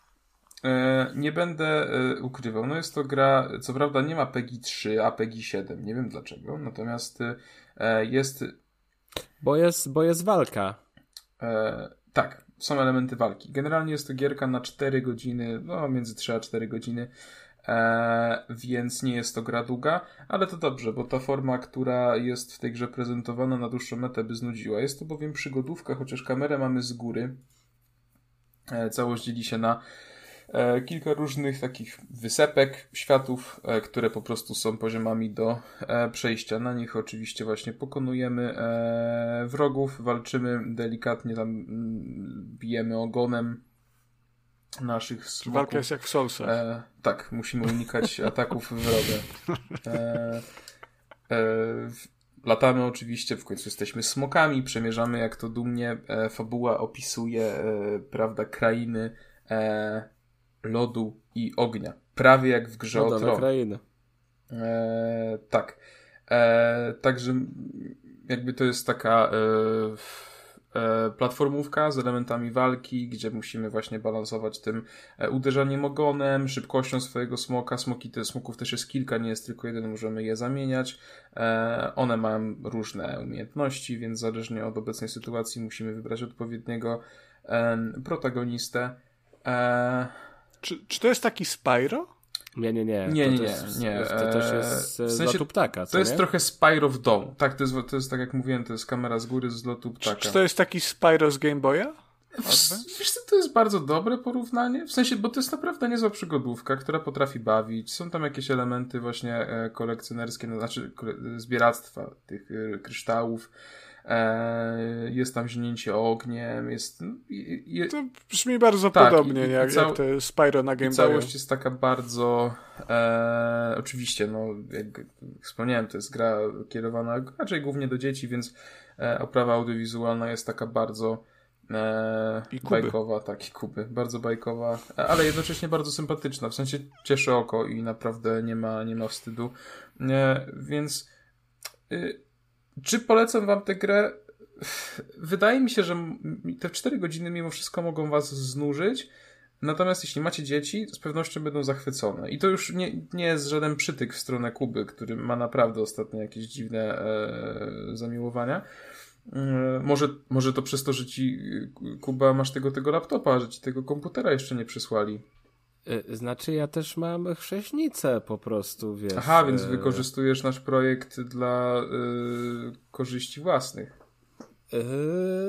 e, nie będę e, ukrywał, no jest to gra, co prawda nie ma PEGI trzy, a PEGI siedem, nie wiem dlaczego, natomiast e, jest... Bo jest, bo jest walka. E, tak, są elementy walki. Generalnie jest to gierka na cztery godziny, no między trzy a cztery godziny, Eee, więc nie jest to gra długa, ale to dobrze, bo ta forma, która jest w tej grze prezentowana na dłuższą metę by znudziła. Jest to bowiem przygodówka, chociaż kamerę mamy z góry. Eee, całość dzieli się na e, kilka różnych takich wysepek, światów, e, które po prostu są poziomami do e, przejścia. Na nich oczywiście właśnie pokonujemy e, wrogów, walczymy delikatnie, tam m, bijemy ogonem naszych smoków. Walka jest jak w Soulsach. E, tak, musimy unikać ataków wroga. E, e, latamy oczywiście, w końcu jesteśmy smokami, przemierzamy jak to dumnie e, fabuła opisuje, e, prawda, krainy e, lodu i ognia. Prawie jak w grze o Tron. krainy. E, tak. E, także jakby to jest taka e, platformówka z elementami walki, gdzie musimy właśnie balansować tym uderzaniem ogonem, szybkością swojego smoka. Smoki, te, smoków też jest kilka, nie jest tylko jeden, możemy je zamieniać. One mają różne umiejętności, więc zależnie od obecnej sytuacji musimy wybrać odpowiedniego protagonistę. Czy, czy to jest taki Spyro? Nie, nie, nie. Nie, to nie, to jest, nie. To też jest w z sensie, lotu ptaka, co To jest nie? trochę Spyro w domu. Tak, to jest, to jest tak jak mówiłem, to jest kamera z góry z lotu ptaka. Czy, czy to jest taki Spyro z Game Boya? Wiesz co, to jest bardzo dobre porównanie, w sensie, bo to jest naprawdę niezła przygodówka, która potrafi bawić, są tam jakieś elementy właśnie kolekcjonerskie, no, znaczy zbieractwa tych kryształów, jest tam zimnięcie ogniem, jest... Je, to brzmi bardzo tak, podobnie, i, jak, i cał... jak to Spyro na Game Boyu. Całość jest taka bardzo... E, oczywiście, no, jak wspomniałem, to jest gra kierowana raczej głównie do dzieci, więc e, oprawa audiowizualna jest taka bardzo e, I Kuby. bajkowa, tak, i Kuby, bardzo bajkowa, ale jednocześnie bardzo sympatyczna, w sensie cieszy oko i naprawdę nie ma, nie ma wstydu, e, więc... Y, Czy polecam wam tę grę? Wydaje mi się, że te cztery godziny mimo wszystko mogą was znużyć, natomiast jeśli macie dzieci, z pewnością będą zachwycone. I to już nie, nie jest żaden przytyk w stronę Kuby, który ma naprawdę ostatnio jakieś dziwne e, zamiłowania. E, może, może to przez to, że ci, Kuba, masz tego, tego laptopa, że ci tego komputera jeszcze nie przysłali. Znaczy ja też mam chrześnicę po prostu, wiesz. Aha, więc wykorzystujesz nasz projekt dla yy, korzyści własnych. Yy,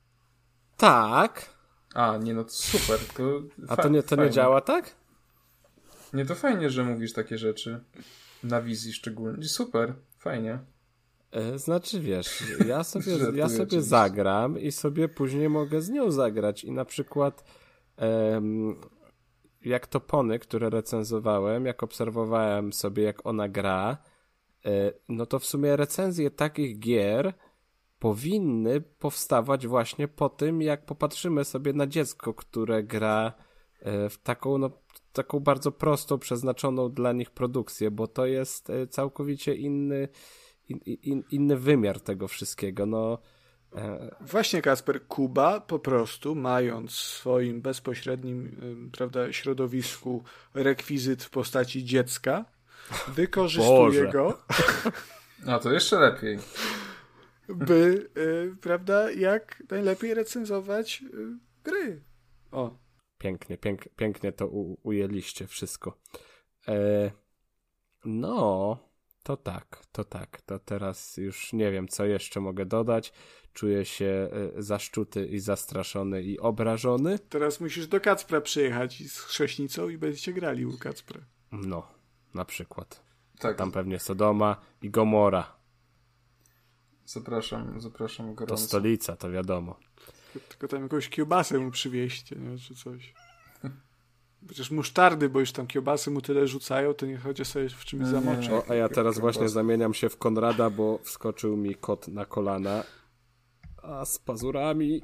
tak. A, nie, no to super. To A to nie, to nie działa tak? Nie, to fajnie, że mówisz takie rzeczy. Na wizji szczególnie. Super, fajnie. Yy, znaczy wiesz, ja sobie, ja sobie zagram i sobie później mogę z nią zagrać i na przykład... Yy, jak to Pony, które recenzowałem, jak obserwowałem sobie, jak ona gra, no to w sumie recenzje takich gier powinny powstawać właśnie po tym, jak popatrzymy sobie na dziecko, które gra w taką, no taką bardzo prostą, przeznaczoną dla nich produkcję, bo to jest całkowicie inny, in, in, inny wymiar tego wszystkiego. No, e... Właśnie, Kacper, Kuba po prostu, mając w swoim bezpośrednim, prawda, środowisku rekwizyt w postaci dziecka, wykorzystuje Boże. go. No to jeszcze lepiej. By, y, prawda, jak najlepiej recenzować y, gry. O. Pięknie, pięk, pięknie to u, ujęliście wszystko. E, no, to tak, to tak. To teraz już nie wiem, co jeszcze mogę dodać. Czuję się y, zaszczuty i zastraszony i obrażony. Teraz musisz do Kacpra przyjechać z chrześnicą i będziecie grali u Kacpra. No, na przykład. Tak. Tam pewnie Sodoma i Gomora. Zapraszam, zapraszam gorąco. To stolica, to wiadomo. Tylko tam jakąś kiełbasę mu przywieźcie, nie? Czy coś. Przecież musztardy, bo już tam kiełbasy mu tyle rzucają, to niech chociaż sobie w czymś zamoczy. O, a ja teraz właśnie zamieniam się w Konrada, bo wskoczył mi kot na kolana. A z pazurami.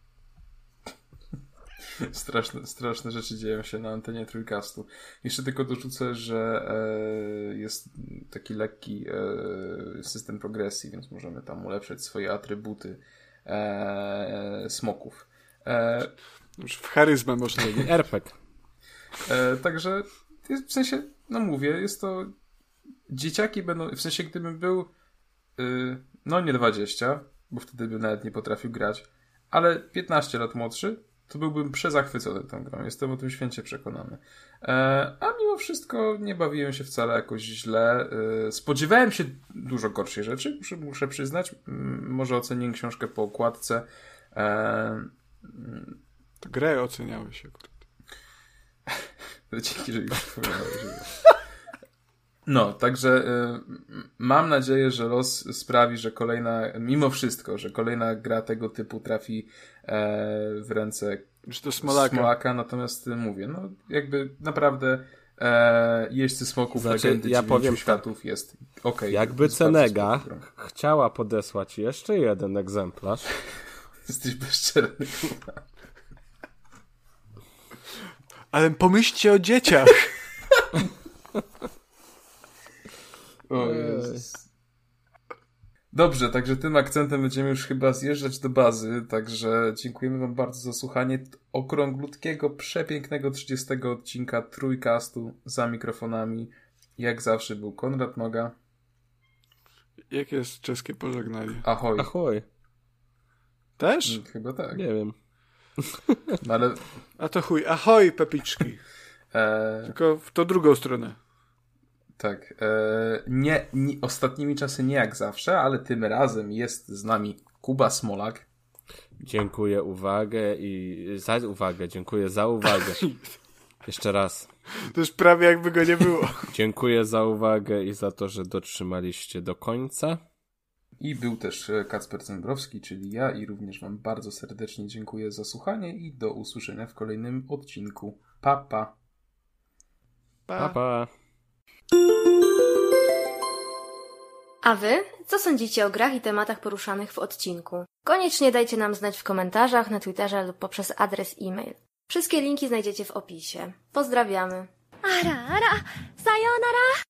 Straszne, straszne rzeczy dzieją się na antenie Trójkastu. Jeszcze tylko dorzucę, że e, jest taki lekki e, system progresji, więc możemy tam ulepszać swoje atrybuty e, smoków. E, Już w charyzmę można. er pe gie. e, także jest, w sensie, no mówię, jest to dzieciaki będą, w sensie gdybym był y, no nie dwadzieścia, bo wtedy bym nawet nie potrafił grać, ale piętnaście lat młodszy, to byłbym przezachwycony tą grą. Jestem o tym święcie przekonany. E, a mimo wszystko nie bawiłem się wcale jakoś źle. E, spodziewałem się dużo gorszej rzeczy, muszę, muszę przyznać. M, może ocenię książkę po okładce. E, To grę oceniałeś akurat. Dzięki, że już wspomniałeś. No, także y, mam nadzieję, że los sprawi, że kolejna, mimo wszystko, że kolejna gra tego typu trafi e, w ręce Już to Smolaka. Smolaka, natomiast y, mówię, no jakby naprawdę e, jeźdźcy smoków Znaczy, legendy ja dziewięciu powiem światów tak, jest okej. Okay, jakby Cenega chciała podesłać jeszcze jeden egzemplarz. Jesteś bezczelny, kurwa. Ale pomyślcie o dzieciach. O Jezus. Dobrze, także tym akcentem będziemy już chyba zjeżdżać do bazy, także dziękujemy wam bardzo za słuchanie okrąglutkiego, przepięknego trzydziestego odcinka Trójkastu. Za mikrofonami jak zawsze był Konrad Noga. Jakie jest czeskie pożegnanie? Ahoj. Ahoj. Też? Chyba tak. Nie wiem. No ale... A to chuj, ahoj pepiczki. E... Tylko w tą drugą stronę. Tak. E... Nie, nie, ostatnimi czasy nie jak zawsze, ale tym razem jest z nami Kuba Smolak. Dziękuję uwagę i za uwagę. Dziękuję za uwagę. Jeszcze raz. To już prawie jakby go nie było. Dziękuję za uwagę i za to, że dotrzymaliście do końca. I był też Kacper Zembrowski, czyli ja, i również wam bardzo serdecznie dziękuję za słuchanie i do usłyszenia w kolejnym odcinku. Pa, pa. Pa. Pa, pa. A wy? Co sądzicie o grach i tematach poruszanych w odcinku? Koniecznie dajcie nam znać w komentarzach, na Twitterze lub poprzez adres e-mail. Wszystkie linki znajdziecie w opisie. Pozdrawiamy. Ara, ara, sayonara!